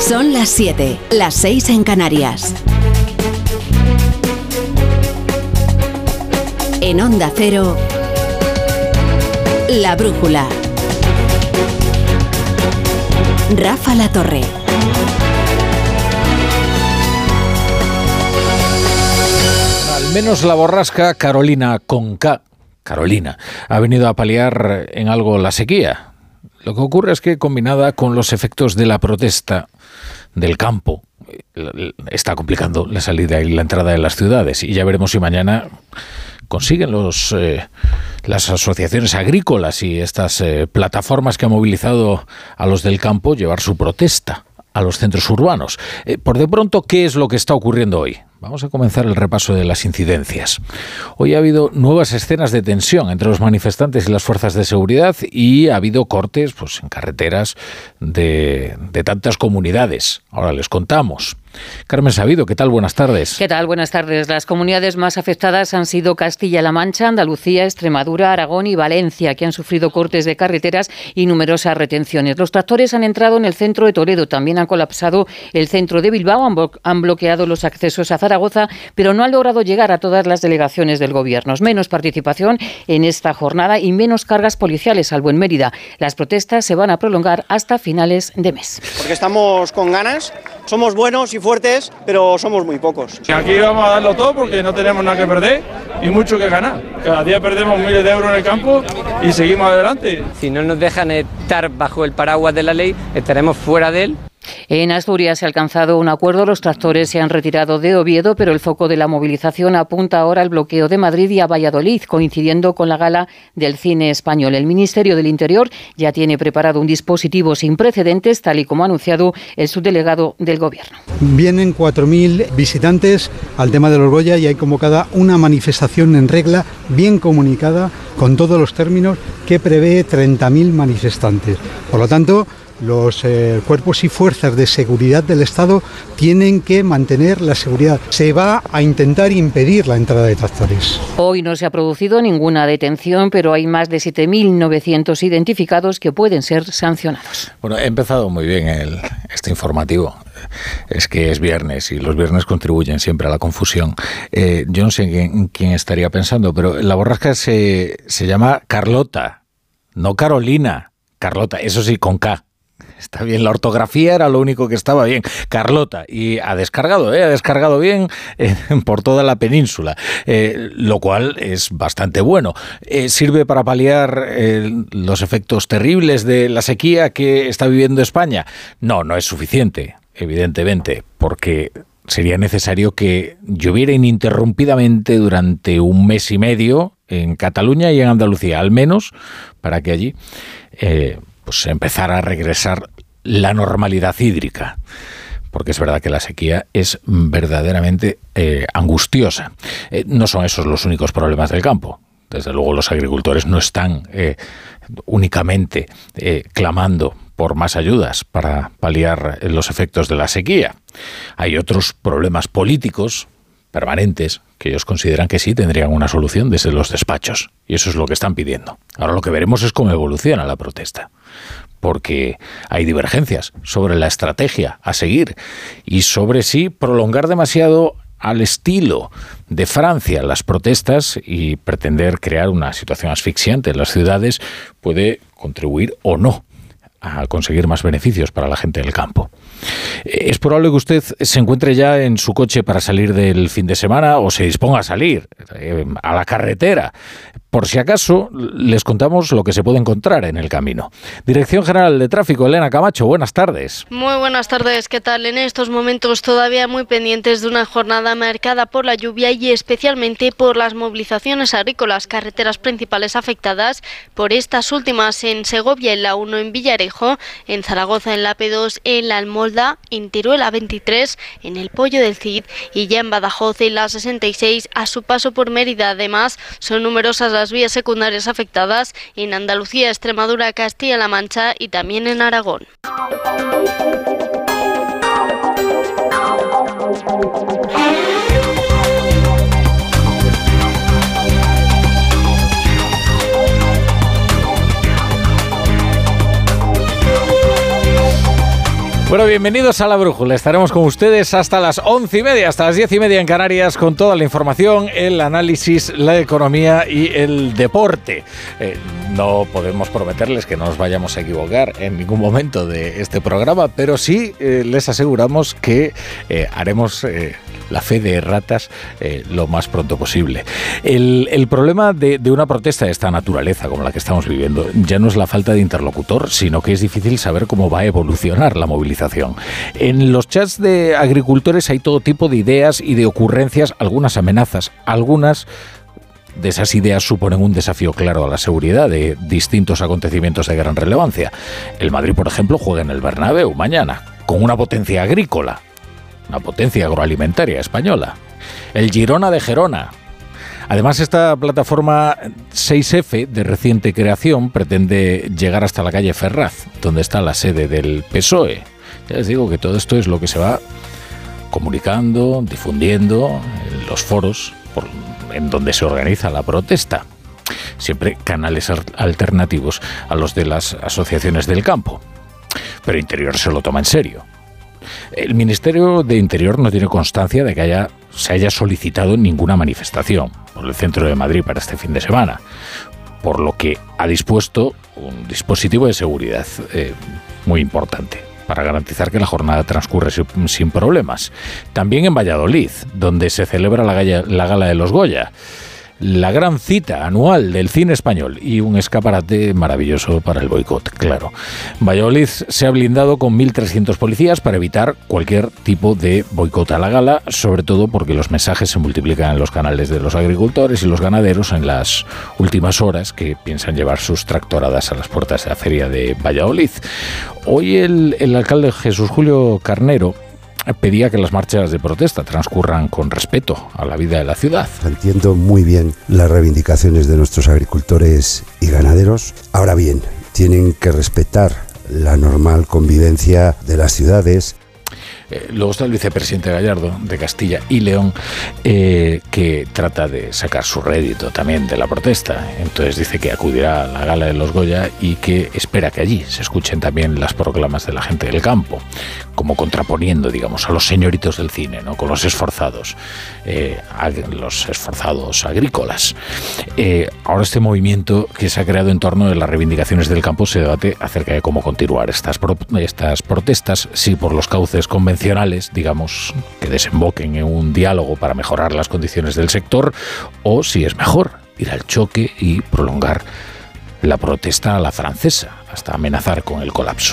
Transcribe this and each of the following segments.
Son las 7, las 6 en Canarias. En Onda Cero, La Brújula. Rafa La Torre. Al menos la borrasca Carolina con K, Carolina, ha venido a paliar en algo la sequía. Lo que ocurre es que, combinada con los efectos de la protesta del campo, está complicando la salida y la entrada de las ciudades. Y ya veremos si mañana consiguen las asociaciones agrícolas y estas plataformas que han movilizado a los del campo llevar su protesta a los centros urbanos. Por de pronto, ¿qué es lo que está ocurriendo hoy? Vamos a comenzar el repaso de las incidencias. Hoy ha habido nuevas escenas de tensión entre los manifestantes y las fuerzas de seguridad y ha habido cortes en carreteras de tantas comunidades. Ahora les contamos. Carmen Sabido, ¿qué tal? Buenas tardes. ¿Qué tal? Buenas tardes. Las comunidades más afectadas han sido Castilla-La Mancha, Andalucía, Extremadura, Aragón y Valencia, que han sufrido cortes de carreteras y numerosas retenciones. Los tractores han entrado en el centro de Toledo, también han colapsado el centro de Bilbao, han bloqueado los accesos a Zaragoza, pero no han logrado llegar a todas las delegaciones del Gobierno. Menos participación en esta jornada y menos cargas policiales, salvo en Mérida. Las protestas se van a prolongar hasta finales de mes. Porque estamos con ganas, somos buenos y fuertes, pero somos muy pocos. Aquí vamos a darlo todo porque no tenemos nada que perder y mucho que ganar. Cada día perdemos miles de euros en el campo y seguimos adelante. Si no nos dejan estar bajo el paraguas de la ley, estaremos fuera de él. En Asturias se ha alcanzado un acuerdo, los tractores se han retirado de Oviedo, pero el foco de la movilización apunta ahora al bloqueo de Madrid y a Valladolid, coincidiendo con la gala del cine español. El Ministerio del Interior ya tiene preparado un dispositivo sin precedentes, tal y como ha anunciado el subdelegado del Gobierno. Vienen 4.000 visitantes al tema de los Goya y hay convocada una manifestación en regla, bien comunicada, con todos los términos, que prevé 30.000 manifestantes. Por lo tanto, los cuerpos y fuerzas de seguridad del Estado tienen que mantener la seguridad. Se va a intentar impedir la entrada de tractores. Hoy no se ha producido ninguna detención, pero hay más de 7.900 identificados que pueden ser sancionados. Bueno, he empezado muy bien este informativo. Es que es viernes y los viernes contribuyen siempre a la confusión. Yo no sé en quién estaría pensando, pero la borrasca se llama Carlota, no Carolina. Carlota, eso sí, con K. Está bien, la ortografía era lo único que estaba bien. Carlota, y ha descargado bien por toda la península, lo cual es bastante bueno. ¿Sirve para paliar los efectos terribles de la sequía que está viviendo España? No es suficiente, evidentemente, porque sería necesario que lloviera ininterrumpidamente durante un mes y medio en Cataluña y en Andalucía, al menos para que allí empezar a regresar la normalidad hídrica, porque es verdad que la sequía es verdaderamente angustiosa. No son esos los únicos problemas del campo. Desde luego los agricultores no están únicamente clamando por más ayudas para paliar los efectos de la sequía. Hay otros problemas políticos permanentes que ellos consideran que sí tendrían una solución desde los despachos, y eso es lo que están pidiendo. Ahora lo que veremos es cómo evoluciona la protesta, porque hay divergencias sobre la estrategia a seguir y sobre si prolongar demasiado al estilo de Francia las protestas y pretender crear una situación asfixiante en las ciudades puede contribuir o no a conseguir más beneficios para la gente del campo. Es probable que usted se encuentre ya en su coche para salir del fin de semana o se disponga a salir a la carretera. Por si acaso, les contamos lo que se puede encontrar en el camino. Dirección General de Tráfico, Elena Camacho, buenas tardes. Muy buenas tardes, ¿qué tal? En estos momentos todavía muy pendientes de una jornada marcada por la lluvia y especialmente por las movilizaciones agrícolas, carreteras principales afectadas por estas últimas en Segovia, en la 1 en Villarejo, en Zaragoza, en la P2, en la Almolda, en Teruel A23, en el Pollo del Cid y ya en Badajoz, en la 66, a su paso por Mérida. Además, son numerosas las vías secundarias afectadas en Andalucía, Extremadura, Castilla-La Mancha y también en Aragón. Bueno, bienvenidos a La Brújula. Estaremos con ustedes hasta las 11:30, hasta las 10:30 en Canarias, con toda la información, el análisis, la economía y el deporte. No podemos prometerles que no nos vayamos a equivocar en ningún momento de este programa, pero sí les aseguramos que haremos la fe de erratas lo más pronto posible. El problema de una protesta de esta naturaleza como la que estamos viviendo ya no es la falta de interlocutor, sino que es difícil saber cómo va a evolucionar la movilización. En los chats de agricultores hay todo tipo de ideas y de ocurrencias, algunas amenazas, algunas de esas ideas suponen un desafío claro a la seguridad de distintos acontecimientos de gran relevancia. El Madrid, por ejemplo, juega en el Bernabéu mañana, con una potencia agrícola, una potencia agroalimentaria española. El Girona de Gerona. Además, esta plataforma 6F de reciente creación pretende llegar hasta la calle Ferraz, donde está la sede del PSOE. Ya les digo que todo esto es lo que se va comunicando, difundiendo en los foros en donde se organiza la protesta. Siempre canales alternativos a los de las asociaciones del campo. Pero Interior se lo toma en serio. El Ministerio de Interior no tiene constancia de que se haya solicitado ninguna manifestación por el centro de Madrid para este fin de semana, por lo que ha dispuesto un dispositivo de seguridad muy importante para garantizar que la jornada transcurre sin problemas. También en Valladolid, donde se celebra la Gala de los Goya, la gran cita anual del cine español y un escaparate maravilloso para el boicot, claro. Valladolid se ha blindado con 1.300 policías para evitar cualquier tipo de boicot a la gala, sobre todo porque los mensajes se multiplican en los canales de los agricultores y los ganaderos en las últimas horas que piensan llevar sus tractoradas a las puertas de la feria de Valladolid. Hoy el alcalde Jesús Julio Carnero pedía que las marchas de protesta transcurran con respeto a la vida de la ciudad. Entiendo muy bien las reivindicaciones de nuestros agricultores y ganaderos. Ahora bien, tienen que respetar la normal convivencia de las ciudades. Luego está el vicepresidente Gallardo de Castilla y León, que trata de sacar su rédito también de la protesta. Entonces dice que acudirá a la Gala de los Goya y que espera que allí se escuchen también las proclamas de la gente del campo, como contraponiendo, digamos, a los señoritos del cine, ¿no? Con los esforzados agrícolas. Ahora este movimiento que se ha creado en torno de las reivindicaciones del campo se debate acerca de cómo continuar estas protestas, si por los cauces convencionales, digamos, que desemboquen en un diálogo para mejorar las condiciones del sector, o si es mejor ir al choque y prolongar la protesta a la francesa hasta amenazar con el colapso.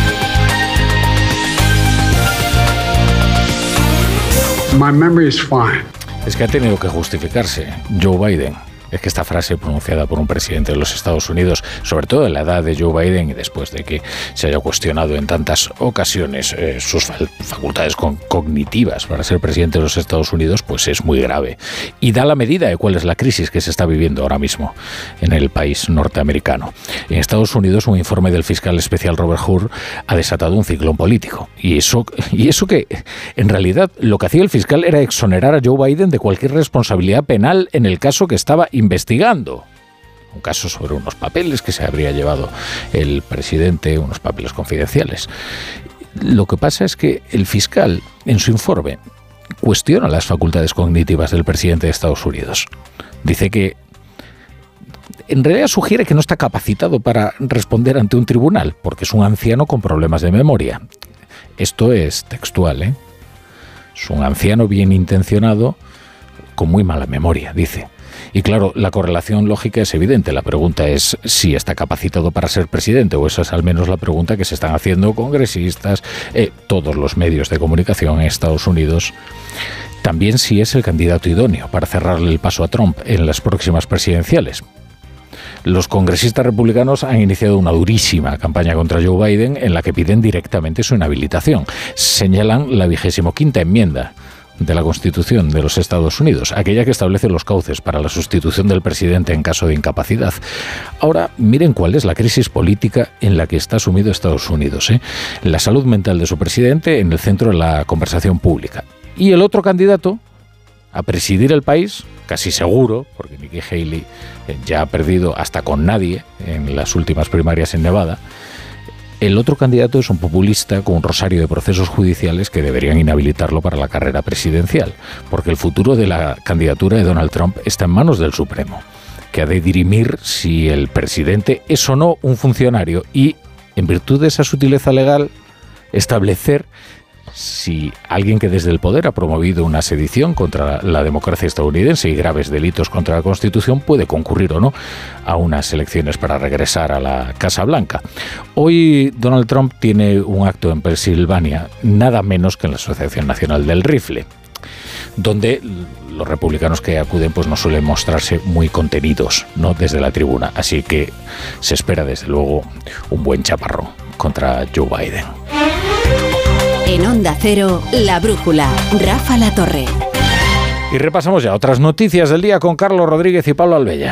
My memory is fine. Es que ha tenido que justificarse Joe Biden. Es que esta frase pronunciada por un presidente de los Estados Unidos, sobre todo en la edad de Joe Biden y después de que se haya cuestionado en tantas ocasiones sus facultades cognitivas para ser presidente de los Estados Unidos, pues es muy grave. Y da la medida de cuál es la crisis que se está viviendo ahora mismo en el país norteamericano. En Estados Unidos, un informe del fiscal especial Robert Hur ha desatado un ciclón político. Y eso que, en realidad, lo que hacía el fiscal era exonerar a Joe Biden de cualquier responsabilidad penal en el caso que estaba investigando. Un caso sobre unos papeles que se habría llevado el presidente, unos papeles confidenciales. Lo que pasa es que el fiscal, en su informe, cuestiona las facultades cognitivas del presidente de Estados Unidos. Dice que en realidad sugiere que no está capacitado para responder ante un tribunal, porque es un anciano con problemas de memoria. Esto es textual, ¿eh? Es un anciano bien intencionado con muy mala memoria, dice. Y claro, la correlación lógica es evidente. La pregunta es si está capacitado para ser presidente, o esa es al menos la pregunta que se están haciendo congresistas, todos los medios de comunicación en Estados Unidos. También si es el candidato idóneo para cerrarle el paso a Trump en las próximas presidenciales. Los congresistas republicanos han iniciado una durísima campaña contra Joe Biden en la que piden directamente su inhabilitación. Señalan la 25ª enmienda de la Constitución de los Estados Unidos, aquella que establece los cauces para la sustitución del presidente en caso de incapacidad. Ahora, miren cuál es la crisis política en la que está sumido Estados Unidos, ¿eh? La salud mental de su presidente en el centro de la conversación pública. Y el otro candidato a presidir el país, casi seguro, porque Nikki Haley ya ha perdido hasta con nadie en las últimas primarias en Nevada, El otro candidato es un populista con un rosario de procesos judiciales que deberían inhabilitarlo para la carrera presidencial, porque el futuro de la candidatura de Donald Trump está en manos del Supremo, que ha de dirimir si el presidente es o no un funcionario y, en virtud de esa sutileza legal, establecer si alguien que desde el poder ha promovido una sedición contra la democracia estadounidense y graves delitos contra la Constitución puede concurrir o no a unas elecciones para regresar a la Casa Blanca. Hoy Donald Trump tiene un acto en Pensilvania, nada menos que en la Asociación Nacional del Rifle, donde los republicanos que acuden pues no suelen mostrarse muy contenidos, ¿no?, desde la tribuna. Así que se espera desde luego un buen chaparrón contra Joe Biden. En Onda Cero, La Brújula, Rafa La Torre. Y repasamos ya otras noticias del día con Carlos Rodríguez y Pablo Albella.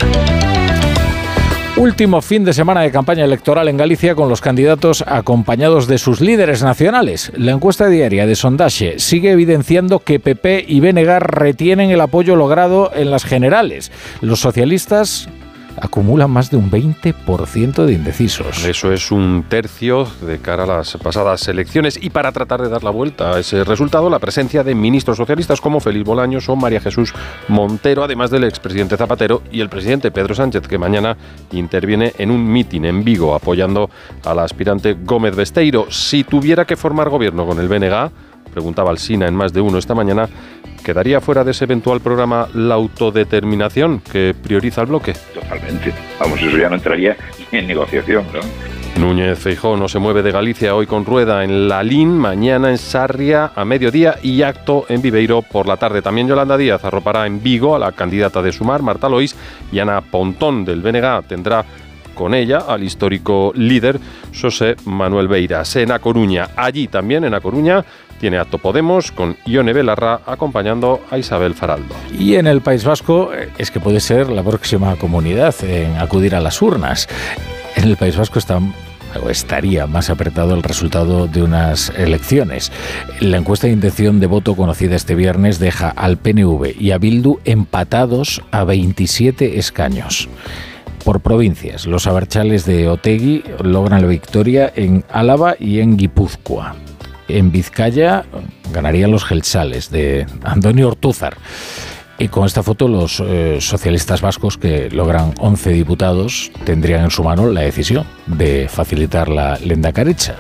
Último fin de semana de campaña electoral en Galicia con los candidatos acompañados de sus líderes nacionales. La encuesta diaria de Sondaxe sigue evidenciando que PP y BNG retienen el apoyo logrado en las generales. Los socialistas acumulan más de un 20% de indecisos. Eso es un tercio de cara a las pasadas elecciones. Y para tratar de dar la vuelta a ese resultado, la presencia de ministros socialistas como Félix Bolaños o María Jesús Montero, además del expresidente Zapatero y el presidente Pedro Sánchez, que mañana interviene en un mitin en Vigo apoyando a la aspirante Gómez Besteiro. Si tuviera que formar gobierno con el BNG, preguntaba Alsina en Más de Uno esta mañana, ¿quedaría fuera de ese eventual programa la autodeterminación que prioriza el bloque? Totalmente. Vamos, eso ya no entraría ni en negociación, ¿no? Núñez Feijóo no se mueve de Galicia, hoy con rueda en Lalín, mañana en Sarria a mediodía y acto en Viveiro por la tarde. También Yolanda Díaz arropará en Vigo a la candidata de Sumar, Marta Lois, y Ana Pontón del BNG tendrá con ella al histórico líder José Manuel Beiras. En A Coruña, allí también en A Coruña, tiene acto Podemos con Ione Belarra acompañando a Isabel Faraldo. Y en el País Vasco es que puede ser la próxima comunidad en acudir a las urnas. En el País Vasco estaría más apretado el resultado de unas elecciones. La encuesta de intención de voto conocida este viernes deja al PNV y a Bildu empatados a 27 escaños. Por provincias, los abertzales de Otegi logran la victoria en Álava y en Guipúzcoa. En Vizcaya ganarían los jeltzales de Andoni Ortúzar. Y con esta foto los socialistas vascos, que logran 11 diputados, tendrían en su mano la decisión de facilitar la lehendakaritza.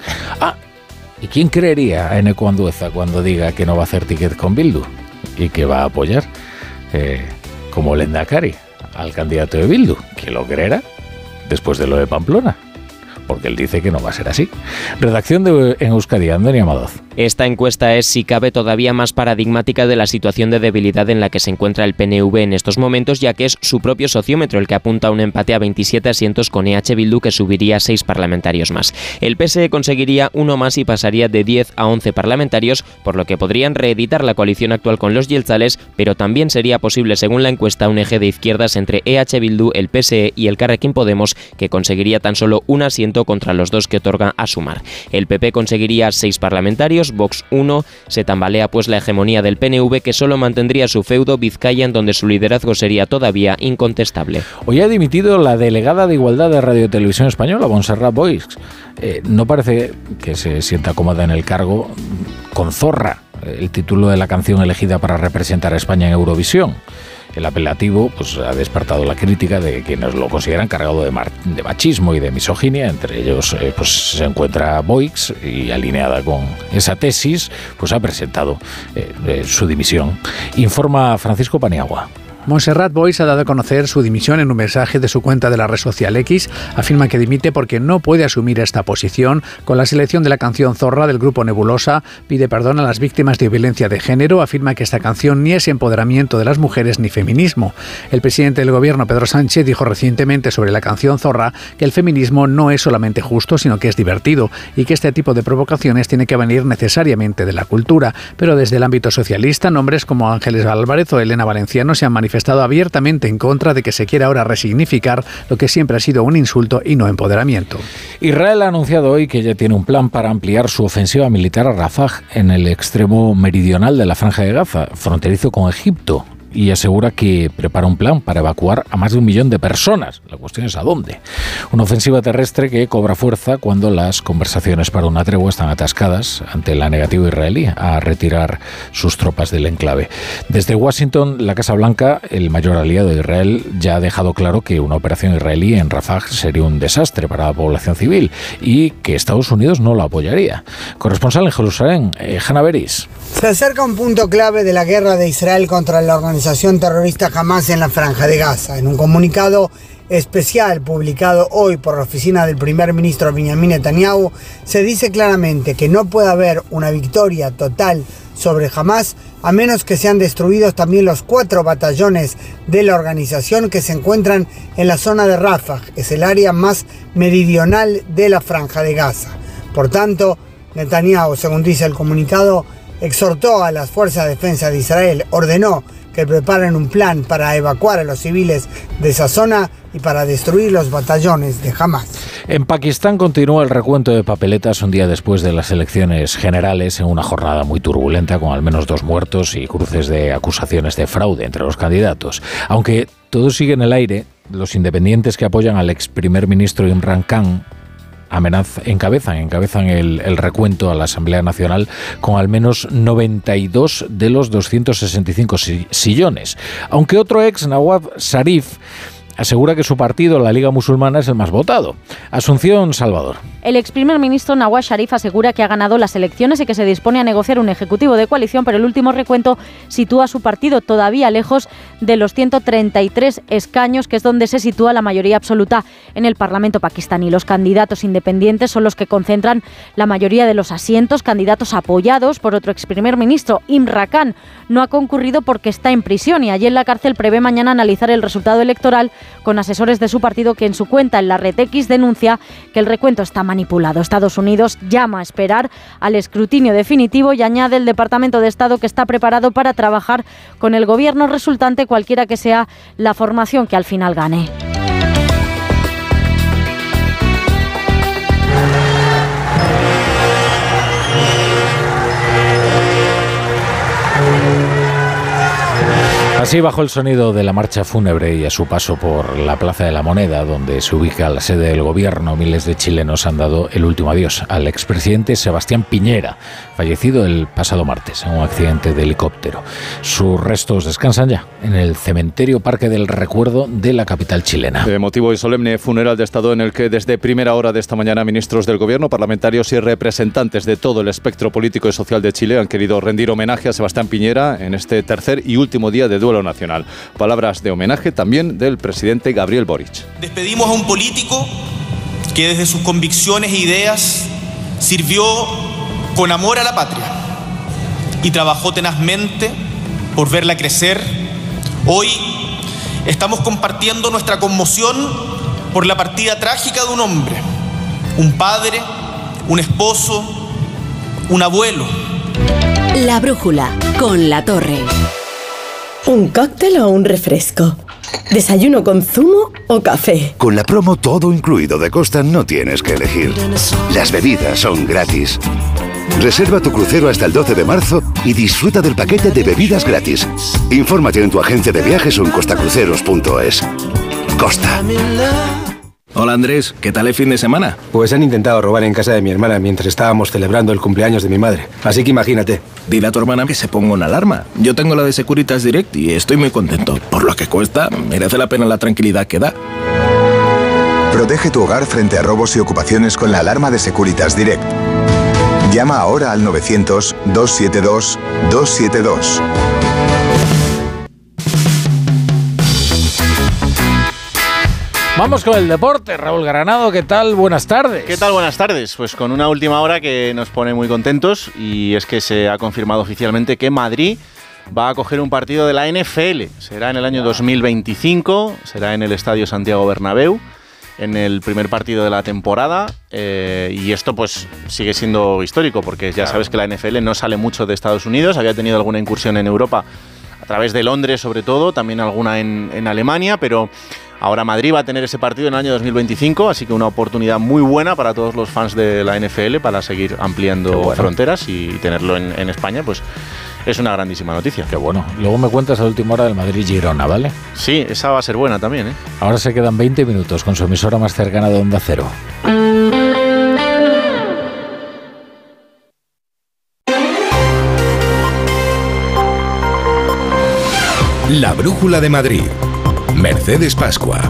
¿Y quién creería a Eneko Andueza cuando diga que no va a hacer ticket con Bildu y que va a apoyar como lehendakari al candidato de Bildu? ¿Quién lo creerá después de lo de Pamplona? Porque él dice que no va a ser así. Redacción en Euskadi, Andoni Amadoz. Esta encuesta es, si cabe, todavía más paradigmática de la situación de debilidad en la que se encuentra el PNV en estos momentos, ya que es su propio sociómetro el que apunta a un empate a 27 asientos con EH Bildu, que subiría a 6 parlamentarios más. El PSE conseguiría uno más y pasaría de 10 a 11 parlamentarios, por lo que podrían reeditar la coalición actual con los jeltzales, pero también sería posible, según la encuesta, un eje de izquierdas entre EH Bildu, el PSE y el Carrequín Podemos, que conseguiría tan solo un asiento contra los 2 que otorga a Sumar. El PP conseguiría 6 parlamentarios, Vox 1, se tambalea pues la hegemonía del PNV, que solo mantendría su feudo Vizcaya, en donde su liderazgo sería todavía incontestable. Hoy ha dimitido la delegada de Igualdad de Radio y Televisión Española, Montserrat Boix. No parece que se sienta cómoda en el cargo con Zorra, el título de la canción elegida para representar a España en Eurovisión. El apelativo pues ha despertado la crítica de quienes lo consideran cargado de machismo y de misoginia. Entre ellos pues se encuentra Boix, y alineada con esa tesis pues ha presentado su dimisión. Informa Francisco Paniagua. Montserrat Boix ha dado a conocer su dimisión en un mensaje de su cuenta de la red social X. Afirma que dimite porque no puede asumir esta posición con la selección de la canción Zorra del grupo Nebulosa. Pide perdón a las víctimas de violencia de género. Afirma que esta canción ni es empoderamiento de las mujeres ni feminismo. El presidente del gobierno, Pedro Sánchez, dijo recientemente sobre la canción Zorra que el feminismo no es solamente justo, sino que es divertido, y que este tipo de provocaciones tiene que venir necesariamente de la cultura. Pero desde el ámbito socialista, nombres como Ángeles Álvarez o Elena Valenciano se han manifestado abiertamente en contra de que se quiera ahora resignificar lo que siempre ha sido un insulto y no empoderamiento. Israel ha anunciado hoy que ya tiene un plan para ampliar su ofensiva militar a Rafah, en el extremo meridional de la Franja de Gaza, fronterizo con Egipto. y asegura que prepara un plan para evacuar a más de 1 millón de personas. La cuestión es ¿a dónde? Una ofensiva terrestre que cobra fuerza cuando las conversaciones para una tregua están atascadas ante la negativa israelí a retirar sus tropas del enclave. Desde Washington, la Casa Blanca, el mayor aliado de Israel, ya ha dejado claro que una operación israelí en Rafah sería un desastre para la población civil y que Estados Unidos no la apoyaría. Corresponsal en Jerusalén, Hanna Beris. Se acerca un punto clave de la guerra de Israel contra la organización terrorista Hamas en la Franja de Gaza. En un comunicado especial publicado hoy por la oficina del primer ministro Benjamin Netanyahu, se dice claramente que no puede haber una victoria total sobre Hamas a menos que sean destruidos también los 4 batallones de la organización que se encuentran en la zona de Rafah, que es el área más meridional de la Franja de Gaza. Por tanto, Netanyahu, según dice el comunicado, exhortó a las fuerzas de defensa de Israel, ordenó que preparen un plan para evacuar a los civiles de esa zona y para destruir los batallones de Hamas. En Pakistán continúa el recuento de papeletas un día después de las elecciones generales en una jornada muy turbulenta con al menos 2 muertos y cruces de acusaciones de fraude entre los candidatos. Aunque todo sigue en el aire, los independientes que apoyan al ex primer ministro Imran Khan encabezan el recuento a la Asamblea Nacional con al menos 92 de los 265 sillones. Aunque otro ex, Nawaz Sharif, asegura que su partido, la Liga Musulmana, es el más votado. Asunción Salvador. El ex primer ministro Nawaz Sharif asegura que ha ganado las elecciones y que se dispone a negociar un ejecutivo de coalición, pero el último recuento sitúa a su partido todavía lejos de los 133 escaños, que es donde se sitúa la mayoría absoluta en el Parlamento pakistaní. Los candidatos independientes son los que concentran la mayoría de los asientos, candidatos apoyados por otro ex primer ministro, Imran Khan. No ha concurrido porque está en prisión y allí en la cárcel prevé mañana analizar el resultado electoral con asesores de su partido, que en su cuenta en la red X denuncia que el recuento está manipulado. Estados Unidos llama a esperar al escrutinio definitivo y añade el Departamento de Estado que está preparado para trabajar con el gobierno resultante, cualquiera que sea la formación que al final gane. Así, bajo el sonido de la marcha fúnebre y a su paso por la Plaza de la Moneda, donde se ubica la sede del gobierno, miles de chilenos han dado el último adiós al expresidente Sebastián Piñera, fallecido el pasado martes en un accidente de helicóptero. Sus restos descansan ya en el cementerio Parque del Recuerdo de la capital chilena. Emotivo y solemne funeral de Estado en el que desde primera hora de esta mañana ministros del gobierno, parlamentarios y representantes de todo el espectro político y social de Chile han querido rendir homenaje a Sebastián Piñera en este tercer y último día de duelo nacional. Palabras de homenaje también del presidente Gabriel Boric. Despedimos a un político que desde sus convicciones e ideas sirvió con amor a la patria y trabajó tenazmente por verla crecer. Hoy estamos compartiendo nuestra conmoción por la partida trágica de un hombre, un padre, un esposo, un abuelo. La brújula con La Torre. ¿Un cóctel o un refresco? ¿Desayuno con zumo o café? Con la promo Todo Incluido de Costa no tienes que elegir. Las bebidas son gratis. Reserva tu crucero hasta el 12 de marzo y disfruta del paquete de bebidas gratis. Infórmate en tu agencia de viajes o en costacruceros.es. Costa. Hola Andrés, ¿qué tal el fin de semana? Pues han intentado robar en casa de mi hermana mientras estábamos celebrando el cumpleaños de mi madre. Así que imagínate. Dile a tu hermana que se ponga una alarma. Yo tengo la de Securitas Direct y estoy muy contento. Por lo que cuesta, merece la pena la tranquilidad que da. Protege tu hogar frente a robos y ocupaciones con la alarma de Securitas Direct. Llama ahora al 900-272-272. Vamos con el deporte. Raúl Granado, ¿qué tal? Buenas tardes. ¿Qué tal? Buenas tardes. Pues con una última hora que nos pone muy contentos y es que se ha confirmado oficialmente que Madrid va a acoger un partido de la NFL. Será en el año 2025, será en el Estadio Santiago Bernabéu, en el primer partido de la temporada, y esto pues sigue siendo histórico porque ya sabes que la NFL no sale mucho de Estados Unidos, había tenido alguna incursión en Europa a través de Londres sobre todo, también alguna en Alemania, pero ahora Madrid va a tener ese partido en el año 2025, así que una oportunidad muy buena para todos los fans de la NFL para seguir ampliando fronteras y tenerlo en España, pues es una grandísima noticia. Qué bueno. Luego me cuentas a la última hora del Madrid-Girona, ¿vale? Sí, esa va a ser buena también, ¿eh? Ahora se quedan 20 minutos con su emisora más cercana de Onda Cero. La Brújula de Madrid. Mercedes Pascua.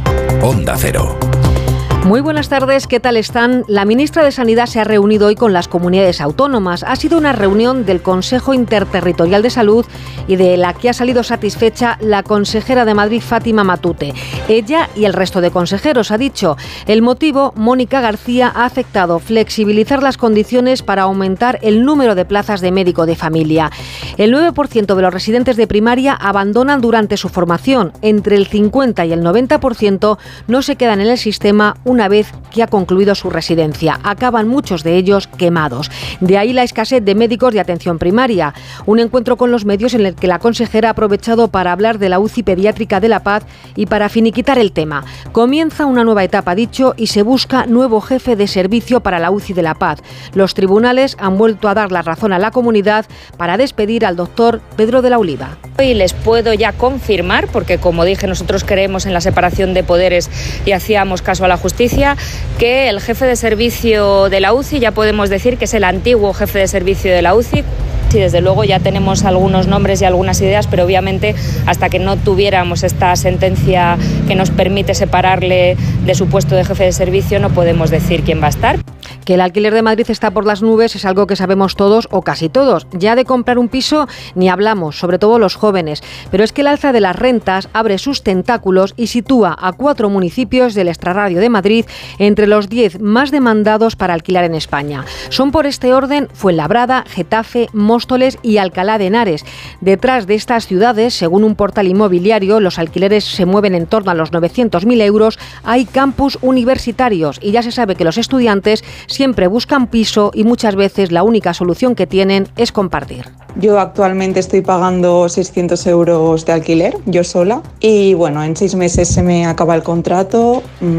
Onda Cero. Muy buenas tardes, ¿qué tal están? La ministra de Sanidad se ha reunido hoy con las comunidades autónomas. Ha sido una reunión del Consejo Interterritorial de Salud y de la que ha salido satisfecha la consejera de Madrid, Fátima Matute. Ella y el resto de consejeros, ha dicho. El motivo, Mónica García, ha aceptado flexibilizar las condiciones para aumentar el número de plazas de médico de familia. El 9% de los residentes de primaria abandonan durante su formación. Entre el 50 y el 90% no se quedan en el sistema una vez que ha concluido su residencia. Acaban muchos de ellos quemados. De ahí la escasez de médicos de atención primaria. Un encuentro con los medios en el que la consejera ha aprovechado para hablar de la UCI pediátrica de La Paz y para finiquitar el tema. Comienza una nueva etapa, ha dicho, y se busca nuevo jefe de servicio para la UCI de La Paz. Los tribunales han vuelto a dar la razón a la comunidad para despedir al doctor Pedro de la Oliva. Hoy les puedo ya confirmar, porque como dije, nosotros creemos en la separación de poderes y hacíamos caso a la justicia, que el jefe de servicio de la UCI, ya podemos decir que es el antiguo jefe de servicio de la UCI. Sí, desde luego ya tenemos algunos nombres y algunas ideas, pero obviamente hasta que no tuviéramos esta sentencia que nos permite separarle de su puesto de jefe de servicio, no podemos decir quién va a estar. Que el alquiler de Madrid está por las nubes es algo que sabemos todos o casi todos. Ya de comprar un piso ni hablamos, sobre todo los jóvenes. Pero es que el alza de las rentas abre sus tentáculos y sitúa a 4 municipios del extrarradio de Madrid entre los 10 más demandados para alquilar en España. Son por este orden Fuenlabrada, Getafe, Móstoles y Alcalá de Henares. Detrás de estas ciudades, según un portal inmobiliario, los alquileres se mueven en torno a los 900.000 euros. Hay campus universitarios y ya se sabe que los estudiantes siempre buscan piso y muchas veces la única solución que tienen es compartir. Yo actualmente estoy pagando 600 euros de alquiler, yo sola, y bueno, en 6 meses se me acaba el contrato.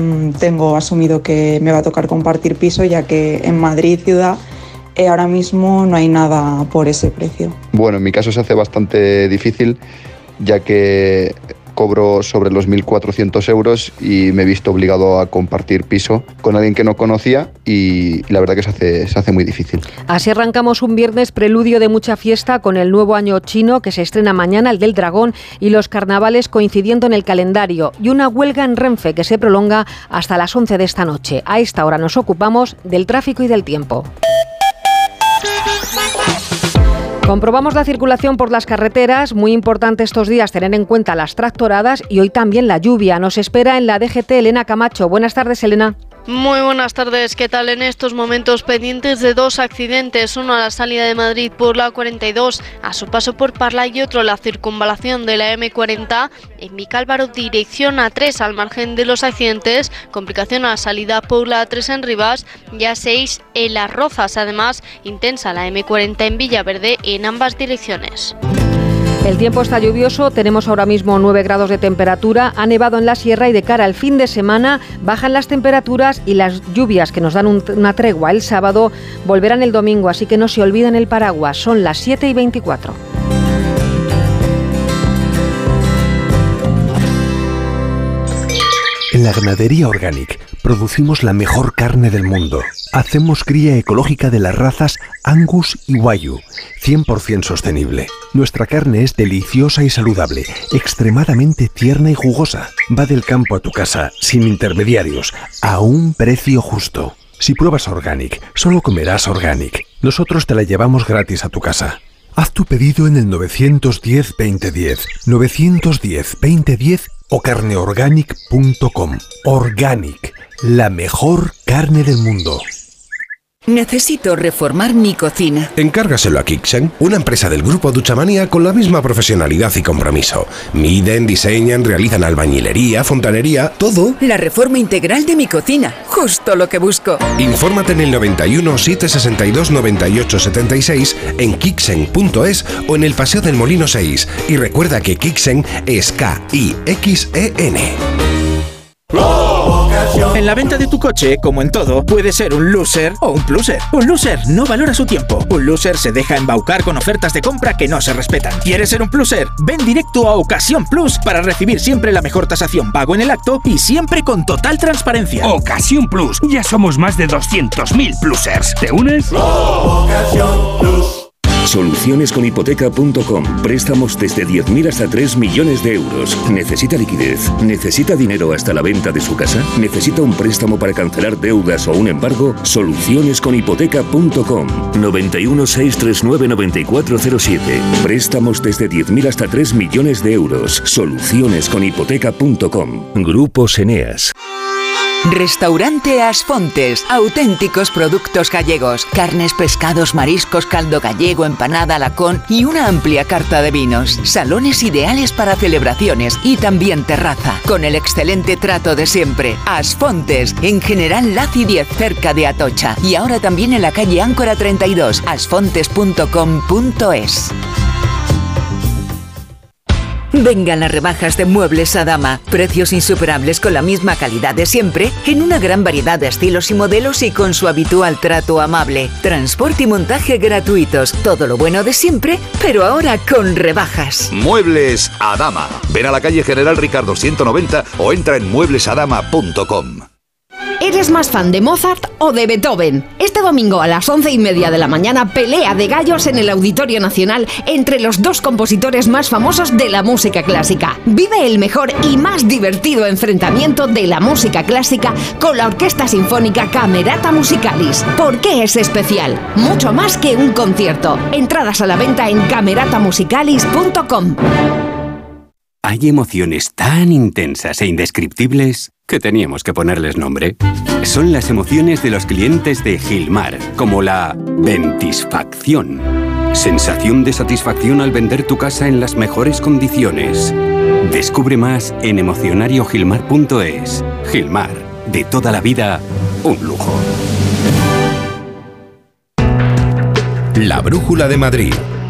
Tengo asumido que me va a tocar compartir piso, ya que en Madrid ciudad ahora mismo no hay nada por ese precio. Bueno, en mi caso se hace bastante difícil, ya que cobro sobre los 1.400 euros y me he visto obligado a compartir piso con alguien que no conocía y la verdad que se hace muy difícil. Así arrancamos un viernes preludio de mucha fiesta con el nuevo año chino que se estrena mañana, el del dragón, y los carnavales coincidiendo en el calendario y una huelga en Renfe que se prolonga hasta las 11 de esta noche. A esta hora nos ocupamos del tráfico y del tiempo. Comprobamos la circulación por las carreteras. Muy importante estos días tener en cuenta las tractoradas y hoy también la lluvia. Nos espera en la DGT Elena Camacho. Buenas tardes, Elena. Muy buenas tardes, ¿qué tal? En estos momentos pendientes de 2 accidentes, uno a la salida de Madrid por la 42, a su paso por Parla, y otro la circunvalación de la M40 en Vicálvaro, dirección A3, al margen de los accidentes, complicación a la salida por la A3 en Rivas y A6 en Las Rozas, además intensa la M40 en Villaverde en ambas direcciones. El tiempo está lluvioso, tenemos ahora mismo 9 grados de temperatura, ha nevado en la sierra y de cara al fin de semana bajan las temperaturas y las lluvias que nos dan una tregua el sábado volverán el domingo, así que no se olviden el paraguas, son las 7:24. En la ganadería Organic producimos la mejor carne del mundo. Hacemos cría ecológica de las razas Angus y Wagyu, 100% sostenible. Nuestra carne es deliciosa y saludable, extremadamente tierna y jugosa. Va del campo a tu casa, sin intermediarios, a un precio justo. Si pruebas Organic, solo comerás Organic. Nosotros te la llevamos gratis a tu casa. Haz tu pedido en el 910-2010, 910-2010 o carneorganic.com. Organic, la mejor carne del mundo. Necesito reformar mi cocina. Encárgaselo a Kixen, una empresa del grupo Duchamanía con la misma profesionalidad y compromiso. Miden, diseñan, realizan albañilería, fontanería, todo. La reforma integral de mi cocina, justo lo que busco. Infórmate en el 91 762 98 76 en kixen.es o en el Paseo del Molino 6. Y recuerda que Kixen es Kixen. En la venta de tu coche, como en todo, puede ser un loser o un pluser. Un loser no valora su tiempo. Un loser se deja embaucar con ofertas de compra que no se respetan. ¿Quieres ser un pluser? Ven directo a Ocasión Plus para recibir siempre la mejor tasación pago en el acto y siempre con total transparencia. Ocasión Plus. Ya somos más de 200.000 plusers. ¿Te unes? Ocasión Plus. Solucionesconhipoteca.com. Préstamos desde 10.000 hasta 3 millones de euros. ¿Necesita liquidez? ¿Necesita dinero hasta la venta de su casa? ¿Necesita un préstamo para cancelar deudas o un embargo? Solucionesconhipoteca.com. 91 639 9407. Préstamos desde 10.000 hasta 3 millones de euros. Solucionesconhipoteca.com. Grupos Eneas. Restaurante As Fontes. Auténticos productos gallegos. Carnes, pescados, mariscos, caldo gallego, empanada, lacón y una amplia carta de vinos. Salones ideales para celebraciones y también terraza. Con el excelente trato de siempre. As Fontes. En General Laci 10, cerca de Atocha. Y ahora también en la calle Áncora 32. asfontes.com.es. Vengan las rebajas de Muebles Adama. Precios insuperables con la misma calidad de siempre, en una gran variedad de estilos y modelos y con su habitual trato amable. Transporte y montaje gratuitos. Todo lo bueno de siempre, pero ahora con rebajas. Muebles Adama. Ven a la calle General Ricardo 190 o entra en mueblesadama.com. ¿Eres más fan de Mozart o de Beethoven? Este domingo a las 11:30 de la mañana, pelea de gallos en el Auditorio Nacional entre los dos compositores más famosos de la música clásica. Vive el mejor y más divertido enfrentamiento de la música clásica con la Orquesta Sinfónica Camerata Musicalis. ¿Por qué es especial? Mucho más que un concierto. Entradas a la venta en cameratamusicalis.com. Hay emociones tan intensas e indescriptibles que teníamos que ponerles nombre. Son las emociones de los clientes de Gilmar, como la ventisfacción. Sensación de satisfacción al vender tu casa en las mejores condiciones. Descubre más en emocionariogilmar.es. Gilmar, de toda la vida, un lujo. La Brújula de Madrid.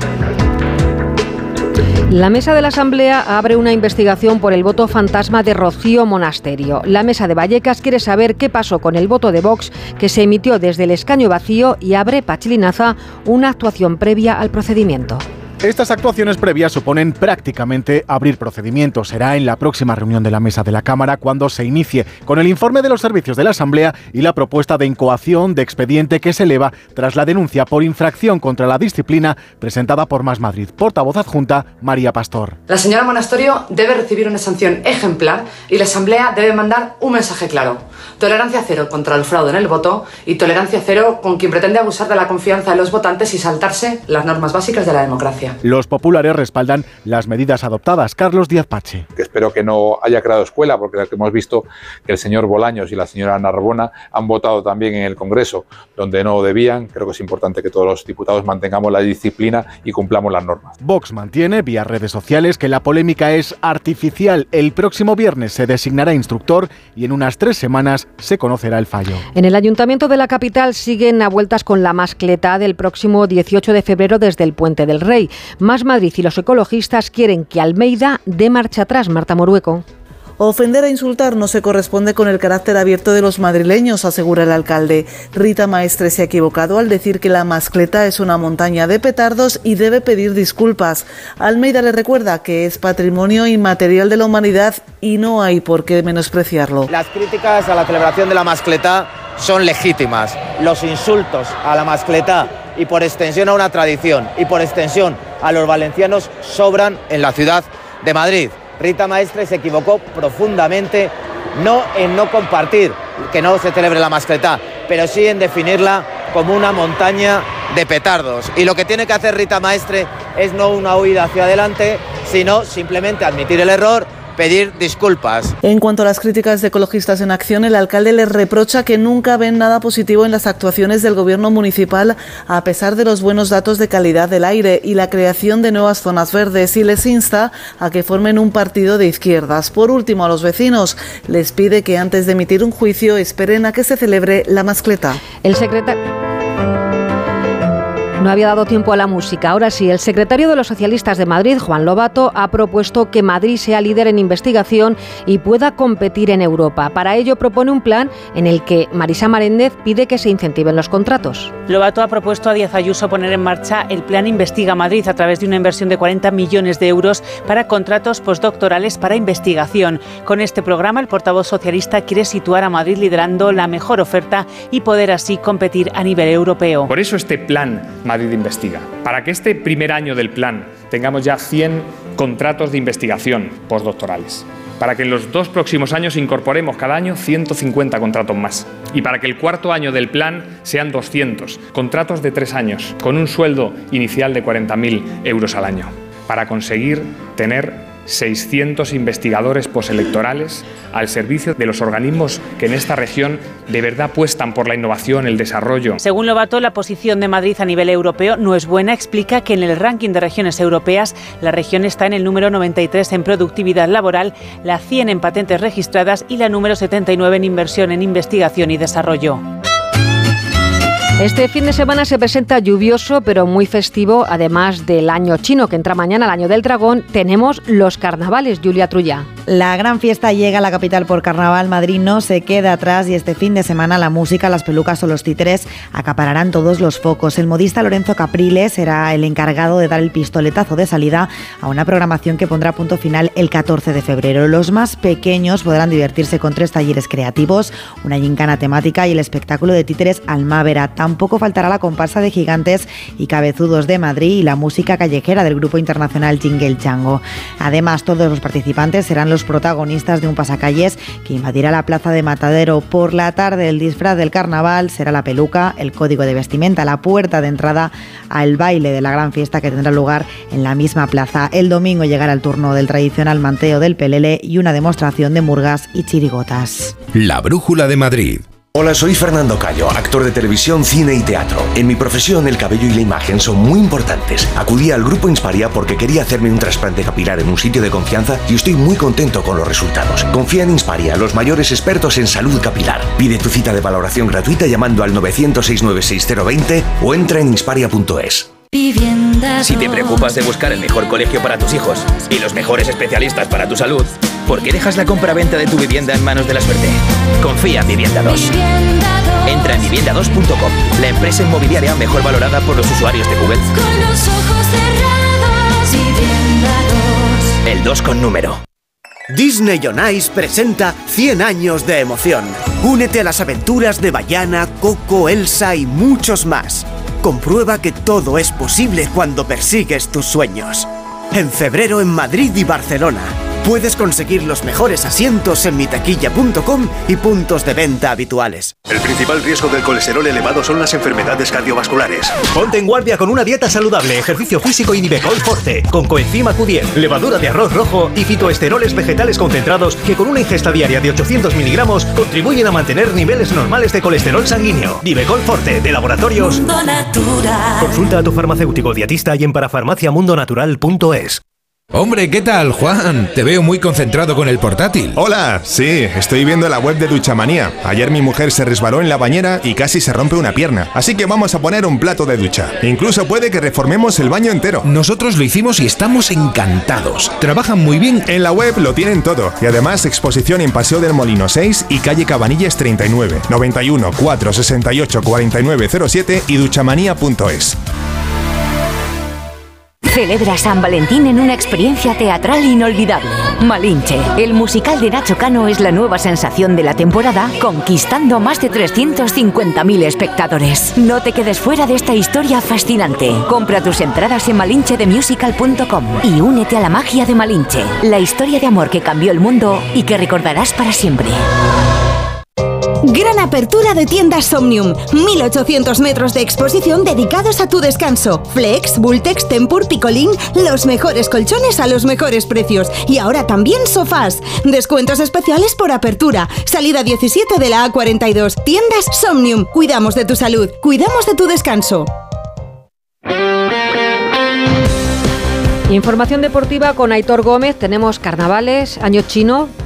La Mesa de la Asamblea abre una investigación por el voto fantasma de Rocío Monasterio. La Mesa de Vallecas quiere saber qué pasó con el voto de Vox que se emitió desde el escaño vacío y abre Pachi Linaza una actuación previa al procedimiento. Estas actuaciones previas suponen prácticamente abrir procedimiento. Será en la próxima reunión de la Mesa de la Cámara cuando se inicie con el informe de los servicios de la Asamblea y la propuesta de incoación de expediente que se eleva tras la denuncia por infracción contra la disciplina presentada por Más Madrid. Portavoz adjunta, María Pastor. La señora Monasterio debe recibir una sanción ejemplar y la Asamblea debe mandar un mensaje claro. Tolerancia cero contra el fraude en el voto y tolerancia cero con quien pretende abusar de la confianza de los votantes y saltarse las normas básicas de la democracia. Los populares respaldan las medidas adoptadas. Carlos Díaz Pache. Que espero que no haya creado escuela, porque hemos visto que el señor Bolaños y la señora Narbona han votado también en el Congreso donde no debían. Creo que es importante que todos los diputados mantengamos la disciplina y cumplamos las normas. Vox mantiene, vía redes sociales, que la polémica es artificial. El próximo viernes se designará instructor y en unas 3 semanas se conocerá el fallo. En el Ayuntamiento de la capital siguen a vueltas con la mascleta del próximo 18 de febrero desde el Puente del Rey. Más Madrid y los ecologistas quieren que Almeida dé marcha atrás. Marta Morueco. Ofender e insultar no se corresponde con el carácter abierto de los madrileños, asegura el alcalde. Rita Maestre se ha equivocado al decir que la mascleta es una montaña de petardos y debe pedir disculpas. Almeida le recuerda que es patrimonio inmaterial de la humanidad y no hay por qué menospreciarlo. Las críticas a la celebración de la mascleta son legítimas. Los insultos a la mascleta y por extensión a una tradición y por extensión a los valencianos sobran en la ciudad de Madrid. Rita Maestre se equivocó profundamente, no en no compartir que no se celebre la mascleta, pero sí en definirla como una montaña de petardos. Y lo que tiene que hacer Rita Maestre es no una huida hacia adelante, sino simplemente admitir el error, pedir disculpas. En cuanto a las críticas de Ecologistas en Acción, el alcalde les reprocha que nunca ven nada positivo en las actuaciones del gobierno municipal a pesar de los buenos datos de calidad del aire y la creación de nuevas zonas verdes, y les insta a que formen un partido de izquierdas. Por último, a los vecinos les pide que antes de emitir un juicio esperen a que se celebre la mascleta. El secretario No había dado tiempo a la música. Ahora sí, el secretario de los socialistas de Madrid, Juan Lobato, ha propuesto que Madrid sea líder en investigación y pueda competir en Europa. Para ello propone un plan en el que Marisa Maréndez pide que se incentiven los contratos. Lobato ha propuesto a Díaz Ayuso poner en marcha el plan Investiga Madrid a través de una inversión de 40 millones de euros para contratos postdoctorales para investigación. Con este programa, el portavoz socialista quiere situar a Madrid liderando la mejor oferta y poder así competir a nivel europeo. Por eso este plan Madrid Investiga, para que este primer año del plan tengamos ya 100 contratos de investigación postdoctorales, para que en los 2 próximos años incorporemos cada año 150 contratos más y para que el cuarto año del plan sean 200 contratos de 3 años con un sueldo inicial de 40.000 euros al año, para conseguir tener 600 investigadores postelectorales al servicio de los organismos que en esta región de verdad apuestan por la innovación, el desarrollo. Según Lobato, la posición de Madrid a nivel europeo no es buena. Explica que en el ranking de regiones europeas la región está en el número 93 en productividad laboral, la 100 en patentes registradas y la número 79 en inversión en investigación y desarrollo. Este fin de semana se presenta lluvioso pero muy festivo. Además del año chino que entra mañana, el año del dragón, tenemos los carnavales. Julia Trullá. La gran fiesta llega a la capital por carnaval. Madrid no se queda atrás y este fin de semana la música, las pelucas o los títeres acapararán todos los focos. El modista Lorenzo Capriles será el encargado de dar el pistoletazo de salida a una programación que pondrá punto final el 14 de febrero. Los más pequeños podrán divertirse con 3 talleres creativos, una gincana temática y el espectáculo de títeres Almávera. Tampoco faltará la comparsa de gigantes y cabezudos de Madrid y la música callejera del grupo internacional Jingle Chango. Además, todos los participantes serán los protagonistas de un pasacalles que invadirá la plaza de Matadero. Por la tarde, el disfraz del carnaval será la peluca, el código de vestimenta, la puerta de entrada al baile de la gran fiesta que tendrá lugar en la misma plaza. El domingo llegará el turno del tradicional manteo del pelele y una demostración de murgas y chirigotas. La Brújula de Madrid. Hola, soy Fernando Cayo, actor de televisión, cine y teatro. En mi profesión, el cabello y la imagen son muy importantes. Acudí al Grupo Insparia porque quería hacerme un trasplante capilar en un sitio de confianza y estoy muy contento con los resultados. Confía en Insparia, los mayores expertos en salud capilar. Pide tu cita de valoración gratuita llamando al 900-696-020 o entra en insparia.es. Si te preocupas de buscar el mejor colegio para tus hijos y los mejores especialistas para tu salud, ¿por qué dejas la compra-venta de tu vivienda en manos de la suerte? Confía en Vivienda 2. Entra en vivienda2.com, la empresa inmobiliaria mejor valorada por los usuarios de Google. Con los ojos cerrados, Vivienda 2. El 2 con número. Disney on Ice presenta 100 años de emoción. Únete a las aventuras de Baiana, Coco, Elsa y muchos más. Comprueba que todo es posible cuando persigues tus sueños. En febrero en Madrid y Barcelona. Puedes conseguir los mejores asientos en mitaquilla.com y puntos de venta habituales. El principal riesgo del colesterol elevado son las enfermedades cardiovasculares. Ponte en guardia con una dieta saludable, ejercicio físico y Nivecol Forte, con coenzima Q10, levadura de arroz rojo y fitoesteroles vegetales concentrados que con una ingesta diaria de 800 miligramos contribuyen a mantener niveles normales de colesterol sanguíneo. Nivecol Forte, de Laboratorios Mundo Natural. Consulta a tu farmacéutico dietista y en parafarmaciamundonatural.es. Hombre, ¿qué tal, Juan? Te veo muy concentrado con el portátil. Hola, sí, estoy viendo la web de Duchamanía. Ayer mi mujer se resbaló en la bañera y casi se rompe una pierna. Así que vamos a poner un plato de ducha. Incluso puede que reformemos el baño entero. Nosotros lo hicimos y estamos encantados. Trabajan muy bien. En la web lo tienen todo. Y además exposición en Paseo del Molino 6 y calle Cabanillas 39, 91 468 4907 y duchamanía.es. Celebra San Valentín en una experiencia teatral inolvidable. Malinche, el musical de Nacho Cano, es la nueva sensación de la temporada, conquistando más de 350.000 espectadores. No te quedes fuera de esta historia fascinante. Compra tus entradas en malinchethemusical.com y únete a la magia de Malinche, la historia de amor que cambió el mundo y que recordarás para siempre. Gran apertura de tiendas Somnium. 1.800 metros de exposición dedicados a tu descanso. Flex, Bultex, Tempur, Picolín. Los mejores colchones a los mejores precios. Y ahora también sofás. Descuentos especiales por apertura. Salida 17 de la A42. Tiendas Somnium. Cuidamos de tu salud. Cuidamos de tu descanso. Información deportiva con Aitor Gómez. Tenemos carnavales, año chino.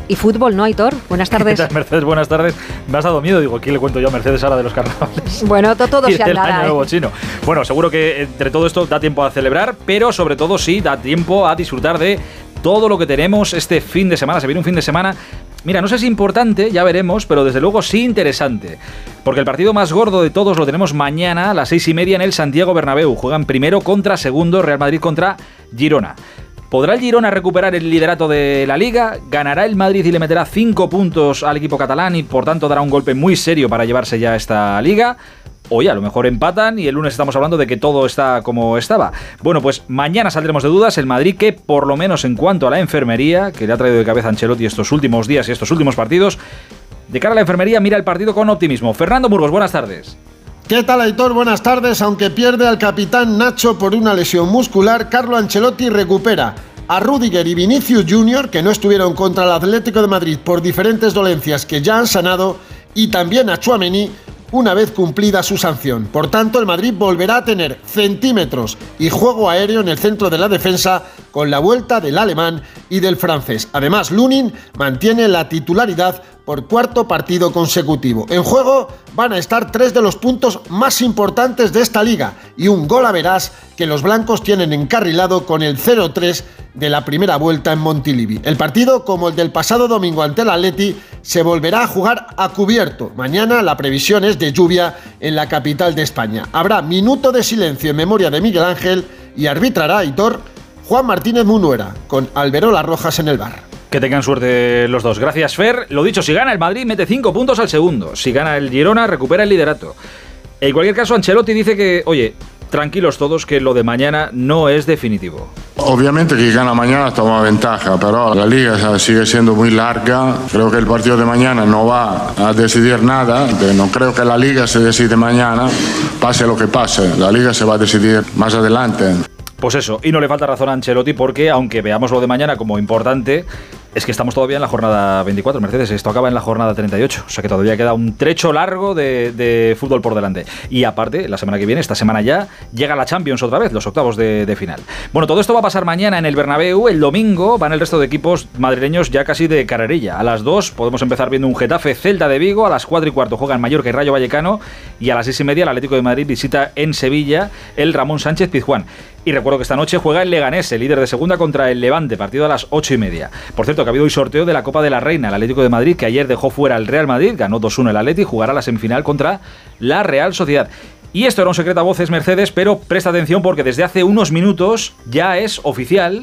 Y fútbol, ¿no, Aitor? Buenas tardes. ¿Qué tal, Mercedes? Buenas tardes. Me has dado miedo. Digo, ¿quién le cuento yo a Mercedes ahora de los carnavales? Bueno, todo se andará. Año Nuevo chino. Bueno, seguro que entre todo esto da tiempo a celebrar, pero sobre todo sí da tiempo a disfrutar de todo lo que tenemos este fin de semana. Se viene un fin de semana, mira, no sé si importante, ya veremos, pero desde luego sí interesante. Porque el partido más gordo de todos lo tenemos mañana a las 6:30 en el Santiago Bernabéu. Juegan primero contra segundo, Real Madrid contra Girona. ¿Podrá el Girona recuperar el liderato de la Liga? ¿Ganará el Madrid y le meterá 5 puntos al equipo catalán y por tanto dará un golpe muy serio para llevarse ya esta Liga? Oye, a lo mejor empatan y el lunes estamos hablando de que todo está como estaba. Bueno, pues mañana saldremos de dudas. El Madrid, que por lo menos en cuanto a la enfermería, que le ha traído de cabeza a Ancelotti estos últimos días y estos últimos partidos, de cara a la enfermería mira el partido con optimismo. Fernando Burgos, buenas tardes. ¿Qué tal, Aitor? Buenas tardes. Aunque pierde al capitán Nacho por una lesión muscular, Carlo Ancelotti recupera a Rüdiger y Vinicius Junior, que no estuvieron contra el Atlético de Madrid por diferentes dolencias que ya han sanado, y también a Tchouaméni, una vez cumplida su sanción. Por tanto, el Madrid volverá a tener centímetros y juego aéreo en el centro de la defensa con la vuelta del alemán y del francés. Además, Lunin mantiene la titularidad por cuarto partido consecutivo. En juego van a estar 3 de los puntos más importantes de esta liga y un gol a verás que los blancos tienen encarrilado con el 0-3 de la primera vuelta en Montilivi. El partido, como el del pasado domingo ante el Atleti, se volverá a jugar a cubierto. Mañana la previsión es de lluvia en la capital de España. Habrá minuto de silencio en memoria de Miguel Ángel y arbitrará, Aitor, Juan Martínez Munuera, con Alberola Rojas en el bar. Que tengan suerte los dos. Gracias, Fer. Lo dicho, si gana el Madrid, mete 5 puntos al segundo. Si gana el Girona, recupera el liderato. En cualquier caso, Ancelotti dice que, oye, tranquilos todos, que lo de mañana no es definitivo. Obviamente que gana mañana toma ventaja, pero la liga sigue siendo muy larga. Creo que el partido de mañana no va a decidir nada. No creo que la liga se decide mañana, pase lo que pase. La liga se va a decidir más adelante. Pues eso, y no le falta razón a Ancelotti porque, aunque veamos lo de mañana como importante, es que estamos todavía en la jornada 24, Mercedes. Esto acaba en la jornada 38, o sea que todavía queda un trecho largo de fútbol por delante. Y aparte, la semana que viene, esta semana ya, llega la Champions otra vez, los octavos de final. Bueno, todo esto va a pasar mañana en el Bernabéu. El domingo van el resto de equipos madrileños ya casi de carrerilla. A las 2 podemos empezar viendo un Getafe Celta de Vigo. A las 4:15 juegan Mallorca y Rayo Vallecano. Y a las 6:30 el Atlético de Madrid visita en Sevilla el Ramón Sánchez Pizjuán. Y recuerdo que esta noche juega el Leganés, el líder de segunda, contra el Levante, partido a las 8:30. Por cierto, que ha habido hoy sorteo de la Copa de la Reina. El Atlético de Madrid, que ayer dejó fuera al Real Madrid, ganó 2-1 el Atleti, jugará la semifinal contra la Real Sociedad. Y esto era un secreto a voces, Mercedes, pero presta atención porque desde hace unos minutos ya es oficial.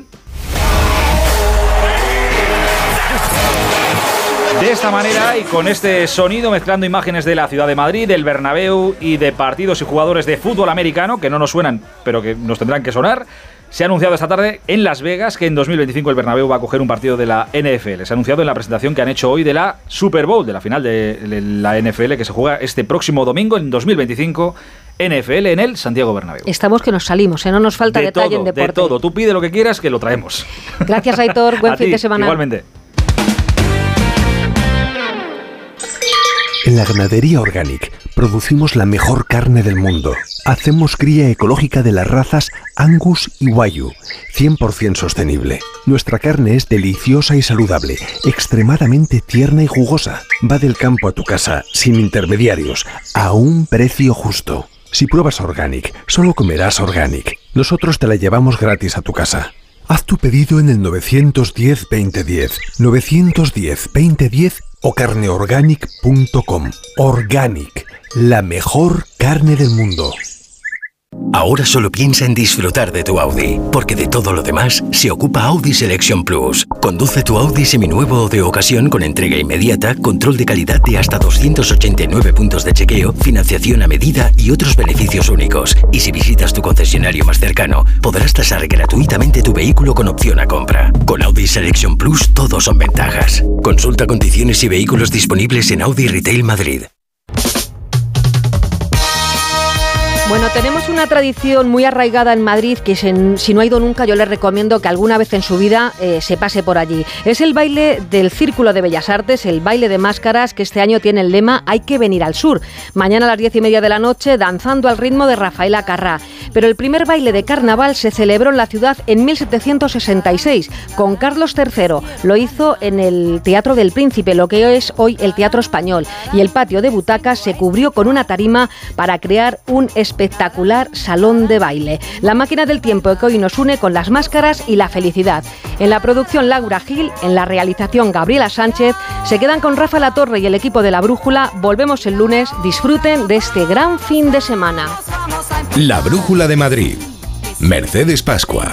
De esta manera y con este sonido, mezclando imágenes de la ciudad de Madrid, del Bernabéu y de partidos y jugadores de fútbol americano, que no nos suenan, pero que nos tendrán que sonar, se ha anunciado esta tarde en Las Vegas que en 2025 el Bernabéu va a coger un partido de la NFL. Se ha anunciado en la presentación que han hecho hoy de la Super Bowl, de la final de la NFL, que se juega este próximo domingo en 2025. NFL en el Santiago Bernabéu. Estamos que nos salimos, no nos falta detalle en deporte. De todo, tú pide lo que quieras que lo traemos. Gracias, Aitor, buen fin de semana. Igualmente. En la Ganadería Organic producimos la mejor carne del mundo. Hacemos cría ecológica de las razas Angus y Wagyu, 100% sostenible. Nuestra carne es deliciosa y saludable, extremadamente tierna y jugosa. Va del campo a tu casa, sin intermediarios, a un precio justo. Si pruebas Organic, solo comerás Organic. Nosotros te la llevamos gratis a tu casa. Haz tu pedido en el 910-2010, 910-2010 o carneorganic.com. Organic, la mejor carne del mundo. Ahora solo piensa en disfrutar de tu Audi, porque de todo lo demás se ocupa Audi Selection Plus. Conduce tu Audi seminuevo o de ocasión con entrega inmediata, control de calidad de hasta 289 puntos de chequeo, financiación a medida y otros beneficios únicos. Y si visitas tu concesionario más cercano, podrás tasar gratuitamente tu vehículo con opción a compra. Con Audi Selection Plus todo son ventajas. Consulta condiciones y vehículos disponibles en Audi Retail Madrid. Bueno, tenemos una tradición muy arraigada en Madrid que si no ha ido nunca yo le recomiendo que alguna vez en su vida se pase por allí. Es el baile del Círculo de Bellas Artes, el baile de máscaras, que este año tiene el lema "Hay que venir al sur". Mañana a las 10:30 de la noche, danzando al ritmo de Rafaela Carrà. Pero el primer baile de carnaval se celebró en la ciudad en 1766 con Carlos III. Lo hizo en el Teatro del Príncipe, lo que es hoy el Teatro Español. Y el patio de butacas se cubrió con una tarima para crear un espectacular salón de baile. La máquina del tiempo que hoy nos une con las máscaras y la felicidad. En la producción Laura Gil, en la realización Gabriela Sánchez, se quedan con Rafa Latorre y el equipo de La Brújula. Volvemos el lunes. Disfruten de este gran fin de semana. La Brújula de Madrid. Mercedes Pascua.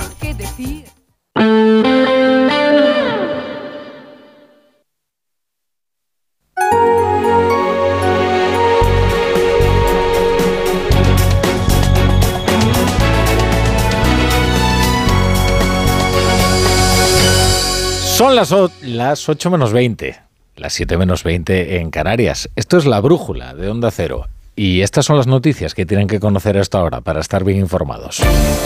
Son las 8 menos 20, las 7 menos 20 en Canarias. Esto es La Brújula de Onda Cero. Y estas son las noticias que tienen que conocer a esta hora para estar bien informados.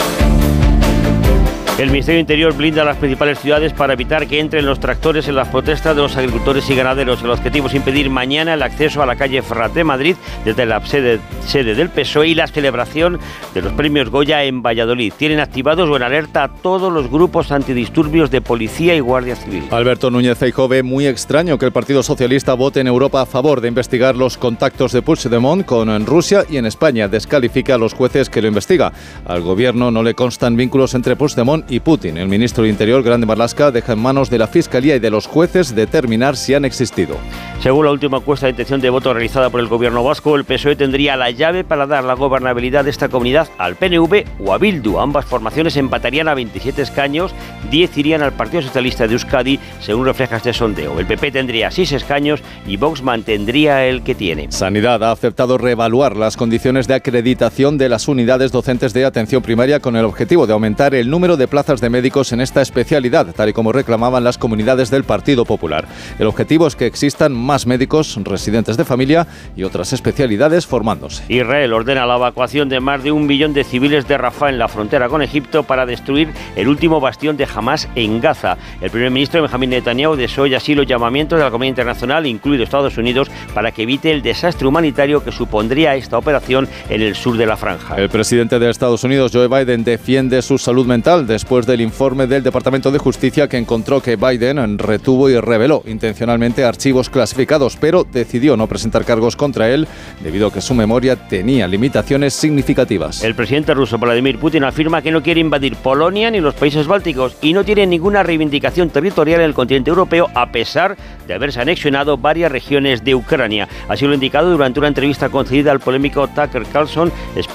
El Ministerio de Interior blinda las principales ciudades para evitar que entren los tractores en las protestas de los agricultores y ganaderos. El objetivo es impedir mañana el acceso a la calle Ferrat de Madrid desde la sede del PSOE y la celebración de los premios Goya en Valladolid. Tienen activados o en alerta a todos los grupos antidisturbios de policía y guardia civil. Alberto Núñez Feijóo ve muy extraño que el Partido Socialista vote en Europa a favor de investigar los contactos de Puigdemont con Rusia y en España descalifica a los jueces que lo investigan. Al gobierno no le constan vínculos entre Puigdemont y Putin. El ministro del Interior, Grande Marlaska, deja en manos de la Fiscalía y de los jueces determinar si han existido. Según la última encuesta de intención de voto realizada por el gobierno vasco, el PSOE tendría la llave para dar la gobernabilidad de esta comunidad al PNV o a Bildu. Ambas formaciones empatarían a 27 escaños, 10 irían al Partido Socialista de Euskadi, según refleja este sondeo. El PP tendría 6 escaños y Vox mantendría el que tiene. Sanidad ha aceptado reevaluar las condiciones de acreditación de las unidades docentes de atención primaria con el objetivo de aumentar el número de plazas de médicos en esta especialidad, tal y como reclamaban las comunidades del Partido Popular. El objetivo es que existan más médicos, residentes de familia y otras especialidades formándose. Israel ordena la evacuación de más de 1 millón de civiles de Rafah en la frontera con Egipto para destruir el último bastión de Hamás en Gaza. El primer ministro Benjamín Netanyahu desoye así los llamamientos de la comunidad internacional, incluido Estados Unidos, para que evite el desastre humanitario que supondría esta operación en el sur de la franja. El presidente de Estados Unidos, Joe Biden, defiende su salud mental después del informe del Departamento de Justicia que encontró que Biden retuvo y reveló intencionalmente archivos clasificados, pero decidió no presentar cargos contra él debido a que su memoria tenía limitaciones significativas. El presidente ruso Vladimir Putin afirma que no quiere invadir Polonia ni los países bálticos y no tiene ninguna reivindicación territorial en el continente europeo, a pesar de haberse anexionado varias regiones de Ucrania. Así lo ha indicado durante una entrevista concedida al polémico Tucker Carlson,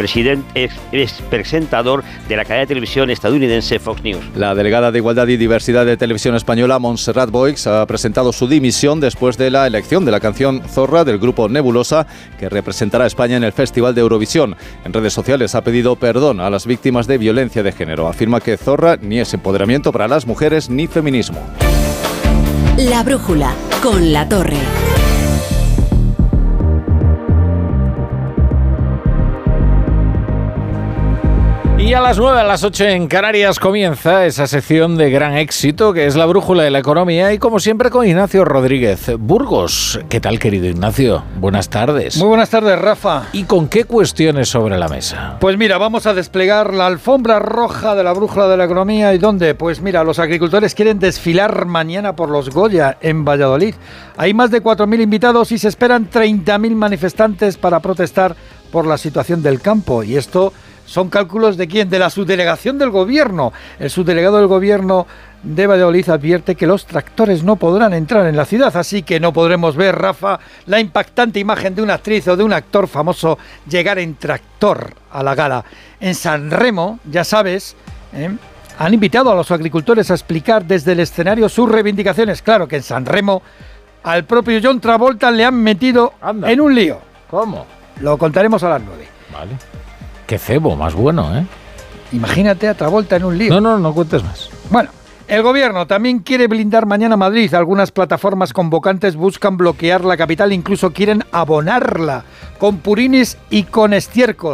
expresentador de la cadena de televisión estadounidense Fox News. La delegada de Igualdad y Diversidad de Televisión Española, Montserrat Boix, ha presentado su dimisión después de la elección de la canción Zorra del grupo Nebulosa, que representará a España en el Festival de Eurovisión. En redes sociales ha pedido perdón a las víctimas de violencia de género. Afirma que Zorra ni es empoderamiento para las mujeres ni feminismo. La Brújula, con La Torre. Y a las 9, a las 8 en Canarias comienza esa sección de gran éxito que es La Brújula de la Economía y como siempre con Ignacio Rodríguez Burgos. ¿Qué tal, querido Ignacio? Buenas tardes. Muy buenas tardes, Rafa. ¿Y con qué cuestiones sobre la mesa? Pues mira, vamos a desplegar la alfombra roja de La Brújula de la Economía. ¿Y dónde? Pues mira, los agricultores quieren desfilar mañana por los Goya en Valladolid. Hay más de 4.000 invitados y se esperan 30.000 manifestantes para protestar por la situación del campo. Y esto son cálculos ¿de quién? De la subdelegación del gobierno. El subdelegado del gobierno de Valladolid advierte que los tractores no podrán entrar en la ciudad, así que no podremos ver, Rafa, la impactante imagen de una actriz o de un actor famoso llegar en tractor a la gala. En San Remo, ya sabes, han invitado a los agricultores a explicar desde el escenario sus reivindicaciones. Claro que en San Remo al propio John Travolta le han metido en un lío. ¿Cómo? Lo contaremos a las 9. Vale. Qué cebo, más bueno, ¿eh? Imagínate a Travolta en un lío. No cuentes más. Bueno, el gobierno también quiere blindar mañana Madrid. Algunas plataformas convocantes buscan bloquear la capital, incluso quieren abonarla con purines y con estiércol.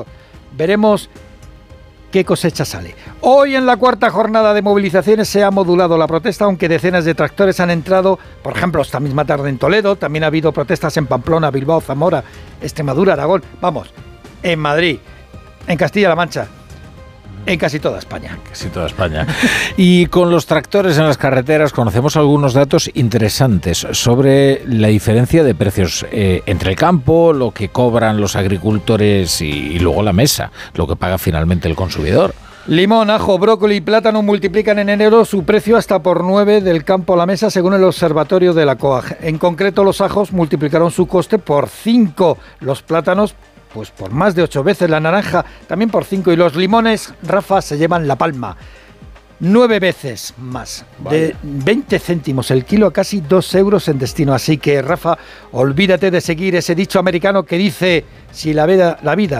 veremos qué cosecha sale. Hoy en la cuarta jornada de movilizaciones se ha modulado la protesta, aunque decenas de tractores han entrado, por ejemplo, esta misma tarde en Toledo. También ha habido protestas en Pamplona, Bilbao, Zamora, Extremadura, Aragón, vamos, en Madrid, en Castilla-La Mancha, en casi toda España. Casi toda España. Y con los tractores en las carreteras conocemos algunos datos interesantes sobre la diferencia de precios entre el campo, lo que cobran los agricultores y luego la mesa, lo que paga finalmente el consumidor. Limón, ajo, brócoli y plátano multiplican en enero su precio hasta por 9 del campo a la mesa, según el observatorio de la COAG. En concreto, los ajos multiplicaron su coste por 5, los plátanos pues por más de 8 veces, la naranja también por 5 y los limones, Rafa, se llevan la palma. 9 veces más, vale. De 20 céntimos el kilo a casi 2 euros en destino. Así que, Rafa, olvídate de seguir ese dicho americano que dice: si la vida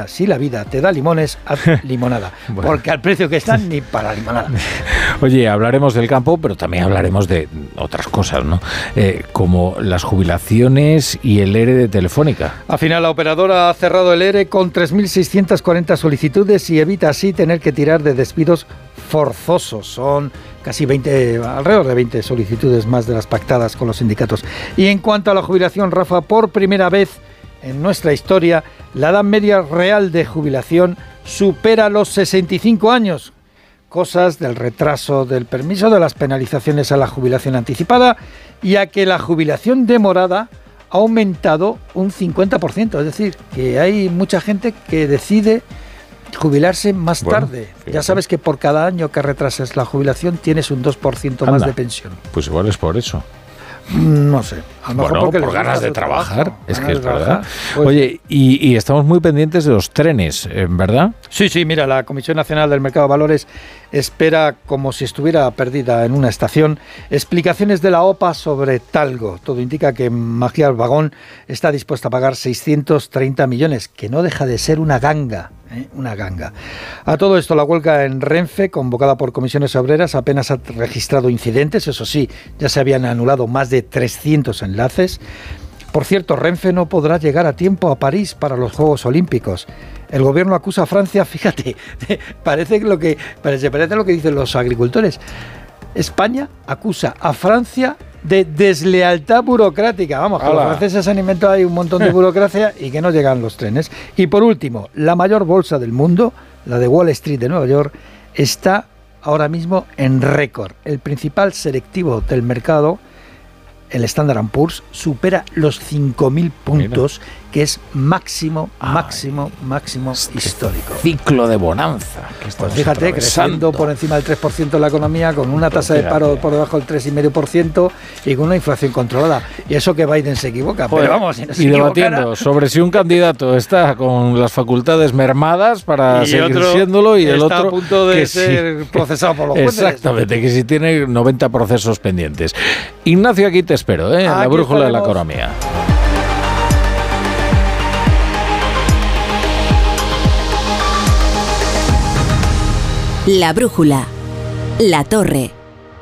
te da limones, haz limonada. Bueno. Porque al precio que están, ni para limonada. Oye, hablaremos del campo, pero también hablaremos de otras cosas, ¿no? Como las jubilaciones y el ERE de Telefónica. Al final, la operadora ha cerrado el ERE con 3.640 solicitudes y evita así tener que tirar de despidos forzosos. Son casi alrededor de 20 solicitudes más de las pactadas con los sindicatos. Y en cuanto a la jubilación, Rafa, por primera vez en nuestra historia, la edad media real de jubilación supera los 65 años. Cosas del retraso del permiso, de las penalizaciones a la jubilación anticipada y a que la jubilación demorada ha aumentado un 50%. Es decir, que hay mucha gente que decide jubilarse más tarde. Fíjate. Ya sabes que por cada año que retrases la jubilación tienes un 2% más de pensión. Pues igual es por eso. No sé. A lo mejor por ganas de trabajar. Es que es verdad. Pues, oye, y estamos muy pendientes de los trenes, ¿verdad? Sí, mira, la Comisión Nacional del Mercado de Valores espera, como si estuviera perdida en una estación, explicaciones de la OPA sobre Talgo. Todo indica que Magyar Vagón está dispuesta a pagar 630 millones, que no deja de ser una ganga. Una ganga. A todo esto, la huelga en Renfe, convocada por comisiones obreras, apenas ha registrado incidentes. Eso sí, ya se habían anulado más de 300 enlaces. Por cierto, Renfe no podrá llegar a tiempo a París para los Juegos Olímpicos. El gobierno acusa a Francia, fíjate, parece lo que dicen los agricultores. España acusa a Francia de deslealtad burocrática. Vamos, que los franceses han inventado ahí un montón de burocracia y que no llegan los trenes. Y por último, la mayor bolsa del mundo, la de Wall Street de Nueva York, está ahora mismo en récord. El principal selectivo del mercado, el Standard & Poor's, supera los 5.000 puntos, que es máximo histórico. Ciclo de bonanza. Pues fíjate, creciendo por encima del 3% de la economía, con una tasa de paro por debajo del 3,5% y con una inflación controlada. Y eso que Biden se equivoca. Joder, pero vamos, si no se y debatiendo sobre si un candidato está con las facultades mermadas para seguir siéndolo y el otro está a punto de ser procesado por los jueces. Exactamente, que si tiene 90 procesos pendientes. Ignacio, aquí te espero, en la brújula de la economía. La brújula. La torre.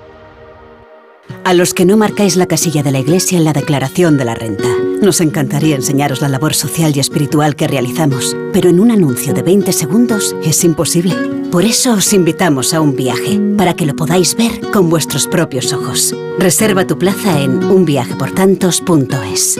A los que no marcáis la casilla de la iglesia en la declaración de la renta. Nos encantaría enseñaros la labor social y espiritual que realizamos, pero en un anuncio de 20 segundos es imposible. Por eso os invitamos a un viaje, para que lo podáis ver con vuestros propios ojos. Reserva tu plaza en unviajeportantos.es.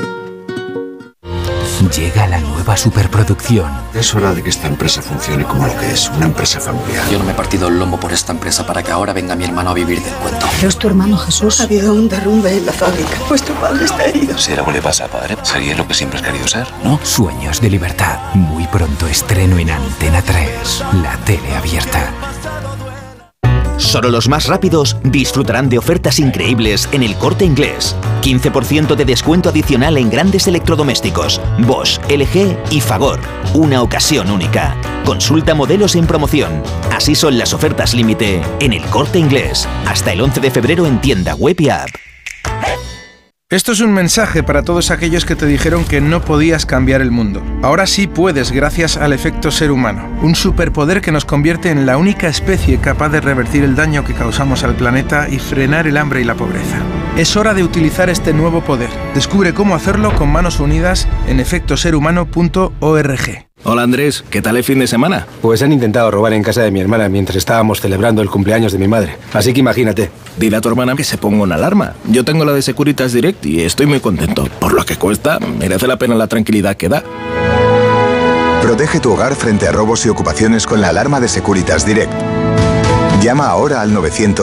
Llega la nueva superproducción. Es hora de que esta empresa funcione como lo que es, una empresa familiar. Yo no me he partido el lomo por esta empresa para que ahora venga mi hermano a vivir del cuento. ¿Pero es tu hermano Jesús? Ha habido un derrumbe en la fábrica. Vuestro padre está herido. Si algo le pasa a padre, sería lo que siempre has querido ser, ¿no? Sueños de libertad. Muy pronto estreno en Antena 3. La tele abierta. Solo los más rápidos disfrutarán de ofertas increíbles en El Corte Inglés. 15% de descuento adicional en grandes electrodomésticos, Bosch, LG y Fagor. Una ocasión única. Consulta modelos en promoción. Así son las ofertas límite en El Corte Inglés. Hasta el 11 de febrero en tienda web y app. Esto es un mensaje para todos aquellos que te dijeron que no podías cambiar el mundo. Ahora sí puedes gracias al efecto ser humano, un superpoder que nos convierte en la única especie capaz de revertir el daño que causamos al planeta y frenar el hambre y la pobreza. Es hora de utilizar este nuevo poder. Descubre cómo hacerlo con manos unidas en efectoserhumano.org. Hola Andrés, ¿qué tal el fin de semana? Pues han intentado robar en casa de mi hermana mientras estábamos celebrando el cumpleaños de mi madre. Así que imagínate. Dile a tu hermana que se ponga una alarma. Yo tengo la de Securitas Direct y estoy muy contento. Por lo que cuesta, merece la pena la tranquilidad que da. Protege tu hogar frente a robos y ocupaciones con la alarma de Securitas Direct. Llama ahora al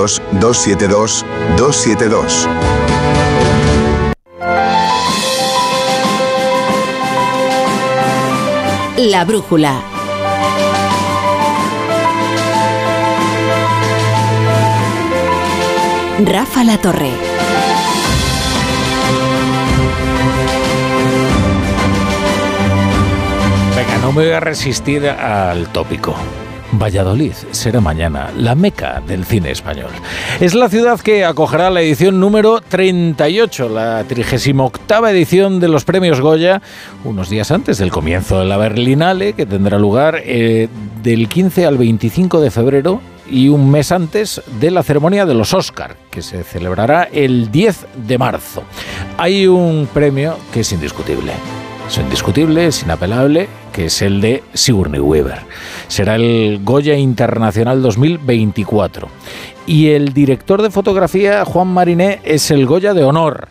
900-272-272. La brújula. Rafa La Torre. Venga, no me voy a resistir al tópico. Valladolid será mañana la meca del cine español. Es la ciudad que acogerá la edición número 38, la 38ª edición de los premios Goya, unos días antes del comienzo de la Berlinale, que tendrá lugar del 15 al 25 de febrero y un mes antes de la ceremonia de los Oscar, que se celebrará el 10 de marzo. Hay un premio que es indiscutible. Es indiscutible, es inapelable, que es el de Sigourney Weaver. Será el Goya Internacional 2024. Y el director de fotografía, Juan Mariné, es el Goya de honor.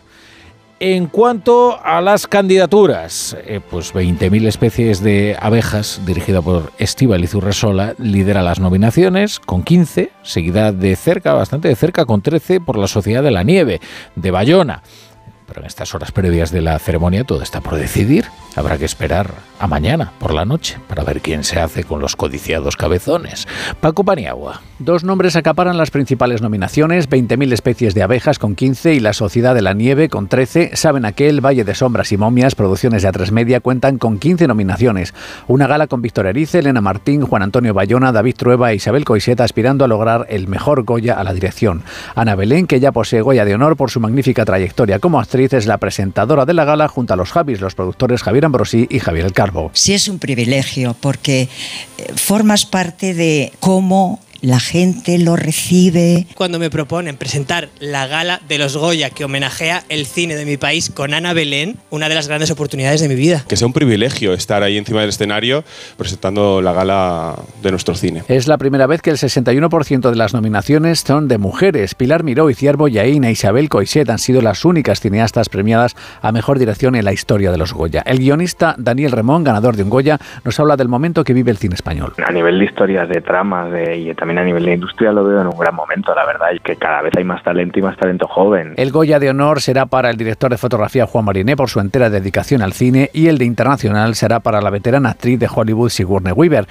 En cuanto a las candidaturas, pues 20.000 especies de abejas, dirigida por Estíbaliz Urresola, lidera las nominaciones con 15, seguida de cerca, bastante de cerca, con 13 por la Sociedad de la Nieve, de Bayona. Pero en estas horas previas de la ceremonia todo está por decidir. Habrá que esperar a mañana por la noche para ver quién se hace con los codiciados cabezones. Paco Paniagua. 2 nombres acaparan las principales nominaciones: 20.000 especies de abejas con 15 y la Sociedad de la Nieve con 13. Saben aquel, Valle de Sombras y Momias, producciones de A3 Media, cuentan con 15 nominaciones. Una gala con Víctor Erice, Elena Martín, Juan Antonio Bayona, David Trueba e Isabel Coixet, aspirando a lograr el mejor Goya a la dirección. Ana Belén, que ya posee Goya de honor por su magnífica trayectoria como actriz, es la presentadora de la gala junto a los Javis, los productores Javier Ambrosí y Javier El Carbo. Sí, es un privilegio porque formas parte de cómo la gente lo recibe. Cuando me proponen presentar la gala de los Goya que homenajea el cine de mi país con Ana Belén, una de las grandes oportunidades de mi vida. Que sea un privilegio estar ahí encima del escenario presentando la gala de nuestro cine. Es la primera vez que el 61% de las nominaciones son de mujeres. Pilar Miró y Iciar Bollaín e Isabel Coixet han sido las únicas cineastas premiadas a mejor dirección en la historia de los Goya. El guionista Daniel Remón, ganador de un Goya, nos habla del momento que vive el cine español. A nivel de historias, de tramas y también a nivel de industria lo veo en un gran momento, la verdad, y que cada vez hay más talento y más talento joven. El Goya de honor será para el director de fotografía Juan Mariné por su entera dedicación al cine, y el de internacional será para la veterana actriz de Hollywood Sigourney Weaver.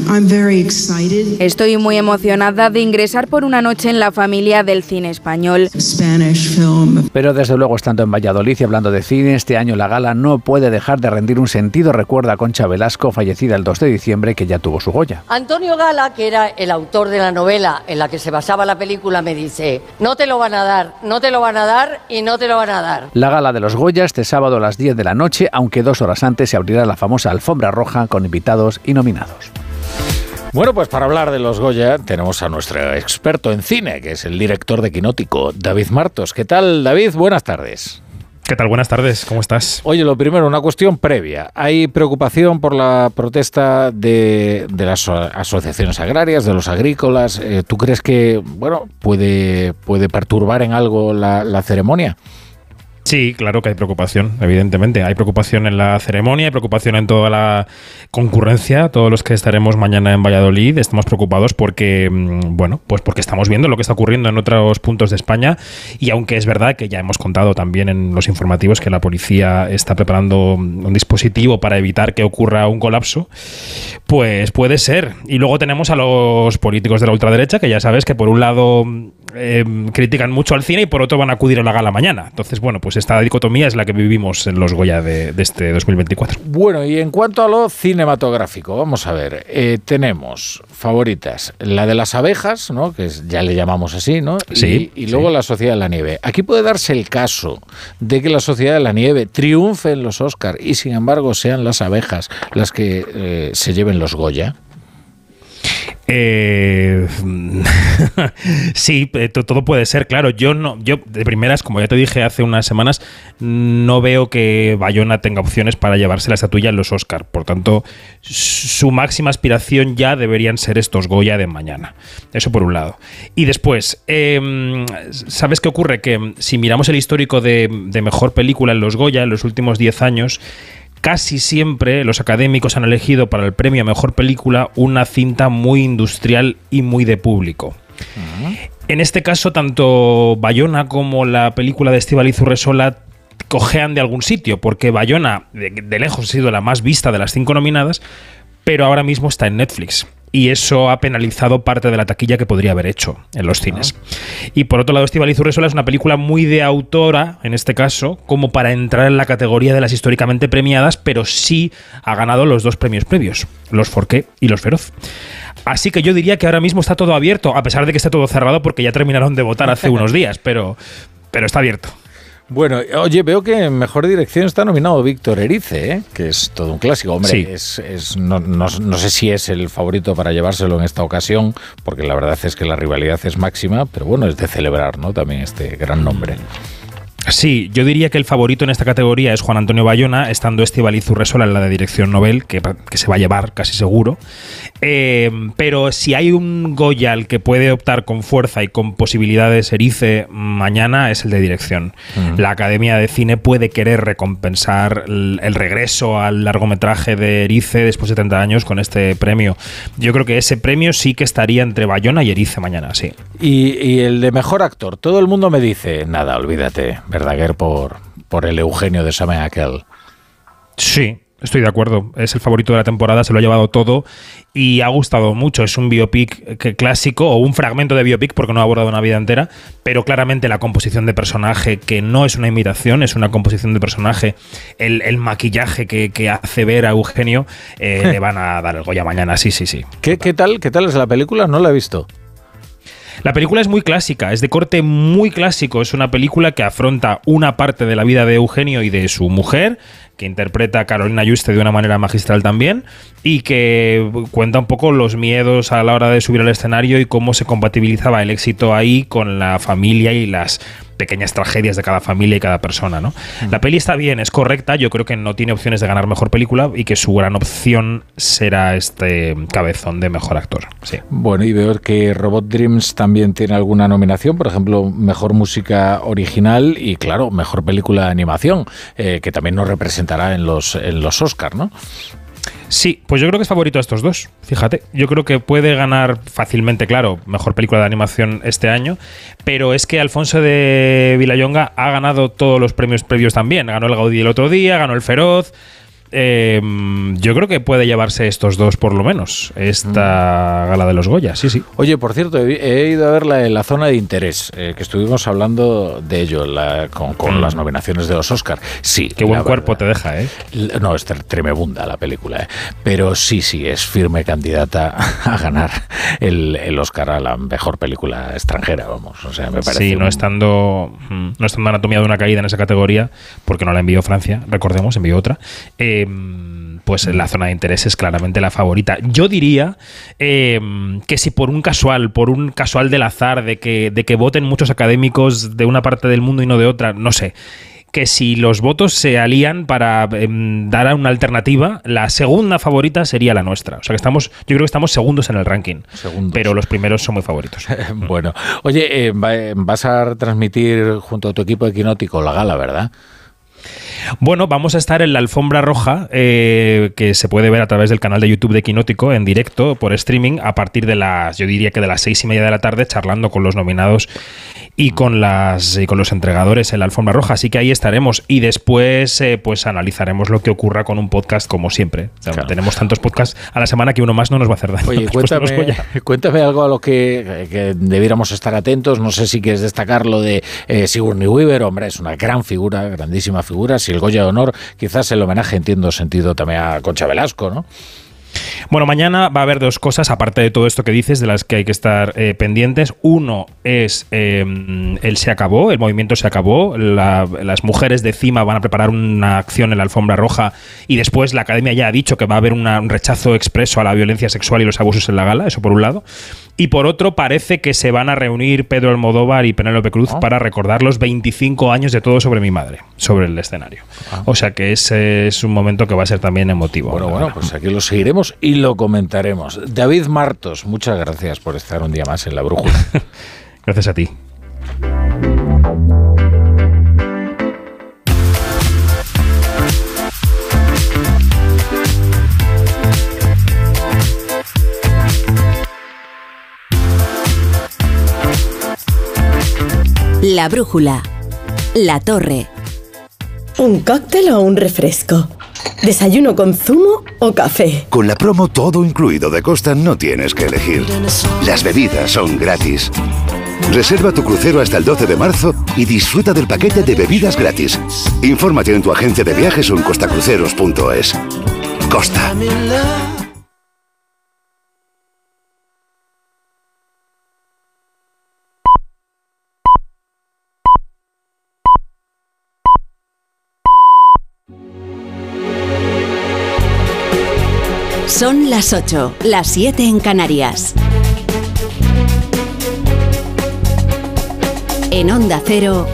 Estoy muy emocionada de ingresar por una noche en la familia del cine español. Pero desde luego, estando en Valladolid y hablando de cine, este año la gala no puede dejar de rendir un sentido recuerdo a Concha Velasco, fallecida el 2 de diciembre, que ya tuvo su Goya. Antonio Gala, que era el autor de la novela en la que se basaba la película, me dice: no te lo van a dar, no te lo van a dar y no te lo van a dar. La gala de los Goya este sábado a las 10 de la noche, aunque 2 horas antes se abrirá la famosa alfombra roja con invitados y nominados. Bueno, pues para hablar de los Goya tenemos a nuestro experto en cine, que es el director de Quinótico, David Martos. ¿Qué tal, David? Buenas tardes. ¿Qué tal? Buenas tardes, ¿cómo estás? Oye, lo primero, una cuestión previa. ¿Hay preocupación por la protesta de las asociaciones agrarias, de los agrícolas? ¿Tú crees que, bueno, puede perturbar en algo la ceremonia? Sí, claro que hay preocupación, evidentemente. Hay preocupación en la ceremonia, hay preocupación en toda la concurrencia. Todos los que estaremos mañana en Valladolid estamos preocupados porque, bueno, pues porque estamos viendo lo que está ocurriendo en otros puntos de España, y aunque es verdad que ya hemos contado también en los informativos que la policía está preparando un dispositivo para evitar que ocurra un colapso, pues puede ser. Y luego tenemos a los políticos de la ultraderecha, que ya sabes que por un lado critican mucho al cine y por otro van a acudir a la gala mañana. Entonces, bueno, pues esta dicotomía es la que vivimos en los Goya de este 2024. Bueno, y en cuanto a lo cinematográfico, vamos a ver, tenemos favoritas, la de las abejas, ¿no?, que ya le llamamos así, ¿no? Sí. Y luego la Sociedad de la Nieve. Aquí puede darse el caso de que la Sociedad de la Nieve triunfe en los Oscar y sin embargo sean las abejas las que se lleven los Goya. Sí, todo puede ser, claro. Yo de primeras, como ya te dije hace unas semanas, no veo que Bayona tenga opciones para llevarse la estatuilla en los Oscar. Por tanto, su máxima aspiración ya deberían ser estos Goya de mañana. Eso por un lado. Y después, ¿sabes qué ocurre? Que si miramos el histórico de mejor película en los Goya en los últimos 10 años, casi siempre los académicos han elegido para el premio a mejor película una cinta muy industrial y muy de público. En este caso, tanto Bayona como la película de Estíbaliz Urresola cojean de algún sitio, porque Bayona de lejos ha sido la más vista de las 5 nominadas, pero ahora mismo está en Netflix. Y eso ha penalizado parte de la taquilla que podría haber hecho en los cines. Y por otro lado, Estíbaliz Urresola es una película muy de autora, en este caso, como para entrar en la categoría de las históricamente premiadas, pero sí ha ganado los 2 premios previos, los Forqué y los Feroz. Así que yo diría que ahora mismo está todo abierto, a pesar de que esté todo cerrado, porque ya terminaron de votar hace unos días, pero está abierto. Bueno, oye, veo que en Mejor Dirección está nominado Víctor Erice, que es todo un clásico. Hombre, sí. No sé si es el favorito para llevárselo en esta ocasión, porque la verdad es que la rivalidad es máxima, pero bueno, es de celebrar, ¿no? También este gran nombre. Sí, yo diría que el favorito en esta categoría es Juan Antonio Bayona, estando Estíbaliz Urresola en la de dirección Nobel, que se va a llevar casi seguro. Pero si hay un Goya al que puede optar con fuerza y con posibilidades Erice mañana, es el de dirección. La Academia de Cine puede querer recompensar el regreso al largometraje de Erice después de 30 años con este premio. Yo creo que ese premio sí que estaría entre Bayona y Erice mañana, sí. Y el de mejor actor, todo el mundo me dice, nada, olvídate, Verdaguer por el Eugenio de Samuel Aquel. Sí, estoy de acuerdo. Es el favorito de la temporada, se lo ha llevado todo y ha gustado mucho. Es un biopic clásico o un fragmento de biopic porque no ha abordado una vida entera, pero claramente la composición de personaje, que no es una imitación, es una composición de personaje, el maquillaje que hace ver a Eugenio, le van a dar el Goya mañana, sí. ¿Qué tal es la película? No la he visto. La película es muy clásica, es de corte muy clásico. Es una película que afronta una parte de la vida de Eugenio y de su mujer, que interpreta a Carolina Yuste de una manera magistral también, y que cuenta un poco los miedos a la hora de subir al escenario y cómo se compatibilizaba el éxito ahí con la familia y las pequeñas tragedias de cada familia y cada persona, ¿no? La peli está bien, es correcta, yo creo que no tiene opciones de ganar mejor película y que su gran opción será este cabezón de mejor actor. Sí. Bueno, y veo que Robot Dreams también tiene alguna nominación, por ejemplo, mejor música original y, claro, mejor película de animación, que también nos representará en los Oscar, ¿no? Sí, pues yo creo que es favorito a estos dos, fíjate. Yo creo que puede ganar fácilmente, claro, mejor película de animación este año, pero es que Alfonso de Vilallonga ha ganado todos los premios previos también. Ganó el Gaudí el otro día, ganó el Feroz. Yo creo que puede llevarse estos dos por lo menos, esta gala de los Goya, sí. Oye, por cierto, he ido a verla en la zona de interés, que estuvimos hablando de ello con las nominaciones de los Oscar. Sí, qué buen cuerpo te deja, ¿eh? No, es tremebunda la película, pero sí, es firme candidata a ganar el Oscar a la mejor película extranjera, vamos. O sea, me parece. Sí, no estando Anatomía de una caída en esa categoría, porque no la envió Francia, recordemos, envió otra. Pues la zona de interés es claramente la favorita. Yo diría que si por un casual del azar de que voten muchos académicos de una parte del mundo y no de otra, no sé, que si los votos se alían para dar una alternativa, la segunda favorita sería la nuestra. O sea que yo creo que estamos segundos en el ranking, pero los primeros son muy favoritos. Bueno, oye, vas a transmitir junto a tu equipo de Quinótico la gala, ¿verdad? Bueno, vamos a estar en la alfombra roja, que se puede ver a través del canal de YouTube de Quinótico en directo por streaming a partir de yo diría que de las 6:30 de la tarde, charlando con los nominados y con los entregadores en la alfombra roja. Así que ahí estaremos y después pues analizaremos lo que ocurra con un podcast como siempre. O sea, claro. Tenemos tantos podcasts a la semana que uno más no nos va a hacer daño. Oye, cuéntame algo a lo que debiéramos estar atentos. No sé si quieres destacar lo de Sigourney Weaver. Hombre, es una gran figura, grandísima figura. Si el Goya de Honor, quizás el homenaje, entiendo, sentido también a Concha Velasco, ¿no? Bueno, mañana va a haber dos cosas, aparte de todo esto que dices, de las que hay que estar pendientes. Uno es el Se Acabó, el movimiento Se Acabó. Las mujeres de CIMA van a preparar una acción en la alfombra roja y después la Academia ya ha dicho que va a haber un rechazo expreso a la violencia sexual y los abusos en la gala, eso por un lado. Y por otro, parece que se van a reunir Pedro Almodóvar y Penélope Cruz para recordar los 25 años de Todo sobre mi madre, sobre el escenario. O sea que ese es un momento que va a ser también emotivo. Bueno, pues aquí lo seguiremos y lo comentaremos. David Martos, muchas gracias por estar un día más en La Brújula. Gracias a ti. La Brújula. La Torre. ¿Un cóctel o un refresco? ¿Desayuno con zumo o café? Con la promo Todo Incluido de Costa no tienes que elegir. Las bebidas son gratis. Reserva tu crucero hasta el 12 de marzo y disfruta del paquete de bebidas gratis. Infórmate en tu agencia de viajes o en costacruceros.es. Costa. Son las 8, las 7 en Canarias. En Onda Cero,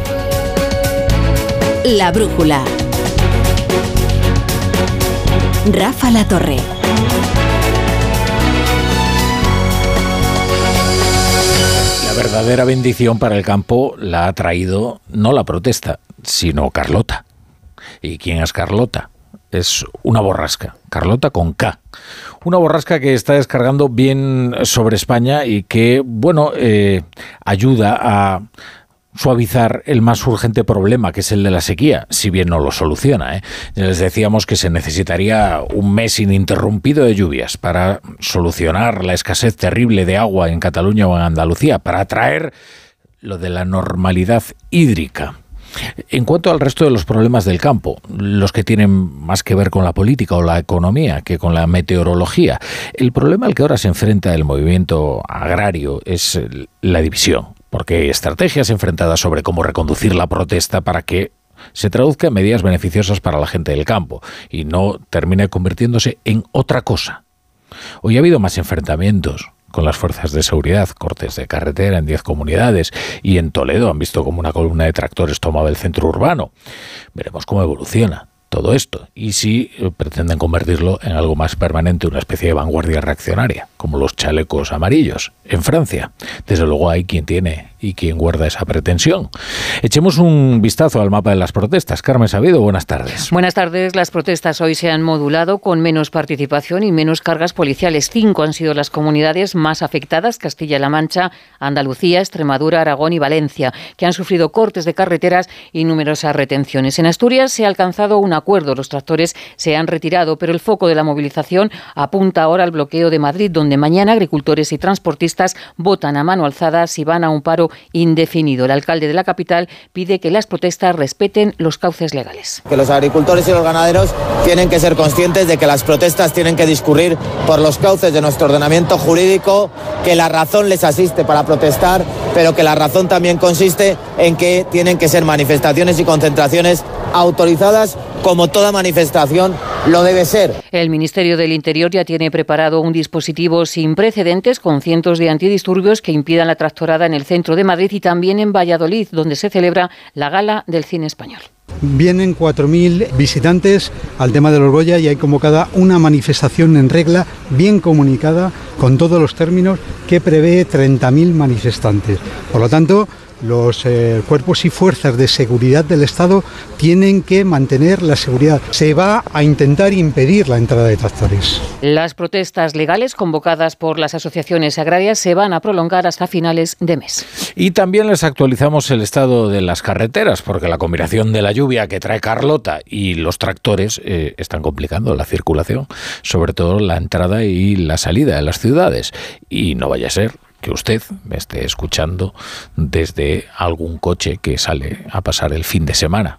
La Brújula. Rafa La Torre. La verdadera bendición para el campo la ha traído no la protesta, sino Carlota. ¿Y quién es Carlota? Es una borrasca, Carlota con K. Una borrasca que está descargando bien sobre España y que, ayuda a suavizar el más urgente problema, que es el de la sequía, si bien no lo soluciona. Les decíamos que se necesitaría un mes ininterrumpido de lluvias para solucionar la escasez terrible de agua en Cataluña o en Andalucía, para traer lo de la normalidad hídrica. En cuanto al resto de los problemas del campo, los que tienen más que ver con la política o la economía que con la meteorología, el problema al que ahora se enfrenta el movimiento agrario es la división, porque hay estrategias enfrentadas sobre cómo reconducir la protesta para que se traduzca en medidas beneficiosas para la gente del campo y no termine convirtiéndose en otra cosa. Hoy ha habido más enfrentamientos con las fuerzas de seguridad, cortes de carretera en 10 comunidades y en Toledo han visto como una columna de tractores tomaba el centro urbano. Veremos cómo evoluciona todo esto y si pretenden convertirlo en algo más permanente, una especie de vanguardia reaccionaria, como los chalecos amarillos en Francia. Desde luego hay quien tiene y quien guarda esa pretensión. Echemos un vistazo al mapa de las protestas. Carmen Sabido, buenas tardes. Buenas tardes. Las protestas hoy se han modulado con menos participación y menos cargas policiales. 5 han sido las comunidades más afectadas: Castilla-La Mancha, Andalucía, Extremadura, Aragón y Valencia, que han sufrido cortes de carreteras y numerosas retenciones. En Asturias se ha alcanzado un acuerdo. Los tractores se han retirado, pero el foco de la movilización apunta ahora al bloqueo de Madrid, donde mañana agricultores y transportistas votan a mano alzada si van a un paro indefinido. El alcalde de la capital pide que las protestas respeten los cauces legales. Que los agricultores y los ganaderos tienen que ser conscientes de que las protestas tienen que discurrir por los cauces de nuestro ordenamiento jurídico, que la razón les asiste para protestar, pero que la razón también consiste en que tienen que ser manifestaciones y concentraciones autorizadas, como toda manifestación lo debe ser. El Ministerio del Interior ya tiene preparado un dispositivo sin precedentes con cientos de antidisturbios que impidan la tractorada en el centro de Madrid y también en Valladolid, donde se celebra la Gala del Cine Español. Vienen 4.000 visitantes al tema de los Goya y hay convocada una manifestación en regla, bien comunicada, con todos los términos, que prevé 30.000 manifestantes. Por lo tanto, los cuerpos y fuerzas de seguridad del Estado tienen que mantener la seguridad. Se va a intentar impedir la entrada de tractores. Las protestas legales convocadas por las asociaciones agrarias se van a prolongar hasta finales de mes. Y también les actualizamos el estado de las carreteras, porque la combinación de la lluvia que trae Carlota y los tractores están complicando la circulación, sobre todo la entrada y la salida de las ciudades. Y no vaya a ser que usted me esté escuchando desde algún coche que sale a pasar el fin de semana.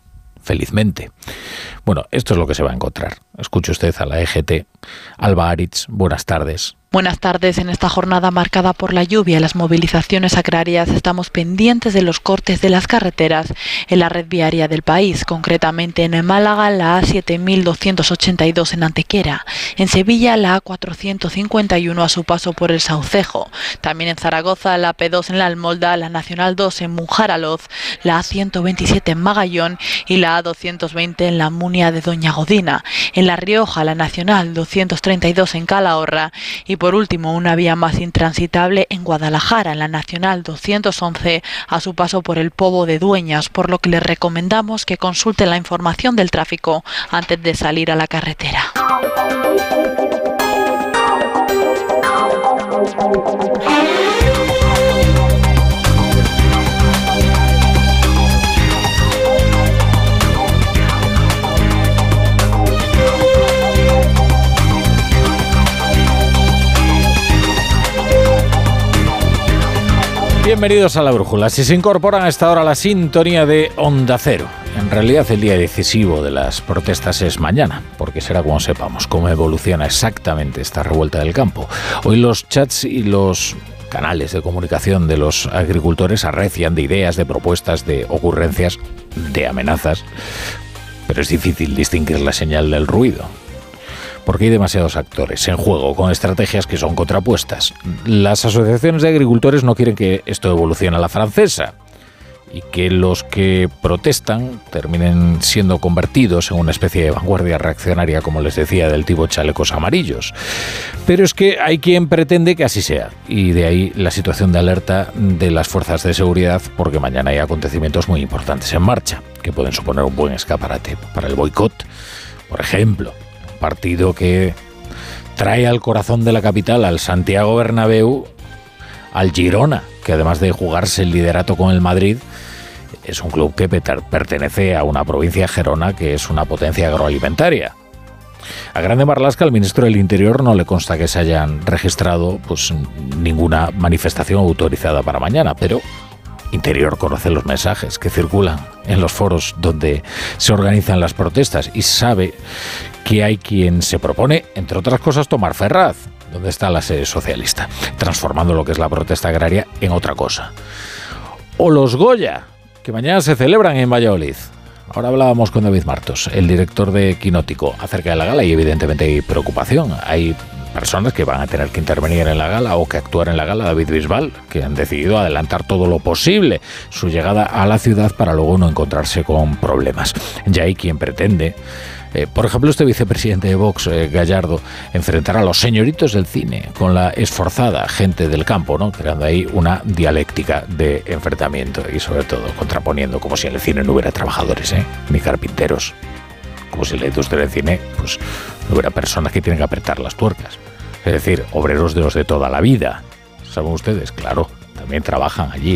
felizmente. Bueno, esto es lo que se va a encontrar. Escuche usted a la EGT. Alba Aritz, buenas tardes. Buenas tardes. En esta jornada marcada por la lluvia y las movilizaciones agrarias estamos pendientes de los cortes de las carreteras en la red viaria del país, concretamente en Málaga la A7282 en Antequera, en Sevilla la A451 a su paso por el Saucejo, también en Zaragoza la P2 en la Almolda, la Nacional 2 en Munjaraloz, la A127 en Magallón y la A220 en la Munia de Doña Godina, en La Rioja la Nacional 232 en Calahorra y por último una vía más intransitable en Guadalajara, en la Nacional 211 a su paso por el Pobo de Dueñas, por lo que les recomendamos que consulten la información del tráfico antes de salir a la carretera. Bienvenidos a La Brújula. Si se incorporan a esta hora a la sintonía de Onda Cero. En realidad el día decisivo de las protestas es mañana, porque será cuando sepamos cómo evoluciona exactamente esta revuelta del campo. Hoy los chats y los canales de comunicación de los agricultores arrecian de ideas, de propuestas, de ocurrencias, de amenazas, pero es difícil distinguir la señal del ruido. Porque hay demasiados actores en juego con estrategias que son contrapuestas. Las asociaciones de agricultores no quieren que esto evolucione a la francesa y que los que protestan terminen siendo convertidos en una especie de vanguardia reaccionaria, como les decía, del tipo chalecos amarillos. Pero es que hay quien pretende que así sea, y de ahí la situación de alerta de las fuerzas de seguridad, porque mañana hay acontecimientos muy importantes en marcha, que pueden suponer un buen escaparate para el boicot, por ejemplo. Partido que trae al corazón de la capital, al Santiago Bernabéu, al Girona, que además de jugarse el liderato con el Madrid, es un club que pertenece a una provincia, Gerona, que es una potencia agroalimentaria. A Grande Marlaska, al ministro del Interior, no le consta que se hayan registrado pues ninguna manifestación autorizada para mañana, pero Interior conoce los mensajes que circulan en los foros donde se organizan las protestas y sabe que hay quien se propone, entre otras cosas, tomar Ferraz, donde está la sede socialista, transformando lo que es la protesta agraria en otra cosa. O los Goya, que mañana se celebran en Valladolid. Ahora hablábamos con David Martos, el director de Quinótico, acerca de la gala, y evidentemente hay preocupación. Hay personas que van a tener que intervenir en la gala o que actuar en la gala. David Bisbal, que han decidido adelantar todo lo posible su llegada a la ciudad para luego no encontrarse con problemas. Ya hay quien pretende, por ejemplo, este vicepresidente de Vox, Gallardo, enfrentar a los señoritos del cine con la esforzada gente del campo, ¿no? Creando ahí una dialéctica de enfrentamiento y sobre todo contraponiendo, como si en el cine no hubiera trabajadores, ni carpinteros, como si en la industria del cine pues no hubiera personas que tienen que apretar las tuercas, es decir, obreros de los de toda la vida. ¿Saben ustedes? Claro, también trabajan allí,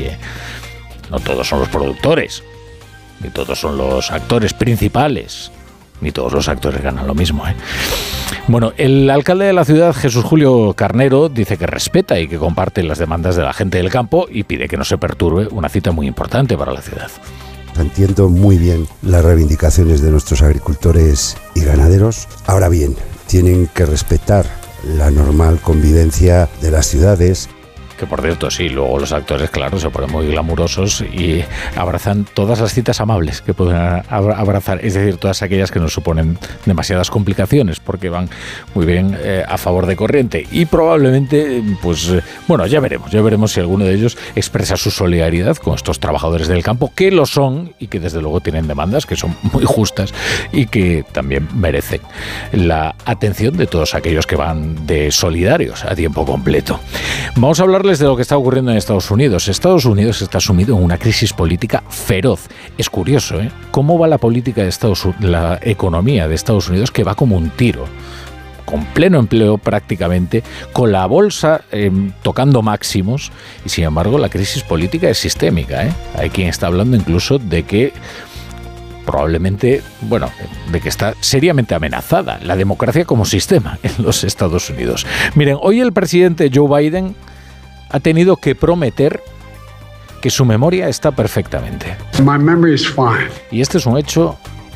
No todos son los productores, ni todos son los actores principales, ni todos los actores ganan lo mismo, Bueno, el alcalde de la ciudad, Jesús Julio Carnero, dice que respeta y que comparte las demandas de la gente del campo y pide que no se perturbe una cita muy importante para la ciudad. Entiendo muy bien las reivindicaciones de nuestros agricultores y ganaderos. Ahora bien, tienen que respetar la normal convivencia de las ciudades. Que por cierto, sí, luego los actores, claro, se ponen muy glamurosos y abrazan todas las citas amables que pueden abrazar, es decir, todas aquellas que nos suponen demasiadas complicaciones, porque van muy bien a favor de corriente. Y probablemente, pues, bueno, ya veremos si alguno de ellos expresa su solidaridad con estos trabajadores del campo, que lo son y que desde luego tienen demandas que son muy justas y que también merecen la atención de todos aquellos que van de solidarios a tiempo completo. Vamos a hablarles de lo que está ocurriendo en Estados Unidos. Estados Unidos está sumido en una crisis política feroz. Es curioso, cómo va la política de la economía de Estados Unidos, que va como un tiro, con pleno empleo prácticamente, con la bolsa tocando máximos, y sin embargo la crisis política es sistémica. Hay quien está hablando incluso de que probablemente, de que está seriamente amenazada la democracia como sistema en los Estados Unidos. Miren, hoy el presidente Joe Biden ha tenido que prometer que su memoria está perfectamente. My memory is fine. Y este es un hecho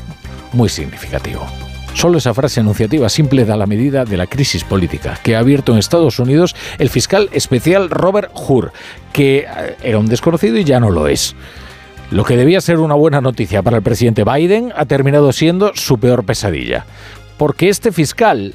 muy significativo. Solo esa frase enunciativa simple da la medida de la crisis política que ha abierto en Estados Unidos el fiscal especial Robert Hur, que era un desconocido y ya no lo es. Lo que debía ser una buena noticia para el presidente Biden ha terminado siendo su peor pesadilla, porque este fiscal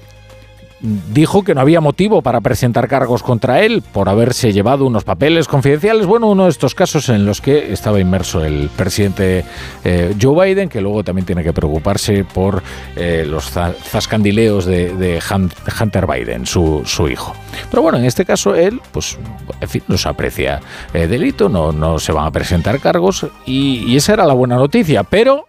dijo que no había motivo para presentar cargos contra él por haberse llevado unos papeles confidenciales. Bueno, uno de estos casos en los que estaba inmerso el presidente Joe Biden, que luego también tiene que preocuparse por los zascandileos de Hunter Biden, su hijo. Pero bueno, en este caso él, pues, en fin, no se aprecia delito, no se van a presentar cargos y esa era la buena noticia. Pero,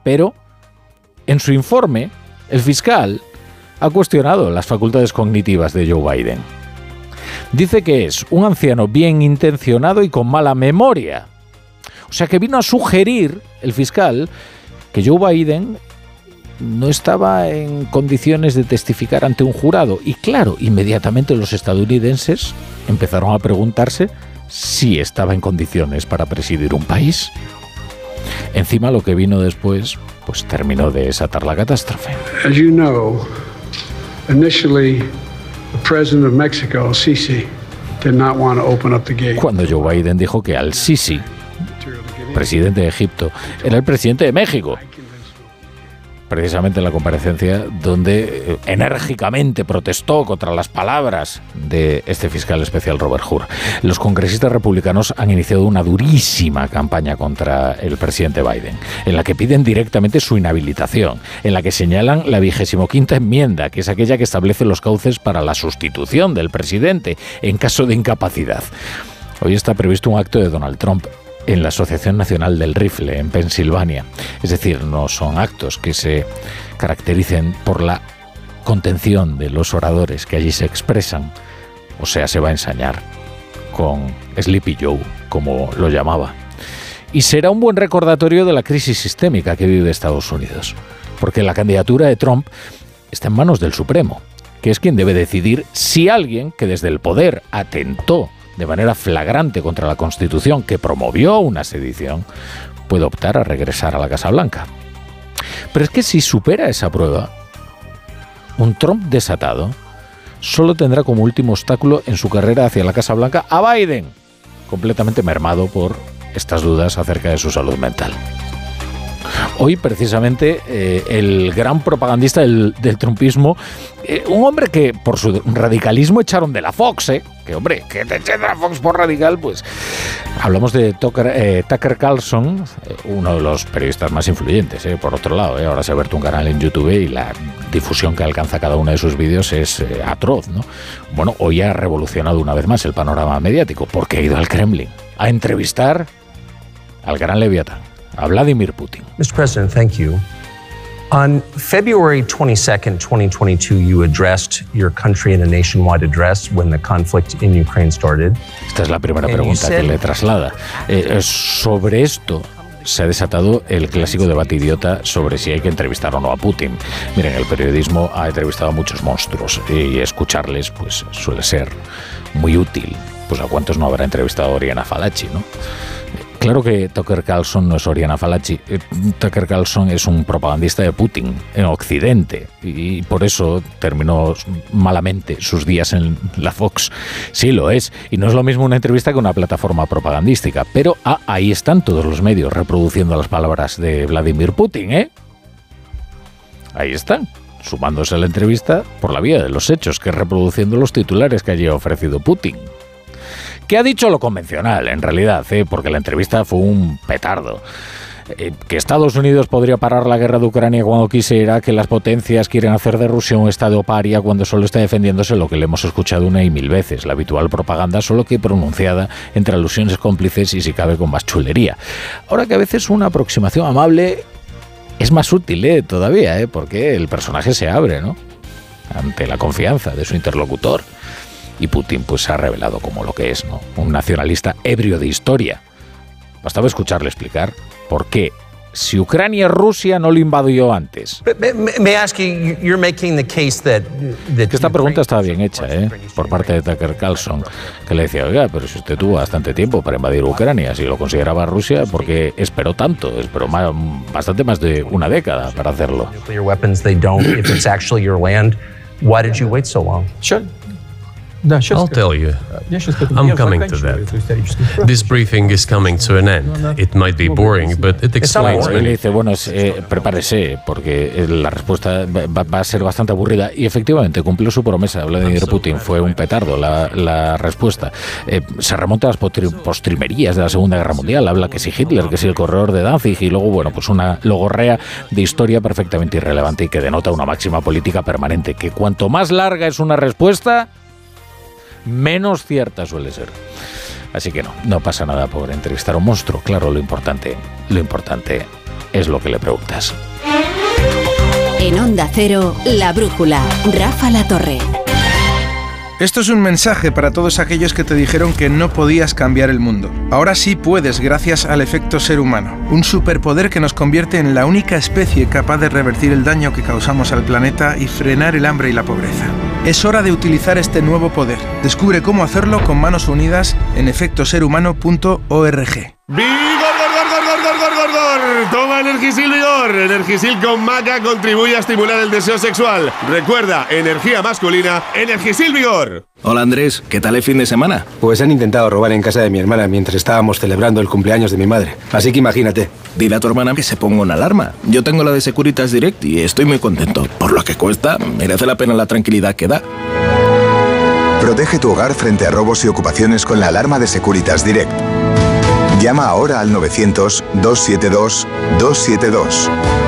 en su informe, el fiscal ha cuestionado las facultades cognitivas de Joe Biden. Dice que es un anciano bien intencionado y con mala memoria. O sea que vino a sugerir el fiscal que Joe Biden no estaba en condiciones de testificar ante un jurado. Y claro, inmediatamente los estadounidenses empezaron a preguntarse si estaba en condiciones para presidir un país. Encima, lo que vino después, pues terminó de desatar la catástrofe. As you know, initially, the president of Mexico, al-Sisi, did not want to open up the gate. Cuando Joe Biden dijo que al-Sisi, presidente de Egipto, era el presidente de México. Precisamente en la comparecencia donde enérgicamente protestó contra las palabras de este fiscal especial Robert Hur. Los congresistas republicanos han iniciado una durísima campaña contra el presidente Biden, en la que piden directamente su inhabilitación, en la que señalan la 25ª enmienda, que es aquella que establece los cauces para la sustitución del presidente en caso de incapacidad. Hoy está previsto un acto de Donald Trump en la Asociación Nacional del Rifle, en Pensilvania. Es decir, no son actos que se caractericen por la contención de los oradores que allí se expresan. O sea, se va a ensañar con Sleepy Joe, como lo llamaba. Y será un buen recordatorio de la crisis sistémica que vive Estados Unidos, porque la candidatura de Trump está en manos del Supremo, que es quien debe decidir si alguien que desde el poder atentó de manera flagrante contra la Constitución, que promovió una sedición, puede optar a regresar a la Casa Blanca. Pero es que si supera esa prueba, un Trump desatado solo tendrá como último obstáculo en su carrera hacia la Casa Blanca a Biden, completamente mermado por estas dudas acerca de su salud mental. Hoy, precisamente, el gran propagandista del trumpismo, un hombre que por su radicalismo echaron de la Fox, que hombre, que te echen de la Fox por radical, pues hablamos de Tucker Carlson, uno de los periodistas más influyentes, por otro lado, ahora se ha abierto un canal en YouTube y la difusión que alcanza cada uno de sus vídeos es atroz, ¿no? Bueno, hoy ha revolucionado una vez más el panorama mediático, porque ha ido al Kremlin a entrevistar al gran Leviatán, a Vladimir Putin. Mr. President, thank you. On February 22nd, 2022, you addressed your country in a nationwide address when the conflict in Ukraine started. Esta es la primera pregunta que le traslada. Sobre esto se ha desatado el clásico debate idiota sobre si hay que entrevistar o no a Putin. Miren, el periodismo ha entrevistado a muchos monstruos y escucharles pues suele ser muy útil. Pues a cuántos no habrá entrevistado a Oriana Fallaci, ¿no? Claro que Tucker Carlson no es Oriana Fallaci. Tucker Carlson es un propagandista de Putin en Occidente y por eso terminó malamente sus días en la Fox. Sí, lo es. Y no es lo mismo una entrevista que una plataforma propagandística. Pero ahí están todos los medios reproduciendo las palabras de Vladimir Putin, ¿eh? Ahí están, sumándose a la entrevista por la vía de los hechos, que es reproduciendo los titulares que allí ha ofrecido Putin. Que ha dicho lo convencional, en realidad, porque la entrevista fue un petardo. Que Estados Unidos podría parar la guerra de Ucrania cuando quisiera, que las potencias quieren hacer de Rusia un estado paria cuando solo está defendiéndose, lo que le hemos escuchado una y mil veces, la habitual propaganda, solo que pronunciada entre alusiones cómplices y si cabe con más chulería. Ahora que a veces una aproximación amable es más útil todavía, porque el personaje se abre, ¿no?, ante la confianza de su interlocutor. Y Putin pues se ha revelado como lo que es, ¿no?, un nacionalista ebrio de historia. Bastaba escucharle explicar por qué si Ucrania es Rusia, no lo invadió antes. Esta pregunta estaba bien hecha, por parte de Tucker Carlson, que le decía, oiga, pero si usted tuvo bastante tiempo para invadir Ucrania, si lo consideraba Rusia, ¿por qué esperó tanto? Esperó bastante más de una década para hacerlo. I'll tell you. I'm coming to that. This briefing is coming to an end. It might be boring, but it explains. Y le dice, bueno, prepárese, porque la respuesta va a ser bastante aburrida. Y efectivamente cumplió su promesa. Vladimir Putin fue un petardo la respuesta. Se remonta a las postrimerías de la Segunda Guerra Mundial. Habla que si Hitler, que si el corredor de Danzig, y luego, bueno, pues una logorrea de historia perfectamente irrelevante y que denota una máxima política permanente, que cuanto más larga es una respuesta, menos cierta suele ser. Así que no pasa nada por entrevistar a un monstruo. Claro, lo importante es lo que le preguntas. En Onda Cero, La Brújula, Rafa La Torre. Esto es un mensaje para todos aquellos que te dijeron que no podías cambiar el mundo. Ahora sí puedes, gracias al efecto ser humano, un superpoder que nos convierte en la única especie capaz de revertir el daño que causamos al planeta y frenar el hambre y la pobreza. Es hora de utilizar este nuevo poder. Descubre cómo hacerlo con manos unidas en efectoserhumano.org. Toma Energisil Vigor. Energisil con maca contribuye a estimular el deseo sexual. Recuerda, energía masculina, Energisil Vigor. Hola Andrés, ¿qué tal el fin de semana? Pues han intentado robar en casa de mi hermana mientras estábamos celebrando el cumpleaños de mi madre. Así que imagínate. Dile a tu hermana que se ponga una alarma. Yo tengo la de Securitas Direct y estoy muy contento. Por lo que cuesta, merece la pena la tranquilidad que da. Protege tu hogar frente a robos y ocupaciones con la alarma de Securitas Direct. Llama ahora al 900-272-272.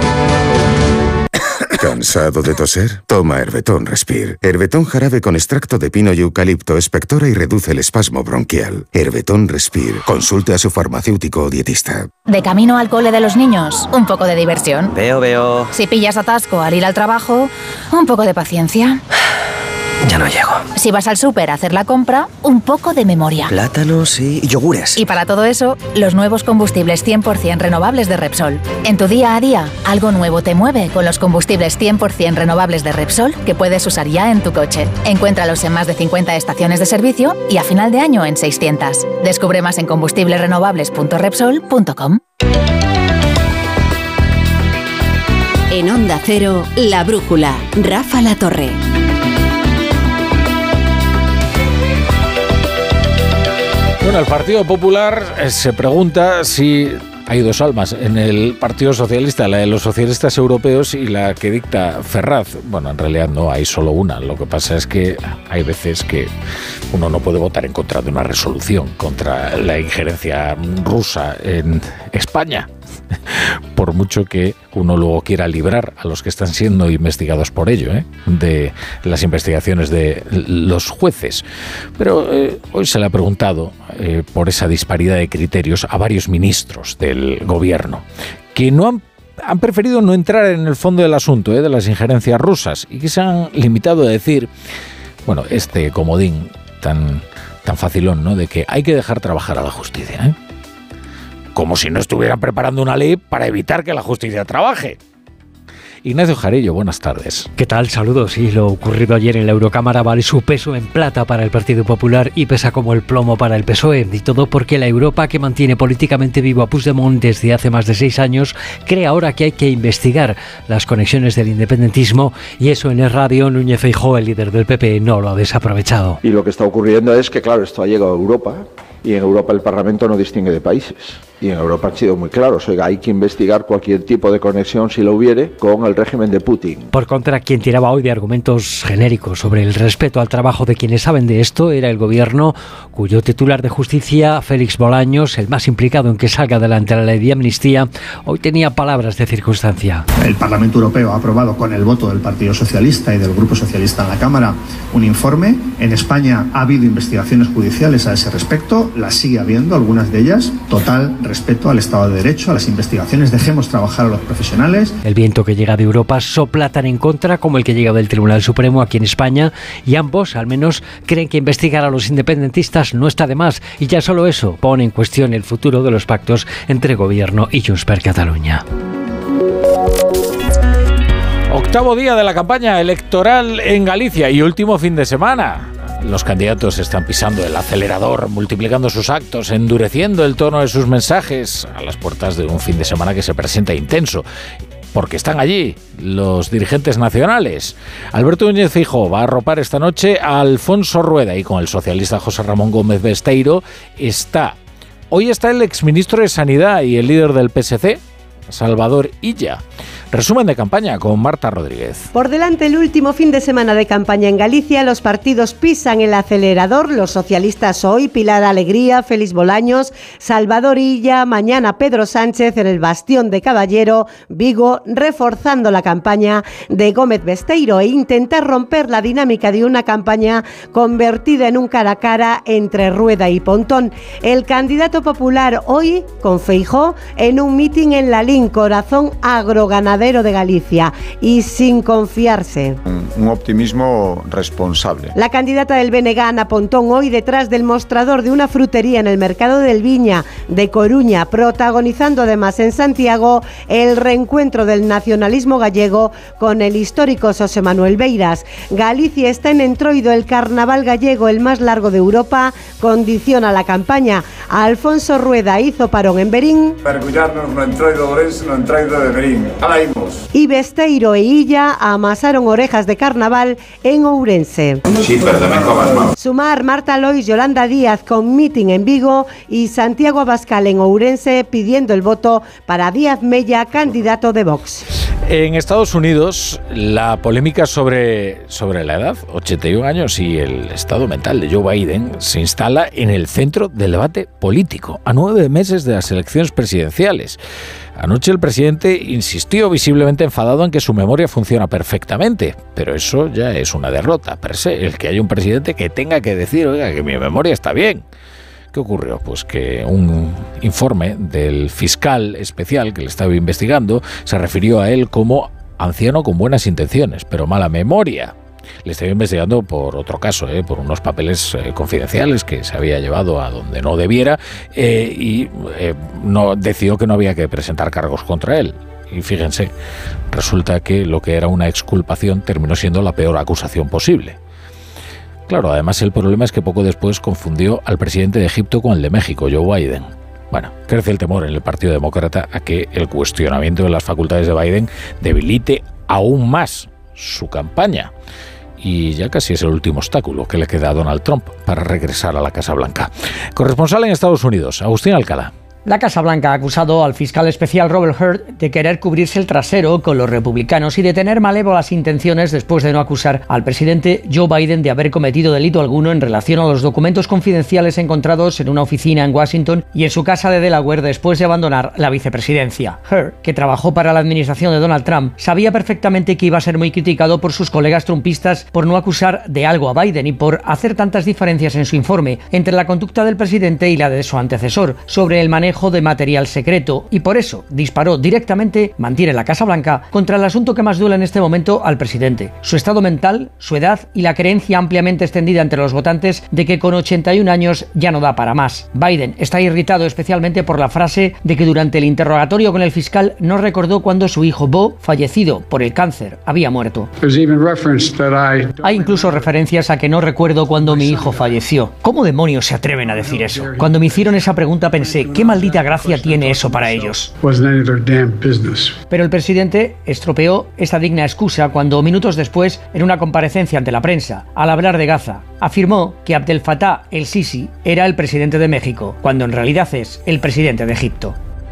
¿Cansado de toser? Toma Herbetón Respire. Herbetón jarabe con extracto de pino y eucalipto expectora y reduce el espasmo bronquial. Herbetón Respire. Consulte a su farmacéutico o dietista. ¿De camino al cole de los niños? Un poco de diversión. Veo. Si pillas atasco al ir al trabajo, un poco de paciencia. Ya no llego. Si vas al súper a hacer la compra, un poco de memoria. Plátanos y yogures. Y para todo eso, los nuevos combustibles 100% renovables de Repsol. En tu día a día, algo nuevo te mueve con los combustibles 100% renovables de Repsol que puedes usar ya en tu coche. Encuéntralos en más de 50 estaciones de servicio y a final de año en 600. Descubre más en combustiblesrenovables.repsol.com. En Onda Cero, La Brújula, Rafa La Torre. Bueno, el Partido Popular se pregunta si hay dos almas en el Partido Socialista, la de los socialistas europeos y la que dicta Ferraz. Bueno, en realidad no hay solo una. Lo que pasa es que hay veces que uno no puede votar en contra de una resolución contra la injerencia rusa en España, por mucho que uno luego quiera librar a los que están siendo investigados por ello, de las investigaciones de los jueces. Pero hoy se le ha preguntado por esa disparidad de criterios a varios ministros del gobierno, que no han preferido no entrar en el fondo del asunto de las injerencias rusas y que se han limitado a decir, bueno, este comodín tan facilón, ¿no?, de que hay que dejar trabajar a la justicia, como si no estuvieran preparando una ley para evitar que la justicia trabaje. Ignacio Jarillo, buenas tardes. ¿Qué tal? Saludos. Y lo ocurrido ayer en la Eurocámara vale su peso en plata para el Partido Popular y pesa como el plomo para el PSOE. Y todo porque la Europa que mantiene políticamente vivo a Puigdemont desde hace más de 6 años cree ahora que hay que investigar las conexiones del independentismo, y eso en el radio Núñez Feijóo, el líder del PP, no lo ha desaprovechado. Y lo que está ocurriendo es que, claro, esto ha llegado a Europa y en Europa el Parlamento no distingue de países. Y en Europa han sido muy claros. Oiga, hay que investigar cualquier tipo de conexión, si lo hubiere, con el régimen de Putin. Por contra, quien tiraba hoy de argumentos genéricos sobre el respeto al trabajo de quienes saben de esto era el gobierno, cuyo titular de justicia, Félix Bolaños, el más implicado en que salga adelante la ley de amnistía, hoy tenía palabras de circunstancia. El Parlamento Europeo ha aprobado con el voto del Partido Socialista y del Grupo Socialista en la Cámara un informe. En España ha habido investigaciones judiciales a ese respecto, las sigue habiendo, algunas de ellas. Total respeto al Estado de Derecho, a las investigaciones, dejemos trabajar a los profesionales. El viento que llega de Europa soplatan en contra, como el que llega del Tribunal Supremo aquí en España, y ambos, al menos, creen que investigar a los independentistas no está de más, y ya solo eso pone en cuestión el futuro de los pactos entre Gobierno y Junts per Catalunya. Octavo día de la campaña electoral en Galicia y último fin de semana. Los candidatos están pisando el acelerador, multiplicando sus actos, endureciendo el tono de sus mensajes a las puertas de un fin de semana que se presenta intenso. Porque están allí los dirigentes nacionales. Alberto Núñez Feijóo va a arropar esta noche a Alfonso Rueda y con el socialista José Ramón Gómez Besteiro hoy está el exministro de Sanidad y el líder del PSC, Salvador Illa. Resumen de campaña con Marta Rodríguez. Por delante el último fin de semana de campaña en Galicia, los partidos pisan el acelerador, los socialistas hoy, Pilar Alegría, Félix Bolaños, Salvador Illa, mañana Pedro Sánchez en el Bastión de Caballero, Vigo, reforzando la campaña de Gómez Besteiro e intentar romper la dinámica de una campaña convertida en un cara a cara entre Rueda y Pontón. El candidato popular hoy con Feijóo en un mitin en Lalín, corazón agroganadero de Galicia, y sin confiarse. Un optimismo responsable. La candidata del BNG, Ana Pontón, hoy detrás del mostrador de una frutería en el mercado del Viña de Coruña, protagonizando además en Santiago el reencuentro del nacionalismo gallego con el histórico Xosé Manuel Beiras. Galicia está en entroido, el carnaval gallego, el más largo de Europa, condiciona la campaña. Alfonso Rueda hizo parón en Berín. Mergullarnos no entroido de Ourense, no entroido de Berín. Y Besteiro e Illa amasaron orejas de carnaval en Ourense. Sí, pero también comas. Sumar Marta Lois, Yolanda Díaz con mitin en Vigo y Santiago Abascal en Ourense pidiendo el voto para Díaz Mella, candidato de Vox. En Estados Unidos, la polémica sobre la edad, 81 años, y el estado mental de Joe Biden se instala en el centro del debate político, a 9 meses de las elecciones presidenciales. Anoche el presidente insistió, visiblemente enfadado, en que su memoria funciona perfectamente, pero eso ya es una derrota per se, el que haya un presidente que tenga que decir, oiga, que mi memoria está bien. ¿Qué ocurrió? Pues que un informe del fiscal especial que le estaba investigando se refirió a él como anciano con buenas intenciones, pero mala memoria. Le estaba investigando por otro caso, por unos papeles confidenciales que se había llevado a donde no debiera y no decidió que no había que presentar cargos contra él. Y fíjense, resulta que lo que era una exculpación terminó siendo la peor acusación posible. Claro, además el problema es que poco después confundió al presidente de Egipto con el de México, Joe Biden. Bueno, crece el temor en el Partido Demócrata a que el cuestionamiento de las facultades de Biden debilite aún más su campaña. Y ya casi es el último obstáculo que le queda a Donald Trump para regresar a la Casa Blanca. Corresponsal en Estados Unidos, Agustín Alcalá. La Casa Blanca ha acusado al fiscal especial Robert Hur de querer cubrirse el trasero con los republicanos y de tener malévolas intenciones después de no acusar al presidente Joe Biden de haber cometido delito alguno en relación a los documentos confidenciales encontrados en una oficina en Washington y en su casa de Delaware después de abandonar la vicepresidencia. Hur, que trabajó para la administración de Donald Trump, sabía perfectamente que iba a ser muy criticado por sus colegas trumpistas por no acusar de algo a Biden y por hacer tantas diferencias en su informe entre la conducta del presidente y la de su antecesor sobre el manejo de material secreto, y por eso disparó directamente, mantiene la Casa Blanca, contra el asunto que más duele en este momento al presidente: su estado mental, su edad y la creencia ampliamente extendida entre los votantes de que con 81 años ya no da para más. Biden está irritado especialmente por la frase de que durante el interrogatorio con el fiscal no recordó cuando su hijo Bo, fallecido por el cáncer, había muerto. Hay incluso referencias a que no recuerdo cuando mi hijo falleció. ¿Cómo demonios se atreven a decir eso? Cuando me hicieron esa pregunta pensé, ¿qué maldita gracia tiene eso para ellos? Pero el presidente estropeó esta digna excusa cuando, minutos después, en una comparecencia ante la prensa, al hablar de Gaza, afirmó que Abdel Fattah el-Sisi era el presidente de México, cuando en realidad es el presidente de Egipto.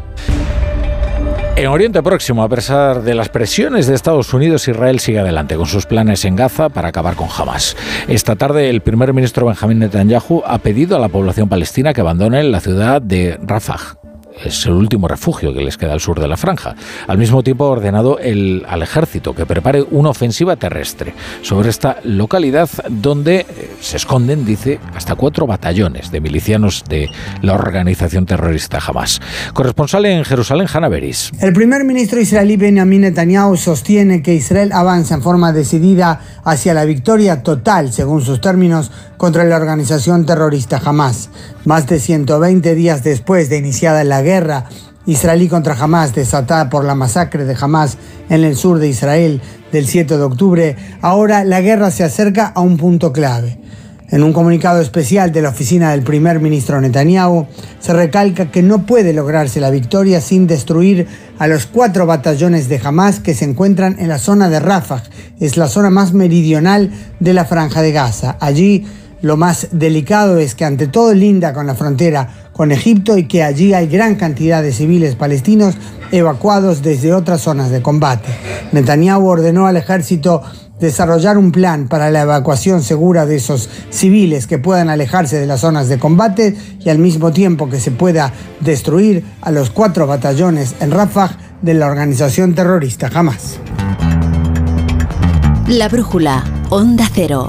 En Oriente Próximo, a pesar de las presiones de Estados Unidos, Israel sigue adelante con sus planes en Gaza para acabar con Hamas. Esta tarde, el primer ministro Benjamín Netanyahu ha pedido a la población palestina que abandone la ciudad de Rafah. es el último refugio que les queda al sur de la franja. Al mismo tiempo ha ordenado al ejército que prepare una ofensiva terrestre sobre esta localidad donde se esconden, dice, hasta 4 batallones de milicianos de la organización terrorista Hamás. Corresponsal en Jerusalén, Hannah Beris. El primer ministro israelí Benjamin Netanyahu sostiene que Israel avanza en forma decidida hacia la victoria total, según sus términos, contra la organización terrorista Hamás. Más de 120 días después de iniciada la guerra israelí contra Hamás, desatada por la masacre de Hamás en el sur de Israel del 7 de octubre, ahora la guerra se acerca a un punto clave. En un comunicado especial de la oficina del primer ministro Netanyahu, se recalca que no puede lograrse la victoria sin destruir a los 4 batallones de Hamás que se encuentran en la zona de Rafah. Es la zona más meridional de la franja de Gaza. Allí lo más delicado es que ante todo linda con la frontera con Egipto y que allí hay gran cantidad de civiles palestinos evacuados desde otras zonas de combate. Netanyahu ordenó al ejército desarrollar un plan para la evacuación segura de esos civiles que puedan alejarse de las zonas de combate y al mismo tiempo que se pueda destruir a los 4 batallones en Rafah de la organización terrorista Hamás. La brújula, Onda Cero.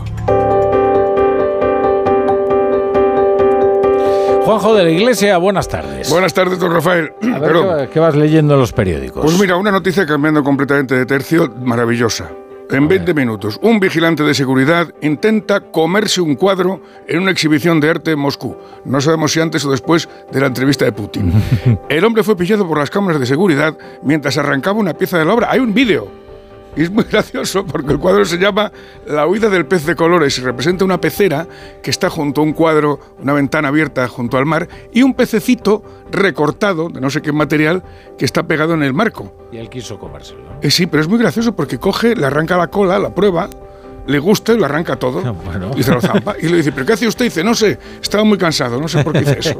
Juanjo de la Iglesia, buenas tardes. Buenas tardes, don Rafael. A ver, ¿qué vas leyendo en los periódicos? Pues mira, una noticia cambiando completamente de tercio, maravillosa. En 20 minutos, un vigilante de seguridad intenta comerse un cuadro en una exhibición de arte en Moscú. No sabemos si antes o después de la entrevista de Putin. El hombre fue pillado por las cámaras de seguridad mientras arrancaba una pieza de la obra. Hay un vídeo. Y es muy gracioso porque el cuadro se llama La huida del pez de colores y representa una pecera que está junto a un cuadro, una ventana abierta junto al mar y un pececito recortado de no sé qué material que está pegado en el marco. Y él quiso comérselo. Sí, pero es muy gracioso porque coge, le arranca la cola, la prueba, le gusta y lo arranca todo. Bueno. Y se lo zampa. Y le dice, ¿pero qué hace usted? Y dice, no sé, estaba muy cansado, no sé por qué hice eso.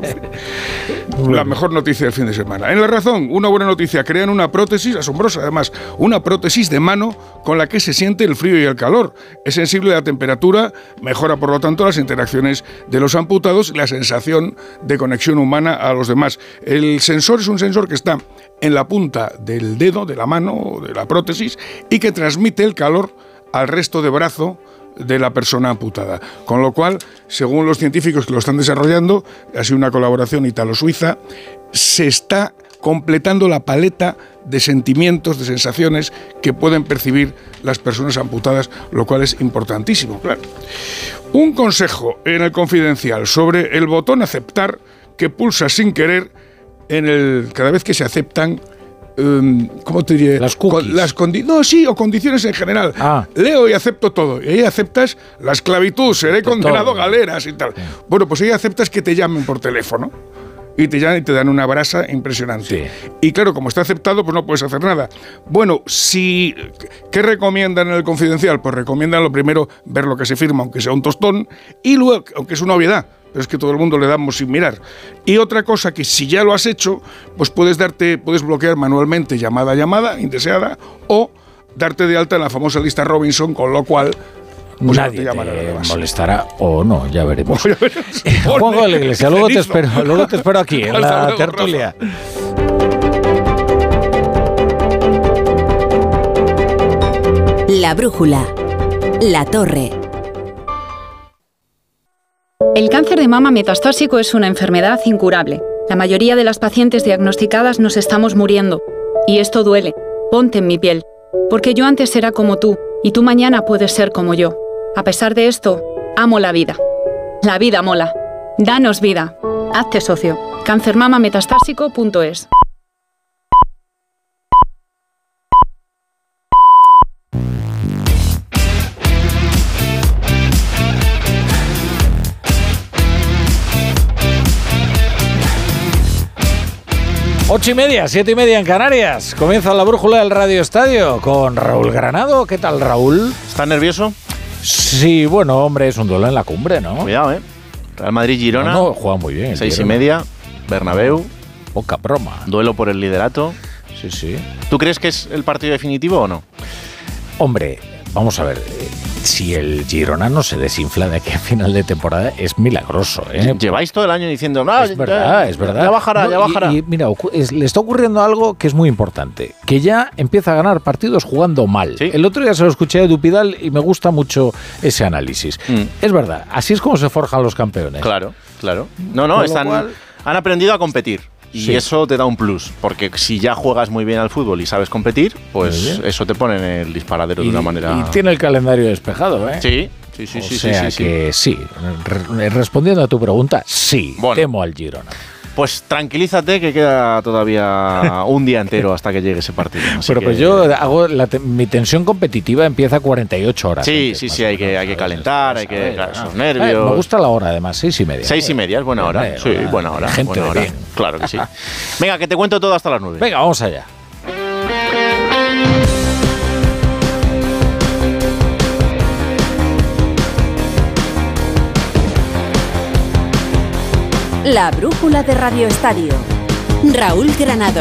La mejor noticia del fin de semana. En La Razón, una buena noticia. Crean una prótesis, asombrosa además, una prótesis de mano con la que se siente el frío y el calor. Es sensible a la temperatura, mejora por lo tanto las interacciones de los amputados y la sensación de conexión humana a los demás. El sensor es un sensor que está en la punta del dedo, de la mano, de la prótesis, y que transmite el calor al resto de brazo de la persona amputada. Con lo cual, según los científicos que lo están desarrollando, ha sido una colaboración italo-suiza, se está completando la paleta de sentimientos, de sensaciones que pueden percibir las personas amputadas, lo cual es importantísimo, claro. Un consejo en el Confidencial sobre el botón aceptar que pulsa sin querer cada vez que se aceptan ¿cómo te diré? Las cookies. O condiciones en general. Leo y acepto todo. Y ahí aceptas la esclavitud, seré condenado a galeras y tal. Bueno, pues ahí aceptas que te llamen por teléfono. Y te llaman y te dan una brasa impresionante. Sí. Y claro, como está aceptado, pues no puedes hacer nada. Bueno, ¿qué recomiendan en el Confidencial? Pues recomiendan lo primero ver lo que se firma, aunque sea un tostón, y luego, aunque es una obviedad, pero es que todo el mundo le damos sin mirar. Y otra cosa que si ya lo has hecho, pues puedes bloquear manualmente llamada a llamada, indeseada, o darte de alta en la famosa lista Robinson, con lo cual pues nadie te molestará o no, ya veremos. Juanjo de la Iglesia, luego te espero aquí en la tertulia. La brújula, La Torre. El cáncer de mama metastásico es una enfermedad incurable. La mayoría de las pacientes diagnosticadas nos estamos muriendo. Y esto duele. Ponte en mi piel. Porque yo antes era como tú, y tú mañana puedes ser como yo. A pesar de esto, amo la vida. La vida mola. Danos vida. Hazte socio. cancermamametastásico.es. Ocho y media, 7:30 en Canarias. Comienza la brújula del Radio Estadio con Raúl Granado. ¿Qué tal, Raúl? ¿Estás nervioso? Sí, bueno, hombre, es un duelo en la cumbre, ¿no? Cuidado, Real Madrid-Girona. No, juega muy bien. 6:30, Bernabéu. Poca broma. Duelo por el liderato. Sí. ¿Tú crees que es el partido definitivo o no? Hombre, vamos a ver, si el Girona no se desinfla de aquí a final de temporada, es milagroso. Lleváis todo el año diciendo, no, es verdad. Ya bajará, ya bajará. Y mira, le está ocurriendo algo que es muy importante, que ya empieza a ganar partidos jugando mal. ¿Sí? El otro día se lo escuché a Dupidal y me gusta mucho ese análisis. Es verdad, así es como se forjan los campeones. Claro. No, han aprendido a competir. Y eso te da un plus, porque si ya juegas muy bien al fútbol y sabes competir, pues eso te pone en el disparadero de una manera... Y tiene el calendario despejado, ¿eh? Sí. Sí. Respondiendo a tu pregunta, sí, bueno, temo al Girona. Pues tranquilízate que queda todavía un día entero hasta que llegue ese partido. Pero pues yo hago mi tensión competitiva empieza a 48 horas. Sí, hay que calentar, hay que esos nervios. Me gusta la hora además, 6:30. 6:30 es buena hora. Sí, buena hora. Gente buena de hora. bien. Claro que sí. Venga, que te cuento todo hasta las 9. Venga, vamos allá. La brújula de Radio Estadio. Raúl Granado.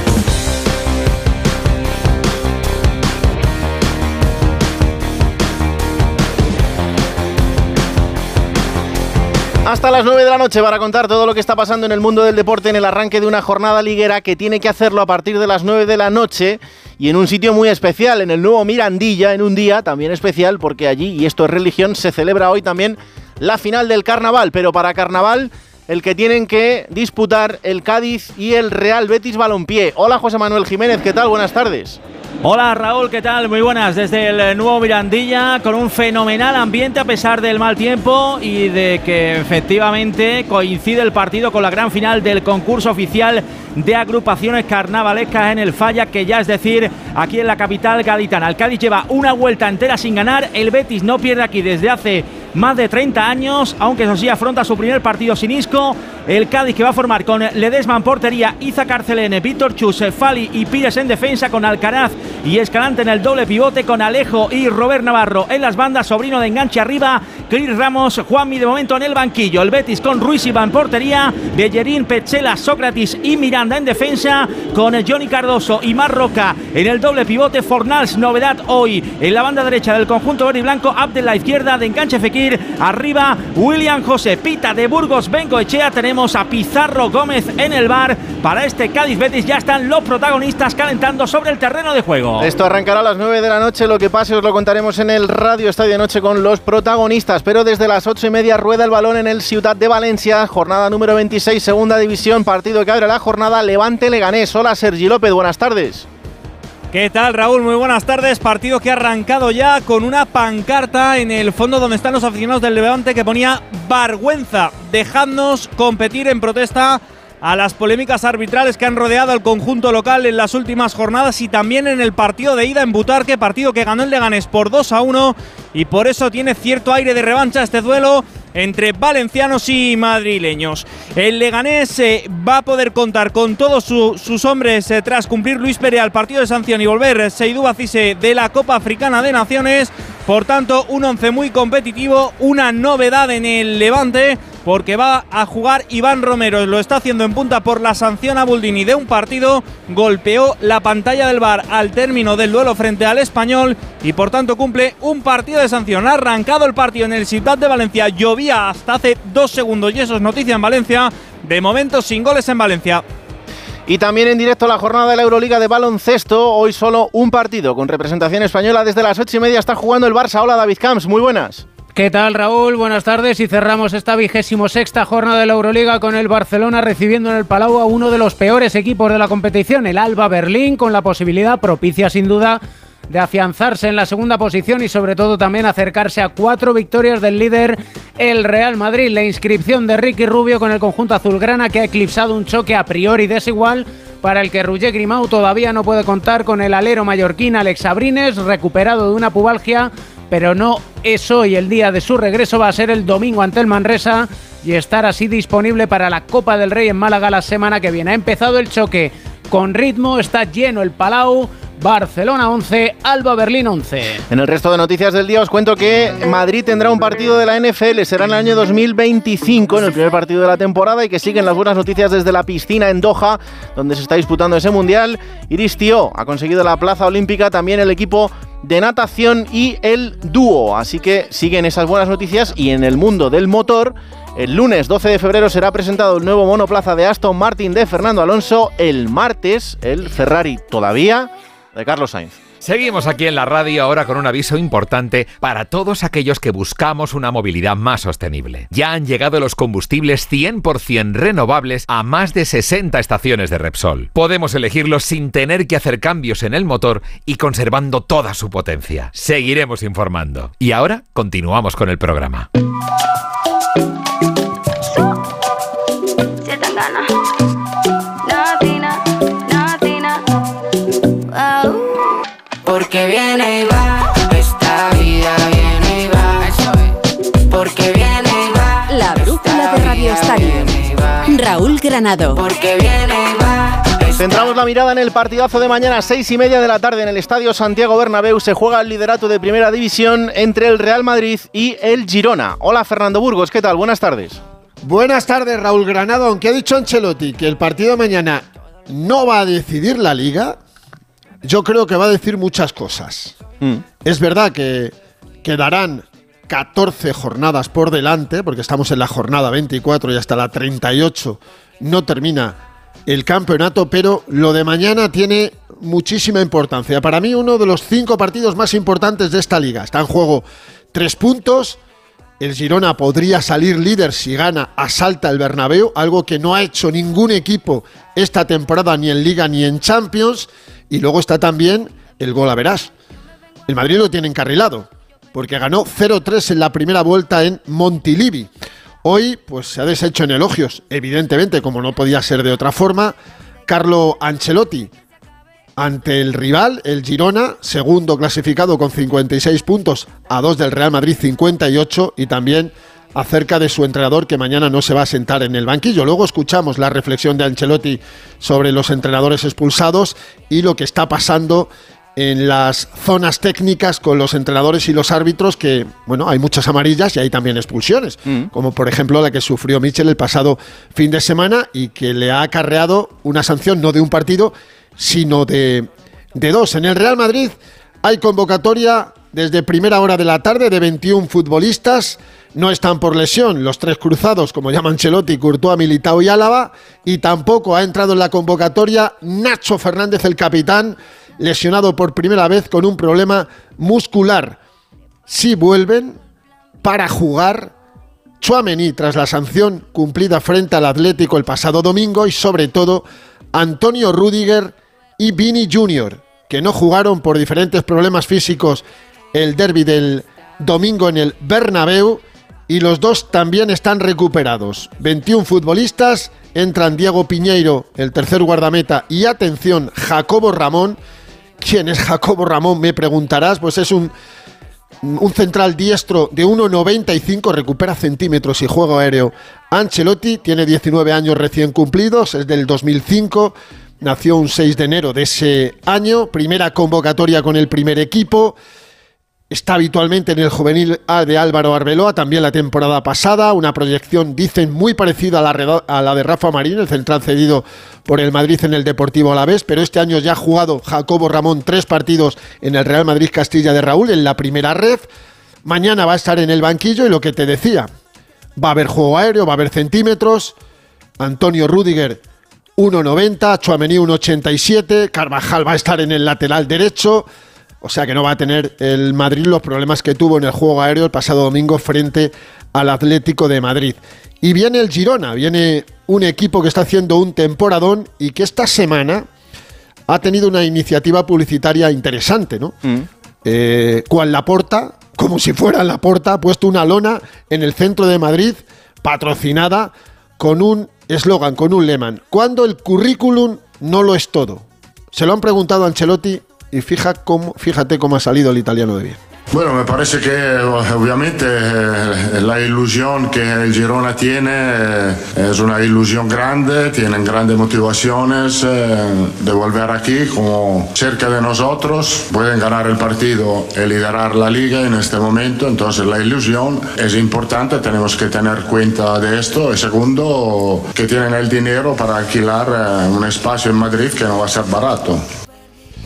Hasta las 9 de la noche para contar todo lo que está pasando en el mundo del deporte en el arranque de una jornada liguera que tiene que hacerlo a partir de las 9 de la noche y en un sitio muy especial, en el nuevo Mirandilla, en un día también especial porque allí, y esto es religión, se celebra hoy también la final del Carnaval, pero para Carnaval el que tienen que disputar el Cádiz y el Real Betis Balompié. Hola José Manuel Jiménez, ¿qué tal? Buenas tardes. Hola Raúl, ¿qué tal? Muy buenas, desde el nuevo Mirandilla, con un fenomenal ambiente a pesar del mal tiempo y de que efectivamente coincide el partido con la gran final del concurso oficial de agrupaciones carnavalescas en el Falla, que ya es decir, aquí en la capital gaditana. El Cádiz lleva una vuelta entera sin ganar, el Betis no pierde aquí desde hace más de 30 años, aunque eso sí afronta su primer partido sin Isco. El Cádiz que va a formar con Ledesma en portería, Iza Carcelene, Víctor Chus, Fali y Pires en defensa, con Alcaraz y Escalante en el doble pivote, con Alejo y Robert Navarro en las bandas, Sobrino de enganche arriba, Cris Ramos, Juanmi de momento en el banquillo. El Betis con Ruiz Silva en portería, Bellerín, Pechela, Sócrates y Miranda en defensa, con Johnny Cardoso y Marroca en el doble pivote. Fornals, novedad hoy en la banda derecha del conjunto verde y blanco, Abdel la izquierda, de enganche Fekir, arriba William José, Pita de Burgos, Bengoechea. Tenemos a Pizarro Gómez en el bar. Para este Cádiz Betis ya están los protagonistas calentando sobre el terreno de juego. Esto arrancará a las 9 de la noche, lo que pase os lo contaremos en el Radio Estadio de Noche con los protagonistas, pero desde las 8:30 rueda el balón en el Ciutat de Valencia, jornada número 26, segunda división, partido que abre la jornada, Levante Leganés. Hola Sergi López, buenas tardes. ¿Qué tal, Raúl? Muy buenas tardes. Partido que ha arrancado ya con una pancarta en el fondo donde están los aficionados del Levante que ponía "vergüenza, dejadnos competir", en protesta a las polémicas arbitrales que han rodeado al conjunto local en las últimas jornadas y también en el partido de ida en Butarque, partido que ganó el Leganés por 2-1 y por eso tiene cierto aire de revancha este duelo entre valencianos y madrileños. El Leganés va a poder contar con todos sus hombres tras cumplir Luis Perea el partido de sanción y volver Seydou Bacise de la Copa Africana de Naciones. Por tanto, un once muy competitivo, una novedad en el Levante, porque va a jugar Iván Romero. Lo está haciendo en punta por la sanción a Buldini de un partido. Golpeó la pantalla del VAR al término del duelo frente al Español y por tanto cumple un partido de sanción. Ha arrancado el partido en el Ciutat de Valencia. Llovía hasta hace 2 segundos y eso es noticia en Valencia. De momento sin goles en Valencia. Y también en directo la jornada de la Euroliga de baloncesto. Hoy solo un partido con representación española. Desde las 8:30 está jugando el Barça. Hola David Camps, muy buenas. ¿Qué tal, Raúl? Buenas tardes y cerramos esta 26ª jornada de la Euroliga con el Barcelona recibiendo en el Palau a uno de los peores equipos de la competición, el Alba Berlín, con la posibilidad propicia sin duda de afianzarse en la segunda posición y sobre todo también acercarse a 4 victorias del líder, el Real Madrid. La inscripción de Ricky Rubio con el conjunto azulgrana, que ha eclipsado un choque a priori desigual para el que Roger Grimau todavía no puede contar con el alero mallorquín Alex Abrines, recuperado de una pubalgia, pero no es hoy el día de su regreso, va a ser el domingo ante el Manresa y estar así disponible para la Copa del Rey en Málaga la semana que viene. Ha empezado el choque con ritmo, está lleno el Palau. Barcelona 11, Alba Berlín 11. En el resto de noticias del día os cuento que Madrid tendrá un partido de la NFL, será en el año 2025, en el primer partido de la temporada, y que siguen las buenas noticias desde la piscina en Doha, donde se está disputando ese mundial. Iris Tío ha conseguido la plaza olímpica, también el equipo de natación y el dúo. Así que siguen esas buenas noticias y en el mundo del motor, el lunes 12 de febrero será presentado el nuevo monoplaza de Aston Martin de Fernando Alonso. El martes, el Ferrari todavía de Carlos Sainz. Seguimos aquí en la radio ahora con un aviso importante para todos aquellos que buscamos una movilidad más sostenible. Ya han llegado los combustibles 100% renovables a más de 60 estaciones de Repsol. Podemos elegirlos sin tener que hacer cambios en el motor y conservando toda su potencia. Seguiremos informando. Y ahora continuamos con el programa. Porque viene y va, esta vida viene y va. Eso es. Porque viene y va. La brújula de Radio Estadio. Raúl Granado. Porque viene y va. Centramos la mirada en el partidazo de mañana, 6:30 de la tarde, en el Estadio Santiago Bernabéu. Se juega el liderato de Primera División entre el Real Madrid y el Girona. Hola, Fernando Burgos, ¿qué tal? Buenas tardes. Buenas tardes, Raúl Granado. Aunque ha dicho Ancelotti que el partido de mañana no va a decidir la Liga, yo creo que va a decir muchas cosas. Es verdad que quedarán 14 jornadas por delante, porque estamos en la jornada 24 y hasta la 38 no termina el campeonato, pero lo de mañana tiene muchísima importancia. Para mí, uno de los 5 partidos más importantes de esta liga. Está en juego 3 puntos. El Girona podría salir líder si gana, asalta el Bernabéu, algo que no ha hecho ningún equipo esta temporada, ni en Liga ni en Champions. Y luego está también el gol a verás. El Madrid lo tiene encarrilado, porque ganó 0-3 en la primera vuelta en Montilivi. Hoy pues se ha deshecho en elogios, evidentemente, como no podía ser de otra forma, Carlo Ancelotti ante el rival, el Girona, segundo clasificado con 56 puntos, a 2 del Real Madrid 58, y también acerca de su entrenador, que mañana no se va a sentar en el banquillo. Luego escuchamos la reflexión de Ancelotti sobre los entrenadores expulsados y lo que está pasando en las zonas técnicas con los entrenadores y los árbitros, que, bueno, hay muchas amarillas y hay también expulsiones, como por ejemplo la que sufrió Michel el pasado fin de semana y que le ha acarreado una sanción no de un partido, sino de 2. En el Real Madrid hay convocatoria desde primera hora de la tarde de 21 futbolistas. No están por lesión los 3 cruzados, como llama Ancelotti, Courtois, Militao y Álava, y tampoco ha entrado en la convocatoria Nacho Fernández, el capitán, lesionado por primera vez con un problema muscular. Sí vuelven para jugar Tchouaméni tras la sanción cumplida frente al Atlético el pasado domingo, y sobre todo Antonio Rüdiger y Vini Jr., que no jugaron por diferentes problemas físicos el derbi del domingo en el Bernabéu, y los 2 también están recuperados. 21 futbolistas, entran Diego Piñeiro, el tercer guardameta, y atención, Jacobo Ramón. ¿Quién es Jacobo Ramón?, me preguntarás. Pues es un central diestro de 1,95, recupera centímetros y juego aéreo. Ancelotti tiene 19 años recién cumplidos, es del 2005, nació un 6 de enero de ese año, primera convocatoria con el primer equipo. Está habitualmente en el juvenil A de Álvaro Arbeloa, también la temporada pasada, una proyección, dicen, muy parecida a la de Rafa Marín, el central cedido por el Madrid en el Deportivo Alavés, pero este año ya ha jugado Jacobo Ramón 3 partidos en el Real Madrid Castilla de Raúl, en la primera red. Mañana va a estar en el banquillo, y lo que te decía, va a haber juego aéreo, va a haber centímetros. Antonio Rüdiger 1,90, Tchouaméni 1,87, Carvajal va a estar en el lateral derecho. O sea que no va a tener el Madrid los problemas que tuvo en el juego aéreo el pasado domingo frente al Atlético de Madrid. Y viene el Girona, viene un equipo que está haciendo un temporadón y que esta semana ha tenido una iniciativa publicitaria interesante, ¿no? Juan Laporta, como si fuera Laporta, ha puesto una lona en el centro de Madrid patrocinada con un eslogan, con un lema: cuando el currículum no lo es todo. Se lo han preguntado a Ancelotti y fíjate cómo ha salido el italiano de bien. Bueno, me parece que obviamente la ilusión que el Girona tiene es una ilusión grande, tienen grandes motivaciones de volver aquí como cerca de nosotros, pueden ganar el partido y liderar la liga en este momento, entonces la ilusión es importante, tenemos que tener cuenta de esto. Y segundo, que tienen el dinero para alquilar un espacio en Madrid que no va a ser barato.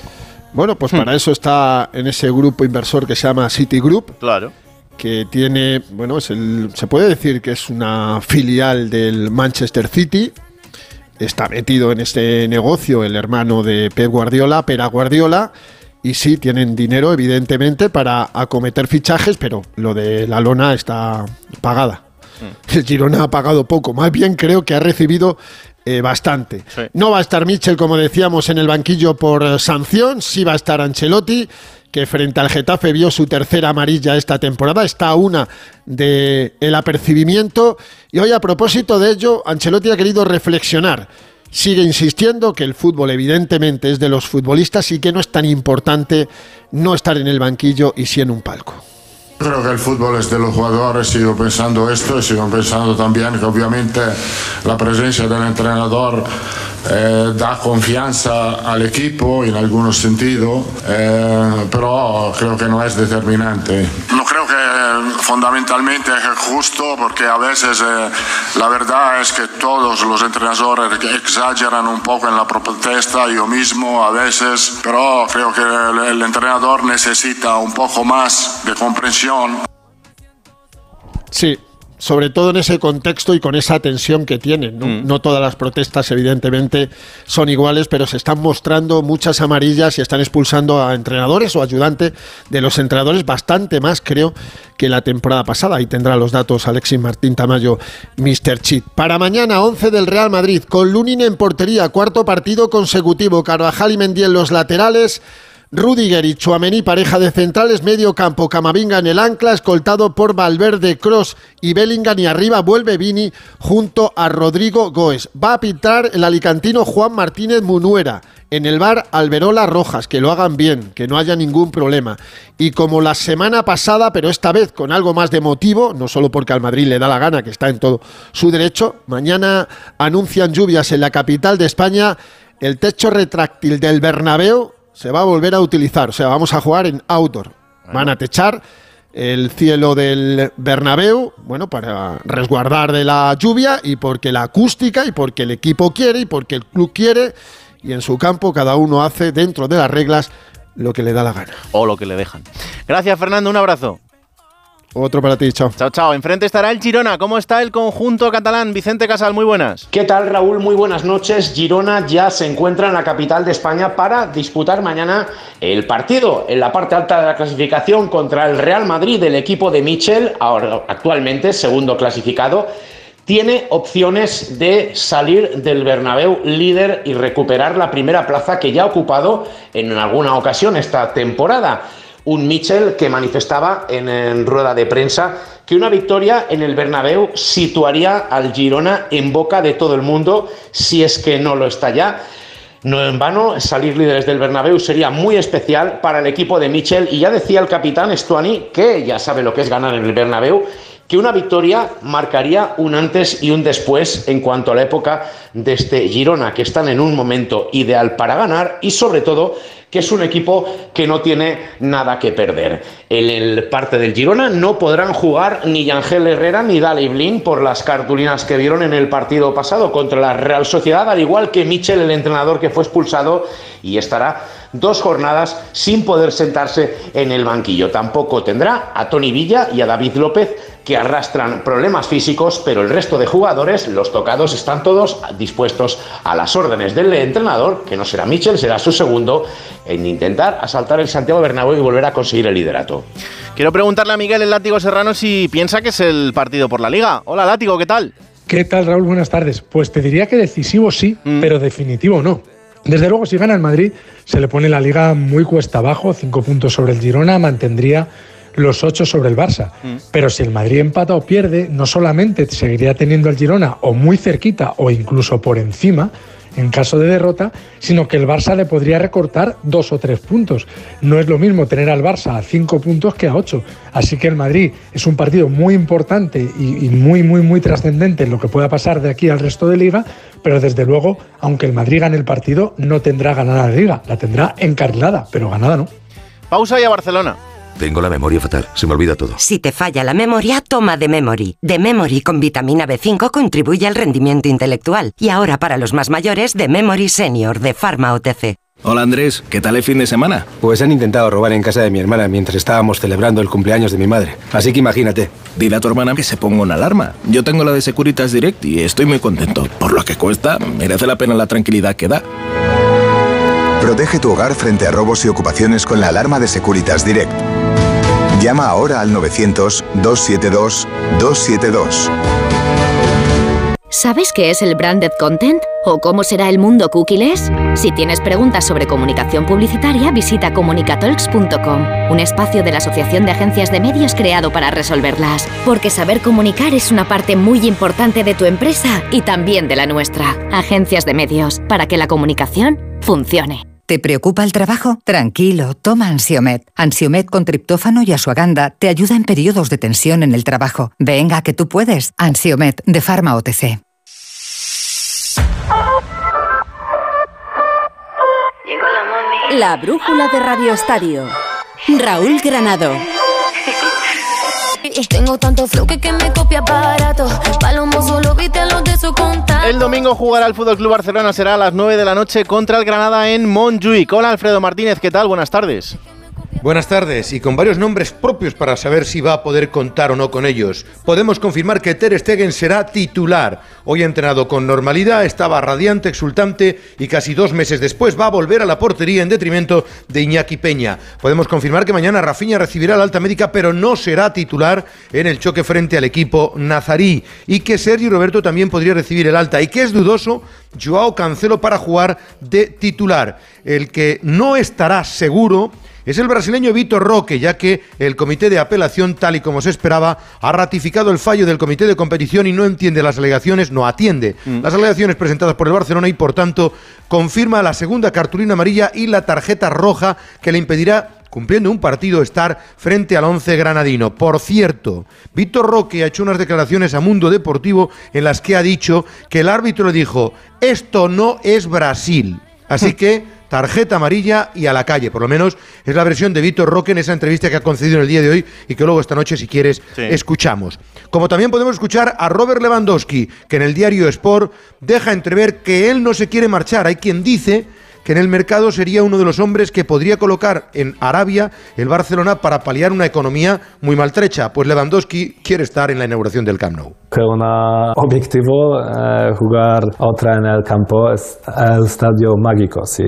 Bueno, pues para eso está en ese grupo inversor que se llama Citigroup. Claro. Que tiene, bueno, se puede decir que es una filial del Manchester City. Está metido en este negocio el hermano de Pep Guardiola, Pere Guardiola. Y sí, tienen dinero, evidentemente, para acometer fichajes, pero lo de la lona está pagada. El Girona ha pagado poco, más bien creo que ha recibido bastante. Sí. No va a estar Michel, como decíamos, en el banquillo por sanción, sí va a estar Ancelotti, que frente al Getafe vio su tercera amarilla esta temporada, está a una del apercibimiento, y hoy a propósito de ello, Ancelotti ha querido reflexionar. Sigue insistiendo que el fútbol evidentemente es de los futbolistas y que no es tan importante no estar en el banquillo y sí en un palco. Creo que el fútbol es de los jugadores, sigo pensando esto y sigo pensando también que obviamente la presencia del entrenador da confianza al equipo en algunos sentidos, pero creo que no es determinante. No creo que fundamentalmente es justo porque a veces la verdad es que todos los entrenadores exageran un poco en la protesta, yo mismo a veces, pero creo que el entrenador necesita un poco más de comprensión. Sí, sobre todo en ese contexto y con esa tensión que tienen, ¿no? No todas las protestas evidentemente son iguales, pero se están mostrando muchas amarillas y están expulsando a entrenadores o ayudantes de los entrenadores, bastante más creo que la temporada pasada. Ahí tendrá los datos Alexis Martín Tamayo, Mr. Chip. Para mañana, 11 del Real Madrid, con Lunin en portería, cuarto partido consecutivo, Carvajal y Mendy en los laterales, Rüdiger y Tchouaméni, pareja de centrales, medio campo, Camavinga en el ancla, escoltado por Valverde, Kroos y Bellingham, y arriba vuelve Vini junto a Rodrigo Goes. Va a pitar el alicantino Juan Martínez Munuera. En el VAR, Alberola Rojas, que lo hagan bien, que no haya ningún problema. Y como la semana pasada, pero esta vez con algo más de motivo, no solo porque al Madrid le da la gana, que está en todo su derecho, mañana anuncian lluvias en la capital de España. El techo retráctil del Bernabéu se va a volver a utilizar, o sea, vamos a jugar en outdoor. Van a techar el cielo del Bernabéu, bueno, para resguardar de la lluvia y porque la acústica y porque el equipo quiere y porque el club quiere, y en su campo cada uno hace dentro de las reglas lo que le da la gana. O lo que le dejan. Gracias, Fernando, un abrazo. Otro para ti, chao. Chao, chao. Enfrente estará el Girona. ¿Cómo está el conjunto catalán? Vicente Casal, muy buenas. ¿Qué tal, Raúl? Muy buenas noches. Girona ya se encuentra en la capital de España para disputar mañana el partido en la parte alta de la clasificación contra el Real Madrid. El equipo de Michel, ahora actualmente segundo clasificado, tiene opciones de salir del Bernabéu líder y recuperar la primera plaza que ya ha ocupado en alguna ocasión esta temporada. Un Michel que manifestaba en rueda de prensa que una victoria en el Bernabéu situaría al Girona en boca de todo el mundo, si es que no lo está ya. No en vano, salir líderes del Bernabéu sería muy especial para el equipo de Michel, y ya decía el capitán Stuani, que ya sabe lo que es ganar en el Bernabéu, que una victoria marcaría un antes y un después en cuanto a la época de este Girona, que están en un momento ideal para ganar y sobre todo que es un equipo que no tiene nada que perder. En el parte del Girona no podrán jugar ni Yangel Herrera ni Daley Blind por las cartulinas que vieron en el partido pasado contra la Real Sociedad, al igual que Michel, el entrenador que fue expulsado, y estará 2 jornadas sin poder sentarse en el banquillo. Tampoco tendrá a Toni Villa y a David López, que arrastran problemas físicos, pero el resto de jugadores, los tocados, están todos dispuestos a las órdenes del entrenador, que no será Michel, será su segundo, en intentar asaltar el Santiago Bernabéu y volver a conseguir el liderato. Quiero preguntarle a Miguel el Látigo Serrano si piensa que es el partido por la Liga. Hola, Látigo, ¿qué tal? ¿Qué tal, Raúl? Buenas tardes. Pues te diría que decisivo sí, pero definitivo no. Desde luego, si gana el Madrid, se le pone la Liga muy cuesta abajo, 5 puntos sobre el Girona, mantendría los 8 sobre el Barça. Pero si el Madrid empata o pierde, no solamente seguiría teniendo al Girona o muy cerquita o incluso por encima en caso de derrota, sino que el Barça le podría recortar 2 o 3 puntos. No es lo mismo tener al Barça a 5 puntos que a 8. Así que el Madrid es un partido muy importante y muy trascendente en lo que pueda pasar de aquí al resto de Liga, pero desde luego, aunque el Madrid gane el partido, no tendrá ganada la Liga. La tendrá encarrilada, pero ganada no. Pausa y a Barcelona. Tengo la memoria fatal, se me olvida todo. Si te falla la memoria, toma The Memory. The Memory con vitamina B5 contribuye al rendimiento intelectual. Y ahora para los más mayores, The Memory Senior de Pharma OTC. Hola Andrés, ¿qué tal el fin de semana? Pues han intentado robar en casa de mi hermana mientras estábamos celebrando el cumpleaños de mi madre. Así que imagínate. Dile a tu hermana que se ponga una alarma. Yo tengo la de Securitas Direct y estoy muy contento. Por lo que cuesta, merece la pena la tranquilidad que da. Protege tu hogar frente a robos y ocupaciones con la alarma de Securitas Direct. Llama ahora al 900-272-272. ¿Sabes qué es el branded content? ¿O cómo será el mundo cookieless? Si tienes preguntas sobre comunicación publicitaria, visita comunicatalks.com, un espacio de la Asociación de Agencias de Medios creado para resolverlas. Porque saber comunicar es una parte muy importante de tu empresa y también de la nuestra. Agencias de Medios, para que la comunicación funcione. ¿Te preocupa el trabajo? Tranquilo, toma Ansiomed. Ansiomed con triptófano y asuaganda te ayuda en periodos de tensión en el trabajo. Venga, que tú puedes. Ansiomed, de Pharma OTC. La brújula de Radio Estadio. Raúl Granado. Tengo tanto flow que me copia barato. Palomo solo viste los de su contacto. El domingo jugará el FC Barcelona, será a las 9 de la noche contra el Granada en Montjuïc. Hola Alfredo Martínez, ¿qué tal? Buenas tardes. Buenas tardes, y con varios nombres propios para saber si va a poder contar o no con ellos. Podemos confirmar que Ter Stegen será titular. Hoy ha entrenado con normalidad, estaba radiante, exultante y casi 2 meses después va a volver a la portería en detrimento de Iñaki Peña. Podemos confirmar que mañana Rafinha recibirá la alta médica, pero no será titular en el choque frente al equipo nazarí. Y que Sergi Roberto también podría recibir el alta y que es dudoso Joao Cancelo para jugar de titular. El que no estará seguro es el brasileño Vitor Roque, ya que el comité de apelación, tal y como se esperaba, ha ratificado el fallo del comité de competición y no atiende las alegaciones presentadas por el Barcelona y, por tanto, confirma la segunda cartulina amarilla y la tarjeta roja que le impedirá, cumpliendo un partido, estar frente al 11 granadino. Por cierto, Vitor Roque ha hecho unas declaraciones a Mundo Deportivo en las que ha dicho que el árbitro le dijo: esto no es Brasil. Así que tarjeta amarilla y a la calle. Por lo menos es la versión de Vitor Roque en esa entrevista que ha concedido en el día de hoy y que luego esta noche, si quieres, escuchamos. Como también podemos escuchar a Robert Lewandowski, que en el diario Sport deja entrever que él no se quiere marchar. Hay quien dice que en el mercado sería uno de los hombres que podría colocar en Arabia el Barcelona para paliar una economía muy maltrecha. Pues Lewandowski quiere estar en la inauguración del Camp Nou. Un objetivo, jugar otra en el campo, es el estadio mágico, sí,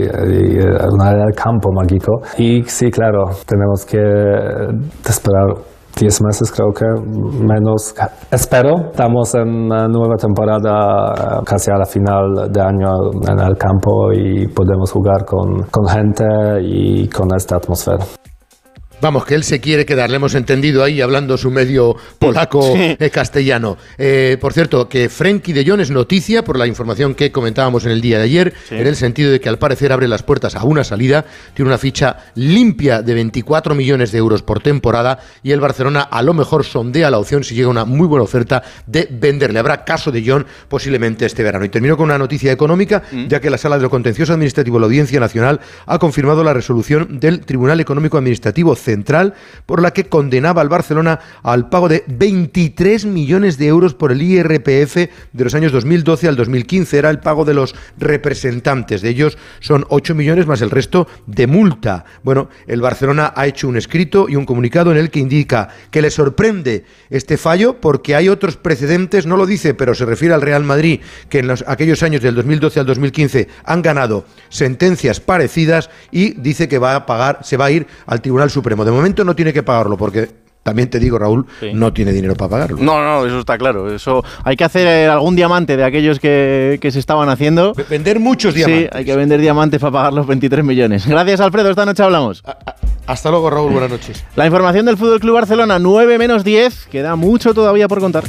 el campo mágico. Y sí, claro, tenemos que esperar 10 meses, creo que menos. Espero. Estamos en una nueva temporada, casi a la final de año en el campo y podemos jugar con gente y con esta atmósfera. Vamos, que él se quiere quedar, le hemos entendido ahí hablando su medio polaco castellano. Por cierto, que Frenkie de Jong es noticia por la información que comentábamos en el día de ayer, en el sentido de que al parecer abre las puertas a una salida, tiene una ficha limpia de 24 millones de euros por temporada y el Barcelona a lo mejor sondea la opción, si llega una muy buena oferta, de venderle. Habrá caso de Jong posiblemente este verano. Y termino con una noticia económica, ya que la Sala de lo Contencioso Administrativo de la Audiencia Nacional ha confirmado la resolución del Tribunal Económico Administrativo Central, por la que condenaba al Barcelona al pago de 23 millones de euros por el IRPF de los años 2012 al 2015. Era el pago de los representantes. De ellos son 8 millones más el resto de multa. Bueno, el Barcelona ha hecho un escrito y un comunicado en el que indica que le sorprende este fallo porque hay otros precedentes, no lo dice, pero se refiere al Real Madrid, que en aquellos años del 2012 al 2015 han ganado sentencias parecidas, y dice que se va a ir al Tribunal Supremo. De momento no tiene que pagarlo porque, también te digo, Raúl, no tiene dinero para pagarlo. No, eso está claro. Eso hay que hacer algún diamante de aquellos que se estaban haciendo. Vender muchos diamantes. Sí, hay que vender diamantes para pagar los 23 millones. Gracias, Alfredo. Esta noche hablamos. Hasta luego, Raúl. Buenas noches. La información del FC Barcelona, 9 menos 10. Queda mucho todavía por contar.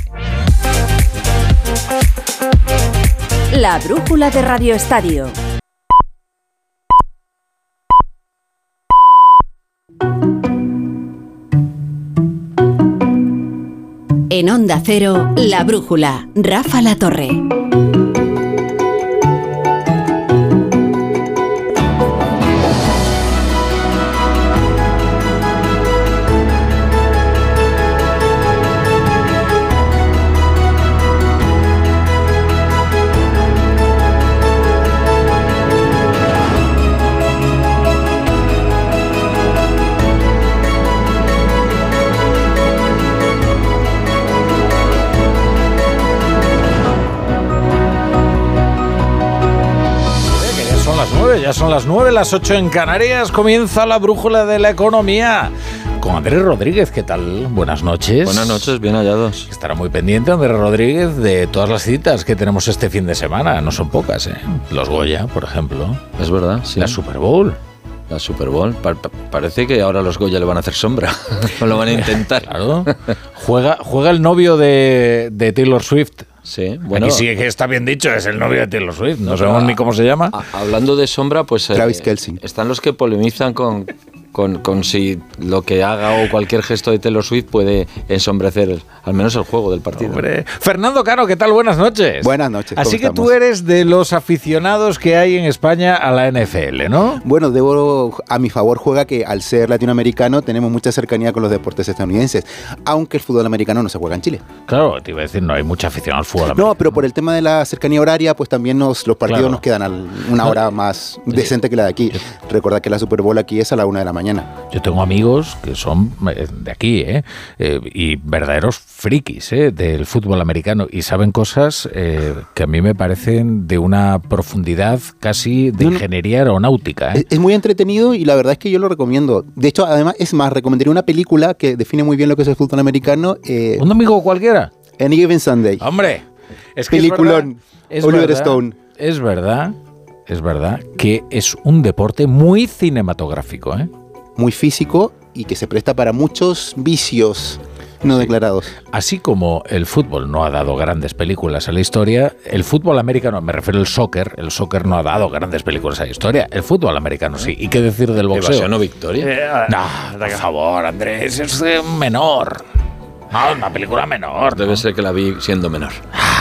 La brújula de Radio Estadio. En Onda Cero, La Brújula, Rafa La Torre. 9, ya son las 9, las 8 en Canarias. Comienza la brújula de la economía con Andrés Rodríguez. ¿Qué tal? Buenas noches. Buenas noches, bien hallados. Estará muy pendiente Andrés Rodríguez de todas las citas que tenemos este fin de semana. No son pocas, ¿eh? Los Goya, por ejemplo. Es verdad, sí. La Super Bowl. La Super Bowl. Parece que ahora los Goya le van a hacer sombra. O lo van a intentar. Claro. Juega el novio de Taylor Swift. Sí, bueno. Aquí sí que está bien dicho, es el novio de Taylor Swift. No sabemos ni cómo se llama. Hablando de sombra, pues Travis Kelce. Están los que polemizan con si lo que haga o cualquier gesto de Taylor Swift puede ensombrecer al menos el juego del partido. Hombre. Fernando Caro, ¿qué tal? Buenas noches. Buenas noches. Así que tú eres de los aficionados que hay en España a la NFL, ¿no? Bueno, a mi favor juega que al ser latinoamericano tenemos mucha cercanía con los deportes estadounidenses, aunque el fútbol americano no se juega en Chile. Claro, te iba a decir, no hay mucha afición al fútbol americano. No, pero por el tema de la cercanía horaria, pues también los partidos nos quedan una hora más decente que la de aquí. Recordad que la Super Bowl aquí es a la 1 de la mañana. Yo tengo amigos que son de aquí, y verdaderos frikis del fútbol americano y saben cosas que a mí me parecen de una profundidad casi de ingeniería aeronáutica. Es muy entretenido y la verdad es que yo lo recomiendo. De hecho, además, es más, recomendaría una película que define muy bien lo que es el fútbol americano. ¿Un domingo cualquiera? Any Given Sunday. ¡Hombre! Es que peliculón. Oliver Stone. Es verdad que es un deporte muy cinematográfico, muy físico y que se presta para muchos vicios no declarados. Así como el fútbol no ha dado grandes películas a la historia, el fútbol americano, me refiero al soccer, el soccer no ha dado grandes películas a la historia, el fútbol americano sí. ¿Y qué decir del boxeo? ¿Evasión o victoria? No, por favor, Andrés, es menor. No, una película menor. Debe ser que la vi siendo menor.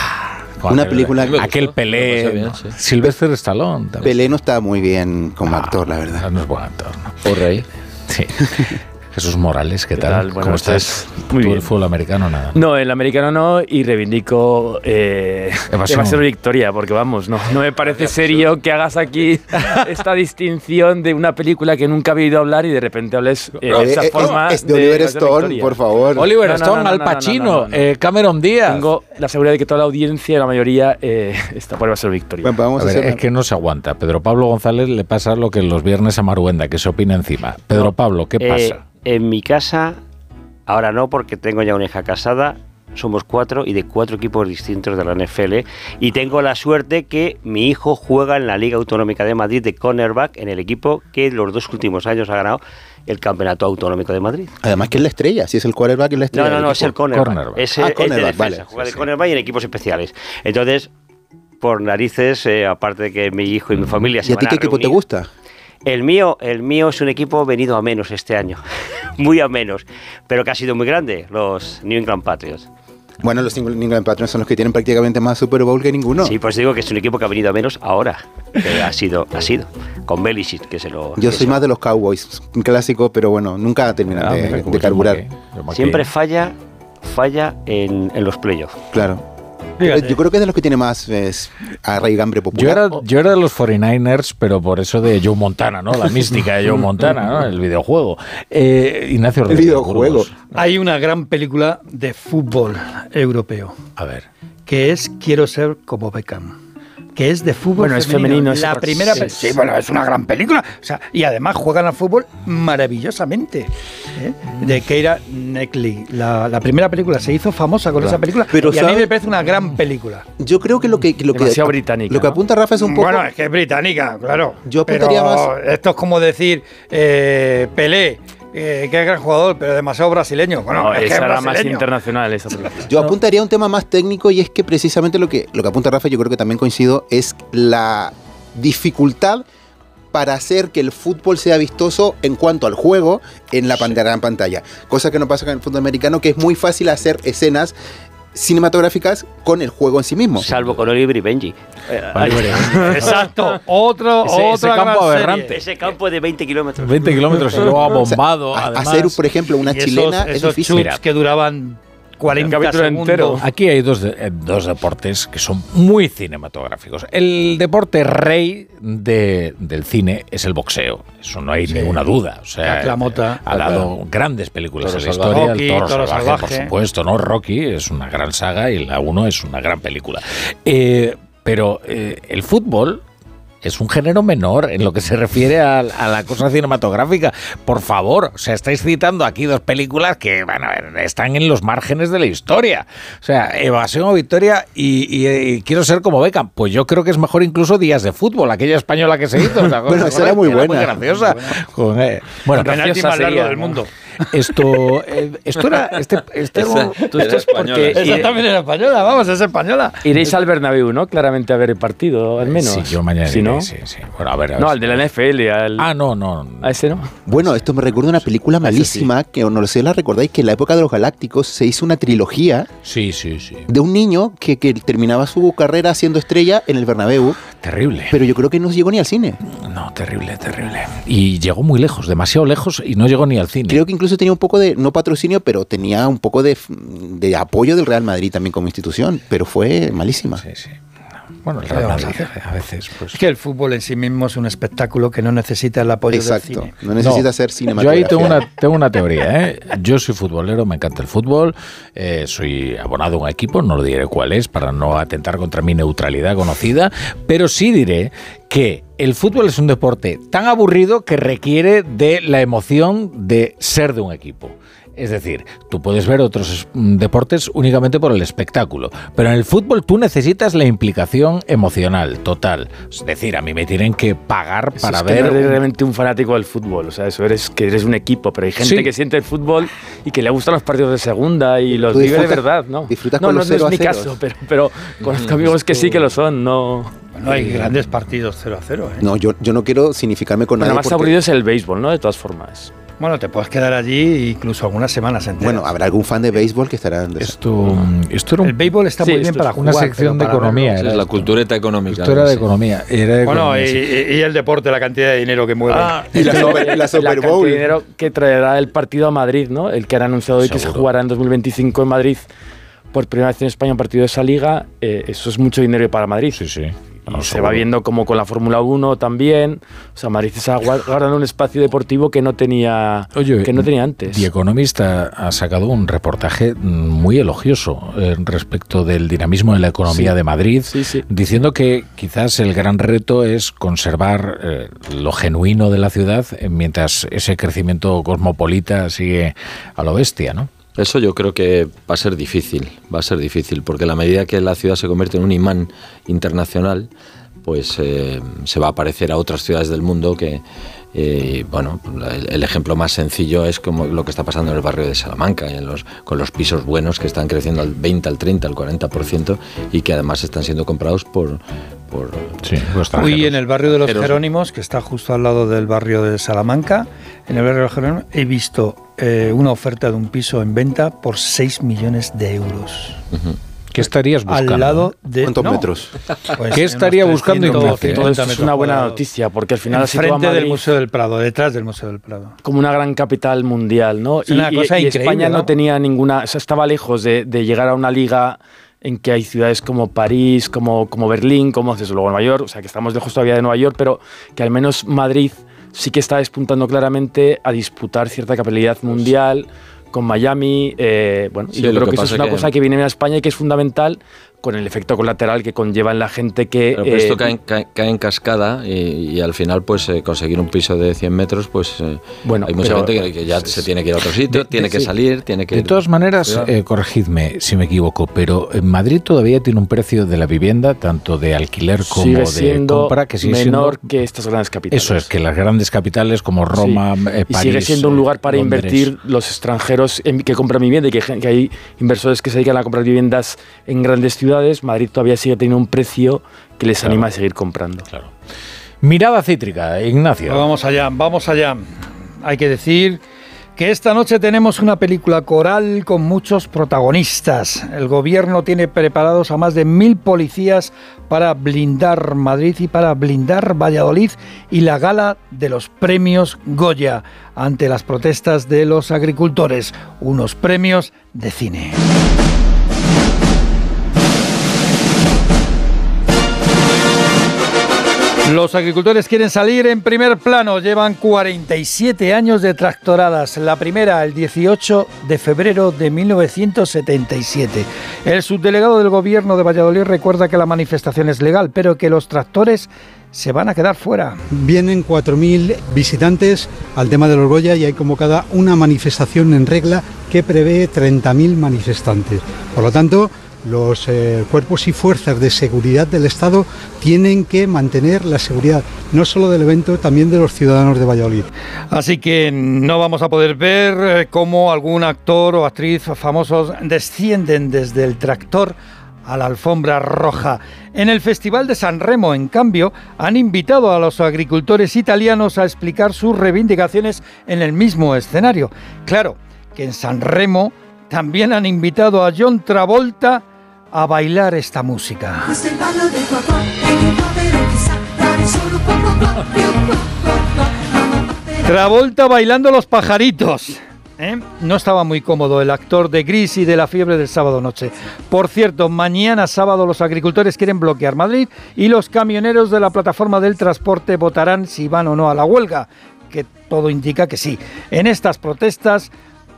Una película... Aquel Pelé, bien, sí. Sylvester Stallone. También. Pelé no está muy bien como actor, la verdad. No es buen actor, ¿no? O rey. Sí. Jesús Morales, ¿qué tal? ¿Cómo estás? Muy bien. ¿El fútbol americano nada? No, el americano no, y reivindico Evasión Victoria, porque vamos, no me parece serio que hagas aquí esta distinción de una película que nunca he oído hablar y de repente hables de esa forma. Es de Oliver Stone, por favor. Oliver Stone, Al Pacino, Cameron Díaz. Tengo la seguridad de que toda la audiencia, la mayoría, está por Evasión Victoria. Bueno, vamos a ver, es que no se aguanta. Pedro Pablo González le pasa lo que los viernes a Maruenda, que se opina encima. Pedro Pablo, ¿qué pasa? En mi casa, ahora no, porque tengo ya una hija casada, somos 4 y de 4 equipos distintos de la NFL, y tengo la suerte que mi hijo juega en la Liga Autonómica de Madrid de cornerback, en el equipo que los 2 últimos años ha ganado el Campeonato Autonómico de Madrid. Además que es la estrella, si es el quarterback es la estrella. No, es el cornerback. Es de defensa, vale. Juega de cornerback y en equipos especiales. Entonces, por narices, aparte de que mi hijo y mi familia se van a reunir. ¿Y a ti qué equipo te gusta? El mío es un equipo venido a menos este año, muy a menos, pero que ha sido muy grande, los New England Patriots. Bueno, los New England Patriots son los que tienen prácticamente más Super Bowl que ninguno. Sí, pues digo que es un equipo que ha venido a menos ahora, que ha sido, con Belichick, que se lo... Yo soy más de los Cowboys, un clásico, pero bueno, nunca terminan de carburar. Siempre falla en los playoffs. Claro. Yo creo que es de los que tiene más arraigambre popular. Yo era de los 49ers, pero por eso de Joe Montana, ¿no? La mística de Joe Montana, ¿no? El videojuego. Ignacio Rodríguez. El videojuego. Hay una gran película de fútbol europeo. A ver. Que es Quiero ser como Beckham. Que es de fútbol femenino. La primera sí, bueno, es una gran película. O sea, y además juegan al fútbol maravillosamente. De Keira Knightley. La primera película se hizo famosa con esa película. Pero, y a mí me parece una gran película. Yo creo que lo que británica. Lo que apunta Rafa es un poco. Bueno, es que es británica, claro. Yo apuntaría más. Esto es como decir Pelé. Que es gran jugador, pero demasiado brasileño. Bueno, no, es esa que era brasileño. más internacional. Esa película. Yo apuntaría a un tema más técnico y es que precisamente lo que apunta Rafa, yo creo que también coincido, es la dificultad para hacer que el fútbol sea vistoso en cuanto al juego en la gran pantalla. Cosa que no pasa con el fútbol americano, que es muy fácil hacer escenas cinematográficas con el juego en sí mismo. Salvo con Oliver y Benji. Exacto. Ese campo aberrante. Ese campo de 20 kilómetros. 20 kilómetros y luego abombado. Hacer, por ejemplo, una chilena es difícil. Esos que duraban 40 capítulo segundos. entero. Aquí hay dos deportes que son muy cinematográficos. El deporte rey del cine es el boxeo. Eso no hay ninguna duda. O sea, ha dado grandes películas en la historia. Rocky, el Toro Salvaje, por supuesto, ¿no? Rocky es una gran saga y la 1 es una gran película. Pero el fútbol es un género menor en lo que se refiere a la cosa cinematográfica. Por favor, o sea, estáis citando aquí dos películas que, bueno, están en los márgenes de la historia. O sea, Evasión o Victoria y Quiero ser como Beckham. Pues yo creo que es mejor incluso Días de Fútbol, aquella española que se hizo. O sea, bueno, esa era muy buena. Muy graciosa. Bueno, penalti más largo del mundo. Esto era esto es porque esa también era española, vamos, es española. Iréis al Bernabéu, ¿no? Claramente a ver el partido, al menos. Sí, yo mañana iré, ¿no? sí. Bueno, a ver, no, al de la NFL, no. A ese no. Bueno, esto me recuerda una película malísima, que no lo sé, la recordáis, que en la época de los Galácticos se hizo una trilogía. Sí. De un niño que terminaba su carrera siendo estrella en el Bernabéu. Terrible. Pero yo creo que no llegó ni al cine. No, terrible. Y llegó muy lejos, demasiado lejos, y no llegó ni al cine. Creo que incluso tenía un poco de, no patrocinio, pero tenía un poco de apoyo del Real Madrid también como institución, pero fue malísima. Sí. Bueno, el Real Madrid a veces, pues... Es que el fútbol en sí mismo es un espectáculo que no necesita el apoyo del cine. No necesita ser cinematográfico. Yo ahí tengo una teoría, ¿eh? Yo soy futbolero, me encanta el fútbol, soy abonado a un equipo, no lo diré cuál es para no atentar contra mi neutralidad conocida, pero sí diré que el fútbol es un deporte tan aburrido que requiere de la emoción de ser de un equipo. Es decir, tú puedes ver otros deportes únicamente por el espectáculo, pero en el fútbol tú necesitas la implicación emocional total. Es decir, a mí me tienen que pagar para es ver... Que no eres realmente un fanático del fútbol, o sea, eso que eres un equipo, pero hay gente que siente el fútbol y que le gustan los partidos de segunda y los vive de verdad, ¿no? Disfrutas con los 0-0. No es mi caso, pero conozco amigos que sí que lo son, no... Bueno, hay grandes partidos 0-0, ¿eh? No, yo no quiero significarme con nadie. Lo más aburrido es el béisbol, ¿no? De todas formas. Bueno, te puedes quedar allí incluso algunas semanas enteras. Bueno, habrá algún fan de béisbol que estará... Esto era el béisbol está muy bien para jugar. Una sección de economía. Es la cultureta económica. Cultura de economía. Bueno, y el deporte, la cantidad de dinero que mueve. Y la Super Bowl. El dinero que traerá el partido a Madrid, ¿no? El que han anunciado hoy que se jugará en 2025 en Madrid. Por primera vez en España un partido de esa liga. Eso es mucho dinero para Madrid. Sí. Y se va viendo como con la Fórmula 1 también. O sea, Madrid está guardando un espacio deportivo que no tenía, antes. The Economist ha sacado un reportaje muy elogioso respecto del dinamismo de la economía de Madrid, diciendo que quizás el gran reto es conservar lo genuino de la ciudad mientras ese crecimiento cosmopolita sigue a lo bestia, ¿no? Eso yo creo que va a ser difícil, porque a la medida que la ciudad se convierte en un imán internacional, pues se va a parecer a otras ciudades del mundo que, el ejemplo más sencillo es como lo que está pasando en el barrio de Salamanca, con los pisos buenos que están creciendo al 20, al 30, al 40% y que además están siendo comprados por Hoy en el barrio de los Jerónimos, que está justo al lado del barrio de Salamanca, en el barrio de los Jerónimos, he visto una oferta de un piso en venta por 6 millones de euros. ¿Qué estarías buscando? Al lado de... ¿Cuántos metros? Pues ¿qué estaría buscando Ignacio? Todo esto es una buena noticia, porque al final... Frente del Museo del Prado, detrás del Museo del Prado. Como una gran capital mundial, ¿no? Es una cosa increíble, España ¿no? No tenía ninguna... O sea, estaba lejos de llegar a una liga en que hay ciudades como París, como Berlín, como desde luego Nueva York, o sea, que estamos lejos todavía de Nueva York, pero que al menos Madrid sí que está despuntando claramente a disputar cierta capitalidad mundial con Miami, y yo creo que eso es una cosa que viene a España y que es fundamental con el efecto colateral que conlleva en la gente que... Pero esto cae en cascada y al final pues conseguir un piso de 100 metros pues hay mucha gente que ya se tiene que ir a otro sitio, tiene que salir, tiene que... De todas maneras, corregidme si me equivoco, pero en Madrid todavía tiene un precio de la vivienda, tanto de alquiler como de compra, que sigue menor siendo que estas grandes capitales. Eso es, que las grandes capitales como Roma, París... Y sigue siendo un lugar para Londres. invertir los extranjeros que compran vivienda y que hay inversores que se dedican a comprar viviendas en grandes ciudades. Madrid todavía sigue teniendo un precio que les anima a seguir comprando. Claro. Mirada cítrica, Ignacio. Vamos allá. Hay que decir que esta noche tenemos una película coral con muchos protagonistas. El gobierno tiene preparados a más de 1.000 policías para blindar Madrid y para blindar Valladolid y la gala de los premios Goya ante las protestas de los agricultores. Unos premios de cine. Los agricultores quieren salir en primer plano. Llevan 47 años de tractoradas. La primera, el 18 de febrero de 1977. El subdelegado del gobierno de Valladolid recuerda que la manifestación es legal, pero que los tractores se van a quedar fuera. Vienen 4.000 visitantes al tema de los Goya y hay convocada una manifestación en regla que prevé 30.000 manifestantes. Por lo tanto, los cuerpos y fuerzas de seguridad del Estado tienen que mantener la seguridad, no solo del evento, también de los ciudadanos de Valladolid. Así que no vamos a poder ver cómo algún actor o actriz famosos descienden desde el tractor a la alfombra roja. En el Festival de San Remo, en cambio, han invitado a los agricultores italianos a explicar sus reivindicaciones en el mismo escenario. Claro que en San Remo también han invitado a John Travolta a bailar esta música. Travolta bailando los pajaritos. No estaba muy cómodo el actor de Gris y de La fiebre del sábado noche. Por cierto, mañana sábado los agricultores quieren bloquear Madrid y los camioneros de la plataforma del transporte votarán si van o no a la huelga, que todo indica que sí. En estas protestas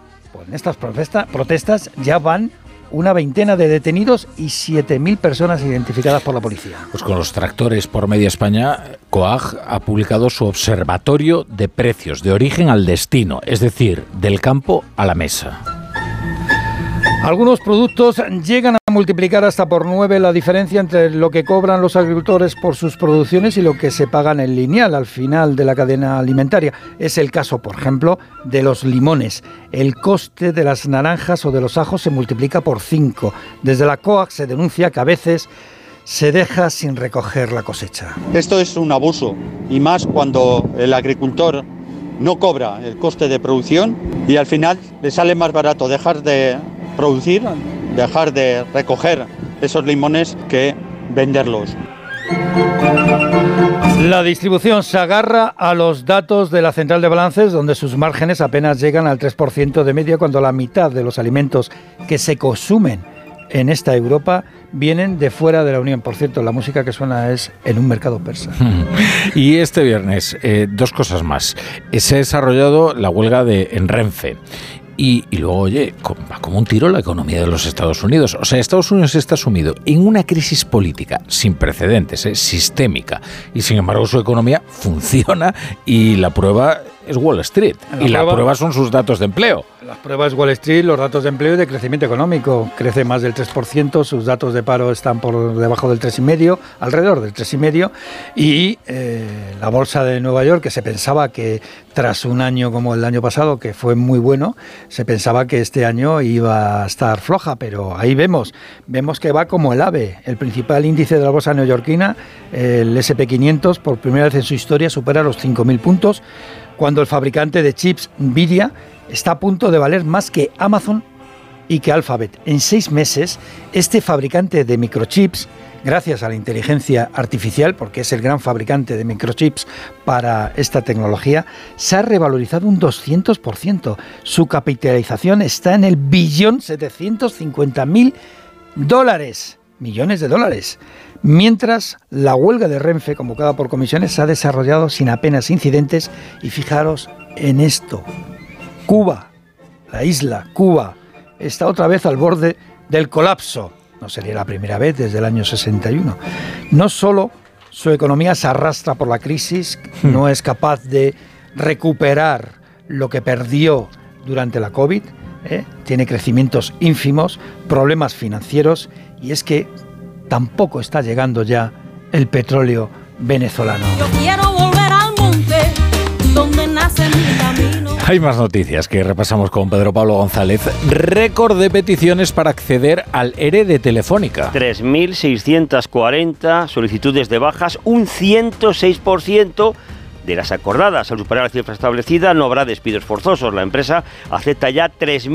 ya van una veintena de detenidos y 7.000 personas identificadas por la policía. Pues con los tractores por media España, COAG ha publicado su observatorio de precios de origen al destino, es decir, del campo a la mesa. Algunos productos llegan a multiplicar hasta por 9 la diferencia entre lo que cobran los agricultores por sus producciones y lo que se pagan en lineal al final de la cadena alimentaria. Es el caso, por ejemplo, de los limones. El coste de las naranjas o de los ajos se multiplica por 5. Desde la COAG se denuncia que a veces se deja sin recoger la cosecha. Esto es un abuso, y más cuando el agricultor no cobra el coste de producción y al final le sale más barato dejar de producir, dejar de recoger esos limones que venderlos. La distribución se agarra a los datos de la central de balances, donde sus márgenes apenas llegan al 3% de media, cuando la mitad de los alimentos que se consumen en esta Europa vienen de fuera de la Unión. Por cierto, la música que suena es En un mercado persa. Y este viernes, dos cosas más. Se ha desarrollado la huelga en Renfe. Y luego, oye, va como un tiro la economía de los Estados Unidos. O sea, Estados Unidos está sumido en una crisis política sin precedentes, sistémica. Y sin embargo su economía funciona y la prueba es Wall Street. La prueba son sus datos de empleo. La prueba es Wall Street, los datos de empleo y de crecimiento económico. Crece más del 3%, sus datos de paro están por debajo del 3,5%, alrededor del 3,5%. Y la bolsa de Nueva York, que se pensaba que tras un año como el año pasado, que fue muy bueno, se pensaba que este año iba a estar floja, pero ahí vemos que va como el ave. El principal índice de la bolsa neoyorquina, el S&P 500, por primera vez en su historia supera los 5.000 puntos, cuando el fabricante de chips Nvidia está a punto de valer más que Amazon y que Alphabet. En 6 meses, este fabricante de microchips, gracias a la inteligencia artificial, porque es el gran fabricante de microchips para esta tecnología, se ha revalorizado un 200%. Su capitalización está en el $1.750.000, millones de dólares. Mientras, la huelga de Renfe, convocada por comisiones, se ha desarrollado sin apenas incidentes. Y fijaros en esto. Cuba, la isla Cuba, está otra vez al borde del colapso. No sería la primera vez desde el año 61. No solo su economía se arrastra por la crisis, no es capaz de recuperar lo que perdió durante la COVID, tiene crecimientos ínfimos, problemas financieros, y es que tampoco está llegando ya el petróleo venezolano. Yo quiero volver al monte donde nace mi camino. Hay más noticias que repasamos con Pedro Pablo González. Récord de peticiones para acceder al ERE de Telefónica. 3.640 solicitudes de bajas, un 106% de las acordadas. Al superar la cifra establecida no habrá despidos forzosos. La empresa acepta ya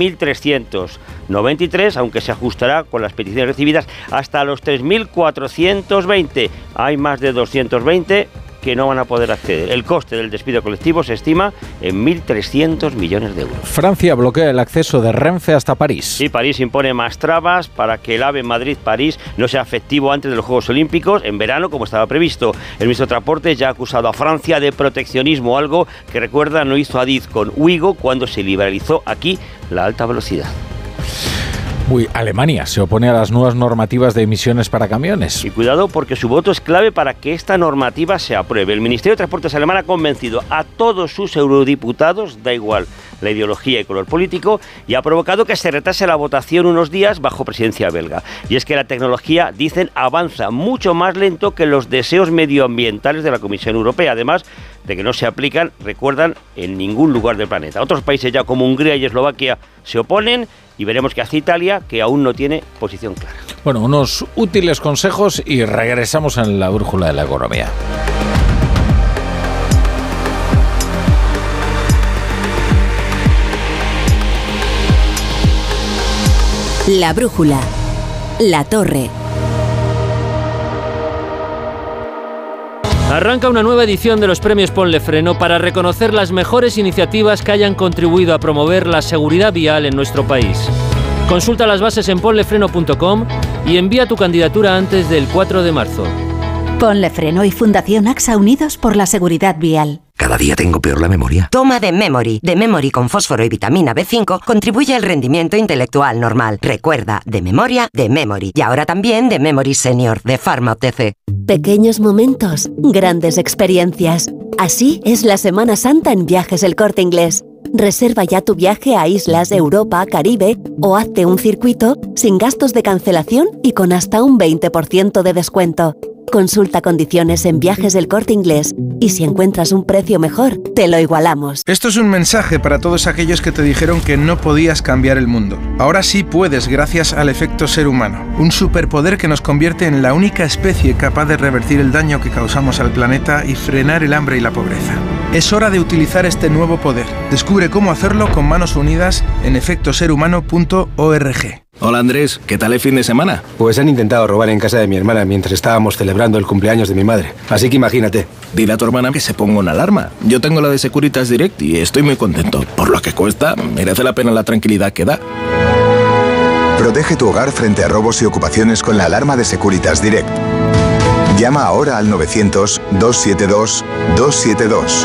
3.393, aunque se ajustará con las peticiones recibidas hasta los 3.420. Hay más de 220 que no van a poder acceder. El coste del despido colectivo se estima en 1.300 millones de euros. Francia bloquea el acceso de Renfe hasta París. Sí, París impone más trabas para que el AVE Madrid-París no sea efectivo antes de los Juegos Olímpicos, en verano, como estaba previsto. El ministro de Transportes ya ha acusado a Francia de proteccionismo, algo que recuerda no hizo Adif con Ouigo cuando se liberalizó aquí la alta velocidad. Alemania se opone a las nuevas normativas de emisiones para camiones. Y cuidado, porque su voto es clave para que esta normativa se apruebe. El Ministerio de Transportes alemán ha convencido a todos sus eurodiputados, da igual la ideología y color político, y ha provocado que se retrase la votación unos días bajo presidencia belga. Y es que la tecnología, dicen, avanza mucho más lento que los deseos medioambientales de la Comisión Europea, además de que no se aplican, recuerdan, en ningún lugar del planeta. Otros países ya como Hungría y Eslovaquia se oponen, y veremos qué hace Italia, que aún no tiene posición clara. Bueno, unos útiles consejos y regresamos en la brújula de la economía. La brújula, la torre. Arranca una nueva edición de los premios Ponle Freno para reconocer las mejores iniciativas que hayan contribuido a promover la seguridad vial en nuestro país. Consulta las bases en ponlefreno.com y envía tu candidatura antes del 4 de marzo. Ponle Freno y Fundación AXA, unidos por la seguridad vial. Cada día tengo peor la memoria. Toma de Memory. De Memory con fósforo y vitamina B5 contribuye al rendimiento intelectual normal. Recuerda, de memoria, de Memory. Y ahora también de Memory Senior, de Pharma OTC. Pequeños momentos, grandes experiencias. Así es la Semana Santa en Viajes El Corte Inglés. Reserva ya tu viaje a islas, Europa, Caribe o hazte un circuito sin gastos de cancelación y con hasta un 20% de descuento. Consulta condiciones en Viajes del Corte Inglés y si encuentras un precio mejor, te lo igualamos. Esto es un mensaje para todos aquellos que te dijeron que no podías cambiar el mundo. Ahora sí puedes gracias al efecto ser humano, un superpoder que nos convierte en la única especie capaz de revertir el daño que causamos al planeta y frenar el hambre y la pobreza. Es hora de utilizar este nuevo poder. Descubre cómo hacerlo con manos unidas en efectoserhumano.org. Hola Andrés, ¿qué tal el fin de semana? Pues han intentado robar en casa de mi hermana mientras estábamos celebrando el cumpleaños de mi madre. Así que imagínate. Dile a tu hermana que se ponga una alarma. Yo tengo la de Securitas Direct y estoy muy contento. Por lo que cuesta, merece la pena la tranquilidad que da. Protege tu hogar frente a robos y ocupaciones con la alarma de Securitas Direct. Llama ahora al 900-272-272.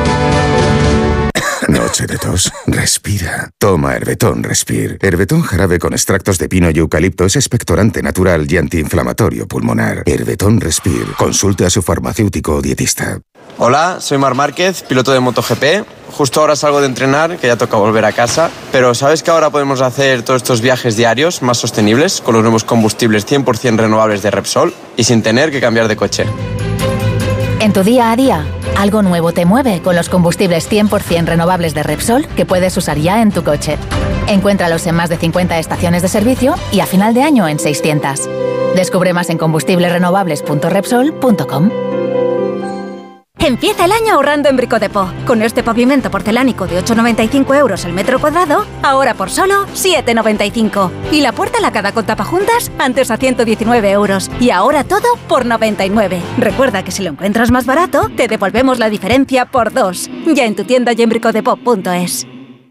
Noche de tos. Respira. Toma Herbetón Respire. Herbetón jarabe con extractos de pino y eucalipto es expectorante natural y antiinflamatorio pulmonar. Herbetón Respire. Consulte a su farmacéutico o dietista. Hola, soy Marc Márquez, piloto de MotoGP. Justo ahora salgo de entrenar, que ya toca volver a casa. Pero ¿sabes que ahora podemos hacer todos estos viajes diarios más sostenibles con los nuevos combustibles 100% renovables de Repsol y sin tener que cambiar de coche? En tu día a día, algo nuevo te mueve con los combustibles 100% renovables de Repsol que puedes usar ya en tu coche. Encuéntralos en más de 50 estaciones de servicio y a final de año en 600. Descubre más en combustiblesrenovables.repsol.com. Empieza el año ahorrando en Brico Dépôt. Con este pavimento porcelánico de 8,95 € el metro cuadrado, ahora por solo 7,95. Y la puerta lacada con tapajuntas, antes a 119 €. Y ahora todo por 99. Recuerda que si lo encuentras más barato, te devolvemos la diferencia por 2. Ya en tu tienda y en bricodepot.es.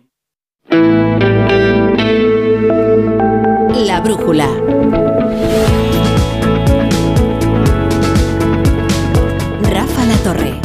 La brújula. Rafa La Torre.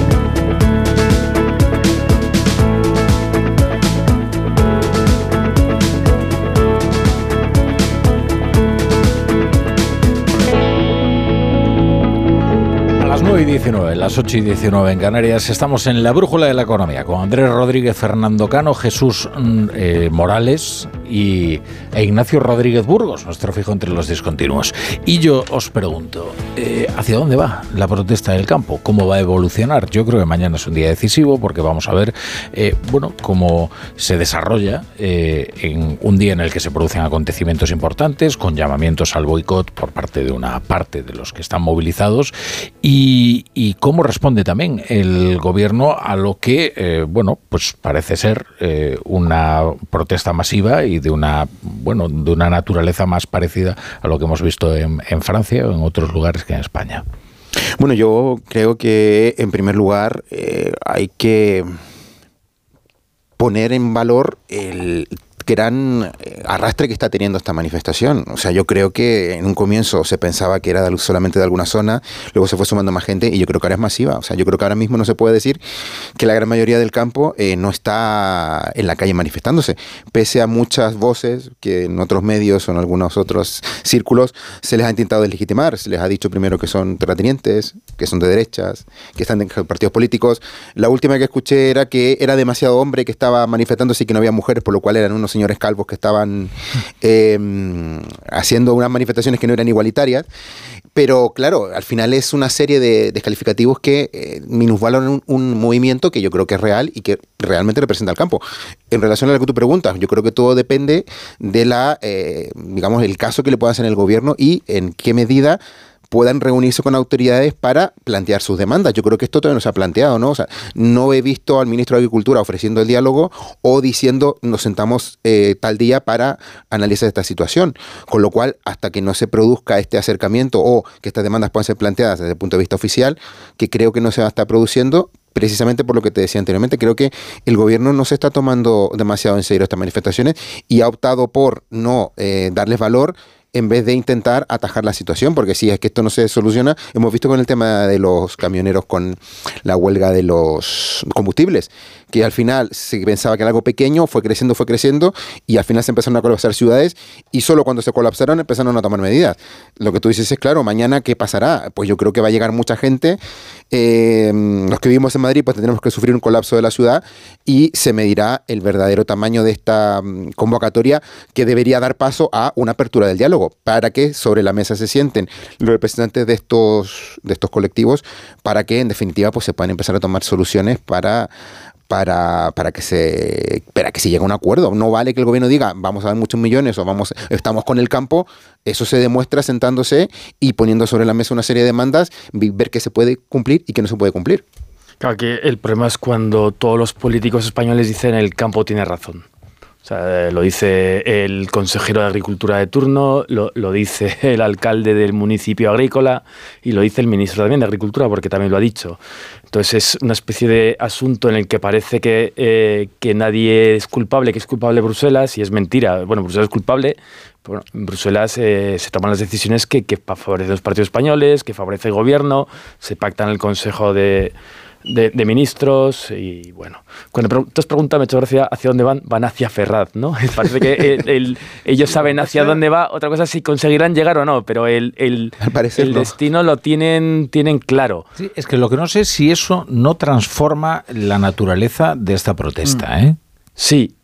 A las 9:19, las 8:19 en Canarias, estamos en la brújula de la economía con Andrés Rodríguez, Fernando Cano, Jesús Morales e Ignacio Rodríguez Burgos, nuestro fijo entre los discontinuos. Y yo os pregunto, ¿hacia dónde va la protesta del campo? ¿Cómo va a evolucionar? Yo creo que mañana es un día decisivo porque vamos a ver cómo se desarrolla en un día en el que se producen acontecimientos importantes, con llamamientos al boicot por parte de una parte de los que están movilizados y cómo responde también el gobierno a lo que, pues parece ser una protesta masiva y de una naturaleza más parecida a lo que hemos visto en Francia o en otros lugares que en España. Bueno, yo creo que en primer lugar hay que poner en valor el gran arrastre que está teniendo esta manifestación. O sea, yo creo que en un comienzo se pensaba que era solamente de alguna zona, luego se fue sumando más gente y yo creo que ahora es masiva. O sea, yo creo que ahora mismo no se puede decir que la gran mayoría del campo no está en la calle manifestándose, pese a muchas voces que en otros medios o en algunos otros círculos se les ha intentado deslegitimar. Se les ha dicho primero que son terratenientes, que son de derechas, que están en partidos políticos. La última que escuché era que era demasiado hombre que estaba manifestándose y que no había mujeres, por lo cual eran unos señores calvos que estaban haciendo unas manifestaciones que no eran igualitarias, pero claro, al final es una serie de descalificativos que minusvaloran un movimiento que yo creo que es real y que realmente representa al campo. En relación a lo que tú preguntas, yo creo que todo depende de digamos, el caso que le pueda hacer el gobierno y en qué medida puedan reunirse con autoridades para plantear sus demandas. Yo creo que esto todavía no se ha planteado, ¿no? O sea, no he visto al ministro de Agricultura ofreciendo el diálogo o diciendo nos sentamos tal día para analizar esta situación. Con lo cual, hasta que no se produzca este acercamiento o que estas demandas puedan ser planteadas desde el punto de vista oficial, que creo que no se va a estar produciendo, precisamente por lo que te decía anteriormente, creo que el gobierno no se está tomando demasiado en serio estas manifestaciones y ha optado por no darles valor en vez de intentar atajar la situación, porque si es que esto no se soluciona, hemos visto con el tema de los camioneros con la huelga de los combustibles, que al final se pensaba que era algo pequeño, fue creciendo, y al final se empezaron a colapsar ciudades, y solo cuando se colapsaron empezaron a tomar medidas. Lo que tú dices es, claro, mañana, ¿qué pasará? Pues yo creo que va a llegar mucha gente, los que vivimos en Madrid, pues tendremos que sufrir un colapso de la ciudad, y se medirá el verdadero tamaño de esta convocatoria, que debería dar paso a una apertura del diálogo, para que sobre la mesa se sienten los representantes de estos colectivos, para que en definitiva pues se puedan empezar a tomar soluciones para que se llegue a un acuerdo. No vale que el gobierno diga vamos a dar muchos millones o estamos con el campo. Eso se demuestra sentándose y poniendo sobre la mesa una serie de demandas, ver qué se puede cumplir y qué no se puede cumplir. Claro, que el problema es cuando todos los políticos españoles dicen el campo tiene razón. O sea, lo dice el consejero de Agricultura de turno, lo dice el alcalde del municipio agrícola y lo dice el ministro también de Agricultura, porque también lo ha dicho. Entonces es una especie de asunto en el que parece que nadie es culpable, que es culpable Bruselas, y es mentira. Bueno, Bruselas es culpable. Bueno, en Bruselas se toman las decisiones que favorecen los partidos españoles, que favorece el gobierno, se pactan en el Consejo de ministros y bueno. Cuando tú has preguntado, me ha hecho gracia hacia dónde van hacia Ferraz, ¿no? Parece que ellos saben hacia dónde va, otra cosa es si conseguirán llegar o no, pero el destino lo tienen claro. Sí, es que lo que no sé es si eso no transforma la naturaleza de esta protesta, ¿eh? Sí,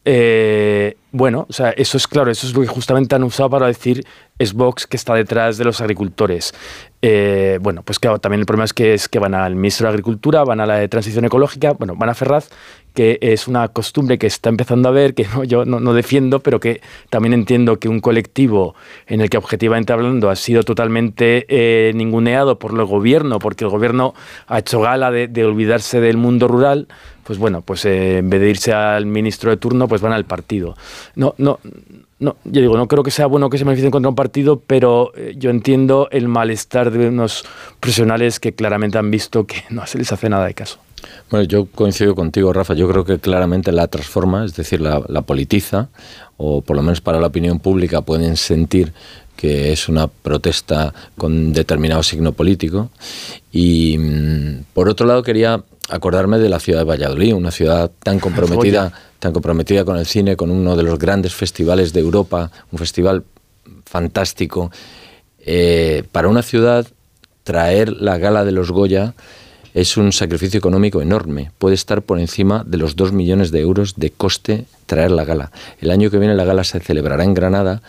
bueno, o sea, eso es claro, eso es lo que justamente han usado para decir es Vox que está detrás de los agricultores. Bueno, pues claro, también el problema es que van al ministro de Agricultura, van a la de Transición Ecológica, bueno, van a Ferraz, que es una costumbre que está empezando a ver, que yo no defiendo, pero que también entiendo que un colectivo en el que objetivamente hablando ha sido totalmente ninguneado por el gobierno, porque el gobierno ha hecho gala de olvidarse del mundo rural, pues bueno, pues en vez de irse al ministro de turno, pues van al partido. No, yo digo, no creo que sea bueno que se manifiesten contra un partido, pero yo entiendo el malestar de unos profesionales que claramente han visto que no se les hace nada de caso. Bueno, yo coincido contigo, Rafa. Yo creo que claramente la transforma, es decir, la politiza, o por lo menos para la opinión pública pueden sentir que es una protesta con determinado signo político. Y por otro lado quería acordarme de la ciudad de Valladolid, una ciudad tan comprometida con el cine, con uno de los grandes festivales de Europa, un festival fantástico. Para una ciudad, traer la gala de los Goya es un sacrificio económico enorme. Puede estar por encima de los 2 millones de euros de coste traer la gala. El año que viene la gala se celebrará en Granada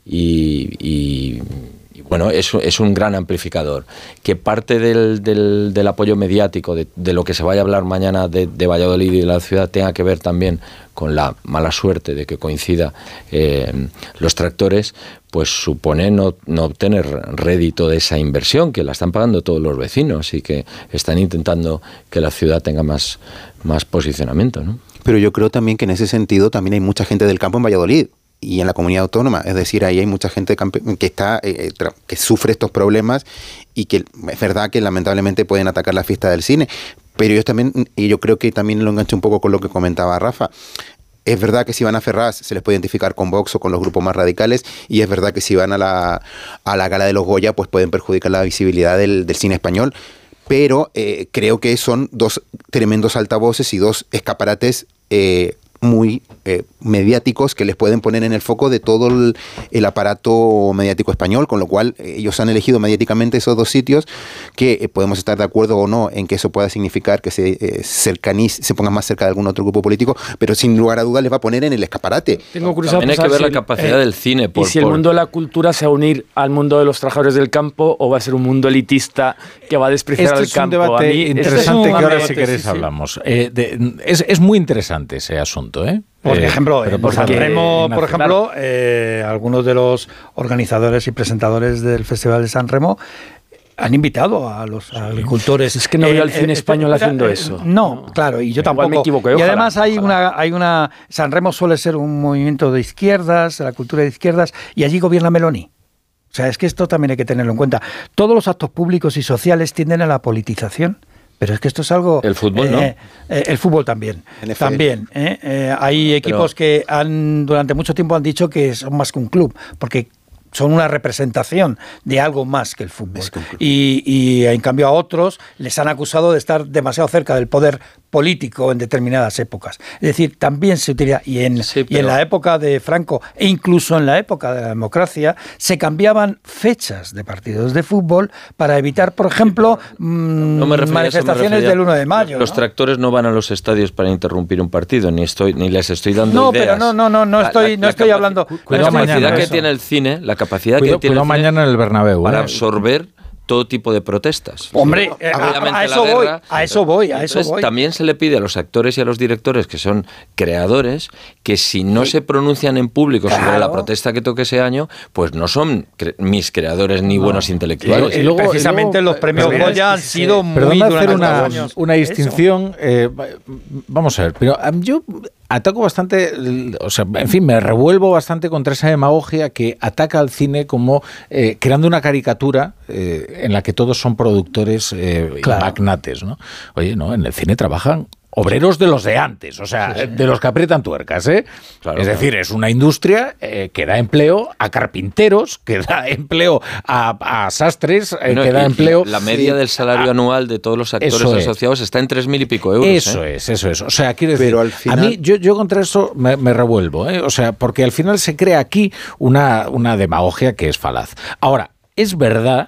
y bueno, es un gran amplificador. Que parte del apoyo mediático, de lo que se vaya a hablar mañana de Valladolid y de la ciudad, tenga que ver también con la mala suerte de que coincida los tractores, pues supone no obtener rédito de esa inversión, que la están pagando todos los vecinos y que están intentando que la ciudad tenga más posicionamiento, ¿no? Pero yo creo también que en ese sentido también hay mucha gente del campo en Valladolid. y en la comunidad autónoma. Es decir, ahí hay mucha gente que sufre estos problemas y que es verdad que lamentablemente pueden atacar la fiesta del cine. Pero yo creo que también lo engancho un poco con lo que comentaba Rafa. Es verdad que si van a Ferraz se les puede identificar con Vox o con los grupos más radicales, y es verdad que si van a la gala de los Goya pues pueden perjudicar la visibilidad del cine español, pero creo que son dos tremendos altavoces y dos escaparates muy mediáticos que les pueden poner en el foco de todo el aparato mediático español, con lo cual ellos han elegido mediáticamente esos dos sitios que podemos estar de acuerdo o no en que eso pueda significar que se pongan más cerca de algún otro grupo político, pero sin lugar a dudas les va a poner en el escaparate. Tengo curiosidad. También hay que ver la capacidad del cine. Y si el mundo de la cultura se va a unir al mundo de los trabajadores del campo, o va a ser un mundo elitista que va a despreciar al campo. Es un debate interesante que ahora, si queréis, hablamos. Es muy interesante ese asunto. Por ejemplo, Sanremo, por ejemplo, algunos de los organizadores y presentadores del Festival de Sanremo han invitado a los agricultores. Es que no veo al cine español haciendo eso. No, claro, y yo tampoco. Me equivoqué, y además hay una Sanremo suele ser un movimiento de izquierdas, de la cultura de izquierdas, y allí gobierna Meloni. O sea, es que esto también hay que tenerlo en cuenta. Todos los actos públicos y sociales tienden a la politización. Pero es que esto es algo... El fútbol, ¿no? El fútbol también. También. Hay equipos que durante mucho tiempo han dicho que son más que un club, porque son una representación de algo más que el fútbol. Y en cambio a otros les han acusado de estar demasiado cerca del poder político en determinadas épocas. Es decir, también se utiliza, y en la época de Franco e incluso en la época de la democracia, se cambiaban fechas de partidos de fútbol para evitar, por ejemplo, manifestaciones del 1 de mayo. Los tractores no van a los estadios para interrumpir un partido, ni les estoy dando ideas. No estoy hablando... La capacidad que tiene el cine, la capacidad que tiene el cine mañana en el Bernabéu, para absorber todo tipo de protestas. Hombre, a eso voy. También se le pide a los actores y a los directores, que son creadores, que si no se pronuncian en público sobre la protesta que toque ese año, pues no son mis creadores ni buenos intelectuales. Y luego, precisamente los premios Goya han sido muy durante hacer una distinción. Vamos a ver, pero yo ataco bastante, o sea, en fin, me revuelvo bastante contra esa demagogia que ataca al cine como creando una caricatura en la que todos son productores y magnates, ¿no? Oye, no, en el cine trabajan obreros de los de antes, o sea, de los que aprietan tuercas, ¿eh? Es decir, es una industria que da empleo a carpinteros, que da empleo a sastres, que da empleo... La media del salario anual de todos los actores asociados está en 3.000 y pico euros. Eso es. O sea, quiero decir, al final... a mí yo contra eso me revuelvo, ¿eh? O sea, porque al final se crea aquí una demagogia que es falaz. Ahora, es verdad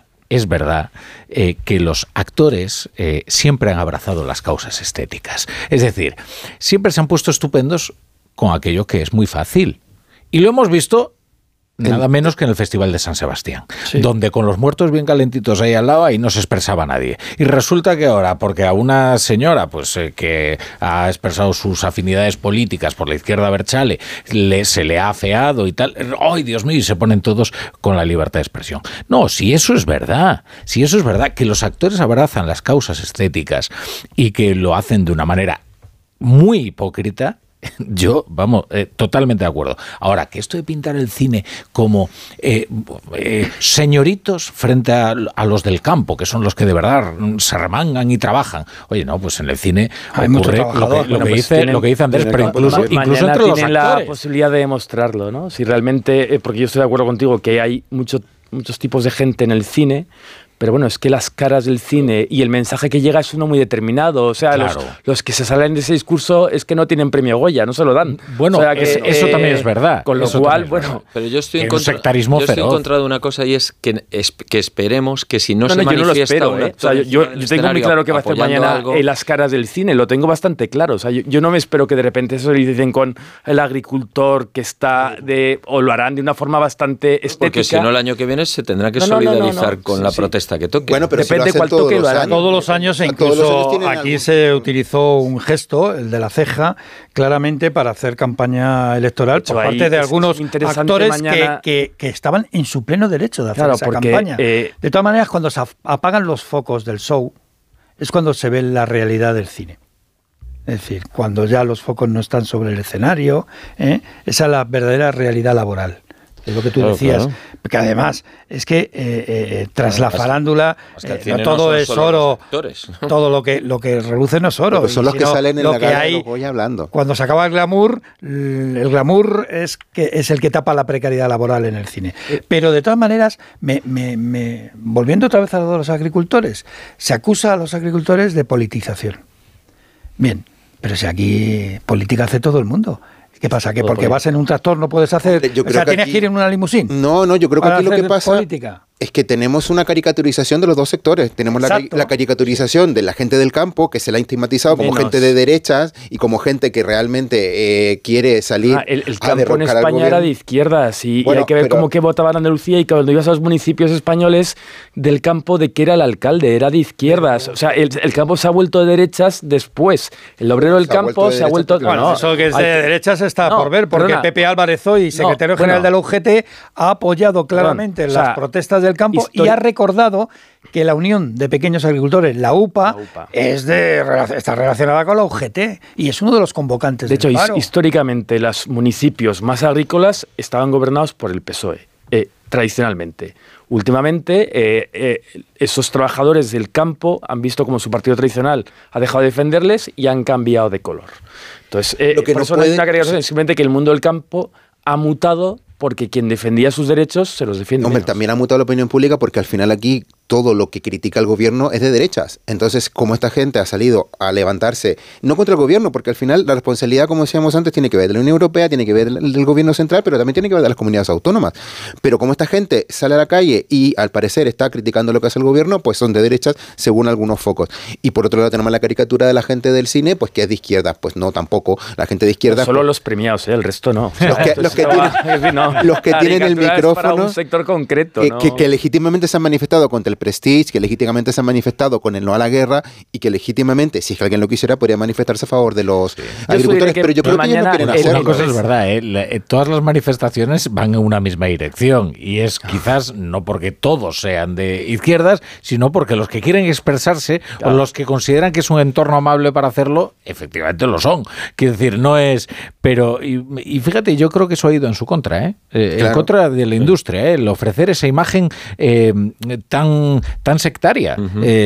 que los actores siempre han abrazado las causas estéticas. Es decir, siempre se han puesto estupendos con aquello que es muy fácil. Y lo hemos visto nada menos que en el Festival de San Sebastián, donde con los muertos bien calentitos ahí al lado, ahí no se expresaba nadie. Y resulta que ahora, porque a una señora pues que ha expresado sus afinidades políticas por la izquierda Berchale, se le ha afeado y tal, ¡ay, Dios mío! Y se ponen todos con la libertad de expresión. No, si eso es verdad, que los actores abrazan las causas estéticas y que lo hacen de una manera muy hipócrita, yo, totalmente de acuerdo. Ahora, que esto de pintar el cine como señoritos frente a los del campo, que son los que de verdad se remangan y trabajan. Oye, no, pues en el cine ocurre lo que dice Andrés, pero incluso entre los actores. Tienen la posibilidad de demostrarlo, ¿no? Si realmente, porque yo estoy de acuerdo contigo que hay muchos tipos de gente en el cine, pero bueno, es que las caras del cine y el mensaje que llega es uno muy determinado. O sea, los que se salen de ese discurso es que no tienen premio Goya, no se lo dan. Bueno, o sea, que, eso también es verdad. Con lo cual, bueno... Pero yo estoy en contra de una cosa, y es que esperemos que si no se manifiesta... Yo no lo espero, yo tengo muy claro que va a hacer mañana en las caras del cine, lo tengo bastante claro. O sea, yo no me espero que de repente eso le dicen con el agricultor que está o lo harán de una forma bastante estética. Porque si no, el año que viene se tendrá que solidarizar con la protesta que toque. Bueno, pero depende cuál toque lo harán. Todos los años, e incluso aquí se utilizó un gesto, el de la ceja, claramente para hacer campaña electoral por parte de algunos actores que estaban en su pleno derecho de hacer esa campaña. De todas maneras, cuando se apagan los focos del show, es cuando se ve la realidad del cine. Es decir, cuando ya los focos no están sobre el escenario, esa es la verdadera realidad laboral. Es lo que tú decías, claro. Porque además es que tras la farándula no todo es oro, todo lo que reluce no es oro. Pero son los que salen en la gala de los Goya hablando. Cuando se acaba el glamour es el que tapa la precariedad laboral en el cine. Pero de todas maneras, volviendo otra vez a lo de los agricultores, se acusa a los agricultores de politización. Bien, pero si aquí política hace todo el mundo. ¿Qué pasa? ¿Que porque vas en un tractor no puedes hacer? ¿Tienes que ir en una limusín? No, yo creo que aquí lo que pasa es que tenemos una caricaturización de los dos sectores. Tenemos la caricaturización de la gente del campo, que se la ha estigmatizado como gente de derechas y como gente que realmente quiere salir el campo en España era de izquierdas y hay que ver cómo que votaba en Andalucía, y cuando ibas a los municipios españoles del campo, de que era el alcalde, era de izquierdas. O sea, el campo se ha vuelto de derechas después. El obrero del campo se ha vuelto... Bueno, eso que es de derechas está por ver, porque Pepe Álvarez hoy, secretario general de la UGT, ha apoyado claramente las protestas del campo y ha recordado que la Unión de Pequeños Agricultores, la UPA, está relacionada con la UGT y es uno de los convocantes del paro. De hecho, históricamente los municipios más agrícolas estaban gobernados por el PSOE, tradicionalmente. Últimamente, esos trabajadores del campo han visto como su partido tradicional ha dejado de defenderles y han cambiado de color. Entonces, por eso no hay una característica, simplemente que el mundo del campo ha mutado porque quien defendía sus derechos se los defiende. Hombre, también ha mutado la opinión pública porque al final aquí todo lo que critica el gobierno es de derechas. Entonces, como esta gente ha salido a levantarse, no contra el gobierno, porque al final la responsabilidad, como decíamos antes, tiene que ver de la Unión Europea, tiene que ver del gobierno central, pero también tiene que ver de las comunidades autónomas. Pero como esta gente sale a la calle y al parecer está criticando lo que hace el gobierno, pues son de derechas según algunos focos. Y por otro lado tenemos la caricatura de la gente del cine, pues que es de izquierda. Pues no, tampoco. La gente de izquierda... Solo los premiados, el resto no. Los que tienen el micrófono... Para un sector concreto, que legítimamente se han manifestado contra el Prestige, que legítimamente se han manifestado con el no a la guerra y que legítimamente, si es que alguien lo quisiera, podría manifestarse a favor de los agricultores, pero yo creo que ellos no quieren hacerlo. Una cosa es verdad, todas las manifestaciones van en una misma dirección y es quizás no porque todos sean de izquierdas, sino porque los que quieren expresarse o los que consideran que es un entorno amable para hacerlo, efectivamente lo son. Quiero decir, no es... Pero, y fíjate, yo creo que eso ha ido en su contra, en contra de la industria, el ofrecer esa imagen tan sectaria.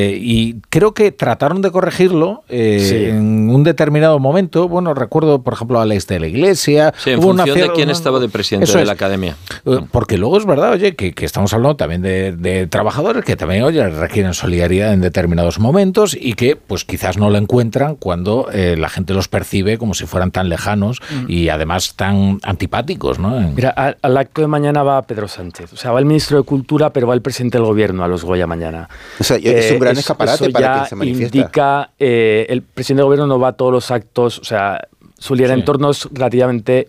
Y creo que trataron de corregirlo en un determinado momento. Bueno, recuerdo, por ejemplo, a Alex de la Iglesia. Sí, en función de quién estaba de presidente de la academia. Porque luego es verdad, oye, que estamos hablando también de trabajadores que también, oye, requieren solidaridad en determinados momentos y que, pues quizás no lo encuentran cuando la gente los percibe como si fueran tan lejanos y además tan antipáticos, ¿no? Mira, al acto de mañana va Pedro Sánchez. O sea, va el ministro de Cultura, pero va el presidente del gobierno a los Goya mañana. O sea, es un gran escaparate para quien se manifiesta. Indica, el presidente del gobierno no va a todos los actos, o sea, suele ir a entornos relativamente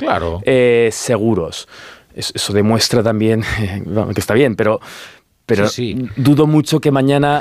seguros. Eso demuestra también que está bien, pero dudo mucho que mañana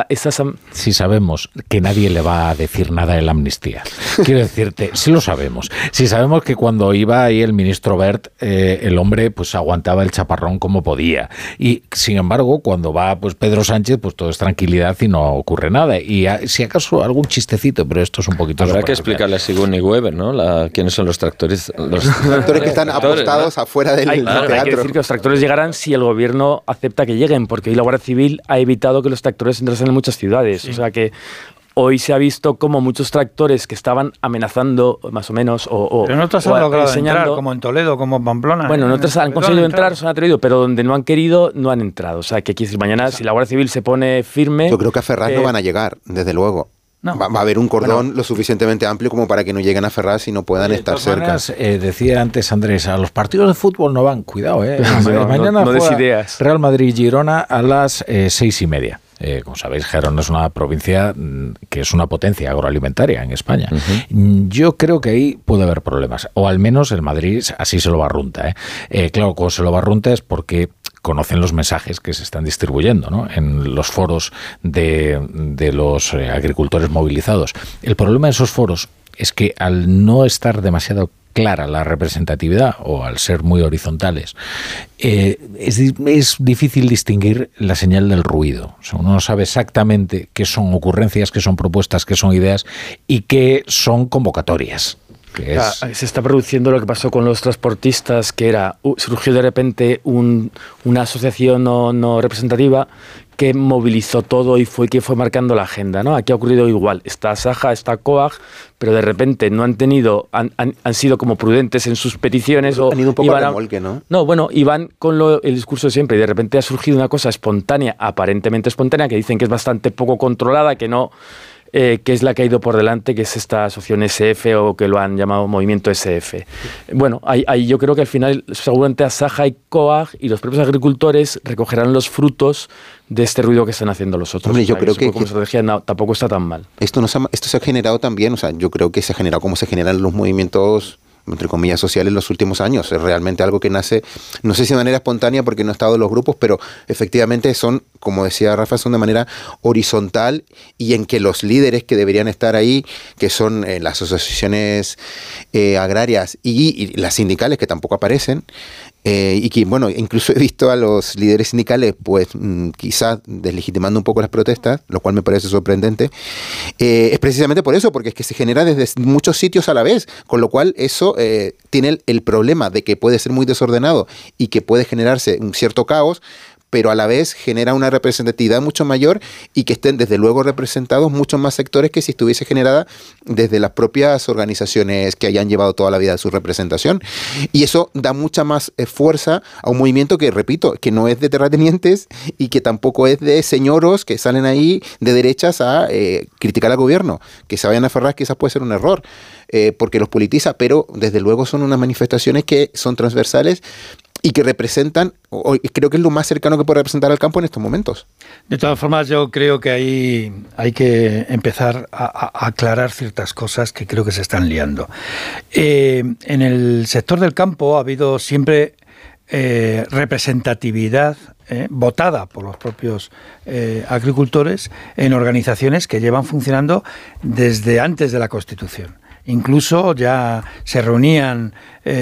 Si sabemos que nadie le va a decir nada en la amnistía. Quiero decirte, sí lo sabemos. Si sabemos que cuando iba ahí el ministro Wert, el hombre pues aguantaba el chaparrón como podía. Y sin embargo, cuando va pues Pedro Sánchez, pues todo es tranquilidad y no ocurre nada. Y si acaso algún chistecito, pero esto es un poquito... Habrá que explicarle a Sigourney Weaver, ¿no? ¿Quiénes son los tractores? Los tractores que están apostados afuera del teatro. Hay que decir que los tractores llegarán si el gobierno acepta que lleguen, porque hoy la Guardia Civil ha evitado que los tractores entrasen en muchas ciudades. O sea que hoy se ha visto como muchos tractores que estaban amenazando, más o menos, pero no otras han logrado entrar, como en Toledo, como en Pamplona. Bueno, en otras han conseguido entrar, se han atrevido, pero donde no han querido, no han entrado. O sea que aquí mañana, si la Guardia Civil se pone firme... Yo creo que a Ferraz no van a llegar, desde luego. No. Va a haber un cordón lo suficientemente amplio como para que no lleguen a Ferraz y no puedan estar cerca. Decía antes Andrés, a los partidos de fútbol no van, cuidado, mañana no des ideas. Real Madrid-Girona a las 6:30. Como sabéis, Gerona es una provincia que es una potencia agroalimentaria en España. Yo creo que ahí puede haber problemas, o al menos el Madrid así se lo barrunta. Claro, como se lo barrunta es porque conocen los mensajes que se están distribuyendo, ¿no?, en los foros de los agricultores movilizados. El problema de esos foros es que al no estar demasiado clara la representatividad o al ser muy horizontales, es difícil distinguir la señal del ruido. O sea, uno no sabe exactamente qué son ocurrencias, qué son propuestas, qué son ideas y qué son convocatorias. Se está produciendo lo que pasó con los transportistas, que surgió de repente una asociación no representativa que movilizó todo y fue quien fue marcando la agenda, ¿no? Aquí ha ocurrido igual. Está Saja, está COAG, pero de repente no han sido como prudentes en sus peticiones. Han ido un poco a remolque, ¿no? No, bueno, y van con el discurso de siempre y de repente ha surgido una cosa espontánea, aparentemente espontánea, que dicen que es bastante poco controlada, que es la que ha ido por delante, que es esta asociación SF o que lo han llamado movimiento SF. Bueno, ahí yo creo que al final seguramente Asaja y COAG y los propios agricultores recogerán los frutos de este ruido que están haciendo los otros. Hombre, yo creo que como estrategia tampoco está tan mal. Esto se ha generado también, o sea, yo creo que se ha generado como se generan los movimientos, entre comillas, sociales en los últimos años. Es realmente algo que nace, no sé si de manera espontánea porque no he estado en los grupos, pero efectivamente son, como decía Rafa, son de manera horizontal y en que los líderes que deberían estar ahí, que son las asociaciones agrarias y las sindicales, que tampoco aparecen, y que, bueno, incluso he visto a los líderes sindicales, pues quizás deslegitimando un poco las protestas, lo cual me parece sorprendente, es precisamente por eso, porque es que se genera desde muchos sitios a la vez, con lo cual eso tiene el problema de que puede ser muy desordenado y que puede generarse un cierto caos, pero a la vez genera una representatividad mucho mayor y que estén desde luego representados muchos más sectores que si estuviese generada desde las propias organizaciones que hayan llevado toda la vida de su representación. Y eso da mucha más fuerza a un movimiento que, repito, que no es de terratenientes y que tampoco es de señoros que salen ahí de derechas a criticar al gobierno. Que se vayan a aferrar quizás puede ser un error, porque los politiza, pero desde luego son unas manifestaciones que son transversales y que representan, o creo que es lo más cercano que puede representar al campo en estos momentos. De todas formas, yo creo que ahí hay que empezar a aclarar ciertas cosas que creo que se están liando. En el sector del campo ha habido siempre representatividad votada por los propios agricultores en organizaciones que llevan funcionando desde antes de la Constitución. Incluso ya se reunían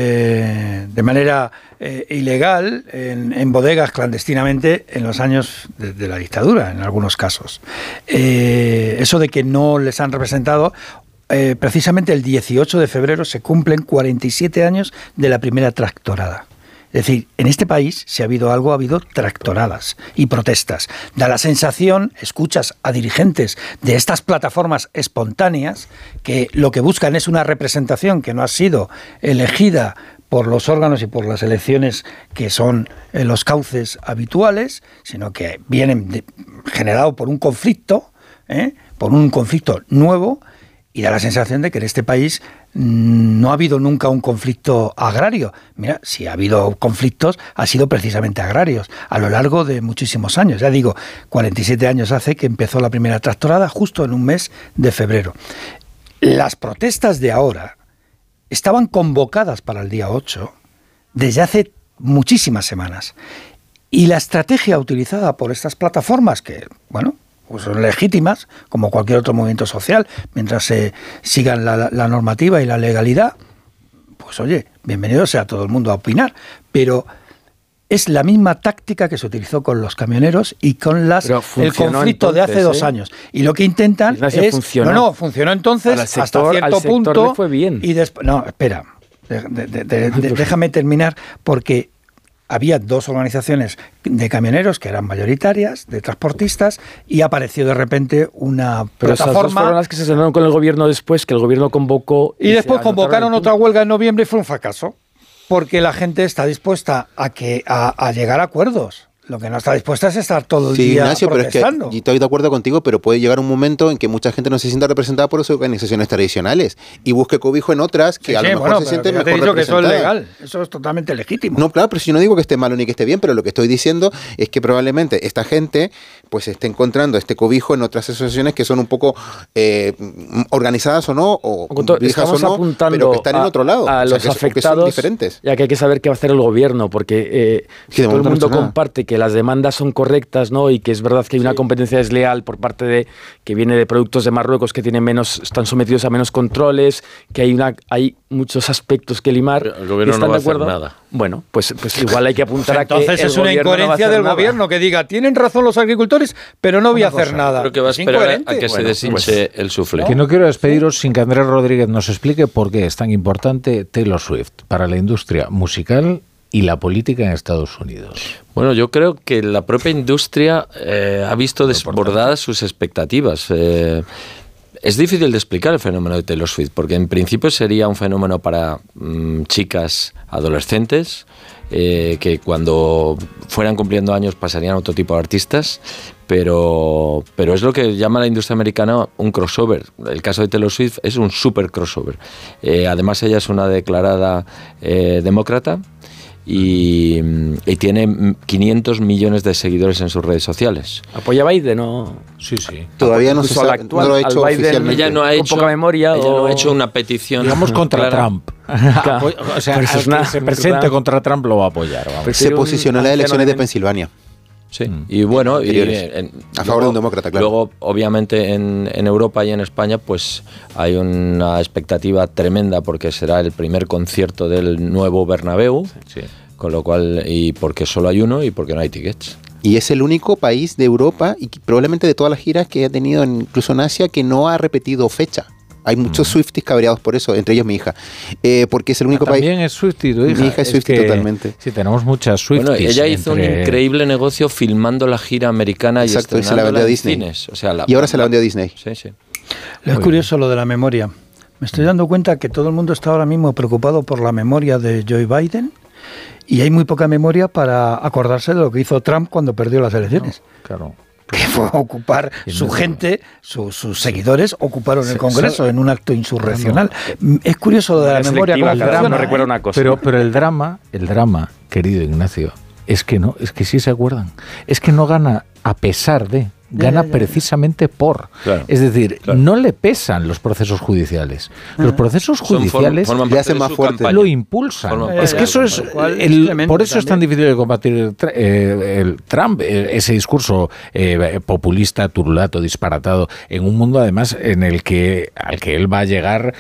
de manera ilegal en bodegas clandestinamente en los años de la dictadura, en algunos casos. Eso de que no les han representado, precisamente el 18 de febrero se cumplen 47 años de la primera tractorada. Es decir, en este país, si ha habido algo, ha habido tractoradas y protestas. Da la sensación, escuchas a dirigentes de estas plataformas espontáneas, que lo que buscan es una representación que no ha sido elegida por los órganos y por las elecciones que son los cauces habituales, sino que vienen generado por un conflicto nuevo, y da la sensación de que en este país no ha habido nunca un conflicto agrario. Mira, si ha habido conflictos, ha sido precisamente agrarios, a lo largo de muchísimos años. Ya digo, 47 años hace que empezó la primera tractorada, justo en un mes de febrero. Las protestas de ahora estaban convocadas para el día 8 desde hace muchísimas semanas. Y la estrategia utilizada por estas plataformas, que, bueno, pues son legítimas, como cualquier otro movimiento social, mientras se sigan la normativa y la legalidad, pues oye, bienvenido sea todo el mundo a opinar, pero es la misma táctica que se utilizó con los camioneros y con el conflicto entonces, de hace 2 años. Y lo que intentan es... funcionó entonces hasta cierto punto. Le fue bien. Y no, espera, déjame terminar, porque había 2 organizaciones de camioneros que eran mayoritarias, de transportistas, y apareció de repente una Pero plataforma. Esas 2 fueron las que se sentaron con el gobierno después, que el gobierno convocó. Y después convocaron otra huelga en noviembre y fue un fracaso, porque la gente está dispuesta a llegar a acuerdos. Lo que no está dispuesta es estar todo el día Ignacio, protestando. Pero es que estoy de acuerdo contigo, pero puede llegar un momento en que mucha gente no se sienta representada por sus organizaciones tradicionales y busque cobijo en otras que a lo mejor se sienten mejor representadas. Que eso es legal, eso es totalmente legítimo. No, claro, pero si yo no digo que esté malo ni que esté bien, pero lo que estoy diciendo es que probablemente esta gente pues esté encontrando este cobijo en otras asociaciones que son un poco organizadas o no, o viejas o no, pero que están en otro lado. A los afectados, que son diferentes. Ya que hay que saber qué va a hacer el gobierno, porque todo el mundo comparte que las demandas son correctas, ¿no? Y que es verdad que hay una competencia desleal por parte de que viene de productos de Marruecos que tienen están sometidos a menos controles, que hay muchos aspectos que limar. Pero el gobierno no va a hacer nada. Bueno, pues igual hay que apuntar a que entonces es una incoherencia del gobierno que diga, tienen razón los agricultores, pero no voy a hacer nada. Creo que va a esperar a que se deshinche el suflé. Que no quiero despediros sin que Andrés Rodríguez nos explique por qué es tan importante Taylor Swift para la industria musical y la política en Estados Unidos. Bueno, yo creo que la propia industria ha visto desbordadas sus expectativas. Es difícil de explicar el fenómeno de Taylor Swift, porque en principio sería un fenómeno para chicas adolescentes, que cuando fueran cumpliendo años pasarían a otro tipo de artistas, pero es lo que llama la industria americana un crossover. El caso de Taylor Swift es un super crossover. Además, ella es una declarada demócrata, y tiene 500 millones de seguidores en sus redes sociales. ¿Apoya a Biden o...? Sí. Todavía no se sabe, no lo ha hecho oficialmente. Ella no ha hecho, poca memoria, no ha hecho una petición... Digamos contra Trump. O sea, pues al que se presente contra Trump lo va a apoyar. Se posicionó en las elecciones de Pensilvania. Sí, y bueno, a favor de un demócrata, claro. Luego, obviamente, en Europa y en España, pues hay una expectativa tremenda porque será el primer concierto del nuevo Bernabéu, con lo cual, y porque solo hay uno y porque no hay tickets. Y es el único país de Europa y probablemente de todas las giras que ha tenido, incluso en Asia, que no ha repetido fecha. Hay muchos Swifties cabreados por eso, entre ellos mi hija, porque es el único país. También es Swiftie, tu hija. Mi hija es Swiftie totalmente. Sí, tenemos muchas Swifties. Bueno, ella hizo un increíble negocio filmando la gira americana. Exacto, y se la vendió a Disney. Cines. O sea, y ahora se la vendió a Disney. Sí. Es curioso lo de la memoria. Me estoy dando cuenta que todo el mundo está ahora mismo preocupado por la memoria de Joe Biden y hay muy poca memoria para acordarse de lo que hizo Trump cuando perdió las elecciones. Claro. Que fue ocupar su gente, sus seguidores, ocuparon el Congreso en un acto insurreccional. Es curioso lo de la memoria. No recuerdo una cosa. Pero el drama, querido Ignacio, es que sí se acuerdan. Es que no gana a pesar de... Gana precisamente por. Claro, es decir, no le pesan los procesos judiciales. Los procesos judiciales le hacen más fuerte. Lo impulsan. Es que eso es por eso es tan difícil de combatir el Trump, ese discurso populista, turulato, disparatado, en un mundo además en el que al que él va a llegar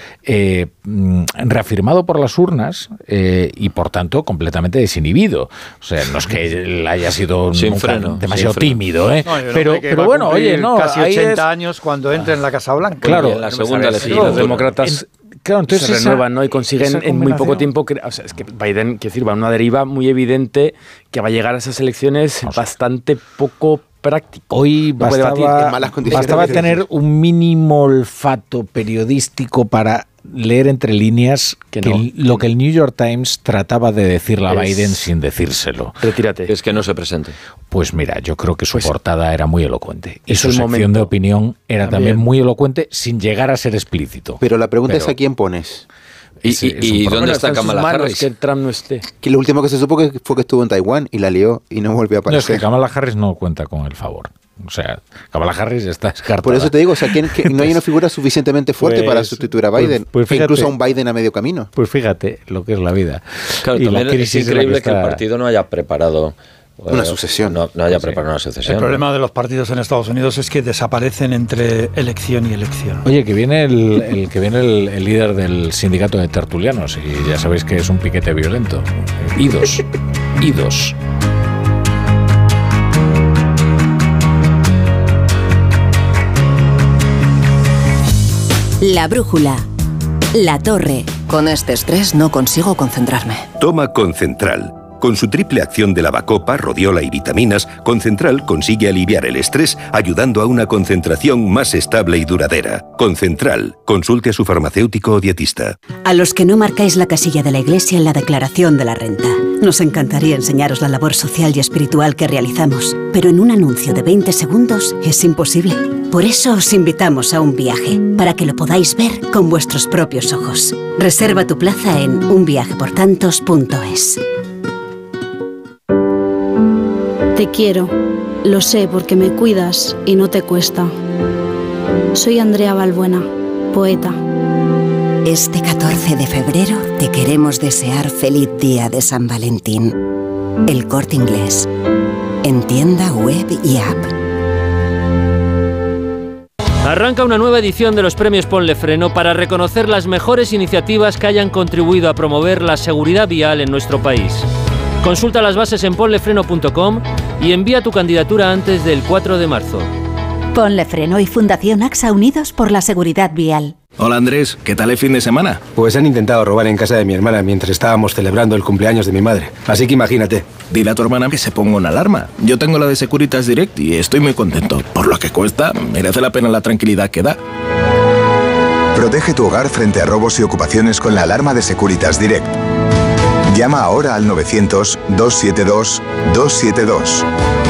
reafirmado por las urnas y por tanto completamente desinhibido. O sea, no es que él haya sido demasiado tímido, pero bueno, oye, no, casi 80 años cuando entra en la Casa Blanca. Claro, en la segunda elección. Los demócratas entonces se renuevan, ¿no? Y consiguen en muy poco tiempo... O sea, es que Biden, quiero decir, va a una deriva muy evidente que va a llegar a esas elecciones bastante poco práctico. Hoy bastaba tener un mínimo olfato periodístico para leer entre líneas lo que el New York Times trataba de decirle a Biden sin decírselo. Retírate. Es que no se presente. Pues mira, yo creo que su portada era muy elocuente. Y su sección de opinión era también muy elocuente sin llegar a ser explícito. Pero la pregunta es ¿a quién pones? ¿Y dónde está Kamala Harris? Que Trump no esté. Que lo último que se supo fue que estuvo en Taiwán y la lió y no volvió a aparecer. No, es que Kamala Harris no cuenta con el favor. O sea, Kamala Harris está descartada. Por eso te digo, o sea, que no hay una figura suficientemente fuerte para sustituir a Biden, fíjate, incluso a un Biden a medio camino. Pues fíjate lo que es la vida. Claro, y también es increíble que el partido no haya preparado una sucesión. No haya preparado una sucesión. El problema de los partidos en Estados Unidos es que desaparecen entre elección y elección. Oye, que viene el líder del sindicato de tertulianos y ya sabéis que es un piquete violento. Idos. La brújula. La torre. Con este estrés no consigo concentrarme. Toma Concentral. Con su triple acción de lavacopa, rodiola y vitaminas, Concentral consigue aliviar el estrés ayudando a una concentración más estable y duradera. Concentral. Consulte a su farmacéutico o dietista. A los que no marcáis la casilla de la Iglesia en la declaración de la renta. Nos encantaría enseñaros la labor social y espiritual que realizamos, pero en un anuncio de 20 segundos es imposible. Por eso os invitamos a un viaje, para que lo podáis ver con vuestros propios ojos. Reserva tu plaza en unviajeportantos.es. Te quiero, lo sé porque me cuidas y no te cuesta. Soy Andrea Balbuena, poeta. Este 14 de febrero te queremos desear feliz día de San Valentín. El Corte Inglés. en tienda web y app. Arranca una nueva edición de los premios Ponle Freno para reconocer las mejores iniciativas que hayan contribuido a promover la seguridad vial en nuestro país. Consulta las bases en ponlefreno.com y envía tu candidatura antes del 4 de marzo. Ponle Freno y Fundación AXA, unidos por la seguridad vial. Hola Andrés, ¿qué tal el fin de semana? Pues han intentado robar en casa de mi hermana mientras estábamos celebrando el cumpleaños de mi madre. Así que imagínate. Dile a tu hermana que se ponga una alarma. Yo tengo la de Securitas Direct y estoy muy contento. Por lo que cuesta, merece la pena la tranquilidad que da. Protege tu hogar frente a robos y ocupaciones con la alarma de Securitas Direct. Llama ahora al 900-272-272.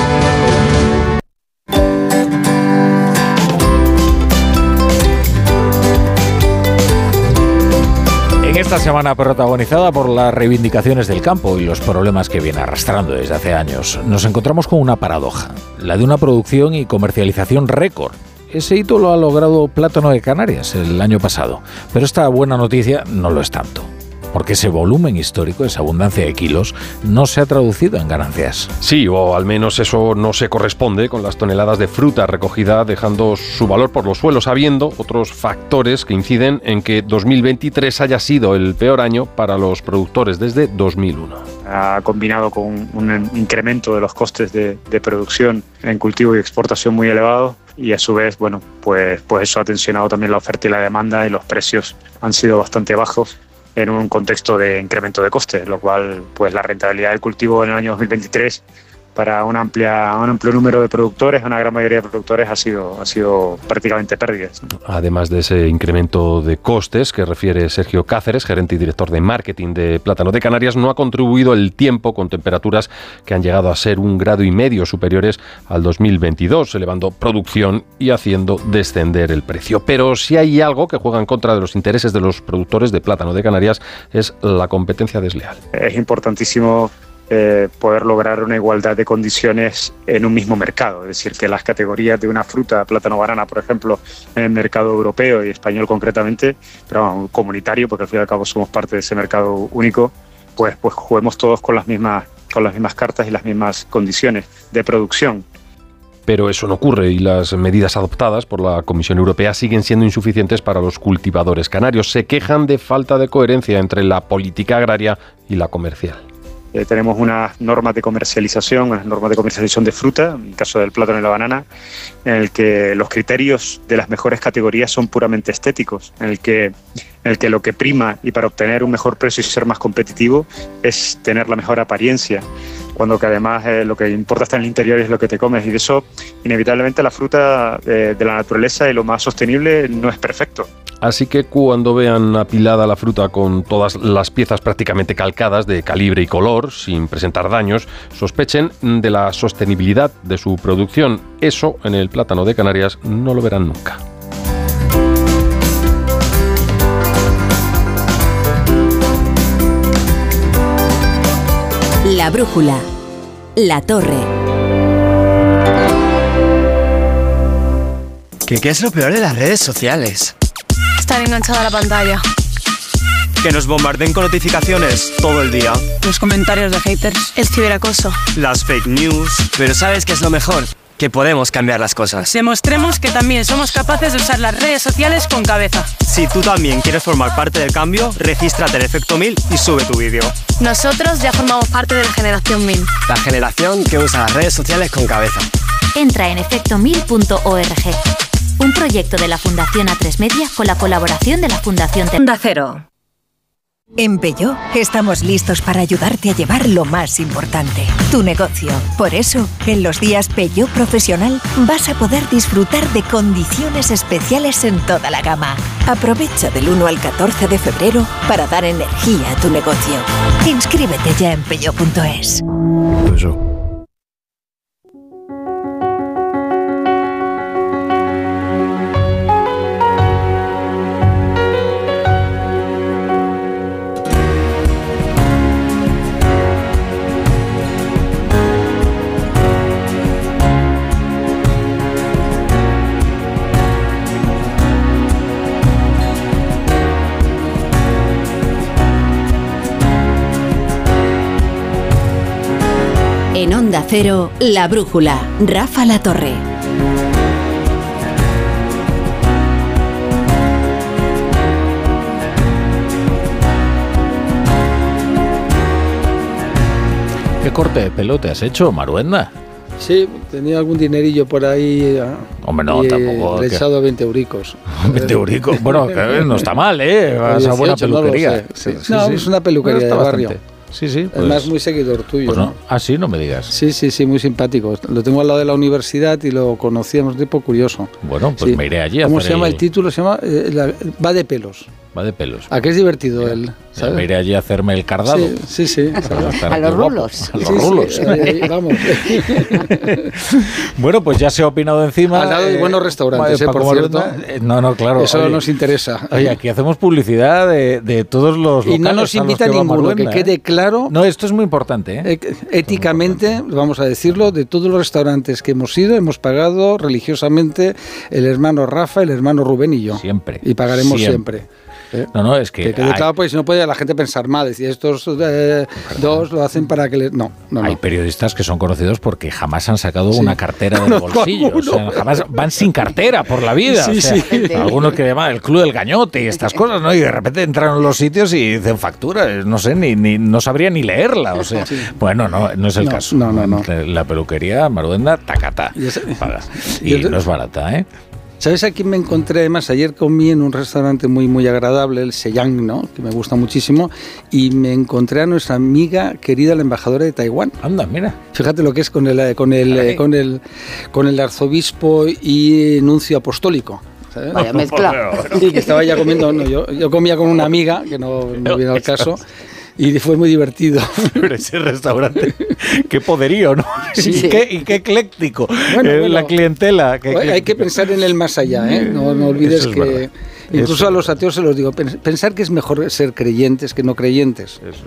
Esta semana protagonizada por las reivindicaciones del campo y los problemas que viene arrastrando desde hace años, nos encontramos con una paradoja, la de una producción y comercialización récord. Ese hito lo ha logrado Plátano de Canarias el año pasado, pero esta buena noticia no lo es tanto, porque ese volumen histórico, esa abundancia de kilos, no se ha traducido en ganancias. Sí, o al menos eso no se corresponde con las toneladas de fruta recogida, dejando su valor por los suelos, habiendo otros factores que inciden en que 2023 haya sido el peor año para los productores desde 2001. Ha combinado con un incremento de los costes de producción en cultivo y exportación muy elevado, y a su vez, bueno, pues eso ha tensionado también la oferta y la demanda, y los precios han sido bastante bajos en un contexto de incremento de costes, lo cual, pues la rentabilidad del cultivo en el año 2023 para un amplio número de productores, una gran mayoría de productores, ha sido prácticamente pérdidas. Además de ese incremento de costes que refiere Sergio Cáceres, gerente y director de marketing de Plátano de Canarias, no ha contribuido el tiempo con temperaturas que han llegado a ser 1,5 grados superiores al 2022, elevando producción y haciendo descender el precio. Pero si hay algo que juega en contra de los intereses de los productores de Plátano de Canarias, es la competencia desleal. Es importantísimo poder lograr una igualdad de condiciones en un mismo mercado, es decir, que las categorías de una fruta, plátano, banana, por ejemplo, en el mercado europeo y español concretamente, pero bueno, comunitario, porque al fin y al cabo somos parte de ese mercado único, pues juguemos todos con las mismas cartas y las mismas condiciones de producción. Pero eso no ocurre y las medidas adoptadas por la Comisión Europea siguen siendo insuficientes para los cultivadores canarios. Se quejan de falta de coherencia entre la política agraria y la comercial. Tenemos unas normas de comercialización de fruta, en el caso del plátano y la banana, en el que los criterios de las mejores categorías son puramente estéticos, en el que lo que prima y para obtener un mejor precio y ser más competitivo es tener la mejor apariencia, cuando que además lo que importa está en el interior y es lo que te comes, y de eso inevitablemente la fruta de la naturaleza y lo más sostenible no es perfecto. Así que cuando vean apilada la fruta con todas las piezas prácticamente calcadas de calibre y color, sin presentar daños, sospechen de la sostenibilidad de su producción. Eso en el Plátano de Canarias no lo verán nunca. La brújula. La torre. ¿Qué es lo peor de las redes sociales? Estar enganchada a la pantalla. Que nos bombarden con notificaciones todo el día. Los comentarios de haters. El ciberacoso. Las fake news. Pero ¿sabes qué es lo mejor? Que podemos cambiar las cosas. Demostremos que también somos capaces de usar las redes sociales con cabeza. Si tú también quieres formar parte del cambio, regístrate en Efecto 1000 y sube tu vídeo. Nosotros ya formamos parte de la generación 1000. La generación que usa las redes sociales con cabeza. Entra en efecto1000.org. Un proyecto de la Fundación A3 Media con la colaboración de la Fundación Onda Cero. En Peugeot estamos listos para ayudarte a llevar lo más importante, tu negocio. Por eso, en los días Peugeot Profesional vas a poder disfrutar de condiciones especiales en toda la gama. Aprovecha del 1 al 14 de febrero para dar energía a tu negocio. Inscríbete ya en peugeot.es. En Onda Cero, La Brújula, Rafa La Torre. ¿Qué corte de pelo te has hecho, Maruenda? Sí, tenía algún dinerillo por ahí. Hombre, no, tampoco. Le he echado 20 euricos. 20 euricos. Bueno, no está mal, ¿eh? Vas a buena peluquería. No, es una peluquería de barrio. Sí, sí. Pues, además, muy seguidor tuyo. Pues no. Ah, sí, no me digas. Sí, muy simpático. Lo tengo al lado de la universidad y lo conocíamos, tipo curioso. Bueno, pues me iré allí a ¿Cómo hacer se llama el título? Se llama Va de pelos. Va de pelos. ¿A qué es divertido él? ¿Sabes? Me iré allí a hacerme el cardado. Sí. A los rulos. A los rulos. Vamos. Bueno, pues ya se ha opinado encima. Al lado de buenos restaurantes, por cierto. No, claro. Eso nos interesa. Oye, aquí hacemos publicidad de todos los locales. Y no nos invita ninguno, que quede claro. No, esto es muy importante. Éticamente, vamos a decirlo, de todos los restaurantes que hemos ido, hemos pagado religiosamente el hermano Rafa, el hermano Rubén y yo. Siempre. Y pagaremos siempre. No, es que quede claro, pues no puede la gente pensar mal, decir estos dos lo hacen para que no. Hay periodistas que son conocidos porque jamás han sacado una cartera del bolsillo, o sea, jamás van sin cartera por la vida. Algunos que llaman el club del gañote y estas cosas, ¿no? Y de repente entran en los sitios y dicen factura, no sé, no sabría ni leerla, o sea. Bueno, no es el caso. No. La peluquería Maruenda, tacata, paga. Y no es barata, ¿eh? ¿Sabes a quién me encontré? Además, ayer comí en un restaurante muy, muy agradable, el Seyang, ¿no? Que me gusta muchísimo, y me encontré a nuestra amiga querida, la embajadora de Taiwán. Anda, mira. Fíjate lo que es con el arzobispo y nuncio apostólico. ¿Sabes? Vaya mezcla. Sí, que estaba ya comiendo. No, yo comía con una amiga, que no viene al caso. Y fue muy divertido. Pero ese restaurante, qué poderío, ¿no? Sí. Y qué ecléctico. Bueno. La clientela. Hay que pensar en el más allá, ¿eh? No olvides que... Incluso a los ateos se los digo, pensar que es mejor ser creyentes que no creyentes. Eso.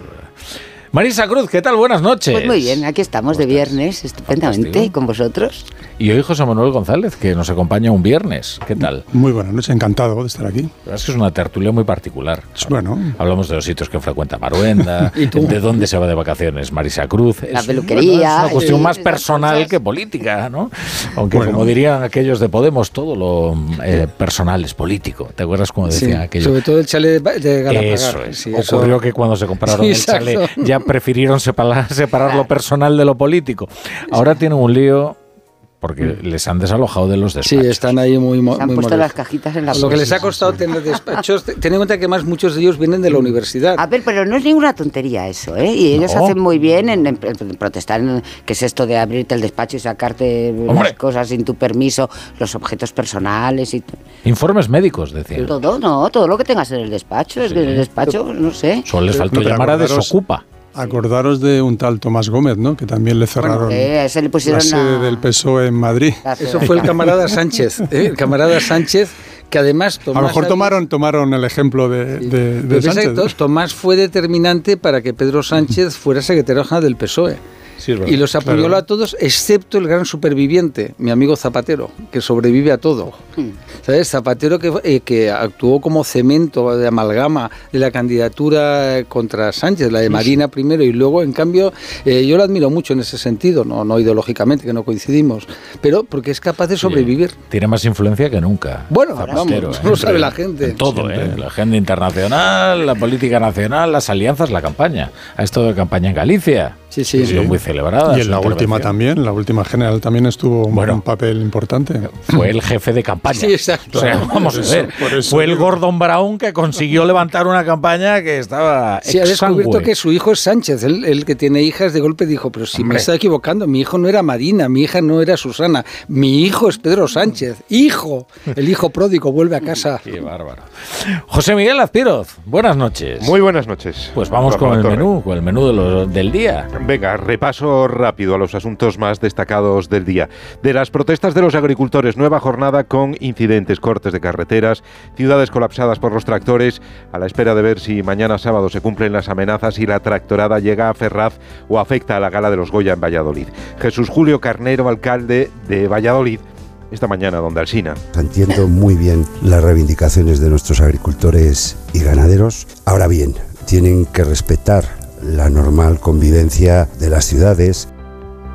Marisa Cruz, ¿qué tal? Buenas noches. Pues muy bien, aquí estamos de viernes, estupendamente, con vosotros. Y hoy José Manuel González, que nos acompaña un viernes. ¿Qué tal? Muy buenas noches, encantado de estar aquí. La verdad es que es una tertulia muy particular. Bueno. Hablamos de los sitios que frecuenta Maruenda, de dónde se va de vacaciones Marisa Cruz. La peluquería. Es una cuestión más personal que política, ¿no? Aunque como dirían aquellos de Podemos, todo lo personal es político. ¿Te acuerdas cómo decía aquello? Sobre todo el chalet de Galapagar. Eso es. Ocurrió que cuando se compraron el chalet ya prefirieron separar lo personal de lo político. Ahora tienen un lío porque les han desalojado de los despachos. Sí, están ahí muy se han puesto las cajitas en la Lo que les ha costado tener despachos, ten en cuenta que más muchos de ellos vienen de la universidad. A ver, pero no es ninguna tontería eso, ¿eh? Y ellos hacen muy bien en protestar, que es esto de abrirte el despacho y sacarte las cosas sin tu permiso, los objetos personales y... Informes médicos, decía. Todo lo que tengas en el despacho, es que en el despacho, no sé. Solo les faltó llamar a Desocupa. Acordaros de un tal Tomás Gómez, ¿no? Que también le cerraron le pusieron la sede del PSOE en Madrid. Eso fue el camarada Sánchez, el camarada Sánchez, que además Tomás... A lo mejor tomaron el ejemplo de Sánchez. Tomás fue determinante para que Pedro Sánchez fuera secretario general del PSOE. Sí, y los apuñaló a todos, excepto el gran superviviente, mi amigo Zapatero, que sobrevive a todo. ¿Sabes? Zapatero que actuó como cemento de amalgama de la candidatura contra Sánchez, la de Marina primero, y luego, en cambio, yo lo admiro mucho en ese sentido, no ideológicamente, que no coincidimos, pero porque es capaz de sobrevivir. Tiene más influencia que nunca. Bueno, vamos, no sabe la gente. En todo, la agenda internacional, la política nacional, las alianzas, la campaña. Ha estado de campaña en Galicia. Sí. Ha sido muy celebrada. Y en la última también, la última general también estuvo un papel importante. Fue el jefe de campaña. Sí, exacto. O sea, vamos a ver. Fue el Gordon Brown que consiguió levantar una campaña que estaba exangüe. Ha descubierto que su hijo es Sánchez, el que tiene hijas, de golpe dijo, pero si me está equivocando, mi hijo no era Marina, mi hija no era Susana, mi hijo es Pedro Sánchez. ¡Hijo! El hijo pródigo vuelve a casa. Qué bárbaro. José Miguel Azpiroz, buenas noches. Muy buenas noches. Pues vamos con el menú del día. Venga, repaso rápido a los asuntos más destacados del día. De las protestas de los agricultores, nueva jornada con incidentes, cortes de carreteras, ciudades colapsadas por los tractores, a la espera de ver si mañana sábado se cumplen las amenazas y la tractorada llega a Ferraz o afecta a la gala de los Goya en Valladolid. Jesús Julio Carnero, alcalde de Valladolid, esta mañana donde Alsina. Entiendo muy bien las reivindicaciones de nuestros agricultores y ganaderos. Ahora bien, tienen que respetar la normal convivencia de las ciudades.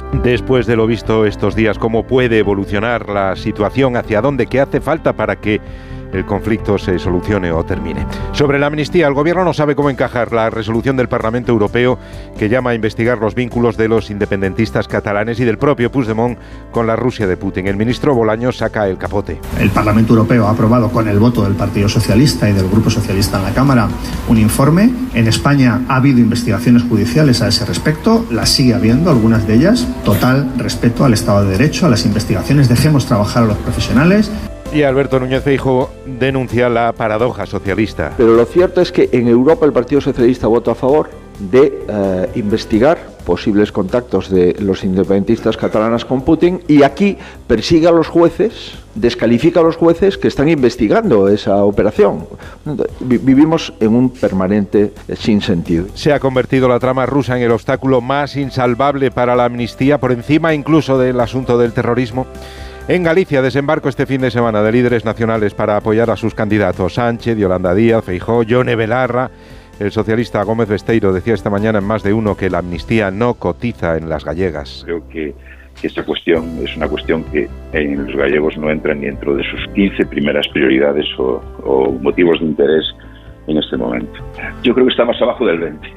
después de lo visto estos días, cómo puede evolucionar la situación, hacia dónde, qué hace falta para que el conflicto se solucione o termine. Sobre la amnistía, el Gobierno no sabe cómo encajar la resolución del Parlamento Europeo que llama a investigar los vínculos de los independentistas catalanes y del propio Puigdemont con la Rusia de Putin. El ministro Bolaños saca el capote. El Parlamento Europeo ha aprobado con el voto del Partido Socialista y del Grupo Socialista en la Cámara un informe. En España ha habido investigaciones judiciales a ese respecto, las sigue habiendo, algunas de ellas. Total respeto al Estado de Derecho, a las investigaciones, dejemos trabajar a los profesionales. Y Alberto Núñez Feijóo denuncia la paradoja socialista. Pero lo cierto es que en Europa el Partido Socialista votó a favor de investigar posibles contactos de los independentistas catalanes con Putin, y aquí persigue a los jueces, descalifica a los jueces que están investigando esa operación. Vivimos en un permanente sinsentido. Se ha convertido la trama rusa en el obstáculo más insalvable para la amnistía, por encima incluso del asunto del terrorismo. En Galicia, desembarco este fin de semana de líderes nacionales para apoyar a sus candidatos. Sánchez, Yolanda Díaz, Feijóo, Yone Belarra. El socialista Gómez Besteiro decía esta mañana en Más de Uno que la amnistía no cotiza en las gallegas. Creo que esta cuestión es una cuestión que en los gallegos no entra ni dentro de sus 15 primeras prioridades o motivos de interés en este momento. Yo creo que está más abajo del 20.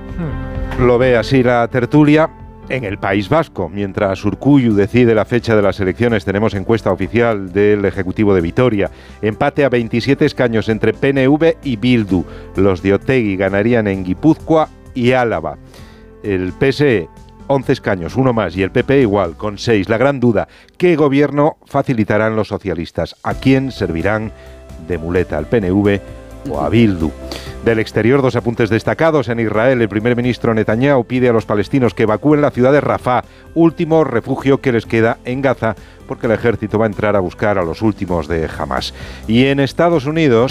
Lo ve así la tertulia. En el País Vasco, mientras Urkullu decide la fecha de las elecciones, tenemos encuesta oficial del Ejecutivo de Vitoria. Empate a 27 escaños entre PNV y Bildu. Los de Otegi ganarían en Guipúzcoa y Álava. El PSE, 11 escaños, uno más, y el PP igual, con 6. La gran duda, ¿qué gobierno facilitarán los socialistas? ¿A quién servirán de muleta? ¿Al PNV o a Bildu? Del exterior, dos apuntes destacados. En Israel, el primer ministro Netanyahu pide a los palestinos que evacúen la ciudad de Rafah, último refugio que les queda en Gaza, porque el ejército va a entrar a buscar a los últimos de Hamas. Y en Estados Unidos,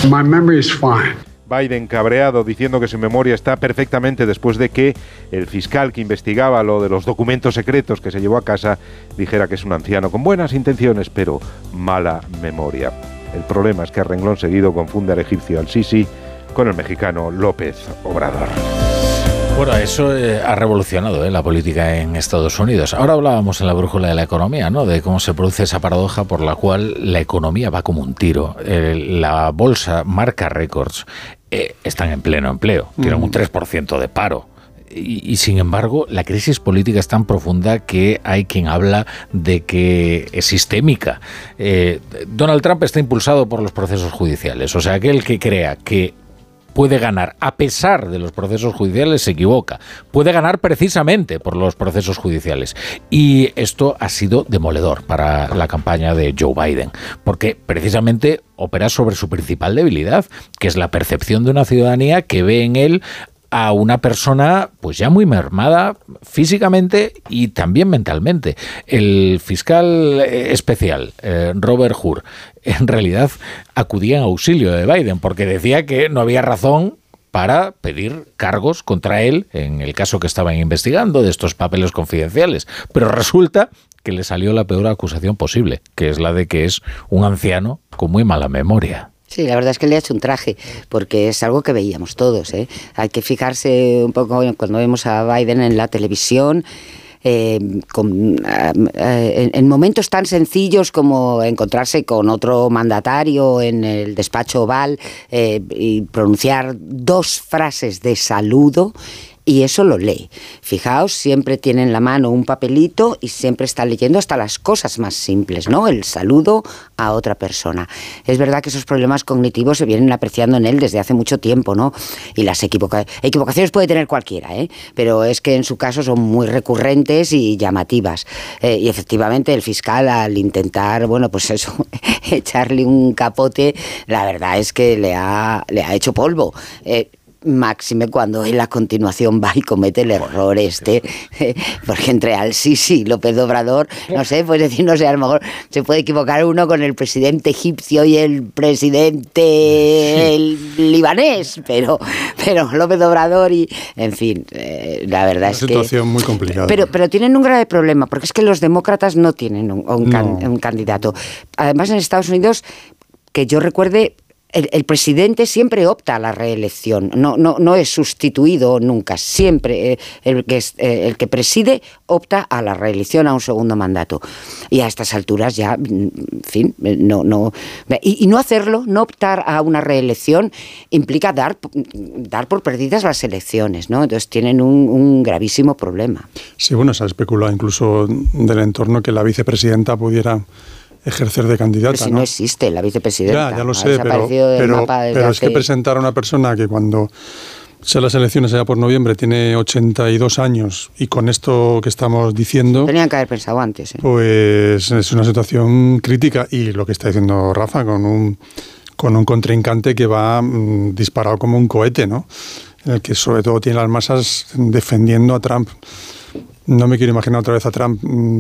Biden cabreado diciendo que su memoria está perfectamente después de que el fiscal que investigaba lo de los documentos secretos que se llevó a casa dijera que es un anciano con buenas intenciones, pero mala memoria. El problema es que a renglón seguido confunde al egipcio al-Sisi con el mexicano López Obrador. Bueno, eso ha revolucionado la política en Estados Unidos. Ahora hablábamos en la brújula de la economía, ¿no? De cómo se produce esa paradoja por la cual la economía va como un tiro. La bolsa marca récords. Están en pleno empleo. Tienen un 3% de paro. Y sin embargo, la crisis política es tan profunda que hay quien habla de que es sistémica. Donald Trump está impulsado por los procesos judiciales. O sea, aquel que crea que puede ganar a pesar de los procesos judiciales se equivoca. Puede ganar precisamente por los procesos judiciales. Y esto ha sido demoledor para la campaña de Joe Biden, porque precisamente opera sobre su principal debilidad, que es la percepción de una ciudadanía que ve en él a una persona pues ya muy mermada físicamente y también mentalmente. El fiscal especial, Robert Hur, en realidad acudía en auxilio de Biden porque decía que no había razón para pedir cargos contra él en el caso que estaban investigando de estos papeles confidenciales. Pero resulta que le salió la peor acusación posible, que es la de que es un anciano con muy mala memoria. Sí, la verdad es que le ha hecho un traje, porque es algo que veíamos todos, ¿eh? Hay que fijarse un poco cuando vemos a Biden en la televisión, en momentos tan sencillos como encontrarse con otro mandatario en el despacho Oval y pronunciar 2 frases de saludo. Y eso lo lee. Fijaos, siempre tiene en la mano un papelito y siempre está leyendo hasta las cosas más simples, ¿no? El saludo a otra persona. Es verdad que esos problemas cognitivos se vienen apreciando en él desde hace mucho tiempo, ¿no? Y las equivocaciones puede tener cualquiera, ¿eh? Pero es que en su caso son muy recurrentes y llamativas. Y efectivamente el fiscal, al intentar, bueno, pues eso, echarle un capote, la verdad es que le ha hecho polvo. Máxime cuando él a continuación va y comete el error porque entre al-Sisi y López Obrador, no sé, pues decir, no sé, a lo mejor se puede equivocar uno con el presidente egipcio y el presidente libanés, pero López Obrador y, en fin, la verdad es que... Una situación muy complicada. Pero tienen un grave problema, porque es que los demócratas no tienen un candidato. Además, en Estados Unidos, que yo recuerde, el presidente siempre opta a la reelección, no es sustituido nunca, siempre el que preside opta a la reelección, a un segundo mandato. Y a estas alturas ya, en fin, no hacerlo, no optar a una reelección implica dar por perdidas las elecciones, ¿no? Entonces tienen un gravísimo problema. Sí, bueno, se ha especulado incluso del entorno que la vicepresidenta pudiera ejercer de candidata. Pero si no existe la vicepresidenta. Ya lo sé, pero es que presentar a una persona que cuando sean las elecciones allá por noviembre tiene 82 años y con esto que estamos diciendo... Tenían que haber pensado antes. Pues es una situación crítica y lo que está diciendo Rafa, con un contrincante que va disparado como un cohete, ¿no? En el que sobre todo tiene las masas defendiendo a Trump. No me quiero imaginar otra vez a Trump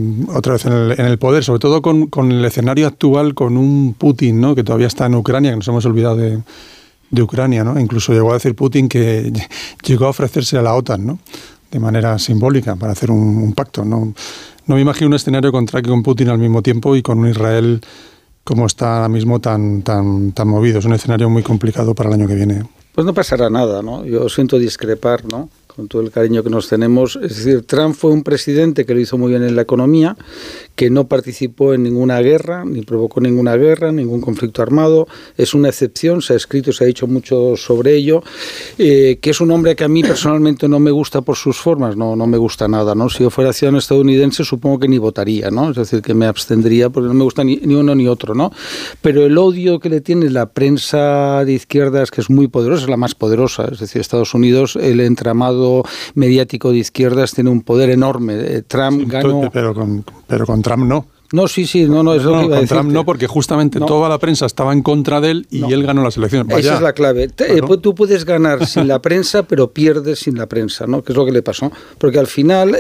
en el poder, sobre todo con el escenario actual, con un Putin, ¿no? Que todavía está en Ucrania, que nos hemos olvidado de Ucrania, ¿no? Incluso llegó a decir Putin que llegó a ofrecerse a la OTAN, ¿no? De manera simbólica, para hacer un pacto. No me imagino un escenario con Putin al mismo tiempo y con un Israel como está ahora mismo tan movido. Es un escenario muy complicado para el año que viene. Pues no pasará nada, ¿no? Yo siento discrepar, ¿no? Con todo el cariño que nos tenemos. Es decir, Trump fue un presidente que lo hizo muy bien en la economía, que no participó en ninguna guerra, ni provocó ninguna guerra, ningún conflicto armado. Es una excepción, se ha escrito, se ha dicho mucho sobre ello, que es un hombre que a mí personalmente no me gusta por sus formas, no me gusta nada, ¿no? Si yo fuera ciudadano estadounidense supongo que ni votaría, ¿no? Es decir, que me abstendría porque no me gusta ni uno ni otro, ¿no? Pero el odio que le tiene la prensa de izquierdas, que es muy poderosa, es la más poderosa, es decir, Estados Unidos, el entramado mediático de izquierdas tiene un poder enorme. Trump ganó... Pero con Trump no. No, sí, no, es lo que iba a decir. Trump no, porque justamente toda la prensa estaba en contra de él y él ganó las elecciones. Vaya. Esa es la clave. Claro. Tú puedes ganar sin la prensa, pero pierdes sin la prensa, ¿no? Que es lo que le pasó. Porque al final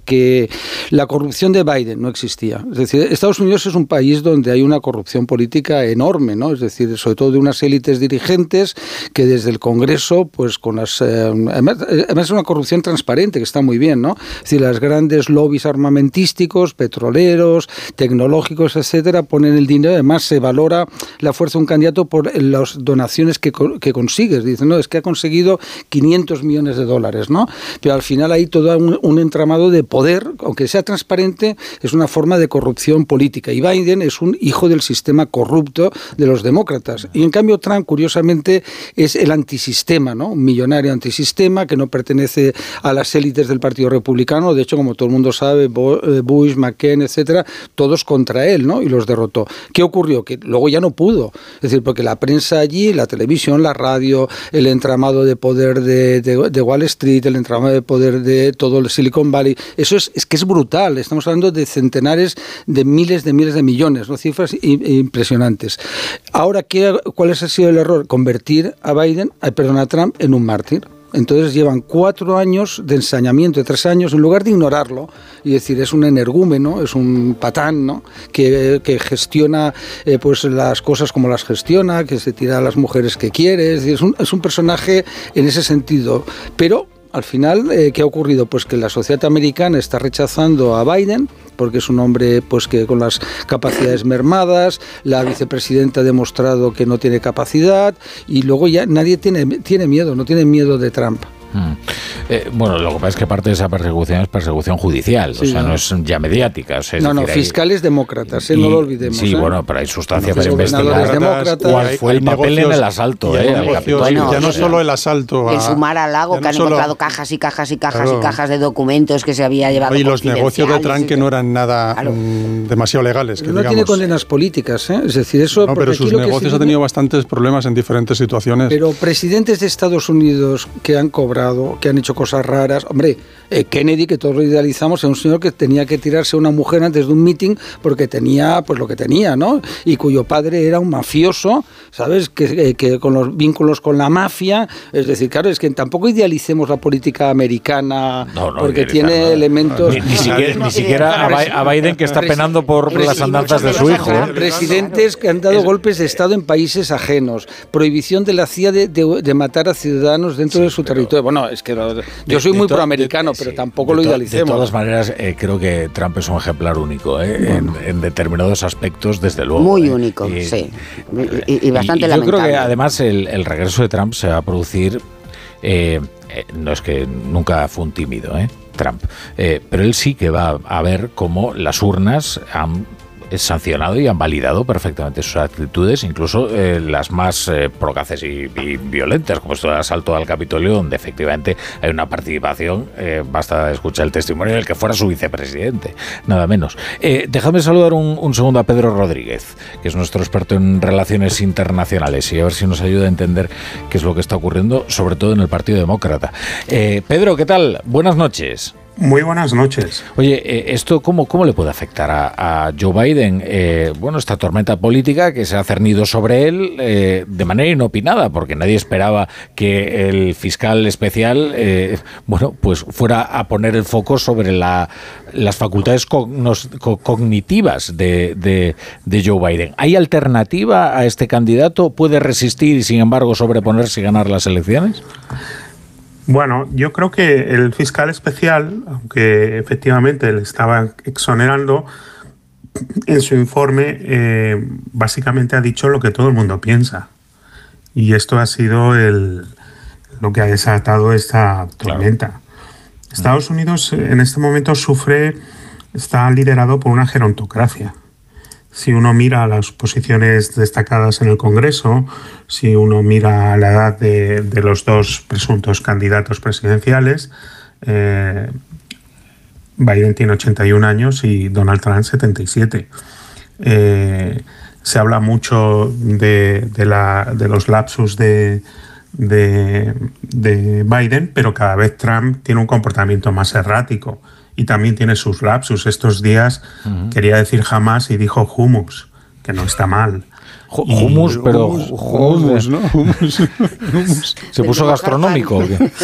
la corrupción de Biden no existía. Es decir, Estados Unidos es un país donde hay una corrupción política enorme, ¿no? Es decir, sobre todo de unas élites dirigentes que desde el Congreso, pues con las... además es una corrupción transparente, que está muy bien, ¿no? Es decir, las grandes lobbies armamentísticos, petroleros, tecnológicos, etcétera, ponen el dinero. Además se valora la fuerza de un candidato por las donaciones que consigues. Dicen, no, es que ha conseguido 500 millones de dólares, ¿no? Pero al final hay todo un entramado de poder, aunque sea transparente, es una forma de corrupción política. Y Biden es un hijo del sistema corrupto de los demócratas. Y en cambio Trump, curiosamente, es el antisistema, ¿no? Un millonario antisistema que no pertenece a las élites del Partido Republicano. De hecho, como todo el mundo sabe, Bush, McCain, etcétera, todos contra él, ¿no? Y los derrotó. ¿Qué ocurrió? Que luego ya no pudo. Es decir, porque la prensa allí, la televisión, la radio, el entramado de poder de Wall Street, el entramado de poder de todo el Silicon Valley, eso es que es brutal. Estamos hablando de centenares de miles de millones, ¿no? Cifras impresionantes. Ahora, ¿cuál ha sido el error? Convertir a Trump en un mártir. Entonces llevan 4 años de ensañamiento, de 3 años, en lugar de ignorarlo y decir es un energúmeno, es un patán, ¿no? que gestiona pues las cosas como las gestiona, que se tira a las mujeres que quiere, es decir, es un personaje en ese sentido. Pero al final, ¿qué ha ocurrido? Pues que la sociedad americana está rechazando a Biden porque es un hombre pues que con las capacidades mermadas, la vicepresidenta ha demostrado que no tiene capacidad y luego ya nadie tiene miedo, no tiene miedo de Trump. Bueno, lo que pasa es que parte de esa persecución es persecución judicial, sí, o sea, no es ya mediática. O sea, no, fiscales demócratas, no lo olvidemos. Sí, bueno, pero hay sustancia para investigar cuál fue el papel en el asalto. Ya no solo el asalto. El Sumar al Lago, que han encontrado cajas y cajas y cajas y cajas de documentos que se había llevado. Y los negocios de Trump que no eran nada demasiado legales. No tiene condenas políticas, es decir, eso... No, pero sus negocios han tenido bastantes problemas en diferentes situaciones. Pero presidentes de Estados Unidos que han cobrado, que han hecho cosas raras. Hombre, Kennedy, que todos lo idealizamos, era un señor que tenía que tirarse a una mujer antes de un meeting porque tenía pues lo que tenía, ¿no? Y cuyo padre era un mafioso, ¿sabes? Que con los vínculos con la mafia. Es decir, claro, es que tampoco idealicemos la política americana porque tiene elementos... Ni siquiera a Biden, que está penando por las andanzas de su hijo. Presidentes que han dado golpes de Estado en países ajenos, prohibición de la CIA de matar a ciudadanos dentro de su territorio. Bueno, es que Yo soy muy proamericano, pero tampoco lo idealicemos. De todas maneras, creo que Trump es un ejemplar único, en determinados aspectos, desde luego. Muy único, sí. Y bastante lamentable. Yo creo que además el regreso de Trump se va a producir, no es que nunca fue un tímido, Trump, pero él sí que va a ver cómo las urnas han sancionado y han validado perfectamente sus actitudes, incluso las más procaces y violentas, como esto del asalto al Capitolio, donde efectivamente hay una participación, basta escuchar el testimonio del que fuera su vicepresidente, nada menos. Déjame saludar un segundo a Pedro Rodríguez, que es nuestro experto en relaciones internacionales, y a ver si nos ayuda a entender qué es lo que está ocurriendo, sobre todo en el Partido Demócrata. Pedro, ¿qué tal? Buenas noches. Muy buenas noches. Oye, ¿esto cómo le puede afectar a Joe Biden? Bueno, esta tormenta política que se ha cernido sobre él de manera inopinada, porque nadie esperaba que el fiscal especial, pues fuera a poner el foco sobre las facultades cognitivas de Joe Biden. ¿Hay alternativa a este candidato? ¿Puede resistir y, sin embargo, sobreponerse y ganar las elecciones? Bueno, yo creo que el fiscal especial, aunque efectivamente le estaba exonerando, en su informe básicamente ha dicho lo que todo el mundo piensa. Y esto ha sido lo que ha desatado esta tormenta. Claro. Estados Unidos en este momento está liderado por una gerontocracia. Si uno mira las posiciones destacadas en el Congreso, si uno mira la edad de los dos presuntos candidatos presidenciales, Biden tiene 81 años y Donald Trump 77. Se habla mucho de los lapsus de Biden, pero cada vez Trump tiene un comportamiento más errático. Y también tiene sus lapsus. Estos días quería decir jamás y dijo hummus, que no está mal. Hummus, pero hummus, ¿no? Hummus. ¿Se puso gastronómico o qué?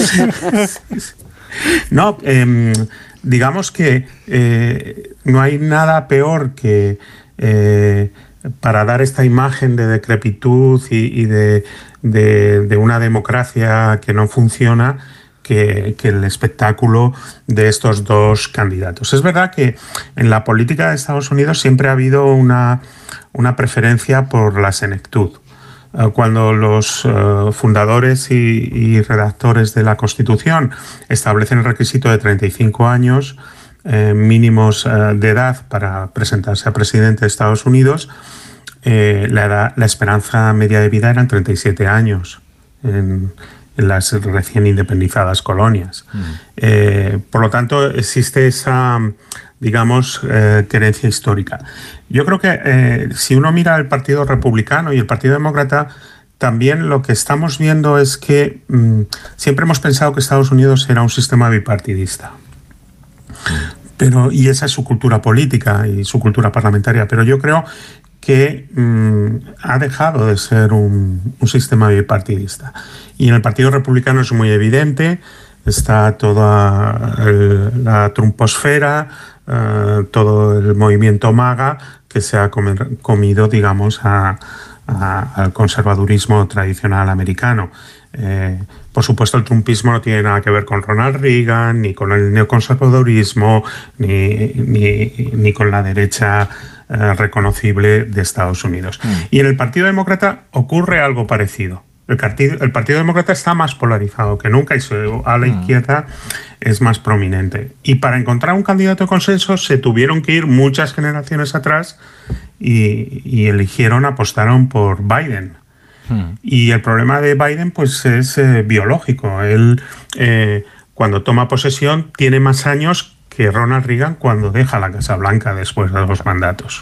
No, digamos que no hay nada peor que para dar esta imagen de decrepitud y de una democracia que no funciona, que el espectáculo de estos dos candidatos. Es verdad que en la política de Estados Unidos siempre ha habido una preferencia por la senectud. Cuando los fundadores y redactores de la Constitución establecen el requisito de 35 años mínimos de edad para presentarse a presidente de Estados Unidos, la esperanza media de vida eran 37 años en las recién independizadas colonias. Por lo tanto, existe esa, digamos, querencia histórica. Yo creo que si uno mira el Partido Republicano y el Partido Demócrata, también lo que estamos viendo es que siempre hemos pensado que Estados Unidos era un sistema bipartidista. Y esa es su cultura política y su cultura parlamentaria. Pero yo creo que ha dejado de ser un sistema bipartidista. Y en el Partido Republicano es muy evidente, está toda la trumposfera, todo el movimiento MAGA que se ha comido, digamos, al conservadurismo tradicional americano. Por supuesto, el trumpismo no tiene nada que ver con Ronald Reagan, ni con el neoconservadurismo, ni con la derecha reconocible de Estados Unidos. Y en el Partido Demócrata ocurre algo parecido. El Partido Demócrata está más polarizado que nunca y a la izquierda es más prominente. Y para encontrar un candidato de consenso se tuvieron que ir muchas generaciones atrás y apostaron por Biden. Y el problema de Biden pues es biológico. Él cuando toma posesión tiene más años que Ronald Reagan cuando deja la Casa Blanca después de 2 mandatos.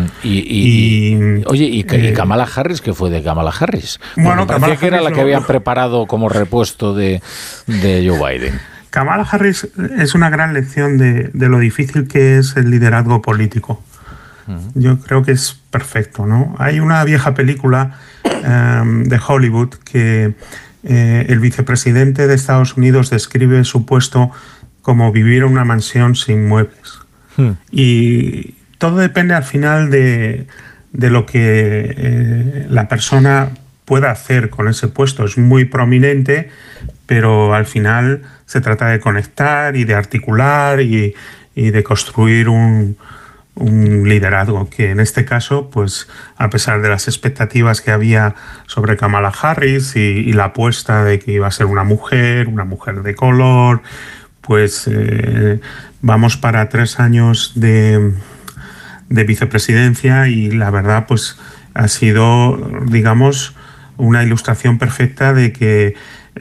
Oye, ¿y Kamala Harris? ¿Qué fue de Kamala Harris? Bueno, parecía que era la que habían preparado como repuesto de Joe Biden. Kamala Harris es una gran lección de lo difícil que es el liderazgo político. Yo creo que es perfecto, ¿no? Hay una vieja película de Hollywood que el vicepresidente de Estados Unidos describe su puesto como vivir en una mansión sin muebles. Y todo depende al final de lo que la persona pueda hacer con ese puesto. Es muy prominente, pero al final se trata de conectar y de articular y de construir un liderazgo que en este caso, pues a pesar de las expectativas que había sobre Kamala Harris y la apuesta de que iba a ser una mujer de color, pues vamos para 3 años de vicepresidencia y la verdad pues ha sido, digamos, una ilustración perfecta de que,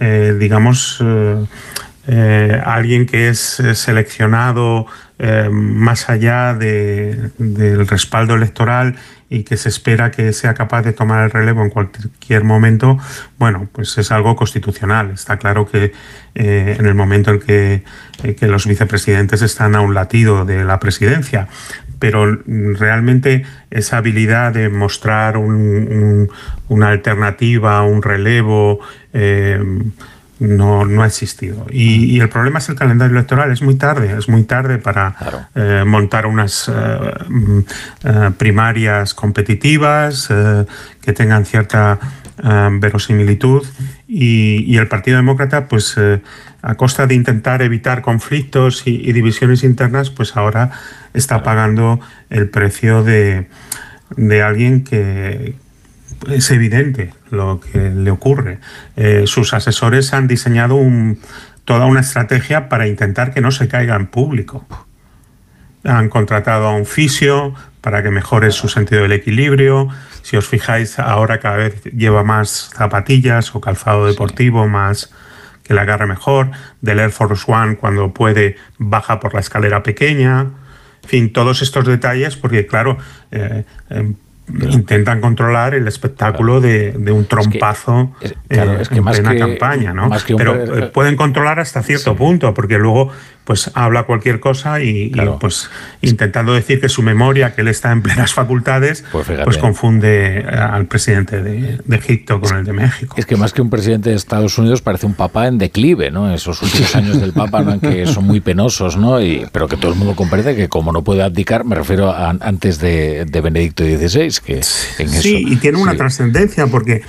alguien que es seleccionado más allá del respaldo electoral y que se espera que sea capaz de tomar el relevo en cualquier momento, bueno, pues es algo constitucional. Está claro que en el momento en que los vicepresidentes están a un latido de la presidencia, pero realmente esa habilidad de mostrar una alternativa, un relevo, no ha existido. Y el problema es el calendario electoral. Es muy tarde para montar unas primarias competitivas que tengan cierta verosimilitud. Y el Partido Demócrata, pues a costa de intentar evitar conflictos y divisiones internas, pues ahora está pagando el precio de alguien que es evidente lo que le ocurre. Sus asesores han diseñado toda una estrategia para intentar que no se caiga en público. Han contratado a un fisio para que mejore su sentido del equilibrio. Si os fijáis, ahora cada vez lleva más zapatillas o calzado deportivo, más que le agarre mejor. Del Air Force One, cuando puede, baja por la escalera pequeña. En fin, todos estos detalles, porque claro, intentan controlar el espectáculo de un trompazo en plena campaña, ¿no? Pero pueden controlar hasta cierto punto, porque luego pues habla cualquier cosa y pues intentando decir que su memoria, que él está en plenas facultades, pues confunde al presidente de Egipto con el de México. Es que más que un presidente de Estados Unidos parece un papa en declive, ¿no? Esos últimos años del papa, ¿no? Que son muy penosos, ¿no? Pero que todo el mundo comprende que como no puede abdicar, me refiero a antes de Benedicto XVI, que en eso... Sí, y tiene una trascendencia porque...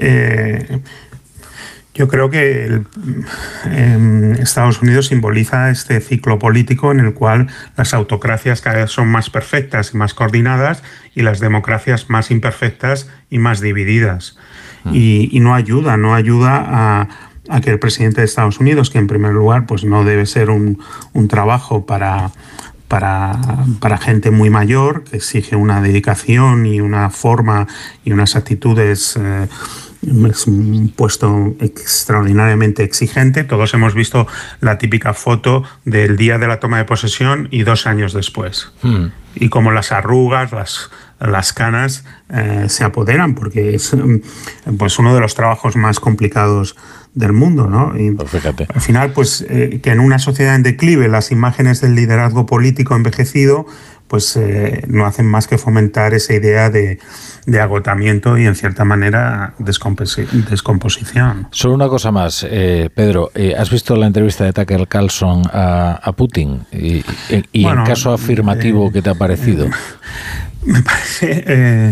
yo creo que Estados Unidos simboliza este ciclo político en el cual las autocracias cada vez son más perfectas y más coordinadas y las democracias más imperfectas y más divididas. Y no ayuda a que el presidente de Estados Unidos, que en primer lugar pues no debe ser un trabajo para gente muy mayor, que exige una dedicación y una forma y unas actitudes... es un puesto extraordinariamente exigente. Todos hemos visto la típica foto del día de la toma de posesión y 2 años después. Y como las arrugas, las canas se apoderan, porque es pues uno de los trabajos más complicados del mundo, ¿no? Y al final, pues que en una sociedad en declive las imágenes del liderazgo político envejecido pues no hacen más que fomentar esa idea de agotamiento y, en cierta manera, descomposición. Solo una cosa más, Pedro. ¿Has visto la entrevista de Tucker Carlson a Putin? Y bueno, en caso afirmativo, ¿qué te ha parecido? Me parece...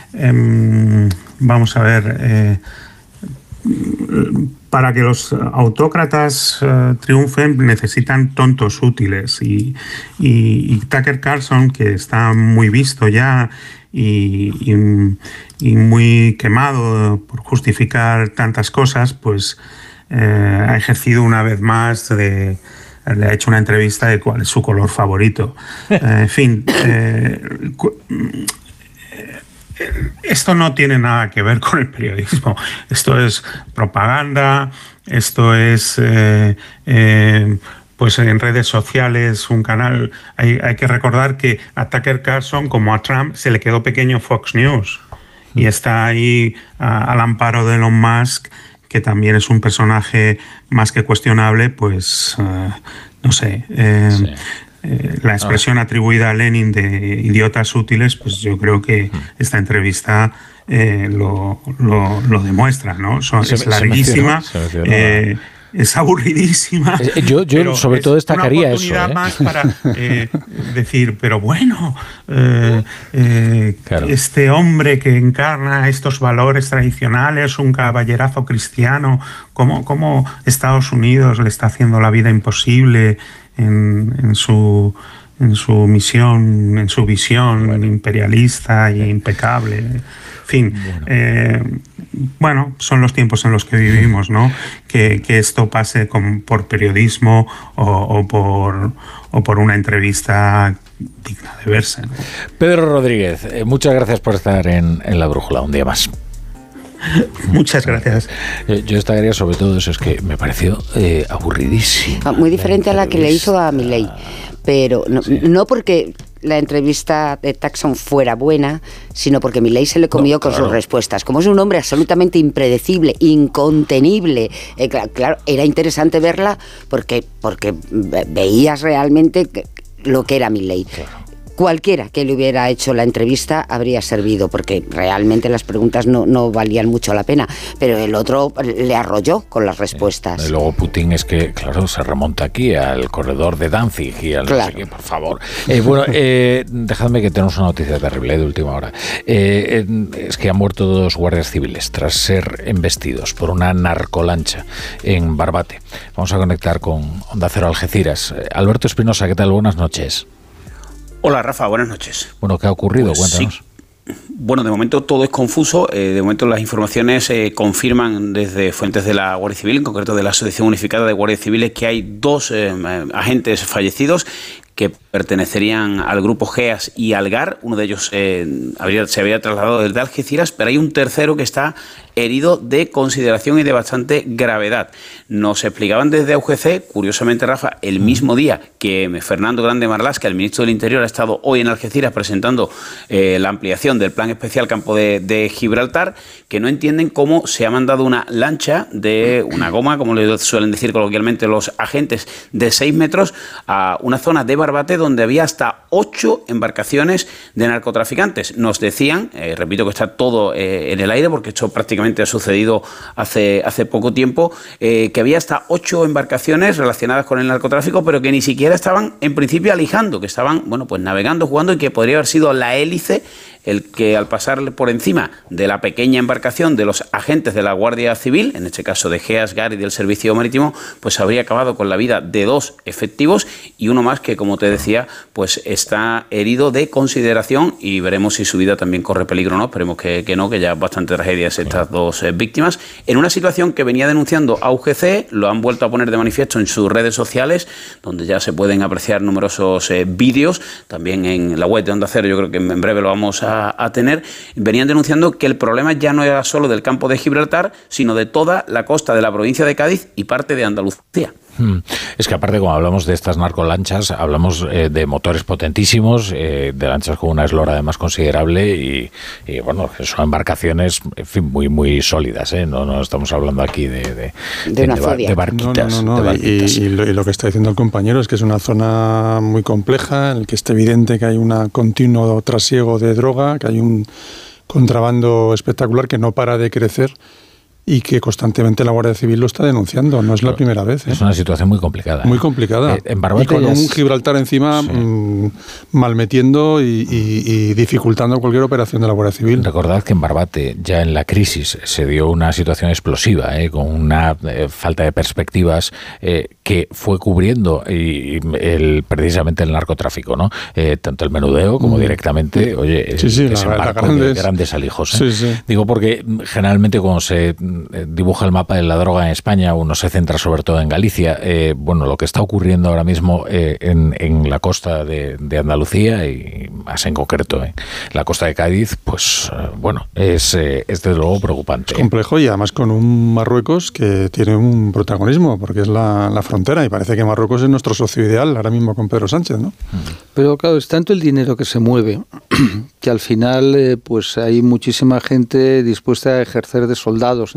vamos a ver... para que los autócratas triunfen necesitan tontos útiles y Tucker Carlson, que está muy visto ya y muy quemado por justificar tantas cosas, pues ha ejercido una vez más le ha hecho una entrevista de cuál es su color favorito. En fin... esto no tiene nada que ver con el periodismo. Esto es propaganda, esto es pues en redes sociales, un canal. Hay que recordar que a Tucker Carlson, como a Trump, se le quedó pequeño Fox News y está ahí al amparo de Elon Musk, que también es un personaje más que cuestionable, pues no sé... la expresión atribuida a Lenin de idiotas útiles, pues yo creo que esta entrevista lo demuestra, ¿no? Es larguísima, es aburridísima. Yo sobre todo destacaría eso. Una oportunidad más para decir, pero bueno, claro. Este hombre que encarna estos valores tradicionales, un caballerazo cristiano, ¿cómo Estados Unidos le está haciendo la vida imposible en su misión, en su visión imperialista e impecable? En fin, bueno, son los tiempos en los que vivimos, ¿no? Que esto pase por periodismo o por una entrevista digna de verse, ¿no? Pedro Rodríguez, muchas gracias por estar en La Brújula un día más. Muchas gracias. Yo destacaría sobre todo eso, es que me pareció aburridísimo. Muy diferente a la que le hizo a Milei, pero no porque la entrevista de Taxon fuera buena, sino porque Milei se le comió con sus respuestas. Como es un hombre absolutamente impredecible, incontenible, claro, era interesante verla porque veías realmente lo que era Milei. Claro. Cualquiera que le hubiera hecho la entrevista habría servido, porque realmente las preguntas no valían mucho la pena, pero el otro le arrolló con las respuestas. Y luego Putin es que, claro, se remonta aquí al corredor de Danzig y al claro. No sé qué, por favor. Bueno, dejadme que tenemos una noticia terrible de última hora. Es que han muerto 2 guardias civiles tras ser embestidos por una narcolancha en Barbate. Vamos a conectar con Onda Cero Algeciras. Alberto Espinosa, ¿qué tal? Buenas noches. Hola Rafa, buenas noches. Bueno, ¿qué ha ocurrido? Pues, cuéntanos. Sí. Bueno, de momento todo es confuso. De momento las informaciones confirman desde fuentes de la Guardia Civil, en concreto de la Asociación Unificada de Guardias Civiles, que hay 2 agentes fallecidos que pertenecerían al grupo GEAS y Algar. Uno de ellos se había trasladado desde Algeciras, pero hay un tercero que está herido de consideración y de bastante gravedad. Nos explicaban desde UGC, curiosamente, Rafa, el mismo día que Fernando Grande Marlaska, el ministro del Interior, ha estado hoy en Algeciras presentando la ampliación del Plan Especial Campo de Gibraltar, que no entienden cómo se ha mandado una lancha de una goma, como le suelen decir coloquialmente los agentes, de 6 metros a una zona de Barbate donde había hasta 8 embarcaciones de narcotraficantes. Nos decían, repito que está todo en el aire porque esto prácticamente ha sucedido hace poco tiempo, que había hasta 8 embarcaciones relacionadas con el narcotráfico, pero que ni siquiera estaban en principio alijando, que estaban, bueno, pues navegando, jugando, y que podría haber sido la hélice el que, al pasar por encima de la pequeña embarcación de los agentes de la Guardia Civil, en este caso de GEAS, GAR y del Servicio Marítimo, pues habría acabado con la vida de 2 efectivos y uno más que, como te decía, pues está herido de consideración, y veremos si su vida también corre peligro o no. Esperemos que no, que ya bastante tragedias estas 2 víctimas, en una situación que venía denunciando a UGC. Lo han vuelto a poner de manifiesto en sus redes sociales, donde ya se pueden apreciar numerosos vídeos, también en la web de Onda Cero. Yo creo que en breve lo vamos a tener. Venían denunciando que el problema ya no era solo del campo de Gibraltar, sino de toda la costa de la provincia de Cádiz y parte de Andalucía. Es que aparte, cuando hablamos de estas narcolanchas, hablamos de motores potentísimos, de lanchas con una eslora además considerable y bueno, son embarcaciones, en fin, muy sólidas, ¿eh? No estamos hablando aquí de barquitas. No. De barquitas. Y lo que está diciendo el compañero es que es una zona muy compleja, en la que está evidente que hay un continuo trasiego de droga, que hay un contrabando espectacular que no para de crecer, y que constantemente la Guardia Civil lo está denunciando. No es la primera vez. Es una situación muy complicada. Muy complicada. En Barbate, y con un Gibraltar encima, sí, malmetiendo y dificultando cualquier operación de la Guardia Civil. Recordad que en Barbate, ya en la crisis, se dio una situación explosiva, con una falta de perspectivas que fue cubriendo precisamente el narcotráfico, ¿no? Tanto el menudeo como directamente, desembarco de grandes alijos. Sí. Digo porque generalmente cuando se dibuja el mapa de la droga en España, uno se centra sobre todo en Galicia. Bueno, lo que está ocurriendo ahora mismo en la costa de Andalucía, y más en concreto en la costa de Cádiz, pues bueno, es desde luego preocupante. Es complejo, y además con un Marruecos que tiene un protagonismo, porque es la frontera, y parece que Marruecos es nuestro socio ideal ahora mismo con Pedro Sánchez, ¿no? Pero claro, es tanto el dinero que se mueve que al final pues hay muchísima gente dispuesta a ejercer de soldados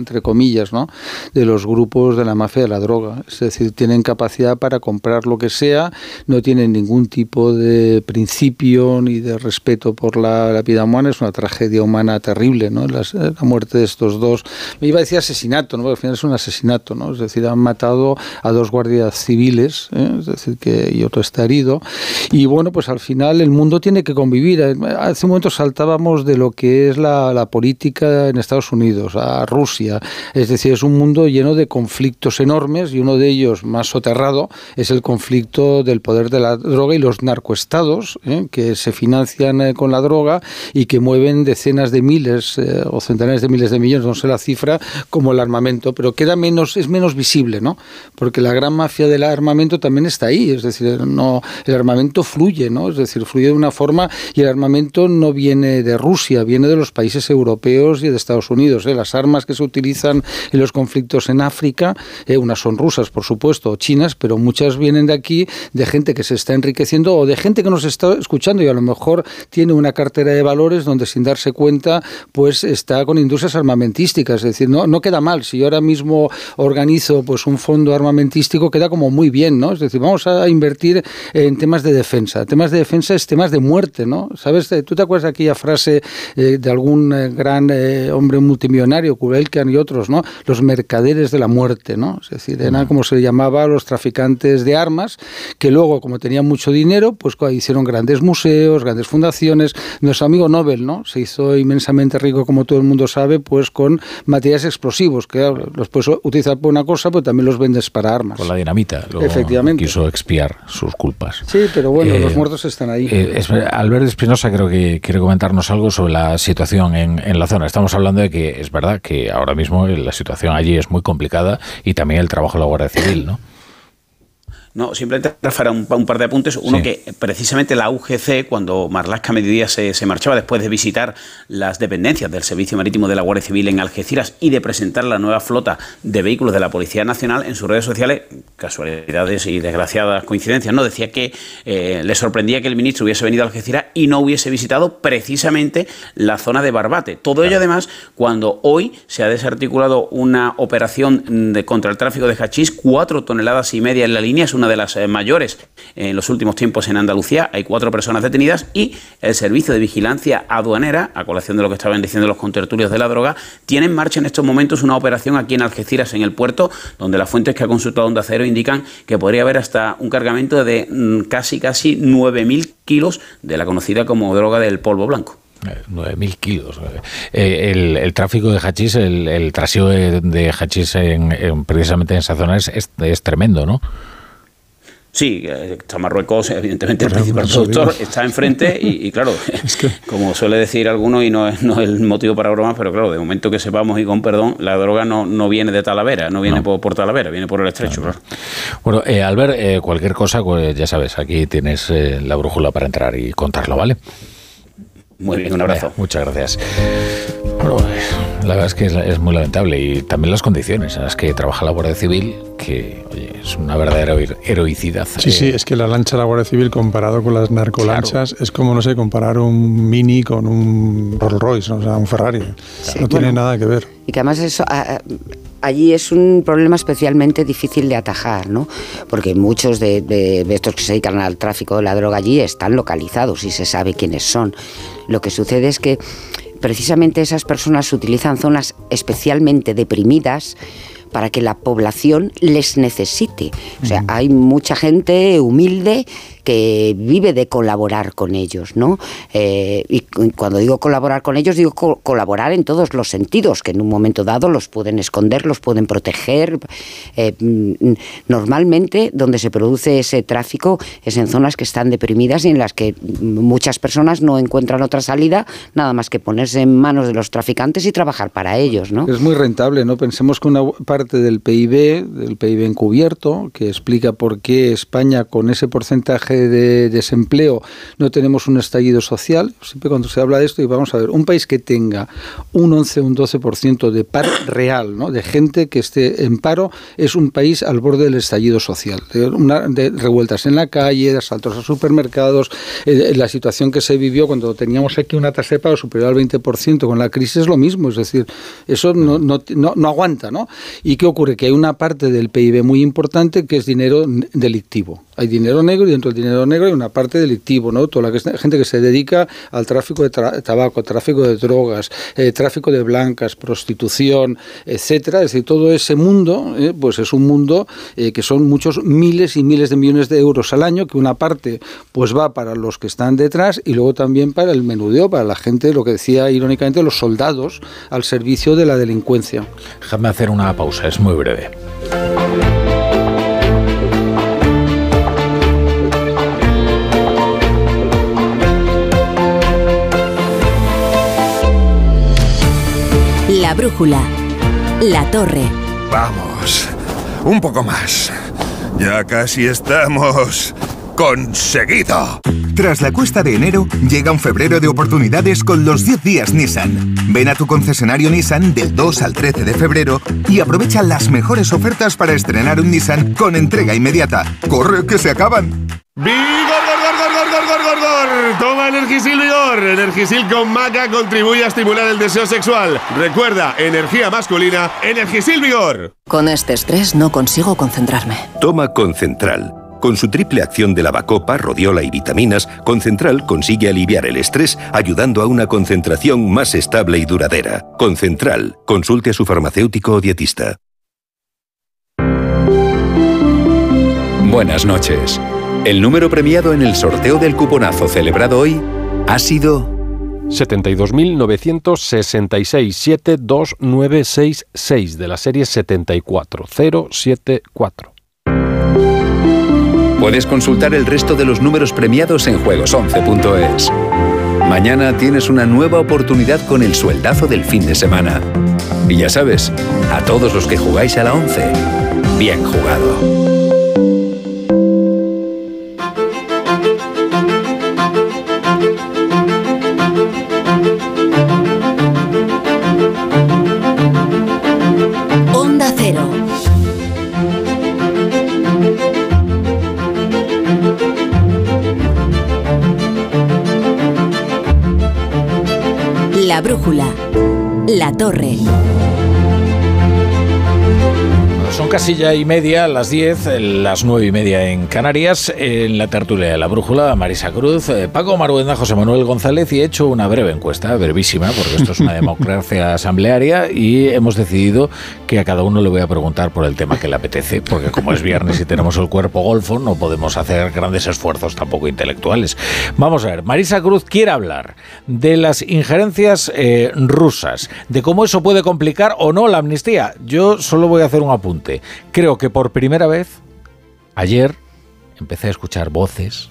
entre comillas, ¿no?, de los grupos de la mafia de la droga. Es decir, tienen capacidad para comprar lo que sea, no tienen ningún tipo de principio ni de respeto por la vida humana. Es una tragedia humana terrible, ¿no?, la muerte de estos dos. Me iba a decir asesinato, ¿no?, porque al final es un asesinato, ¿no? Es decir, han matado a 2 guardias civiles, es decir, y otro está herido. Y bueno, pues al final el mundo tiene que convivir. Hace un momento saltábamos de lo que es la política en Estados Unidos, a Rusia. Es decir, es un mundo lleno de conflictos enormes y uno de ellos más soterrado es el conflicto del poder de la droga y los narcoestados, que se financian con la droga y que mueven decenas de miles o centenares de miles de millones, no sé la cifra, como el armamento, pero es menos visible, ¿no? Porque la gran mafia del armamento también está ahí, es decir, el armamento fluye, ¿no? Es decir, fluye de una forma, y el armamento no viene de Rusia, viene de los países europeos y de Estados Unidos. Las armas que se utilizan en los conflictos en África, unas son rusas, por supuesto, o chinas, pero muchas vienen de aquí, de gente que se está enriqueciendo o de gente que nos está escuchando y a lo mejor tiene una cartera de valores donde sin darse cuenta pues está con industrias armamentísticas. Es decir, no queda mal. Si yo ahora mismo organizo pues un fondo armamentístico, queda como muy bien, ¿no? Es decir, vamos a invertir en temas de defensa. Temas de defensa es temas de muerte, ¿no? ¿Sabes? ¿Tú te acuerdas de aquella frase de algún gran hombre multimillonario, Kudelka y otros, ¿no? Los mercaderes de la muerte, ¿no? Es decir, eran como se llamaba a los traficantes de armas, que luego, como tenían mucho dinero, pues hicieron grandes museos, grandes fundaciones. Nuestro amigo Nobel, ¿no?, se hizo inmensamente rico, como todo el mundo sabe, pues con materiales explosivos, que los puedes utilizar por una cosa, pero también los vendes para armas. Con la dinamita. Efectivamente. Quiso expiar sus culpas. Sí, pero bueno, los muertos están ahí. Albert Espinosa creo que quiere comentarnos algo sobre la situación en la zona. Estamos hablando de que es verdad que ahora mismo la situación allí es muy complicada y también el trabajo de la Guardia Civil, ¿no? No, simplemente para un par de apuntes. Uno, sí, que precisamente la UGC, cuando Marlaska Mediodía se marchaba después de visitar las dependencias del Servicio Marítimo de la Guardia Civil en Algeciras y de presentar la nueva flota de vehículos de la Policía Nacional, en sus redes sociales, casualidades y desgraciadas coincidencias, ¿no?, decía que le sorprendía que el ministro hubiese venido a Algeciras y no hubiese visitado precisamente la zona de Barbate. Todo ello, además, cuando hoy se ha desarticulado una operación contra el tráfico de hachís, 4,5 toneladas en la línea, es una de las mayores en los últimos tiempos en Andalucía. Hay 4 personas detenidas y el Servicio de Vigilancia Aduanera, a colación de lo que estaban diciendo los contertulios de la droga, tiene en marcha en estos momentos una operación aquí en Algeciras, en el puerto, donde las fuentes que ha consultado Onda Cero indican que podría haber hasta un cargamento de casi 9.000 kilos de la conocida como droga del polvo blanco. 9.000 kilos. El tráfico de hachís, el trasiego de hachís precisamente en esa zona es tremendo, ¿no? Sí, está Marruecos, evidentemente el principal productor está enfrente y claro, es que, como suele decir alguno, y no es el motivo para bromas, pero claro, de momento que sepamos, y con perdón, la droga no viene de Talavera, no viene por Talavera, viene por el estrecho. Claro. Bueno, Albert, cualquier cosa, pues ya sabes, aquí tienes la brújula para entrar y contarlo, ¿vale? Muy bien, un abrazo. Muchas gracias. Bueno, la verdad es que es muy lamentable, y también las condiciones en las que trabaja la Guardia Civil, que oye, es una verdadera heroicidad. Sí, es que la lancha de la Guardia Civil comparado con las narcolanchas, claro, es como, no sé, comparar un Mini con un Rolls Royce, o sea, un Ferrari. Sí, no tiene nada que ver. Y que además eso... allí es un problema especialmente difícil de atajar, ¿no? Porque muchos de estos que se dedican al tráfico de la droga allí están localizados y se sabe quiénes son. Lo que sucede es que precisamente esas personas utilizan zonas especialmente deprimidas para que la población les necesite. O sea, hay mucha gente humilde que vive de colaborar con ellos, ¿no? Y cuando digo colaborar con ellos, digo colaborar en todos los sentidos, que en un momento dado los pueden esconder, los pueden proteger. Normalmente, donde se produce ese tráfico es en zonas que están deprimidas y en las que muchas personas no encuentran otra salida, nada más que ponerse en manos de los traficantes y trabajar para ellos, ¿no? Es muy rentable, ¿no? Pensemos que una parte del PIB encubierto, que explica por qué España, con ese porcentaje porcentaje de desempleo, no tenemos un estallido social. Siempre cuando se habla de esto, y vamos a ver, un país que tenga un 11 o un 12% de paro real, ¿no?, de gente que esté en paro, es un país al borde del estallido social, de revueltas en la calle, de asaltos a supermercados, la situación que se vivió cuando teníamos aquí una tasa de paro superior al 20% con la crisis es lo mismo, es decir, eso no aguanta, ¿no? ¿Y qué ocurre? Que hay una parte del PIB muy importante que es dinero delictivo. Hay dinero negro y dentro del dinero negro hay una parte delictivo, ¿no? Toda la gente que se dedica al tráfico de tabaco, tráfico de drogas, tráfico de blancas, prostitución, etcétera. Es decir, todo ese mundo, pues es un mundo que son muchos miles y miles de millones de euros al año, que una parte pues va para los que están detrás y luego también para el menudeo, para la gente, lo que decía irónicamente, los soldados al servicio de la delincuencia. Déjame hacer una pausa, es muy breve. La brújula. La torre. Vamos, un poco más. Ya casi estamos... ¡conseguido! Tras la cuesta de enero, llega un febrero de oportunidades con los 10 días Nissan. Ven a tu concesionario Nissan del 2 al 13 de febrero y aprovecha las mejores ofertas para estrenar un Nissan con entrega inmediata. ¡Corre, que se acaban! ¡Vigor! Toma Energisil Vigor. Energisil con maca contribuye a estimular el deseo sexual. Recuerda, energía masculina, Energisil Vigor. Con este estrés no consigo concentrarme. Toma Concentral. Con su triple acción de lavacopa, rodiola y vitaminas, Concentral consigue aliviar el estrés ayudando a una concentración más estable y duradera. Concentral. Consulte a su farmacéutico o dietista. Buenas noches. El número premiado en el sorteo del cuponazo celebrado hoy ha sido 72.966-72966 de la serie 74074. Puedes consultar el resto de los números premiados en juegos11.es. Mañana tienes una nueva oportunidad con el sueldazo del fin de semana. Y ya sabes, a todos los que jugáis a la 11, bien jugado. Onda Cero. La brújula. La torre. Son casi ya y media, las 10, las 9:30 en Canarias, en la tertulia de La Brújula, Marisa Cruz, Paco Maruenda, José Manuel González, y he hecho una breve encuesta, brevísima, porque esto es una democracia asamblearia, y hemos decidido que a cada uno le voy a preguntar por el tema que le apetece, porque como es viernes y tenemos el cuerpo golfo, no podemos hacer grandes esfuerzos tampoco intelectuales. Vamos a ver, Marisa Cruz quiere hablar de las injerencias rusas, de cómo eso puede complicar o no la amnistía. Yo solo voy a hacer un apunte. Creo que por primera vez, ayer, empecé a escuchar voces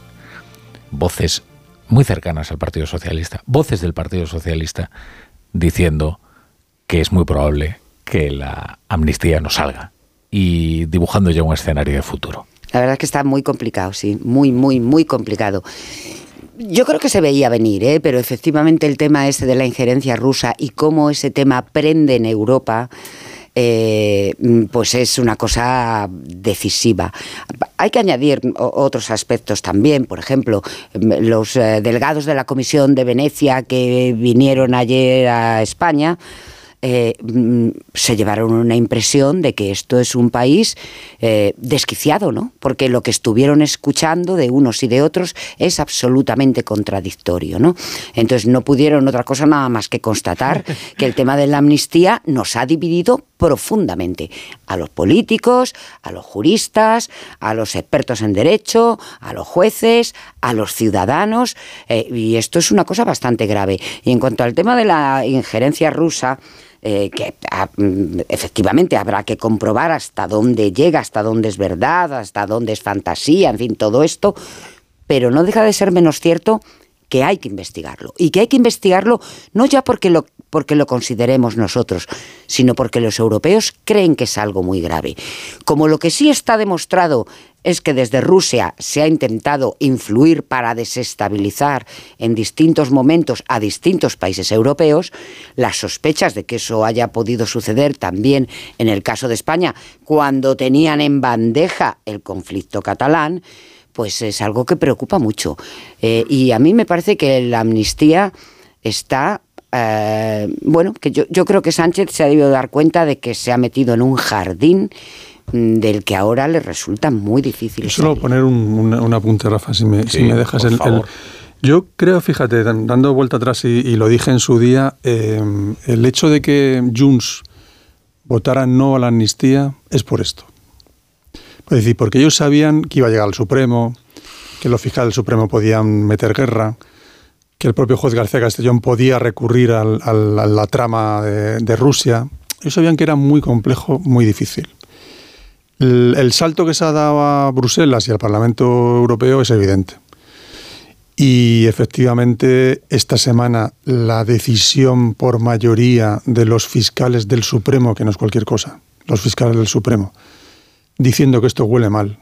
muy cercanas al Partido Socialista, voces del Partido Socialista, diciendo que es muy probable que la amnistía no salga y dibujando ya un escenario de futuro. La verdad es que está muy complicado, sí, muy complicado. Yo creo que se veía venir, pero efectivamente el tema ese de la injerencia rusa y cómo ese tema prende en Europa, pues es una cosa decisiva. Hay que añadir otros aspectos también, por ejemplo, los delegados de la Comisión de Venecia que vinieron ayer a España se llevaron una impresión de que esto es un país desquiciado, ¿no? Porque lo que estuvieron escuchando de unos y de otros es absolutamente contradictorio, ¿no? Entonces no pudieron otra cosa nada más que constatar que el tema de la amnistía nos ha dividido profundamente a los políticos, a los juristas, a los expertos en derecho, a los jueces, a los ciudadanos, y esto es una cosa bastante grave. Y en cuanto al tema de la injerencia rusa, que efectivamente habrá que comprobar hasta dónde llega, hasta dónde es verdad, hasta dónde es fantasía, en fin, todo esto, pero no deja de ser menos cierto que hay que investigarlo, y que hay que investigarlo no ya porque lo consideremos nosotros, sino porque los europeos creen que es algo muy grave. Como lo que sí está demostrado es que desde Rusia se ha intentado influir para desestabilizar en distintos momentos a distintos países europeos. Las sospechas de que eso haya podido suceder también en el caso de España, cuando tenían en bandeja el conflicto catalán, pues es algo que preocupa mucho. Y a mí me parece que la amnistía está... que yo creo que Sánchez se ha debido dar cuenta de que se ha metido en un jardín del que ahora le resulta muy difícil. Solo poner un apunte, Rafa, si me dejas. Yo creo, fíjate, dando vuelta atrás y lo dije en su día, el hecho de que Junts votara no a la amnistía es por esto. Es decir, porque ellos sabían que iba a llegar al Supremo, que los fiscales del Supremo podían meter guerra, que el propio juez García Castellón podía recurrir a la trama de Rusia. Ellos sabían que era muy complejo, muy difícil. El salto que se ha dado a Bruselas y al Parlamento Europeo es evidente. Y efectivamente, esta semana la decisión por mayoría de los fiscales del Supremo, que no es cualquier cosa, los fiscales del Supremo, diciendo que esto huele mal,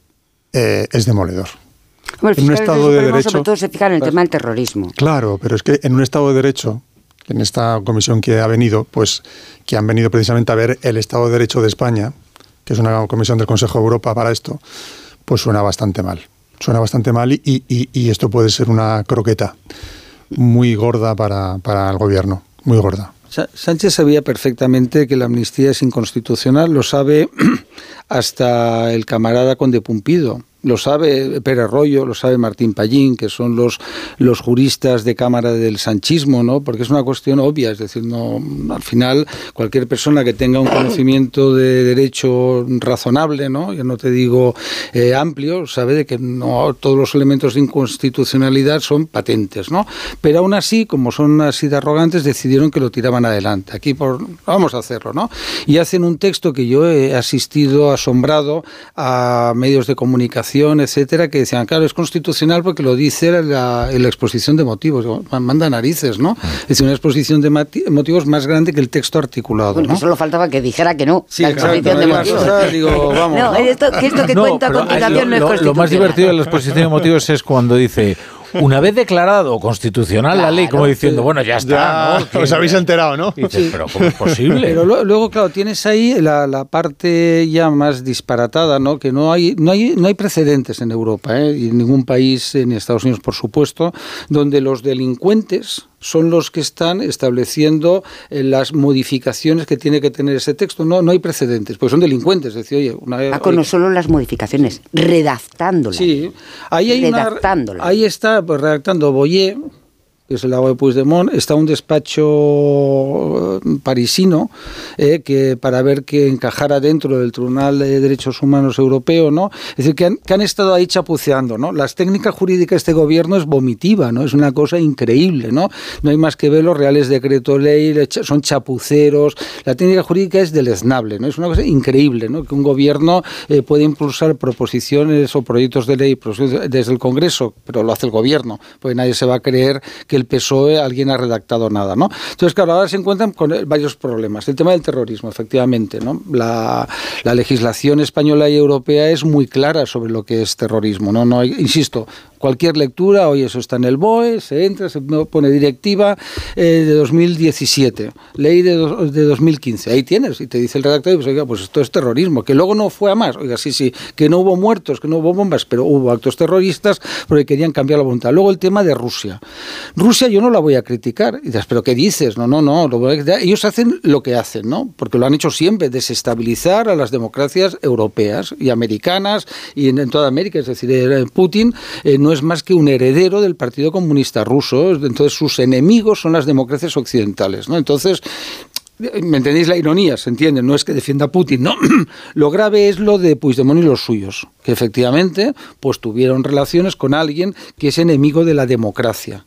es demoledor. Bueno, en un Estado de Derecho, sobre todo se fijan en el tema del terrorismo. Claro, pero es que en un Estado de Derecho, en esta comisión que ha venido, pues que han venido precisamente a ver el Estado de Derecho de España, que es una comisión del Consejo de Europa para esto, pues suena bastante mal. Suena bastante mal y esto puede ser una croqueta muy gorda para el gobierno, muy gorda. Sánchez sabía perfectamente que la amnistía es inconstitucional, lo sabe hasta el camarada Conde Pumpido. Lo sabe Pérez Royo, lo sabe Martín Pallín, que son los juristas de cámara del sanchismo, ¿no? Porque es una cuestión obvia, es decir, no, al final cualquier persona que tenga un conocimiento de derecho razonable, ¿no? Yo no te digo amplio, sabe de que no todos los elementos de inconstitucionalidad son patentes, ¿no? Pero aún así, como son así de arrogantes, decidieron que lo tiraban adelante. Aquí vamos a hacerlo, ¿no? Y hacen un texto que yo he asistido asombrado a medios de comunicación, etcétera, que decían, claro, es constitucional porque lo dice la exposición de motivos. Manda narices, ¿no? Es decir, una exposición de motivos más grande que el texto articulado, bueno, ¿no? Solo faltaba que dijera que no. Sí, la exposición de motivos. Digo, vamos, no, esto que cuento a continuación no es constitucional. Lo más divertido de la exposición de motivos es cuando dice... Una vez declarado constitucional la ley, como diciendo, bueno, ya está, ¿no? Os habéis enterado, ¿no? Y dices, pero ¿cómo es posible? Pero luego, claro, tienes ahí la parte ya más disparatada, ¿no? Que no hay precedentes en Europa, y en ningún país, ni Estados Unidos, por supuesto, donde los delincuentes son los que están estableciendo las modificaciones que tiene que tener ese texto. No hay precedentes, porque son delincuentes. Es decir, no solo las modificaciones, redactándolas. Sí, ahí está pues, redactando Boyer, que es el abogado de Puigdemont, está un despacho parisino que para ver que encajara dentro del Tribunal de Derechos Humanos Europeo, ¿no? Es decir, que han estado ahí chapuceando, ¿no? Las técnicas jurídicas de este gobierno es vomitiva, ¿no? Es una cosa increíble, ¿no? No hay más que ver los reales decreto ley, son chapuceros, la técnica jurídica es deleznable, ¿no? Es una cosa increíble, ¿no? Que un gobierno puede impulsar proposiciones o proyectos de ley desde el Congreso, pero lo hace el gobierno, porque nadie se va a creer que el PSOE alguien ha redactado nada, ¿no? Entonces, claro, ahora se encuentran con varios problemas. El tema del terrorismo, efectivamente, ¿no? La legislación española y europea es muy clara sobre lo que es terrorismo, ¿no? No hay, insisto, cualquier lectura, hoy eso está en el BOE, se entra, se pone directiva de 2017, ley de 2015, ahí tienes, y te dice el redactor, pues oiga, pues esto es terrorismo, que luego no fue a más, oiga, sí, que no hubo muertos, que no hubo bombas, pero hubo actos terroristas porque querían cambiar la voluntad. Luego el tema de Rusia. Rusia yo no la voy a criticar, y dices, pero ¿qué dices? No, ellos hacen lo que hacen, ¿no? Porque lo han hecho siempre, desestabilizar a las democracias europeas y americanas y en toda América, es decir, Putin no es más que un heredero del Partido Comunista Ruso, entonces sus enemigos son las democracias occidentales, ¿no? Entonces, ¿me entendéis la ironía? ¿Se entiende? No es que defienda a Putin, no. Lo grave es lo de Puigdemont y los suyos, que efectivamente pues tuvieron relaciones con alguien que es enemigo de la democracia.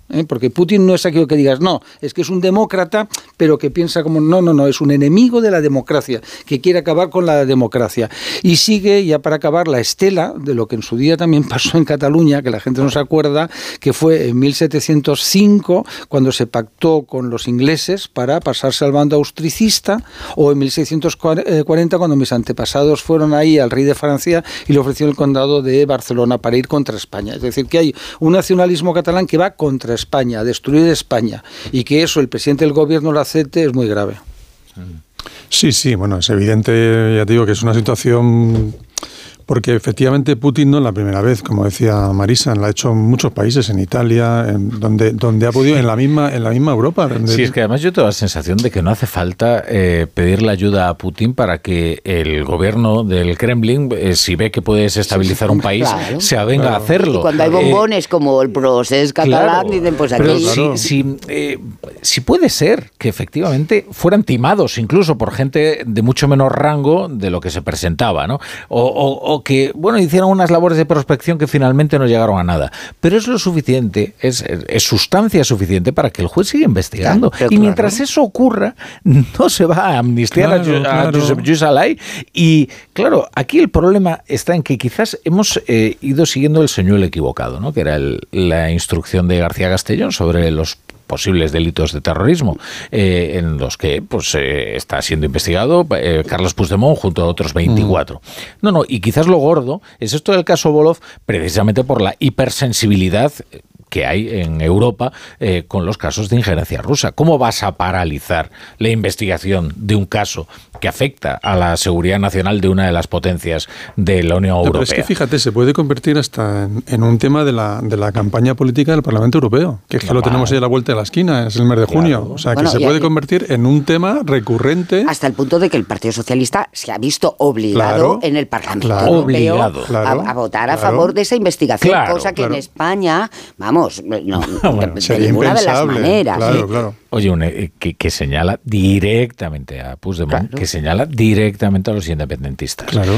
porque Putin no es aquello que digas, no, es que es un demócrata, pero que piensa como, no, es un enemigo de la democracia, que quiere acabar con la democracia. Y sigue, ya para acabar, la estela de lo que en su día también pasó en Cataluña, que la gente no se acuerda, que fue en 1705, cuando se pactó con los ingleses para pasarse al bando austricista, o en 1640, cuando mis antepasados fueron ahí al rey de Francia y le ofreció el condado de Barcelona para ir contra España. Es decir, que hay un nacionalismo catalán que va contra España, a destruir España, y que eso el presidente del gobierno lo acepte es muy grave. Sí, bueno, es evidente, ya te digo, que es una situación... Porque efectivamente Putin no es la primera vez, como decía Marisa, la ha hecho en muchos países, en Italia, donde ha podido, en la misma Europa. Sí, es que además yo tengo la sensación de que no hace falta pedirle ayuda a Putin para que el gobierno del Kremlin, si ve que puede desestabilizar un país, claro, se avenga a hacerlo. Y cuando hay bombones como el procés catalán, dicen pues aquí... Pero si puede ser que efectivamente fueran timados incluso por gente de mucho menor rango de lo que se presentaba, ¿no? O que, bueno, hicieron unas labores de prospección que finalmente no llegaron a nada. Pero es lo suficiente, es sustancia suficiente para que el juez siga investigando. Claro, y mientras eso ocurra, no se va a amnistiar a Josep Lluís Alay. Y, claro, aquí el problema está en que quizás hemos ido siguiendo el señuelo equivocado, ¿no? Que era la instrucción de García Castellón sobre los posibles delitos de terrorismo, en los que pues está siendo investigado Carles Puigdemont junto a otros 24. No, y quizás lo gordo es esto del caso Volov, precisamente por la hipersensibilidad que hay en Europa con los casos de injerencia rusa. ¿Cómo vas a paralizar la investigación de un caso que afecta a la seguridad nacional de una de las potencias de la Unión Europea? Pero es que fíjate, se puede convertir hasta en un tema de la campaña política del Parlamento Europeo, que es que lo tenemos ahí a la vuelta de la esquina, es el mes de junio. O sea, bueno, que se puede convertir en un tema recurrente. Hasta el punto de que el Partido Socialista se ha visto obligado en el Parlamento Europeo a votar a favor de esa investigación, cosa que en España, vamos, no, de ninguna de las maneras. Claro. Oye, que señala directamente a Puigdemont, que señala directamente a los independentistas. Claro.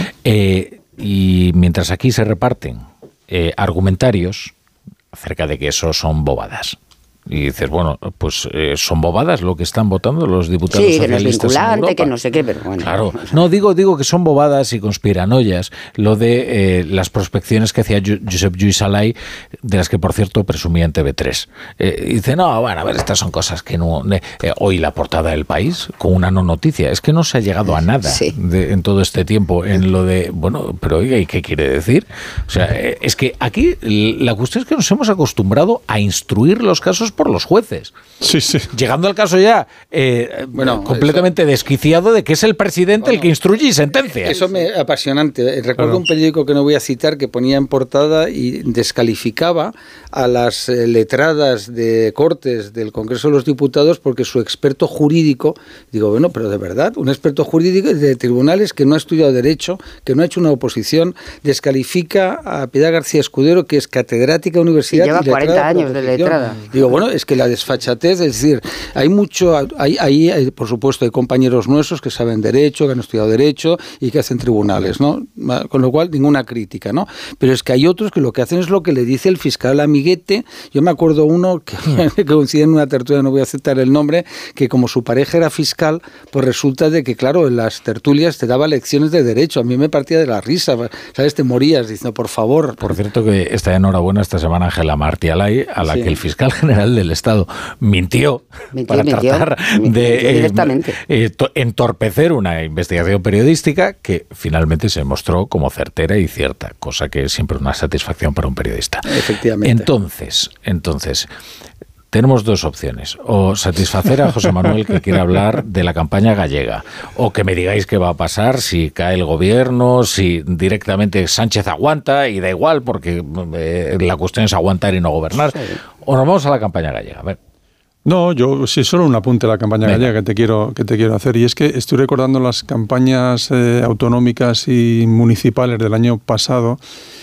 Y mientras aquí se reparten argumentarios acerca de que eso son bobadas. Y dices, bueno, pues son bobadas lo que están votando los diputados socialistas. Sí, que no es vinculante, en Europa. que no sé qué, pero bueno. Claro, no, digo que son bobadas y conspiranoias lo de las prospecciones que hacía Josep Lluís Alay, de las que, por cierto, presumía en TV3. Dice, no, bueno, a ver, estas son cosas que no... hoy la portada del País, con una no noticia, es que no se ha llegado a nada en todo este tiempo en lo de, bueno, pero oiga, ¿y qué quiere decir? O sea, es que aquí la cuestión es que nos hemos acostumbrado a instruir los casos por los jueces. Sí. Llegando al caso ya completamente desquiciado de que es el presidente el que instruye y sentencia. Eso me apasionante. Recuerdo un periódico que no voy a citar que ponía en portada y descalificaba a las letradas de Cortes del Congreso de los Diputados porque su experto jurídico, digo, bueno, pero de verdad, un experto jurídico de tribunales que no ha estudiado Derecho, que no ha hecho una oposición, descalifica a Piedad García Escudero, que es catedrática de universidad. Y lleva 40 años de letrada. Digo, bueno, es que la desfachatez, es decir, hay mucho, por supuesto, hay compañeros nuestros que saben Derecho, que han estudiado Derecho y que hacen tribunales, ¿no? Con lo cual, ninguna crítica, ¿no? Pero es que hay otros que lo que hacen es lo que le dice el fiscal amiguete. Yo me acuerdo uno que coincide en una tertulia, no voy a citar el nombre, que como su pareja era fiscal, pues resulta de que, claro, en las tertulias te daba lecciones de Derecho. A mí me partía de la risa, ¿sabes? Te morías diciendo, por favor. Por cierto, que está enhorabuena esta semana Ángela Martí Alay, a la que el fiscal general del Estado mintió para tratar de entorpecer una investigación periodística que finalmente se mostró como certera y cierta, cosa que es siempre una satisfacción para un periodista. Efectivamente. Entonces, tenemos dos opciones: o satisfacer a José Manuel, que quiere hablar de la campaña gallega, o que me digáis qué va a pasar si cae el gobierno, si directamente Sánchez aguanta y da igual, porque la cuestión es aguantar y no gobernar, o nos vamos a la campaña gallega. A ver. No, yo sí, solo un apunte a la campaña gallega que te quiero hacer, y es que estoy recordando las campañas autonómicas y municipales del año pasado,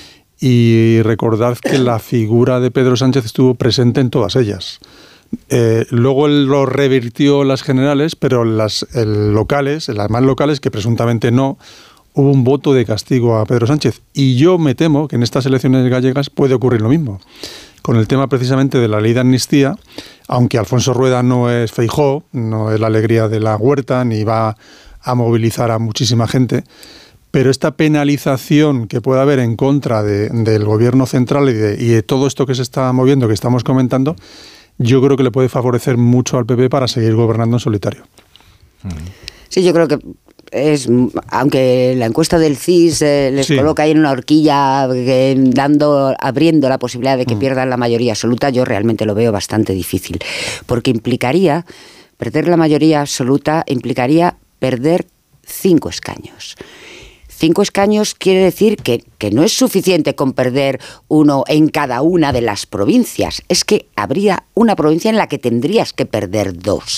y recordad que la figura de Pedro Sánchez estuvo presente en todas ellas. Luego él lo revirtió en las generales, pero las más locales, que presuntamente no, hubo un voto de castigo a Pedro Sánchez. Y yo me temo que en estas elecciones gallegas puede ocurrir lo mismo. con el tema precisamente de la ley de amnistía, aunque Alfonso Rueda no es Feijóo, no es la alegría de la huerta, ni va a movilizar a muchísima gente, pero esta penalización que puede haber en contra del gobierno central y de todo esto que se está moviendo, que estamos comentando, yo creo que le puede favorecer mucho al PP para seguir gobernando en solitario. Sí, yo creo que aunque la encuesta del CIS les coloca ahí en una horquilla abriendo la posibilidad de que pierdan la mayoría absoluta, yo realmente lo veo bastante difícil, porque perder la mayoría absoluta implicaría perder 5 escaños. 5 escaños quiere decir que no es suficiente con perder uno en cada una de las provincias. Es que habría una provincia en la que tendrías que perder 2.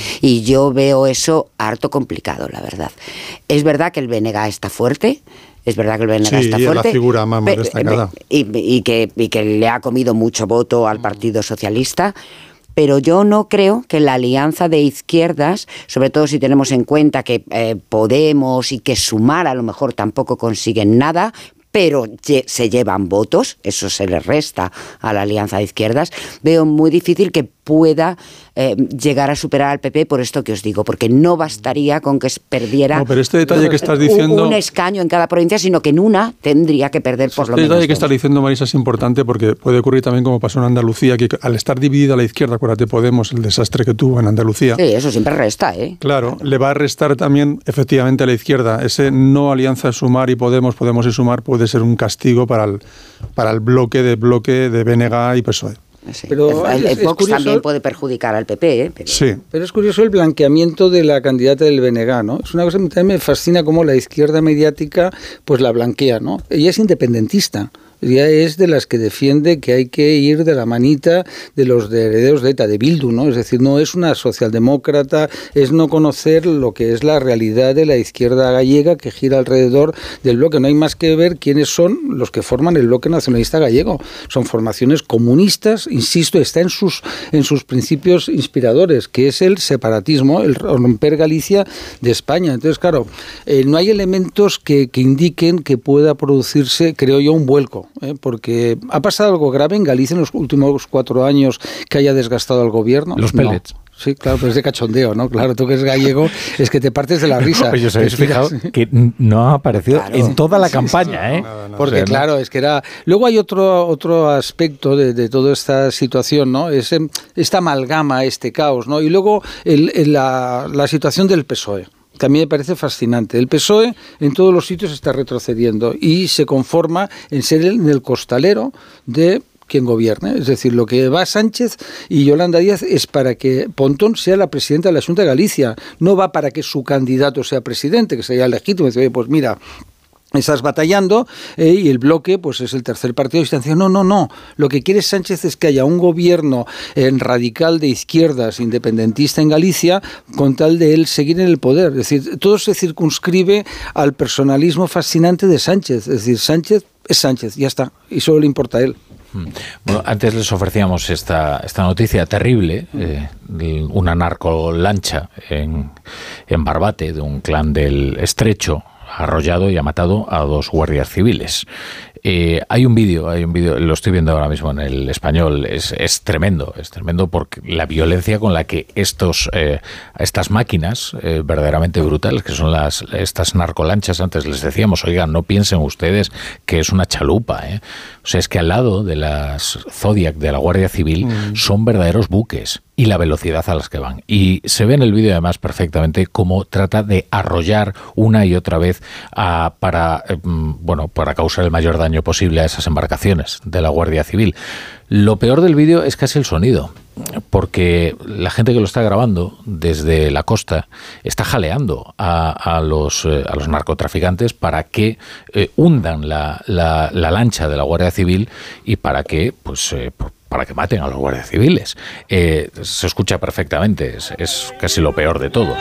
Y yo veo eso harto complicado, la verdad. Es verdad que el BNG está fuerte. Es verdad que el BNG está fuerte. Sí, la figura más destacada. Y que le ha comido mucho voto al Partido Socialista. Pero yo no creo que la alianza de izquierdas, sobre todo si tenemos en cuenta que Podemos y que Sumar a lo mejor tampoco consiguen nada, pero se llevan votos, eso se le resta a la alianza de izquierdas, veo muy difícil que pueda llegar a superar al PP por esto que os digo, porque no bastaría con que perdiera pero este detalle que estás diciendo, un escaño en cada provincia, sino que en una tendría que perder por lo menos. Este detalle que estás diciendo, Marisa, es importante porque puede ocurrir también como pasó en Andalucía, que al estar dividida la izquierda, acuérdate Podemos, el desastre que tuvo en Andalucía. Sí, eso siempre resta, Claro, le va a restar también efectivamente a la izquierda. Ese no alianza de Sumar y Podemos y Sumar puede ser un castigo para el bloque de BNG y PSOE. Sí. Pero el Vox también puede perjudicar al PP, Pero es curioso el blanqueamiento de la candidata del BNG, ¿no? Es una cosa que también me fascina cómo la izquierda mediática pues la blanquea, ¿no? Ella es independentista. Ya es de las que defiende que hay que ir de la manita de los herederos de ETA, de Bildu, ¿no? Es decir, no es una socialdemócrata, es no conocer lo que es la realidad de la izquierda gallega que gira alrededor del bloque. No hay más que ver quiénes son los que forman el bloque nacionalista gallego. Son formaciones comunistas, insisto, está en sus principios inspiradores, que es el separatismo, el romper Galicia de España. Entonces, claro, no hay elementos que indiquen que pueda producirse, creo yo, un vuelco. Porque ha pasado algo grave en Galicia en los últimos 4 años que haya desgastado al gobierno. Los pellets. No. Sí, claro, pero es de cachondeo, ¿no? Claro, tú que eres gallego, es que te partes de la risa. Oye, os habéis fijado que no ha aparecido en toda la campaña, ¿eh? Porque, o sea, claro, es que era... Luego hay otro aspecto de toda esta situación, ¿no? Es esta amalgama, este caos, ¿no? Y luego la situación del PSOE. Que a mí me parece fascinante. El PSOE en todos los sitios está retrocediendo y se conforma en ser el costalero de quien gobierne. Es decir, lo que va Sánchez y Yolanda Díaz es para que Pontón sea la presidenta de la Xunta de Galicia. No va para que su candidato sea presidente, que sería legítimo. Y dice, pues mira, estás batallando y el bloque pues es el tercer partido de distancia. No. Lo que quiere Sánchez es que haya un gobierno radical de izquierdas, independentista en Galicia, con tal de él seguir en el poder. Es decir, todo se circunscribe al personalismo fascinante de Sánchez. Es decir, Sánchez es Sánchez, ya está, y solo le importa a él. Bueno, antes les ofrecíamos esta noticia terrible, una narcolancha en Barbate, de un clan del Estrecho, ha arrollado y ha matado a 2 guardias civiles. Hay un vídeo, lo estoy viendo ahora mismo en El Español, es tremendo porque la violencia con la que estas máquinas verdaderamente brutales, que son estas narcolanchas, antes les decíamos, oigan, no piensen ustedes que es una chalupa, O sea, es que al lado de las Zodiac de la Guardia Civil son verdaderos buques, y la velocidad a las que van. Y se ve en el vídeo además perfectamente cómo trata de arrollar una y otra vez para causar el mayor daño posible a esas embarcaciones de la Guardia Civil. Lo peor del vídeo es casi el sonido, porque la gente que lo está grabando desde la costa está jaleando a los narcotraficantes para que hundan la lancha de la Guardia Civil y para que maten a los guardias civiles. Se escucha perfectamente, es casi lo peor de todo.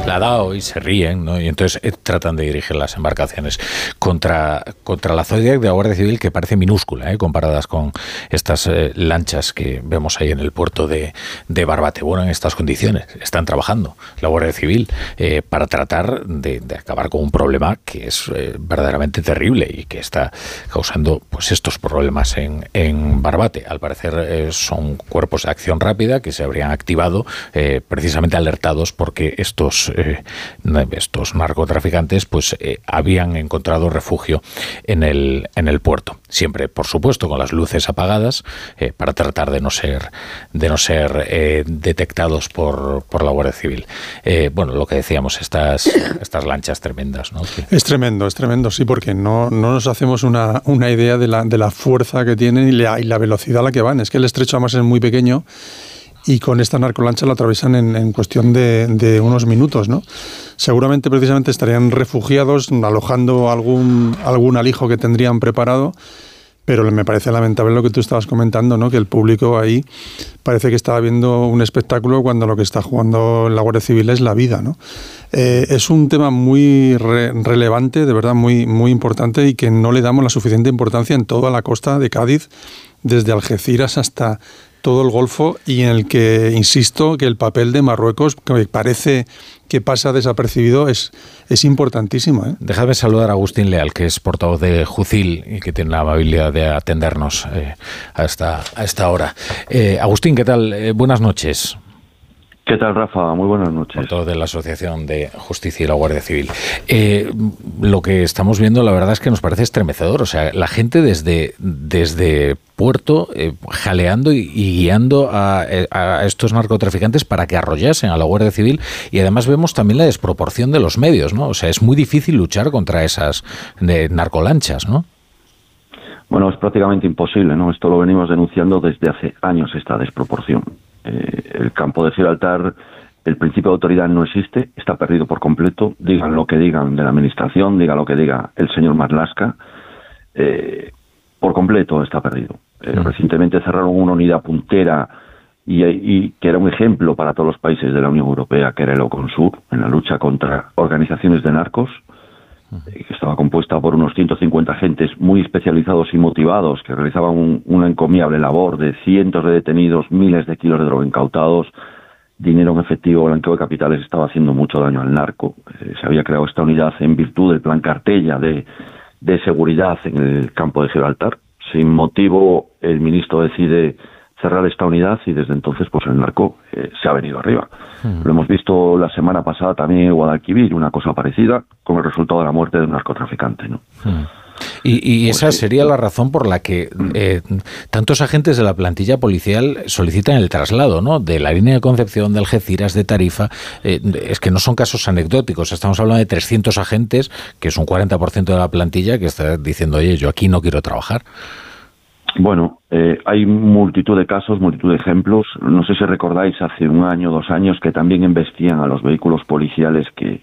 la ha dado y se ríen, ¿no? Y entonces tratan de dirigir las embarcaciones contra la Zodiac de la Guardia Civil, que parece minúscula, comparadas con estas lanchas que vemos ahí en el puerto de Barbate. Bueno, en estas condiciones están trabajando la Guardia Civil para tratar de acabar con un problema que es verdaderamente terrible y que está causando pues estos problemas en Barbate. Al parecer son cuerpos de acción rápida que se habrían activado precisamente alertados porque estos narcotraficantes pues habían encontrado refugio en el puerto. Siempre, por supuesto, con las luces apagadas para tratar de no ser detectados por la Guardia Civil. Bueno, lo que decíamos, estas lanchas tremendas, ¿no? Es tremendo, sí, porque no nos hacemos una idea de la fuerza que tienen y la velocidad a la que van. Es que el estrecho además es muy pequeño y con esta narcolancha lo atraviesan en cuestión de unos minutos, ¿no? Seguramente precisamente estarían refugiados, alojando algún alijo que tendrían preparado, pero me parece lamentable lo que tú estabas comentando, ¿no? Que el público ahí parece que estaba viendo un espectáculo cuando lo que está jugando la Guardia Civil es la vida, ¿no? Es un tema muy relevante, de verdad muy, muy importante, y que no le damos la suficiente importancia en toda la costa de Cádiz, desde Algeciras hasta todo el Golfo, y en el que, insisto, que el papel de Marruecos, que parece que pasa desapercibido, es importantísimo, ¿eh? Déjame saludar a Agustín Leal, que es portavoz de Jucil y que tiene la amabilidad de atendernos a esta hora. Agustín, ¿qué tal? Buenas noches. ¿Qué tal, Rafa? Muy buenas noches. Portavoz de la Asociación de Justicia y la Guardia Civil. Lo que estamos viendo, la verdad es que nos parece estremecedor. O sea, la gente desde puerto jaleando y guiando a estos narcotraficantes para que arrollasen a la Guardia Civil, y además vemos también la desproporción de los medios, ¿no? O sea, es muy difícil luchar contra esas narcolanchas, ¿no? Bueno, es prácticamente imposible, ¿no? Esto lo venimos denunciando desde hace años, esta desproporción. El campo de Gibraltar, el principio de autoridad no existe, está perdido por completo. Digan lo que digan de la administración, diga lo que diga el señor Marlaska, por completo está perdido. Recientemente cerraron una unidad puntera y que era un ejemplo para todos los países de la Unión Europea, que era el Oconsur, en la lucha contra organizaciones de narcos, que estaba compuesta por unos 150 agentes muy especializados y motivados que realizaban una encomiable labor de cientos de detenidos, miles de kilos de droga incautados, dinero en efectivo, blanqueo de capitales. Estaba haciendo mucho daño al narco. Se había creado esta unidad en virtud del plan Cartella de seguridad en el campo de Gibraltar. Sin motivo, el ministro decide cerrar esta unidad y desde entonces pues el narco se ha venido arriba. Lo hemos visto la semana pasada también en Guadalquivir, una cosa parecida, con el resultado de la muerte de un narcotraficante, ¿no? Y esa sería la razón por la que tantos agentes de la plantilla policial solicitan el traslado, ¿no? De la línea de Concepción, de Algeciras, de Tarifa. Es que no son casos anecdóticos. Estamos hablando de 300 agentes, que es un 40% de la plantilla, que está diciendo, oye, yo aquí no quiero trabajar. Bueno, hay multitud de casos, multitud de ejemplos. No sé si recordáis hace un año, 2 años, que también embestían a los vehículos policiales que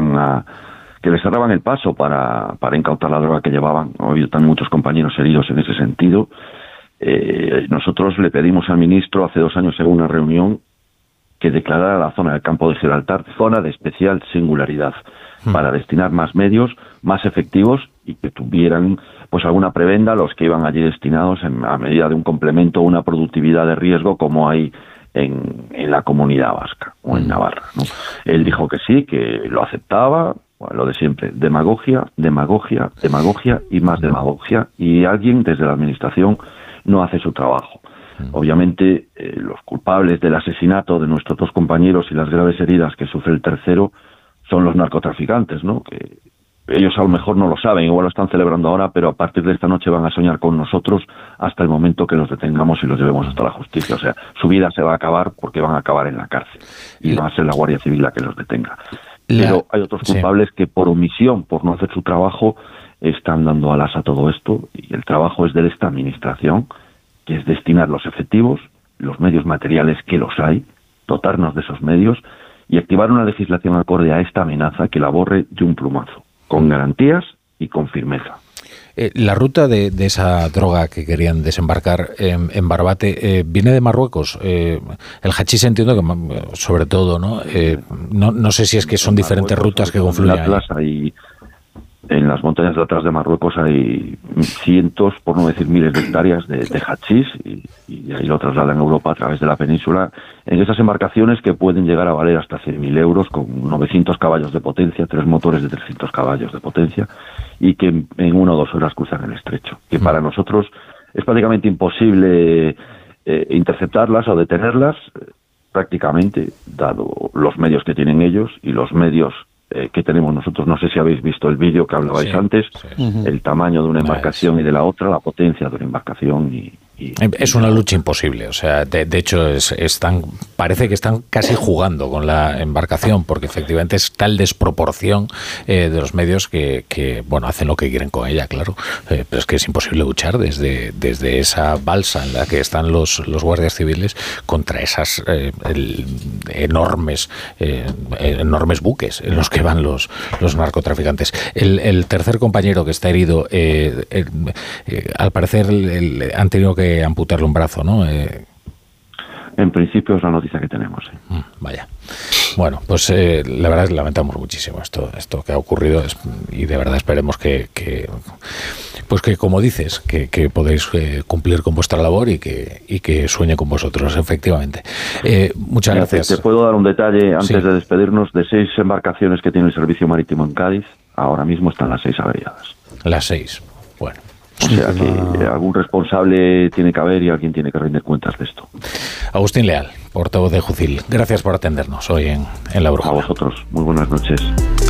les cerraban el paso para incautar la droga que llevaban. Ha habido también muchos compañeros heridos en ese sentido. Nosotros le pedimos al ministro hace 2 años en una reunión que declarara la zona del campo de Gibraltar zona de especial singularidad para destinar más medios, más efectivos y que tuvieran pues alguna prebenda los que iban allí destinados a medida de un complemento o una productividad de riesgo como hay en la comunidad vasca o en Navarra, ¿no? Él dijo que sí, que lo aceptaba. Bueno, lo de siempre, demagogia, demagogia, demagogia y más demagogia, y alguien desde la administración no hace su trabajo. Obviamente, los culpables del asesinato de nuestros 2 compañeros y las graves heridas que sufre el tercero son los narcotraficantes, ¿no? Que ellos a lo mejor no lo saben, igual lo están celebrando ahora, pero a partir de esta noche van a soñar con nosotros hasta el momento que los detengamos y los llevemos hasta la justicia. O sea, su vida se va a acabar porque van a acabar en la cárcel y va a ser la Guardia Civil la que los detenga. Pero hay otros culpables que por omisión, por no hacer su trabajo, están dando alas a todo esto, y el trabajo es de esta administración, que es destinar los efectivos, los medios materiales que los hay, dotarnos de esos medios y activar una legislación acorde a esta amenaza que la borre de un plumazo, con garantías y con firmeza. La ruta de esa droga que querían desembarcar en Barbate viene de Marruecos. El hachís entiendo que sobre todo, ¿no? No sé si es que son diferentes rutas que confluyen. En las montañas de atrás de Marruecos hay cientos, por no decir miles de hectáreas de hachís y ahí lo trasladan a Europa a través de la península en esas embarcaciones que pueden llegar a valer hasta 100.000 euros con 900 caballos de potencia, 3 motores de 300 caballos de potencia y que en 1 o 2 horas cruzan el estrecho. Que para nosotros es prácticamente imposible interceptarlas o detenerlas, prácticamente, dado los medios que tienen ellos y los medios que tenemos nosotros. No sé si habéis visto el vídeo que hablabais antes, el tamaño de una embarcación y de la otra, la potencia de una embarcación es una lucha imposible, o sea, de hecho parece que están casi jugando con la embarcación, porque efectivamente es tal desproporción de los medios que bueno, hacen lo que quieren con ella, claro, pero es que es imposible luchar desde esa balsa en la que están los guardias civiles contra esas enormes buques en los que van los narcotraficantes. El tercer compañero que está herido, al parecer han tenido que amputarle un brazo, ¿no? En principio es la noticia que tenemos. Vaya. Bueno, pues la verdad es que lamentamos muchísimo esto que ha ocurrido y de verdad esperemos que como dices, que podéis cumplir con vuestra labor y que sueñe con vosotros, efectivamente. Muchas gracias. Te puedo dar un detalle antes de despedirnos. De 6 embarcaciones que tiene el servicio marítimo en Cádiz, ahora mismo están las 6 averiadas. Las 6, bueno. O sea que algún responsable tiene que haber y alguien tiene que rendir cuentas de esto. Agustín Leal, portavoz de Jucil, gracias por atendernos hoy en La Brújula. A vosotros, muy buenas noches.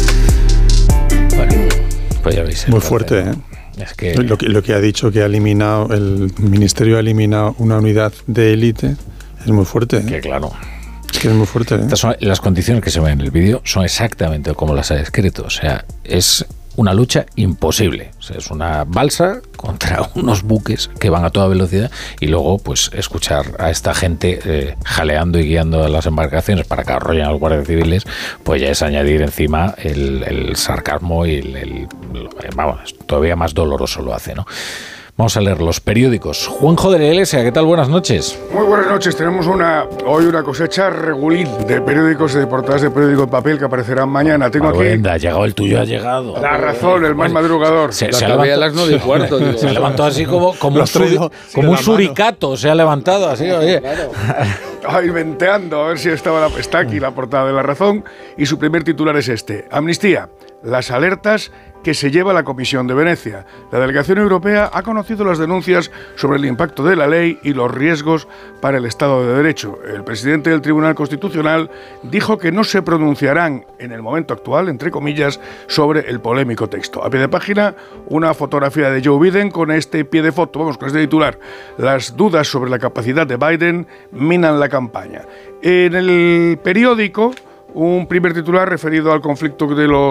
Bueno, pues ya veis. Muy fuerte, ¿eh? Es que lo que ha dicho que el Ministerio ha eliminado una unidad de élite es muy fuerte, ¿eh? Que claro. Es que es muy fuerte, ¿eh? Las condiciones que se ven en el vídeo son exactamente como las ha descrito, o sea, es una lucha imposible. O sea, es una balsa contra unos buques que van a toda velocidad y luego pues escuchar a esta gente jaleando y guiando a las embarcaciones para que arrollen a los guardias civiles, pues ya es añadir encima el sarcasmo y vamos, todavía más doloroso lo hace, ¿no? Vamos a leer los periódicos. Juanjo de la Iglesia, ¿qué tal? Buenas noches. Muy buenas noches. Tenemos hoy una cosecha regulín de periódicos y de portadas de periódico en papel que aparecerán mañana. Tengo aquí... Ha llegado el tuyo, ha llegado. La Razón, el más madrugador. Se ha levantado a las 9:15. Se ha levantado así como un suricato. Se ha levantado así, oye. Ay, venteando, a ver si está aquí la portada de La Razón. Y su primer titular es este. Amnistía. Las alertas que se lleva la Comisión de Venecia. La delegación europea ha conocido las denuncias sobre el impacto de la ley y los riesgos para el Estado de Derecho. El presidente del Tribunal Constitucional dijo que no se pronunciarán en el momento actual, entre comillas, sobre el polémico texto. A pie de página, una fotografía de Joe Biden con este pie de foto, con este titular. Las dudas sobre la capacidad de Biden minan la campaña. En el periódico, un primer titular referido al conflicto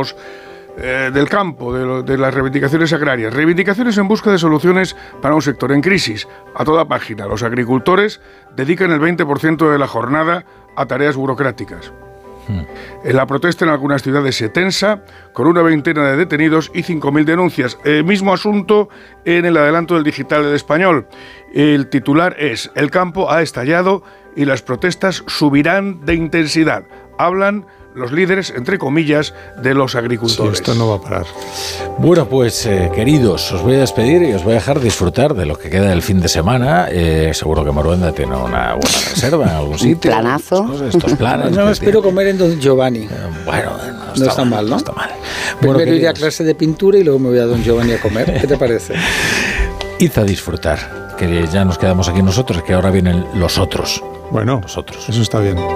del campo, de las reivindicaciones agrarias. Reivindicaciones en busca de soluciones para un sector en crisis. A toda página, los agricultores dedican el 20% de la jornada a tareas burocráticas. La protesta en algunas ciudades se tensa, con una veintena de detenidos y 5.000 denuncias. Mismo asunto en el adelanto del Digital del Español. El titular es: el campo ha estallado y las protestas subirán de intensidad. Hablan los líderes, entre comillas, de los agricultores. Sí, esto no va a parar. Bueno, pues queridos, os voy a despedir y os voy a dejar disfrutar de lo que queda del fin de semana. Seguro que Maruenda tiene una buena reserva en algún sitio. Un planazo. Estos planes. No, espero comer en Don Giovanni. Bueno, no está mal, ¿no? No está mal. Primero iré a clase de pintura y luego me voy a Don Giovanni a comer. ¿Qué te parece? Id a disfrutar, que ya nos quedamos aquí nosotros, que ahora vienen los otros. Bueno, los otros. Eso está bien.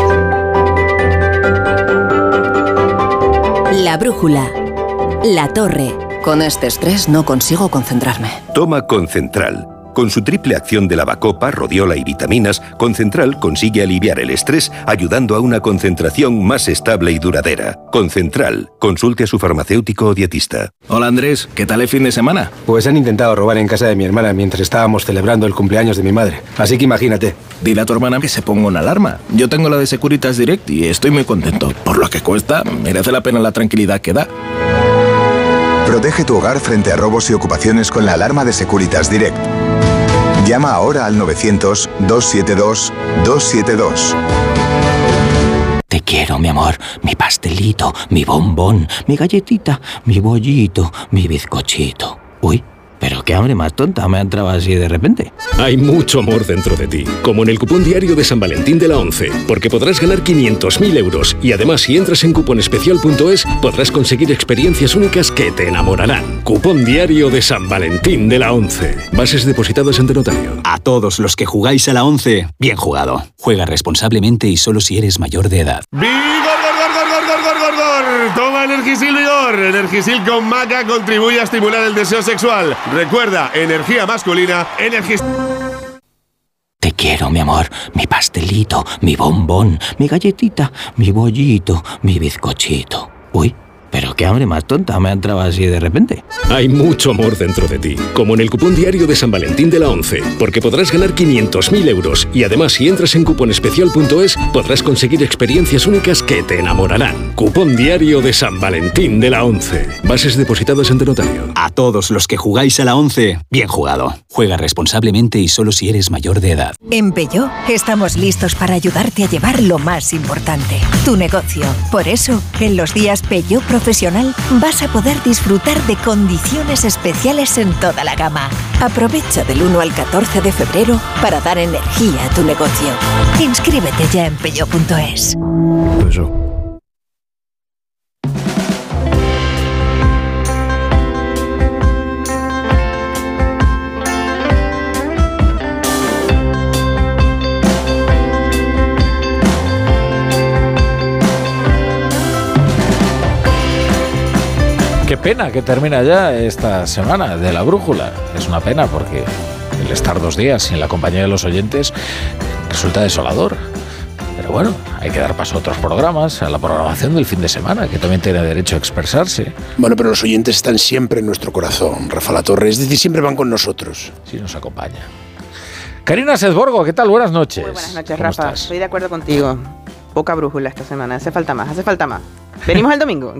La Brújula. La Torre. Con este estrés no consigo concentrarme. Toma Concentral. Con su triple acción de lavacopa, rodiola y vitaminas, Concentral consigue aliviar el estrés ayudando a una concentración más estable y duradera. Concentral. Consulte a su farmacéutico o dietista. Hola Andrés, ¿qué tal el fin de semana? Pues han intentado robar en casa de mi hermana mientras estábamos celebrando el cumpleaños de mi madre. Así que imagínate. Dile a tu hermana que se ponga una alarma. Yo tengo la de Securitas Direct y estoy muy contento. Por lo que cuesta, merece la pena la tranquilidad que da. Protege tu hogar frente a robos y ocupaciones con la alarma de Securitas Direct. Llama ahora al 900-272-272. Te quiero, mi amor, mi pastelito, mi bombón, mi galletita, mi bollito, mi bizcochito. Uy, pero qué hambre más tonta me ha entrado así de repente. Hay mucho amor dentro de ti, como en el cupón diario de San Valentín de la ONCE, porque podrás ganar 500.000 euros y además si entras en cuponespecial.es podrás conseguir experiencias únicas que te enamorarán. Cupón diario de San Valentín de la ONCE. Bases depositadas ante notario. A todos los que jugáis a la ONCE, bien jugado. Juega responsablemente y solo si eres mayor de edad. Toma Energisil Vigor. Energisil con maca contribuye a estimular el deseo sexual. Recuerda, energía masculina, Energisil. Te quiero, mi amor, mi pastelito, mi bombón, mi galletita, mi bollito, mi bizcochito. Uy, pero qué hambre más tonta me ha entrado así de repente. Hay mucho amor dentro de ti, como en el cupón diario de San Valentín de la ONCE, porque podrás ganar 500.000 euros y además si entras en cuponespecial.es podrás conseguir experiencias únicas que te enamorarán. Cupón diario de San Valentín de la ONCE. Bases depositadas ante notario. A todos los que jugáis a la ONCE, bien jugado. Juega responsablemente y solo si eres mayor de edad. En Peugeot estamos listos para ayudarte a llevar lo más importante, tu negocio. Por eso, en los días Peugeot Profesional vas a poder disfrutar de condiciones especiales en toda la gama. Aprovecha del 1 al 14 de febrero para dar energía a tu negocio. Inscríbete ya en peugeot.es. Qué pena que termina ya esta semana de La Brújula. Es una pena porque el estar 2 días sin la compañía de los oyentes resulta desolador. Pero bueno, hay que dar paso a otros programas, a la programación del fin de semana, que también tiene derecho a expresarse. Bueno, pero los oyentes están siempre en nuestro corazón, Rafa Latorre, es decir, siempre van con nosotros. Sí, nos acompaña. Karina Sedborgo, ¿qué tal? Buenas noches. Muy buenas noches, Rafa. ¿Estás? Estoy de acuerdo contigo. Poca brújula esta semana, hace falta más. Venimos el domingo.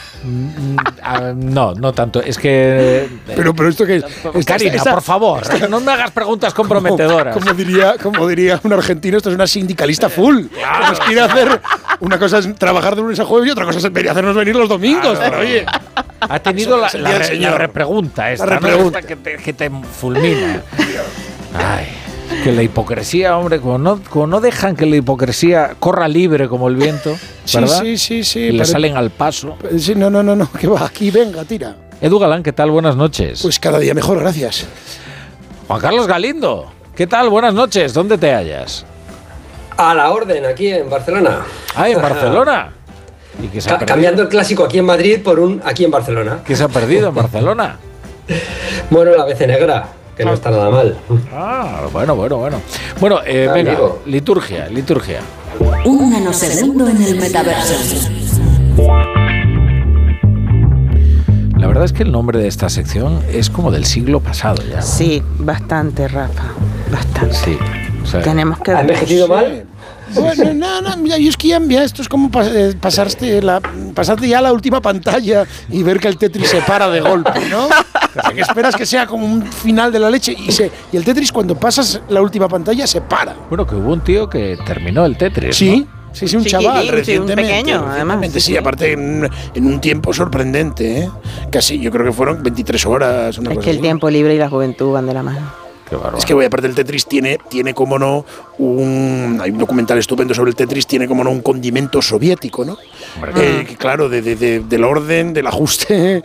No tanto. Es que... Pero esto que... Karina, por favor, no me hagas preguntas comprometedoras. Como diría un argentino, esto es una sindicalista full. Claro. Nos quiere hacer... Una cosa es trabajar de lunes a jueves y otra cosa es hacernos venir los domingos. Claro. Pero oye... Ha tenido la repregunta esta, la repregunta. ¿no? que te fulmina. Ay... Que la hipocresía, hombre, como no dejan que la hipocresía corra libre como el viento, ¿verdad? Sí. Y le salen al paso. Sí, no, que va aquí, venga, tira. Edu Galán, ¿qué tal? Buenas noches. Pues cada día mejor, gracias. Juan Carlos Galindo, ¿qué tal? Buenas noches, ¿dónde te hallas? A la orden, aquí en Barcelona. Ah, ¿en Barcelona? ¿Y qué se ha perdido? Cambiando el clásico aquí en Madrid por un aquí en Barcelona. ¿Qué se ha perdido en Barcelona? Bueno, la BC Negra. Que no está nada mal. Bueno. Bueno, venga, liturgia. Un nanosegundo en el metaverso. La verdad es que el nombre de esta sección es como del siglo pasado ya, ¿no? Sí, bastante, Rafa. Bastante. Sí. O sea, tenemos que... ¿Ha envejecido mal? Bueno, no, mira, yo es que ya esto es como pasarte ya a la última pantalla y ver que el Tetris se para de golpe, ¿no? O sea, que esperas que sea como un final de la leche y el Tetris cuando pasas la última pantalla se para. Bueno, que hubo un tío que terminó el Tetris, ¿sí? ¿no? Sí, un chaval, recientemente. Un pequeño, además. Sí, aparte en un tiempo sorprendente, ¿eh? Casi, yo creo que fueron 23 horas. Es que el tiempo libre y la juventud van de la mano. Es que aparte el Tetris tiene como no hay un documental estupendo sobre el Tetris, tiene como no un condimento soviético, ¿no? Claro, del orden, del ajuste,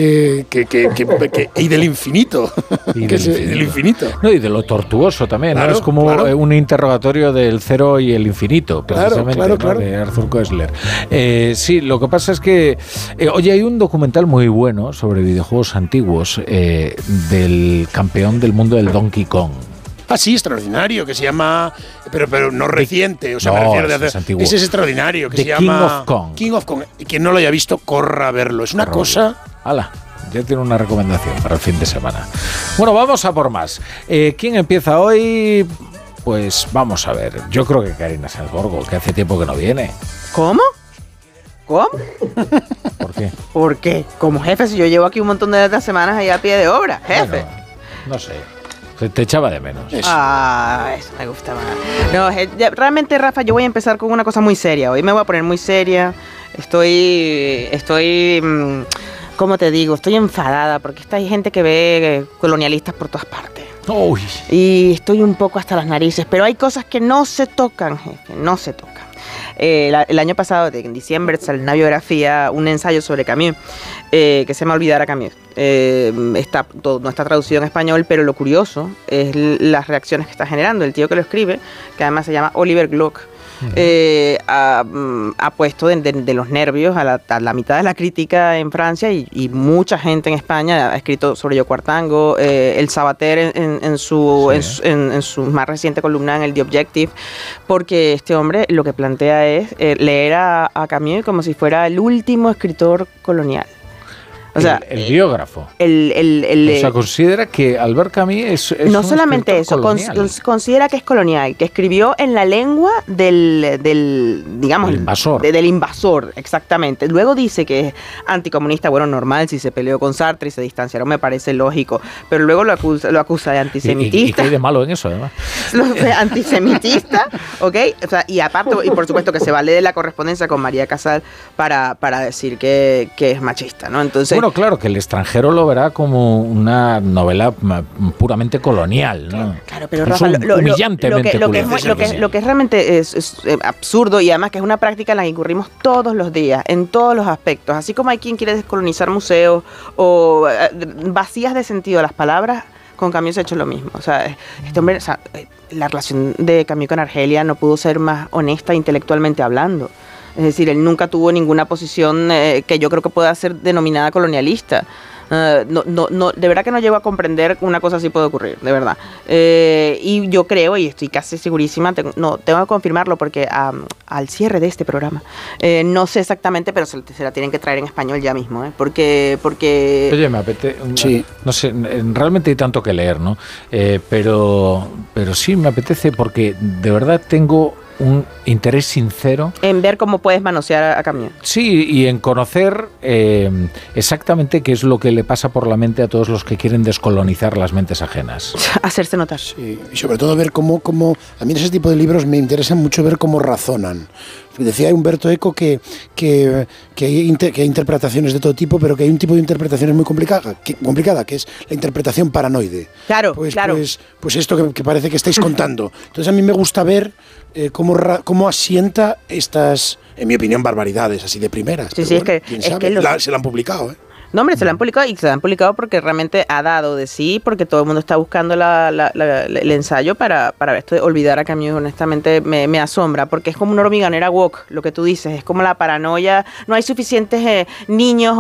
y del infinito. Del infinito. No, y de lo tortuoso también, claro, ¿no? Es como un interrogatorio del cero y el infinito, precisamente, claro. De Arthur Koestler. Sí, lo que pasa es que, oye, hay un documental muy bueno sobre videojuegos antiguos del campeón del mundo del Donkey Kong. Ah, sí, extraordinario, que se llama... Pero no reciente, o sea, me refiero de hacer... Ese es extraordinario, que se llama... King of Kong. Y quien no lo haya visto, corra a verlo. Es una cosa... ¡Hala! Ya tiene una recomendación para el fin de semana. Bueno, vamos a por más. ¿Quién empieza hoy? Pues vamos a ver. Yo creo que Karina Sedborgo, que hace tiempo que no viene. ¿Cómo? ¿Por qué? Porque, como jefe, si yo llevo aquí un montón de semanas ahí a pie de obra, jefe. Bueno, no sé. Te echaba de menos. Eso me gusta más. No, realmente, Rafa, yo voy a empezar con una cosa muy seria. Hoy me voy a poner muy seria. Estoy, ¿cómo te digo? Estoy enfadada porque hay gente que ve colonialistas por todas partes. Uy. Y estoy un poco hasta las narices, pero hay cosas que no se tocan, jefe, no se tocan. El año pasado, en diciembre, salió una biografía, un ensayo sobre Camus, que se llama Olvidar a Camus. No está traducido en español, pero lo curioso es las reacciones que está generando. El tío que lo escribe, que además se llama Oliver Gluck, ha puesto de los nervios a la mitad de la crítica en Francia y mucha gente en España ha escrito sobre Yoko Artango, el Sabater en su más reciente columna en el The Objective, porque este hombre lo que plantea es leer a Camus como si fuera el último escritor colonial. O sea, el biógrafo. O sea, considera que Albert Camus es no un solamente eso, considera que es colonial, que escribió en la lengua del invasor. Del invasor, exactamente. Luego dice que es anticomunista, bueno, normal, si se peleó con Sartre y se distanciaron, me parece lógico, pero luego lo acusa de antisemitista. ¿Y qué hay de malo en eso, además? Antisemitista, ¿ok? O sea, y aparte, y por supuesto que se vale de la correspondencia con María Casal para decir que es machista, ¿no? Entonces, bueno, claro, que el extranjero lo verá como una novela puramente colonial, ¿no? Claro, pero Rafa, lo que realmente es absurdo y además que es una práctica en la que incurrimos todos los días, en todos los aspectos. Así como hay quien quiere descolonizar museos o vacías de sentido las palabras, con Camus se ha hecho lo mismo. O sea, este hombre, la relación de Camus con Argelia no pudo ser más honesta intelectualmente hablando. Es decir, él nunca tuvo ninguna posición que yo creo que pueda ser denominada colonialista. De verdad que no llego a comprender que una cosa así puede ocurrir, de verdad. Y yo creo, y estoy casi segurísima, tengo que confirmarlo porque al cierre de este programa, no sé exactamente, pero se la tienen que traer en español ya mismo, porque Oye, me apetece... Sí. No sé, realmente hay tanto que leer, ¿no? Pero sí me apetece porque de verdad tengo un interés sincero en ver cómo puedes manosear a Camus. Sí, y en conocer exactamente qué es lo que le pasa por la mente a todos los que quieren descolonizar las mentes ajenas. Hacerse notar. Sí, y sobre todo ver cómo a mí en ese tipo de libros me interesa mucho ver cómo razonan. Decía Humberto Eco que hay interpretaciones de todo tipo, pero que hay un tipo de interpretación muy complicada, que es la interpretación paranoide. Claro, claro. Pues esto que parece que estáis contando. Entonces a mí me gusta ver cómo asienta estas, en mi opinión, barbaridades así de primeras. Sí, bueno, se la han publicado, ¿eh? No, hombre, se la han publicado porque realmente ha dado de sí, porque todo el mundo está buscando el ensayo para ver esto de Olvidar a Camus. Honestamente me asombra, porque es como una hormiganera woke, lo que tú dices, es como la paranoia. No hay suficientes niños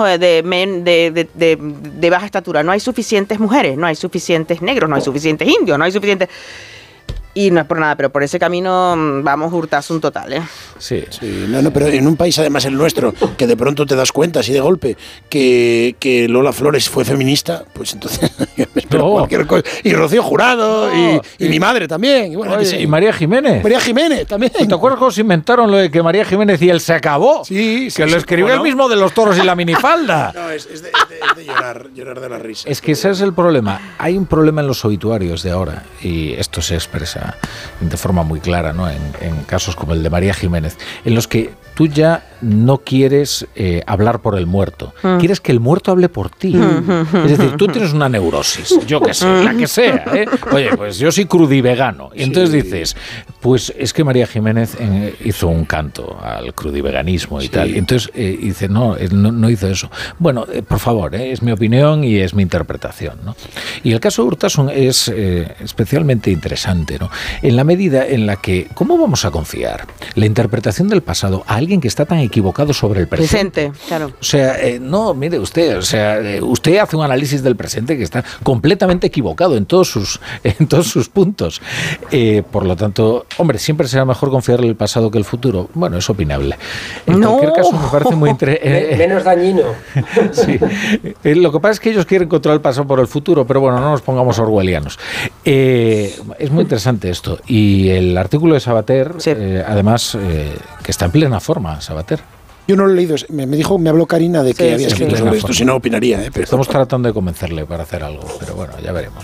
de baja estatura, no hay suficientes mujeres, no hay suficientes negros, no hay suficientes indios, no hay suficientes... Y no es por nada, pero por ese camino vamos hurtazo un total, ¿eh? Sí. No, pero en un país además el nuestro, que de pronto te das cuenta así de golpe que Lola Flores fue feminista, pues entonces yo me espero cualquier cosa. Y Rocío Jurado, y mi madre también. Y, bueno, oye, y María Jiménez. María Jiménez también. ¿Te acuerdas cómo se inventaron lo de que María Jiménez y él se acabó? Sí. Que lo escribió el mismo de Los toros y la minifalda. No, es de llorar de la risa. Es que ese es el problema. Hay un problema en los obituarios de ahora, y esto se expresa de forma muy clara, ¿no? En casos como el de María Jiménez, en los que tú ya no quieres hablar por el muerto, quieres que el muerto hable por ti. Es decir, tú tienes una neurosis, yo qué sé, la que sea, ¿eh? Oye, pues yo soy crudivegano. Y entonces dices, pues es que María Jiménez hizo un canto al crudiveganismo y tal. Y entonces dice, no hizo eso. Bueno, por favor, es mi opinión y es mi interpretación, ¿no? Y el caso de Urtasun es especialmente interesante, ¿no? En la medida en la que, ¿cómo vamos a confiar la interpretación del pasado a alguien que está tan equivocado sobre el presente? Claro. O sea, no, mire usted, o sea, usted hace un análisis del presente que está completamente equivocado en todos sus puntos. Por lo tanto, hombre, siempre será mejor confiar en el pasado que el futuro. Bueno, es opinable. En cualquier caso, me parece muy interesante. Menos dañino. Sí. Lo que pasa es que ellos quieren controlar el pasado por el futuro, pero bueno, no nos pongamos orwellianos. Es muy interesante esto. Y el artículo de Sabater, además, que está en plena forma, Sabater. Yo no lo he leído, me habló Karina de que había escrito sobre esto, si no opinaría. Pero estamos tratando de convencerle para hacer algo, pero bueno, ya veremos.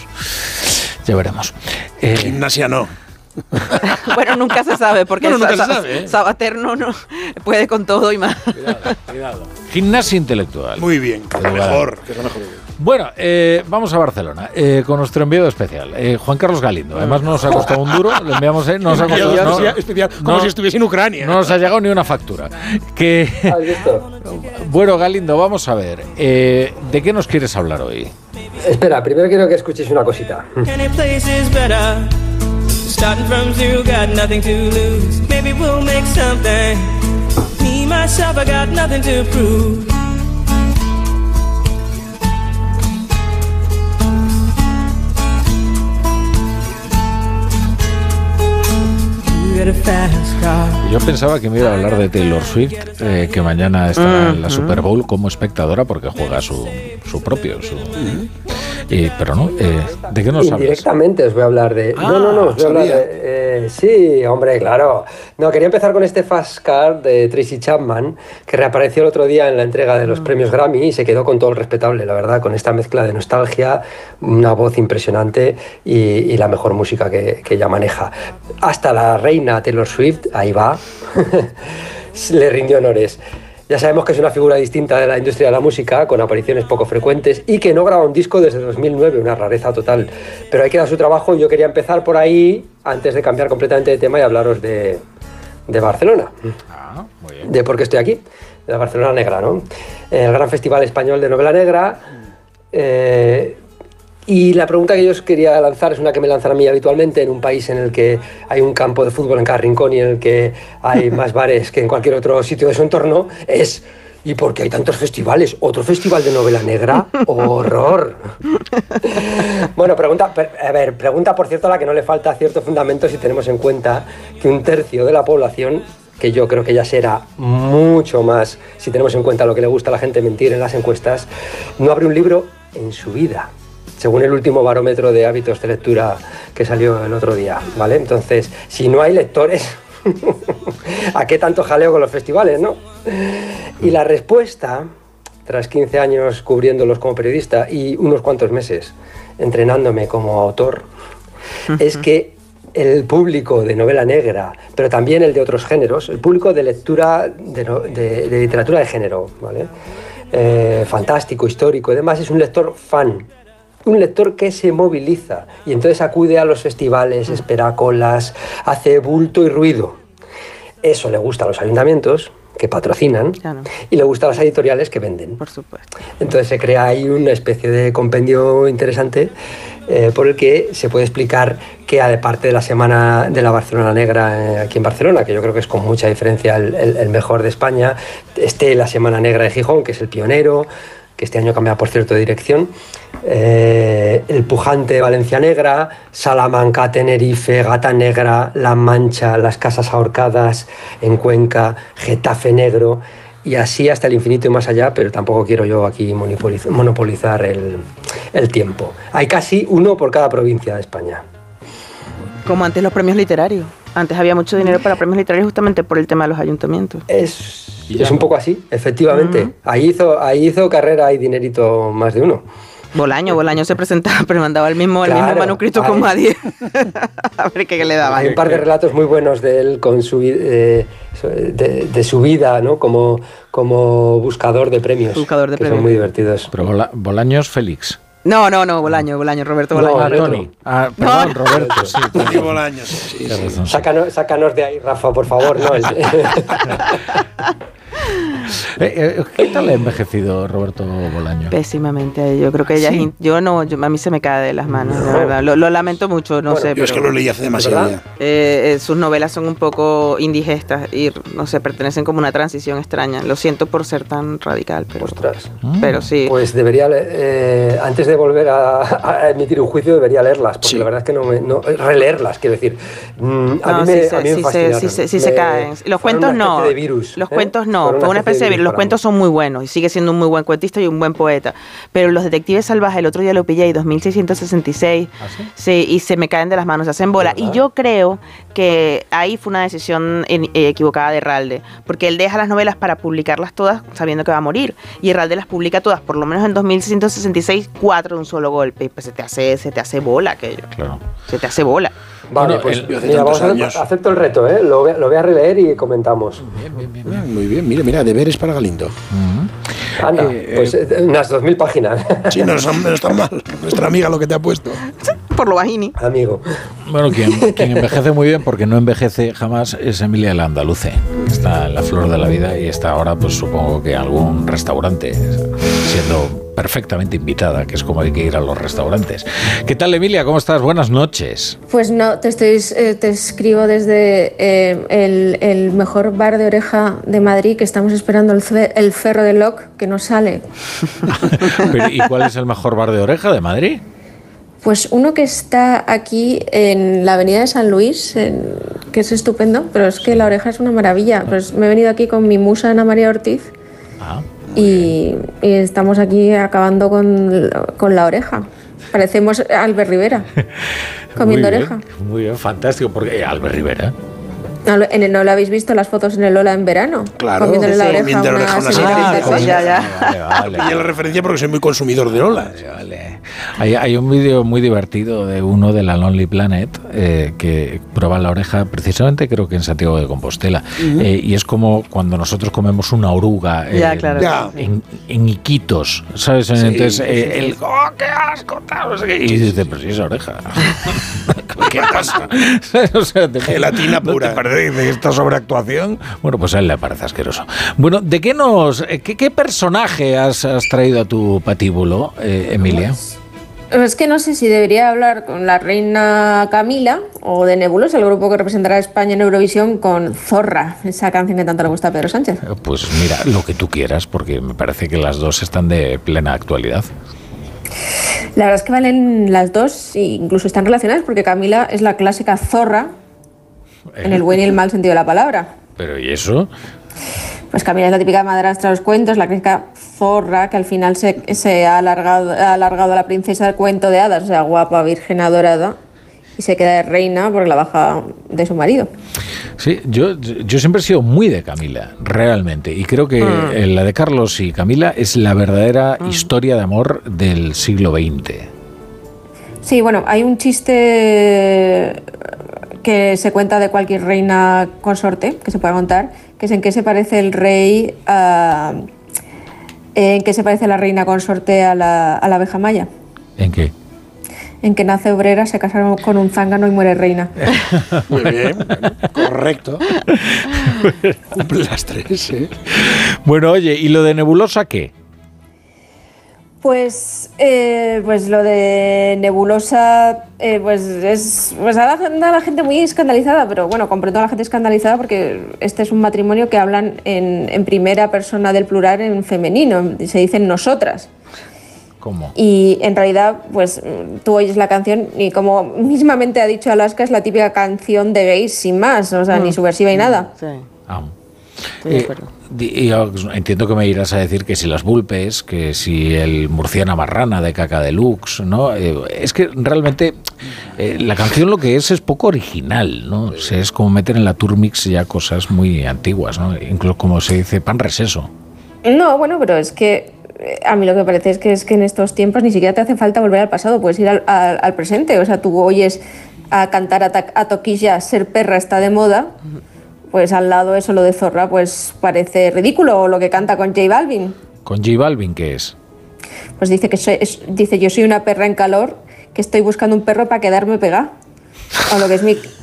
Gimnasia no. Bueno, nunca se sabe, porque Sabater no puede con todo y más. Cuidado. Gimnasia intelectual. Muy bien, que es lo mejor. Bueno, vamos a Barcelona con nuestro enviado especial, Juan Carlos Galindo. Además no nos ha costado un duro, le enviamos, nos ha costado, especial, como si estuviese en Ucrania. No nos ha llegado ni una factura. Bueno, Galindo, vamos a ver, ¿de qué nos quieres hablar hoy? Espera, primero quiero que escuchéis una cosita. Starting from zero, got nothing to lose. Maybe we'll make something. Me, myself, I got nothing to prove. Yo pensaba que me iba a hablar de Taylor Swift, que mañana estará en la Super Bowl como espectadora porque juega su propio. Pero no, ¿de qué nos hablas? Indirectamente os voy a hablar de... No, os voy a hablar de... sí, hombre, claro. No, quería empezar con este Fast Car de Tracy Chapman, que reapareció el otro día en la entrega de los premios Grammy y se quedó con todo el respetable, la verdad, con esta mezcla de nostalgia, una voz impresionante y la mejor música que ella maneja. Hasta la reina Taylor Swift, ahí va, le rindió honores. Ya sabemos que es una figura distinta de la industria de la música, con apariciones poco frecuentes y que no graba un disco desde 2009, una rareza total. Pero ahí queda su trabajo y yo quería empezar por ahí, antes de cambiar completamente de tema y hablaros de Barcelona. Muy bien. De por qué estoy aquí, de la Barcelona Negra, ¿no? El gran festival español de novela negra. Y la pregunta que yo os quería lanzar es una que me lanzan a mí habitualmente en un país en el que hay un campo de fútbol en cada rincón y en el que hay más bares que en cualquier otro sitio de su entorno, es ¿y por qué hay tantos festivales? ¿Otro festival de novela negra? ¡Horror! Bueno, pregunta por cierto a la que no le falta cierto fundamento si tenemos en cuenta que 1/3 de la población, que yo creo que ya será mucho más si tenemos en cuenta lo que le gusta a la gente mentir en las encuestas, no abre un libro en su vida, según el último barómetro de hábitos de lectura que salió el otro día, ¿vale? Entonces, si no hay lectores, ¿a qué tanto jaleo con los festivales, no? Y la respuesta, tras 15 años cubriéndolos como periodista y unos cuantos meses entrenándome como autor, es que el público de novela negra, pero también el de otros géneros, el público de lectura de literatura de género, ¿vale? Fantástico, histórico y demás, es un lector fan. Un lector que se moviliza y entonces acude a los festivales, espera colas, hace bulto y ruido. Eso le gusta a los ayuntamientos, que patrocinan, claro, y le gusta a las editoriales que venden. Por supuesto. Entonces se crea ahí una especie de compendio interesante por el que se puede explicar que, aparte de la Semana de la Barcelona Negra aquí en Barcelona, que yo creo que es con mucha diferencia el mejor de España, esté la Semana Negra de Gijón, que es el pionero, que este año cambia, por cierto, de dirección, el pujante Valencia Negra, Salamanca, Tenerife, Gata Negra, La Mancha, las Casas Ahorcadas en Cuenca, Getafe Negro, y así hasta el infinito y más allá, pero tampoco quiero yo aquí monopolizar el tiempo. Hay casi uno por cada provincia de España. Como antes los premios literarios. Antes había mucho dinero para premios literarios justamente por el tema de los ayuntamientos. Es un poco así, efectivamente. Ahí hizo carrera y dinerito más de uno. Bolaño se presentaba, pero mandaba el mismo manuscrito con nadie. A ver qué le daba. Hay un par de relatos muy buenos de él con de su vida, ¿no? Como buscador de premios. Que son muy divertidos. Pero Bolaños Félix. No, Bolaño, Roberto Bolaño. No, Tony. Perdón, Roberto, sí. Tony Bolaño, sí. Sácanos de ahí, Rafa, por favor, ¿no? ¿Qué tal ha envejecido Roberto Bolaño? Pésimamente. Yo creo que ella a mí se me cae de las manos, de verdad. Lo lamento mucho, no sé. Yo es que lo leí hace demasiado ya. Sus novelas son un poco indigestas y, no sé, pertenecen como una transición extraña. Lo siento por ser tan radical, pero... Ostras. Pero sí. Pues debería, antes de volver a emitir un juicio, debería leerlas, porque la verdad es que no releerlas, quiero decir. A mí me fascinaron. Sí se caen. Los cuentos no. De virus, los cuentos no. Fue una especie parece bien, los cuentos son muy buenos y sigue siendo un muy buen cuentista y un buen poeta. Pero Los Detectives Salvajes, el otro día lo pillé, 2666, ¿ah, sí? Sí, y se me caen de las manos, se hacen bola. Y yo creo que ahí fue una decisión equivocada de Herralde, porque él deja las novelas para publicarlas todas sabiendo que va a morir. Y Herralde las publica todas, por lo menos en 2666, 4 de un solo golpe. Y pues se te hace bola aquello. Claro. Se te hace bola. Vale, pues mira, acepto el reto, ¿eh? Lo voy a releer y comentamos. Bien. Muy bien, mira, deberes para Galindo. Anda, pues unas 2000 páginas. Sí, no está mal. Nuestra amiga lo que te ha puesto. Por lo bajini. Amigo. Bueno, quien envejece muy bien, porque no envejece jamás, es Emilia Landaluce. Está en la flor de la vida y está ahora, pues supongo que en algún restaurante, siendo perfectamente invitada, que es como hay que ir a los restaurantes. ¿Qué tal, Emilia? ¿Cómo estás? Buenas noches. Pues no, te escribo desde el mejor bar de oreja de Madrid, que estamos esperando el Ferro de Loc, que no sale. ¿Y cuál es el mejor bar de oreja de Madrid? Pues uno que está aquí en la avenida de San Luis, que es estupendo, pero es que la oreja es una maravilla. Pues me he venido aquí con mi musa Ana María Ortiz. Y estamos aquí acabando con la oreja. Parecemos Albert Rivera, comiendo oreja. Muy bien, fantástico, porque Albert Rivera. ¿No lo habéis visto las fotos en el Ola en verano? Claro, comiéndole la oreja a una señorita. Vale. Y la referencia porque soy muy consumidor de olas. Vale. Hay un vídeo muy divertido de uno de la Lonely Planet que prueba la oreja, precisamente creo que en Santiago de Compostela. Y es como cuando nosotros comemos una oruga en Iquitos, ¿sabes? Entonces, ¡oh, qué asco! Y dices, pero si es oreja. ¿Qué pasa? O sea, gelatina pura. De esta sobreactuación. Bueno, pues a él le parece asqueroso. Bueno, ¿de qué personaje has traído a tu patíbulo, Emilia? Es que no sé si debería hablar con la reina Camila o de Nebulosa, el grupo que representará a España en Eurovisión, con Zorra, esa canción que tanto le gusta a Pedro Sánchez. Pues mira, lo que tú quieras, porque me parece que las dos están de plena actualidad. La verdad es que valen las dos e incluso están relacionadas, porque Camila es la clásica zorra en el buen y el mal sentido de la palabra. ¿Pero y eso? Pues Camila es la típica madrastra de los cuentos, la clásica zorra que al final se ha alargado a la princesa del cuento de hadas, o sea, guapa, virgen, adorada, y se queda de reina por la baja de su marido. Sí, yo siempre he sido muy de Camila, realmente, y creo que la de Carlos y Camila es la verdadera historia de amor del siglo XX. Sí, bueno, hay un chiste que se cuenta de cualquier reina consorte, que se pueda contar, que es en qué se parece el rey en qué se parece la reina consorte a la abeja maya. ¿En qué? En que nace obrera, se casa con un zángano y muere reina. Muy bien, correcto. Las tres, ¿eh? Bueno, oye, ¿y lo de Nebulosa qué? Pues lo de Nebulosa anda la gente muy escandalizada, pero bueno, comprendo a la gente escandalizada porque este es un matrimonio que hablan en primera persona del plural en femenino, se dicen nosotras. ¿Cómo? Y en realidad, pues tú oyes la canción y como mismamente ha dicho Alaska, es la típica canción de gays sin más, o sea, ni subversiva ni nada. Sí. Estoy de acuerdo. Entiendo que me irás a decir que si las Vulpes, que si el Murciana Marrana de Caca Deluxe, ¿no? Es que realmente la canción lo que es poco original, ¿no? O sea, es como meter en la Turmix ya cosas muy antiguas, ¿no? Incluso como se dice, pan reseso. No, bueno, pero es que a mí lo que me parece es que en estos tiempos ni siquiera te hace falta volver al pasado, puedes ir al presente. O sea, tú oyes a cantar a Toquilla Ser perra está de moda, pues al lado eso, lo de Zorra, pues parece ridículo. O lo que canta con J Balvin. ¿Con J Balvin qué es? Pues dice dice yo soy una perra en calor, que estoy buscando un perro para quedarme pegada. O lo que es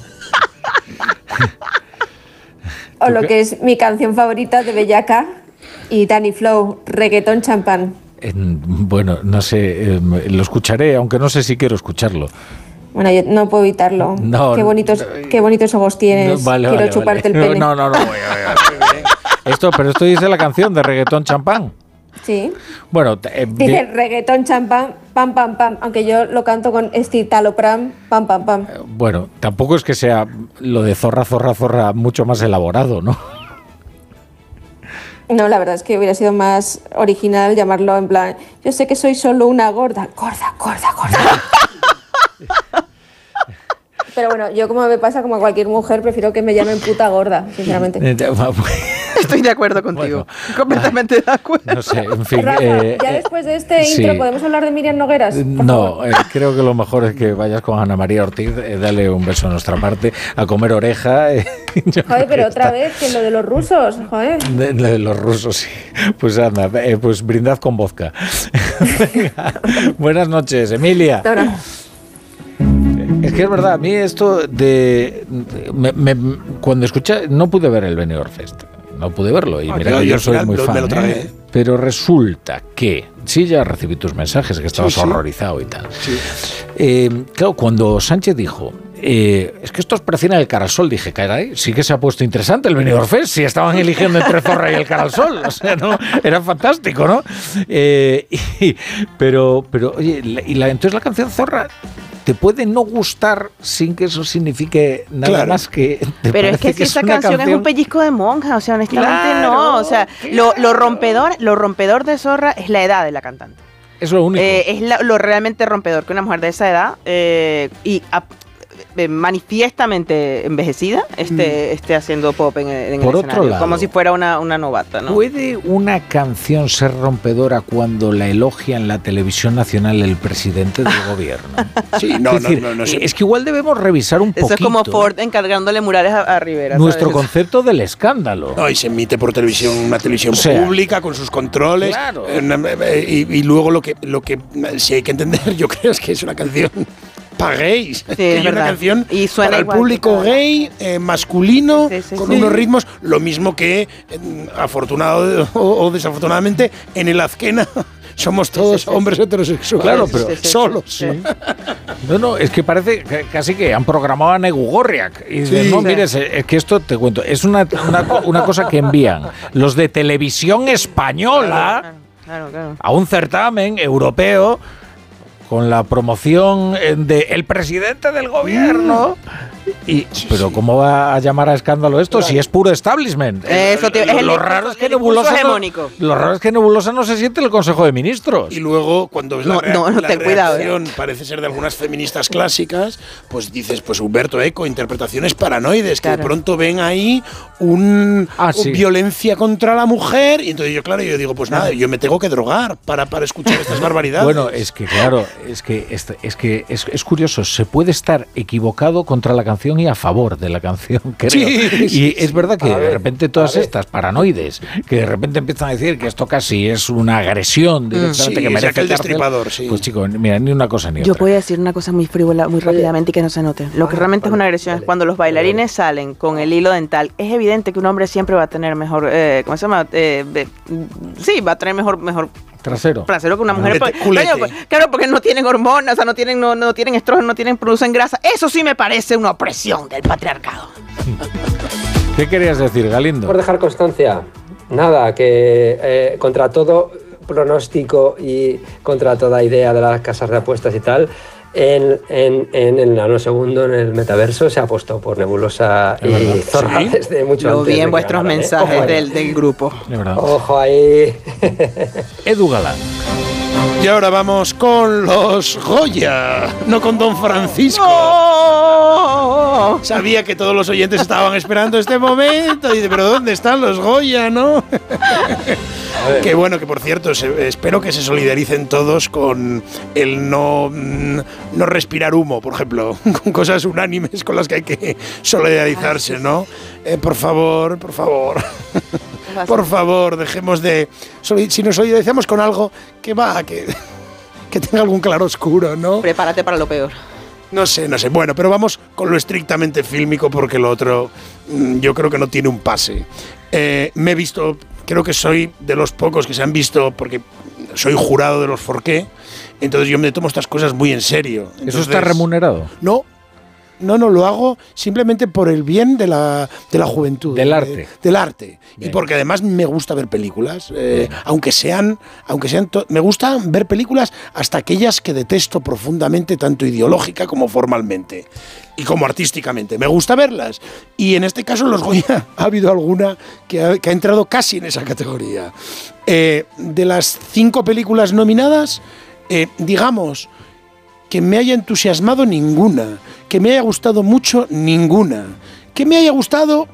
mi canción favorita de Bellaca y Danny Flow, Reggaetón Champán. Bueno, no sé, lo escucharé, aunque no sé si quiero escucharlo. Bueno, yo no puedo evitarlo. No, qué bonitos ojos tienes. Quiero chuparte el pene. No. Esto dice la canción de Reggaetón Champán. Sí. Bueno, dice reggaetón champán, pam, pam, pam. Aunque yo lo canto con escitalopram, pam, pam, pam. Bueno, tampoco es que sea lo de zorra mucho más elaborado, ¿no? No, la verdad es que hubiera sido más original llamarlo en plan, yo sé que soy solo una gorda. Pero bueno, yo como me pasa como a cualquier mujer, prefiero que me llamen puta gorda, sinceramente. Estoy de acuerdo contigo, completamente de acuerdo. No sé, en fin. Rafa, ya después de este intro, ¿podemos hablar de Miriam Nogueras? No, creo que lo mejor es que vayas con Ana María Ortiz, dale un beso a nuestra parte, a comer oreja. Joder, pero otra vez, que lo de los rusos, joder. De los rusos, sí. Pues anda, pues brindad con vodka. Buenas noches, Emilia. Hasta ahora. Es que es verdad, a mí esto de... cuando escuché, no pude ver el Benidorm Fest, no pude verlo, y mira que yo soy muy fan, pero resulta que, sí, ya recibí tus mensajes, que estabas horrorizado y tal. Sí. Claro, cuando Sánchez dijo, es que estos parecían el Carasol, dije, caray, sí que se ha puesto interesante el Benidorm Fest, si estaban eligiendo entre Zorra y el Carasol, o sea, no, era fantástico, ¿no? Pero oye, entonces la canción Zorra te puede no gustar sin que eso signifique nada más que... Pero es que si esa canción es un pellizco de monja, o sea, honestamente no. O sea, lo rompedor de Zorra es la edad de la cantante. Es lo único. Es lo realmente rompedor, que una mujer de esa edad manifiestamente envejecida esté haciendo pop en el escenario, lado, como si fuera una novata, ¿no? ¿Puede una canción ser rompedora cuando la elogia en la televisión nacional el presidente del gobierno? Sí, no. Es que igual debemos revisar un poquito. Eso es como Ford encargándole murales a Rivera. Nuestro concepto del escándalo. No, y se emite por televisión, una televisión pública con sus controles. Claro. Y luego lo que sí hay que entender, yo creo, es que es una canción... Paguéis. Sí, es una canción y suena para el público gay, masculino, con unos ritmos, lo mismo que, afortunado o desafortunadamente, en el Azquena somos todos hombres heterosexuales. Claro, pero solos. Sí. No, es que parece casi que han programado a Negu Gorriak. Y dicen, no, mire, es que esto, te cuento, es una cosa que envían los de Televisión Española a un certamen europeo con la promoción de el presidente del gobierno. Pero ¿cómo va a llamar a escándalo esto si es puro establishment? Lo raro es que Nebulosa no se siente en el Consejo de Ministros. Y luego, cuando ves la reacción, parece ser de algunas feministas clásicas, pues dices, pues Humberto Eco, interpretaciones paranoides, que de pronto ven ahí un violencia contra la mujer, y entonces yo digo, pues nada, yo me tengo que drogar para escuchar estas barbaridades. Bueno, es que claro, es curioso, se puede estar equivocado contra la canción y a favor de la canción, creo. Y es verdad que de repente todas estas paranoides, que de repente empiezan a decir que esto casi es una agresión directamente, que merece el destripador, pues chicos, mira, ni una cosa ni otra. Yo voy a decir una cosa muy frívola, muy rápidamente, y que no se note. Lo que realmente es una agresión es cuando los bailarines salen con el hilo dental. Es evidente que un hombre siempre va a tener mejor, ¿cómo se llama? Va a tener mejor trasero que una mujer. Claro, porque no tienen hormonas, o sea, no tienen estrógeno, producen grasa. Eso sí me parece una opresión del patriarcado. ¿Qué querías decir, Galindo? Por dejar constancia, nada, que contra todo pronóstico y contra toda idea de las casas de apuestas y tal, en el nanosegundo, en el metaverso, se ha apostado por Nebulosa y Zorra desde mucho antes. Lo vi en vuestros mensajes del grupo. Ojo ahí. Edu Galán. Y ahora vamos con los Goya, no con Don Francisco. ¡No! Sabía que todos los oyentes estaban esperando este momento. Y dice, pero ¿dónde están los Goya, no? Que bueno, que por cierto, espero que se solidaricen todos con el no respirar humo, por ejemplo, con cosas unánimes con las que hay que solidarizarse, ¿no? Por favor. Por favor, dejemos de... Si nos solidarizamos con algo que tenga algún claroscuro, ¿no? Prepárate para lo peor. No sé. Bueno, pero vamos con lo estrictamente fílmico, porque lo otro yo creo que no tiene un pase. Me he visto, creo que soy de los pocos que se han visto, porque soy jurado de los Forqué, entonces yo me tomo estas cosas muy en serio. Entonces, ¿eso está remunerado? No, No, lo hago simplemente por el bien de la juventud. Del arte. Del arte. Bien. Y porque además me gusta ver películas, aunque sean me gusta ver películas hasta aquellas que detesto profundamente, tanto ideológica como formalmente y como artísticamente. Me gusta verlas. Y en este caso, los Goya, ha habido alguna que ha entrado casi en esa categoría. De las 5 películas nominadas, digamos que me haya entusiasmado ninguna, que me haya gustado mucho ninguna, que me haya gustado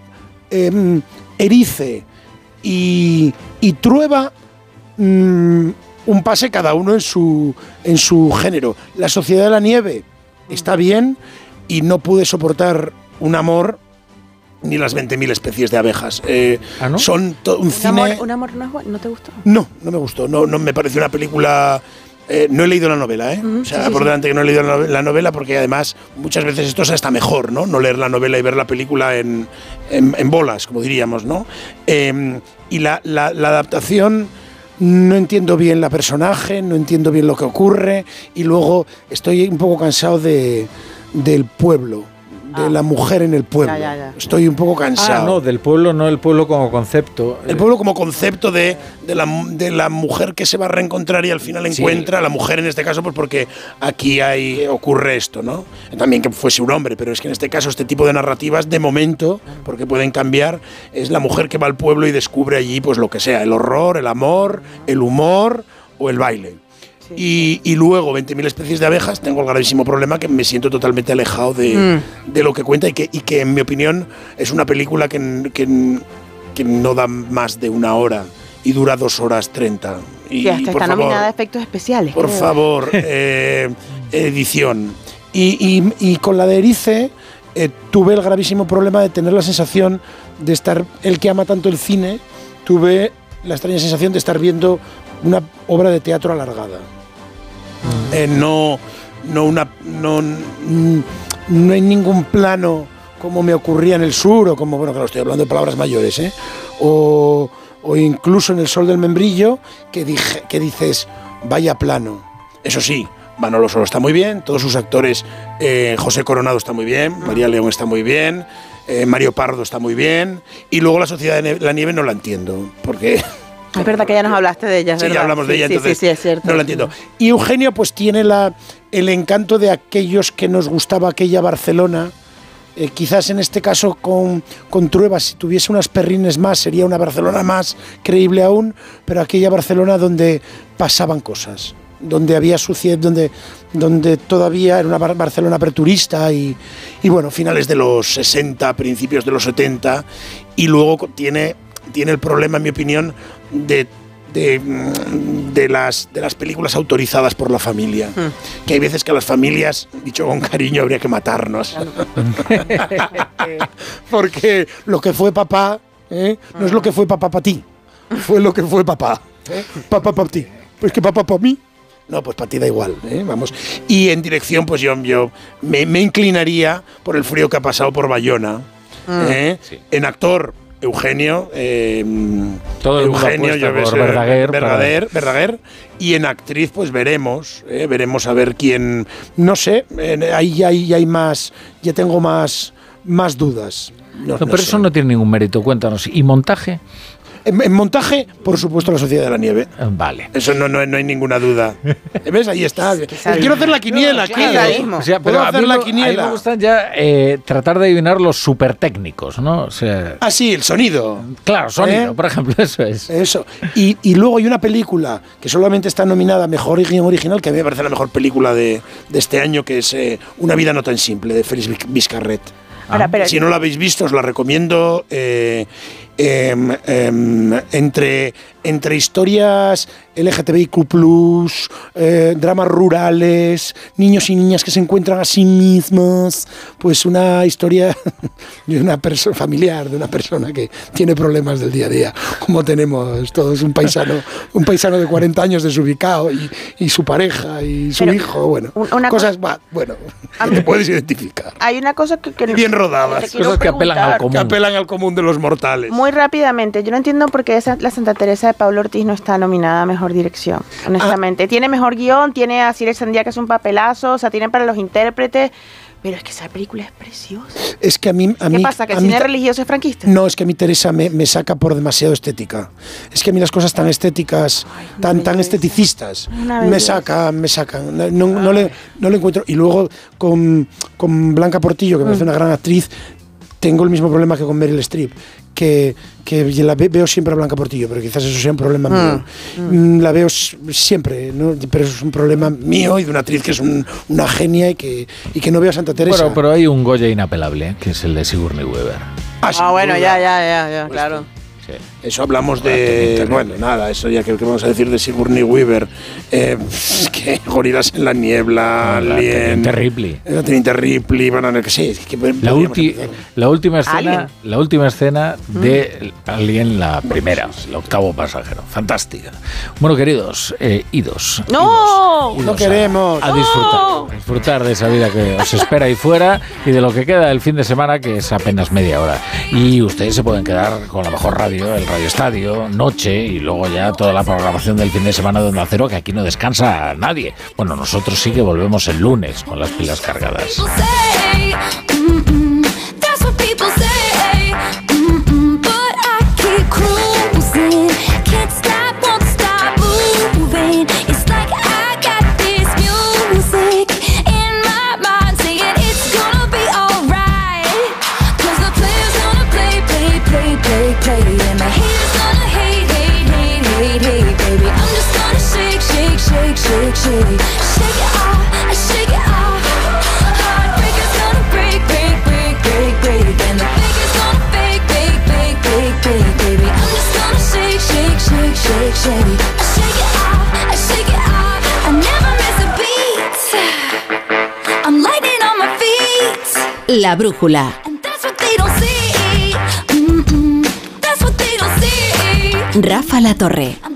Erice y Trueba, un pase cada uno en su género. La Sociedad de la Nieve está bien y no pude soportar Un amor ni las 20.000 especies de abejas. ¿No? Son un cine... ¿Un amor no te gustó? No me gustó. No me pareció una película... no he leído la novela, O sea, sí, por delante que no he leído la novela, porque además muchas veces esto es hasta mejor, ¿no? No leer la novela y ver la película en bolas, como diríamos, ¿no? Y la adaptación, no entiendo bien la personaje, no entiendo bien lo que ocurre, y luego estoy un poco cansado del pueblo. De la mujer en el pueblo. Ya. Estoy un poco cansado. No, del pueblo, no el pueblo como concepto. El pueblo como concepto de la mujer que se va a reencontrar y al final encuentra a la mujer en este caso, pues porque aquí ocurre esto, ¿no? También que fuese un hombre, pero es que en este caso este tipo de narrativas, de momento, porque pueden cambiar, es la mujer que va al pueblo y descubre allí pues lo que sea, el horror, el amor, el humor o el baile. Y luego 20.000 especies de abejas, tengo el gravísimo problema que me siento totalmente alejado de lo que cuenta y que en mi opinión es una película que no da más de 1 hora y dura 2 horas 30. Y hasta está nominada a efectos especiales. Por favor, edición. Y con la de Erice tuve el gravísimo problema de tener la sensación de estar, el que ama tanto el cine, tuve la extraña sensación de estar viendo una obra de teatro alargada. No hay ningún plano como me ocurría en el sur, o como, bueno, claro, estoy hablando de palabras mayores, o incluso en El sol del membrillo, que dices, vaya plano. Eso sí, Manolo Solo está muy bien, todos sus actores, José Coronado está muy bien, María León está muy bien, Mario Pardo está muy bien, y luego La Sociedad de la Nieve no la entiendo, porque... Es verdad que ya nos hablaste de ella, ¿verdad? Sí, ya hablamos de ella, entonces sí, es cierto. No la entiendo. Y Eugenio pues tiene el encanto de aquellos que nos gustaba aquella Barcelona. Quizás en este caso con Trueba, si tuviese unas perrines más, sería una Barcelona más creíble aún, pero aquella Barcelona donde pasaban cosas, donde había suciedad, donde todavía era una Barcelona aperturista y bueno, finales de los 60, principios de los 70, y luego tiene el problema, en mi opinión, de las películas autorizadas por la familia. Que hay veces que a las familias, dicho con cariño, habría que matarnos. Porque lo que fue papá, no es lo que fue papá para ti, fue lo que fue papá. Papá para ti. Pues que papá para mí. No, pues para ti da igual, vamos. Y en dirección, pues yo me inclinaría por el frío que ha pasado por Bayona. Sí. En actor, Eugenio, todo el Eugenio, yo por Verdaguer, y en actriz pues veremos a ver quién, no sé, ahí hay más, ya tengo más dudas. No, pero sé. Eso no tiene ningún mérito, cuéntanos. ¿Y montaje? En montaje, por supuesto, La Sociedad de la Nieve. Vale. Eso no hay ninguna duda. ¿Ves? Ahí está. Quiero hacer la quiniela. No, claro. O sea, pero hacer la quiniela. A mí me gustan ya tratar de adivinar los súper técnicos, ¿no? O sea, sí, el sonido. Claro, sonido, por ejemplo, eso es. Eso. Y luego hay una película que solamente está nominada a Mejor Guión Original, que a mí me parece la mejor película de este año, que es Una vida no tan simple, de Félix Vizcarret. Si no la habéis visto, os la recomiendo. Entre historias LGTBIQ+, dramas rurales, niños y niñas que se encuentran a sí mismos, pues una historia de una persona familiar, de una persona que tiene problemas del día a día, como tenemos todos, un paisano de 40 años desubicado y su pareja y su hijo, bueno, cosas, bueno, que te puedes identificar. Hay una cosa que bien rodadas, cosas que apelan al común de los mortales. Muy rápidamente, yo no entiendo por qué la Santa Teresa de Pablo Ortiz no está nominada a Mejor Dirección, honestamente. Tiene mejor guión, tiene a Cire Sandía, que es un papelazo, o sea, tiene para los intérpretes, Pero es que esa película es preciosa. Es que a mí ¿Qué pasa? ¿Que el cine religioso es franquista? No, es que a mí Teresa me saca por demasiado estética. Es que a mí las cosas tan estéticas, tan esteticistas, me sacan. No le encuentro. Y luego con Blanca Portillo, que me parece una gran actriz, tengo el mismo problema que con Meryl Streep, que la veo siempre a Blanca Portillo, pero quizás eso sea un problema mío. La veo siempre, ¿no? Pero es un problema mío y de una actriz que es una genia y que no veo a Santa Teresa. Bueno, pero hay un Goya inapelable, que es el de Sigourney Weaver. Bueno, ya, claro. Eso hablamos de... Bueno, nada, eso ya que vamos a decir de Sigourney Weaver. Que Gorilas en la niebla, Alien... La Teniente Ripley, bueno, no, que sí. La última escena de Alien, la primera, el octavo pasajero. Fantástica. Bueno, queridos, idos. ¡No! No queremos. A disfrutar de esa vida que os espera ahí fuera y de lo que queda del fin de semana, que es apenas media hora. Y ustedes se pueden quedar con la mejor radio, el Radio Estadio, noche, y luego ya toda la programación del fin de semana de Onda Cero, que aquí no descansa nadie. Bueno, nosotros sí que volvemos el lunes con las pilas cargadas. La brújula. Rafa La Torre.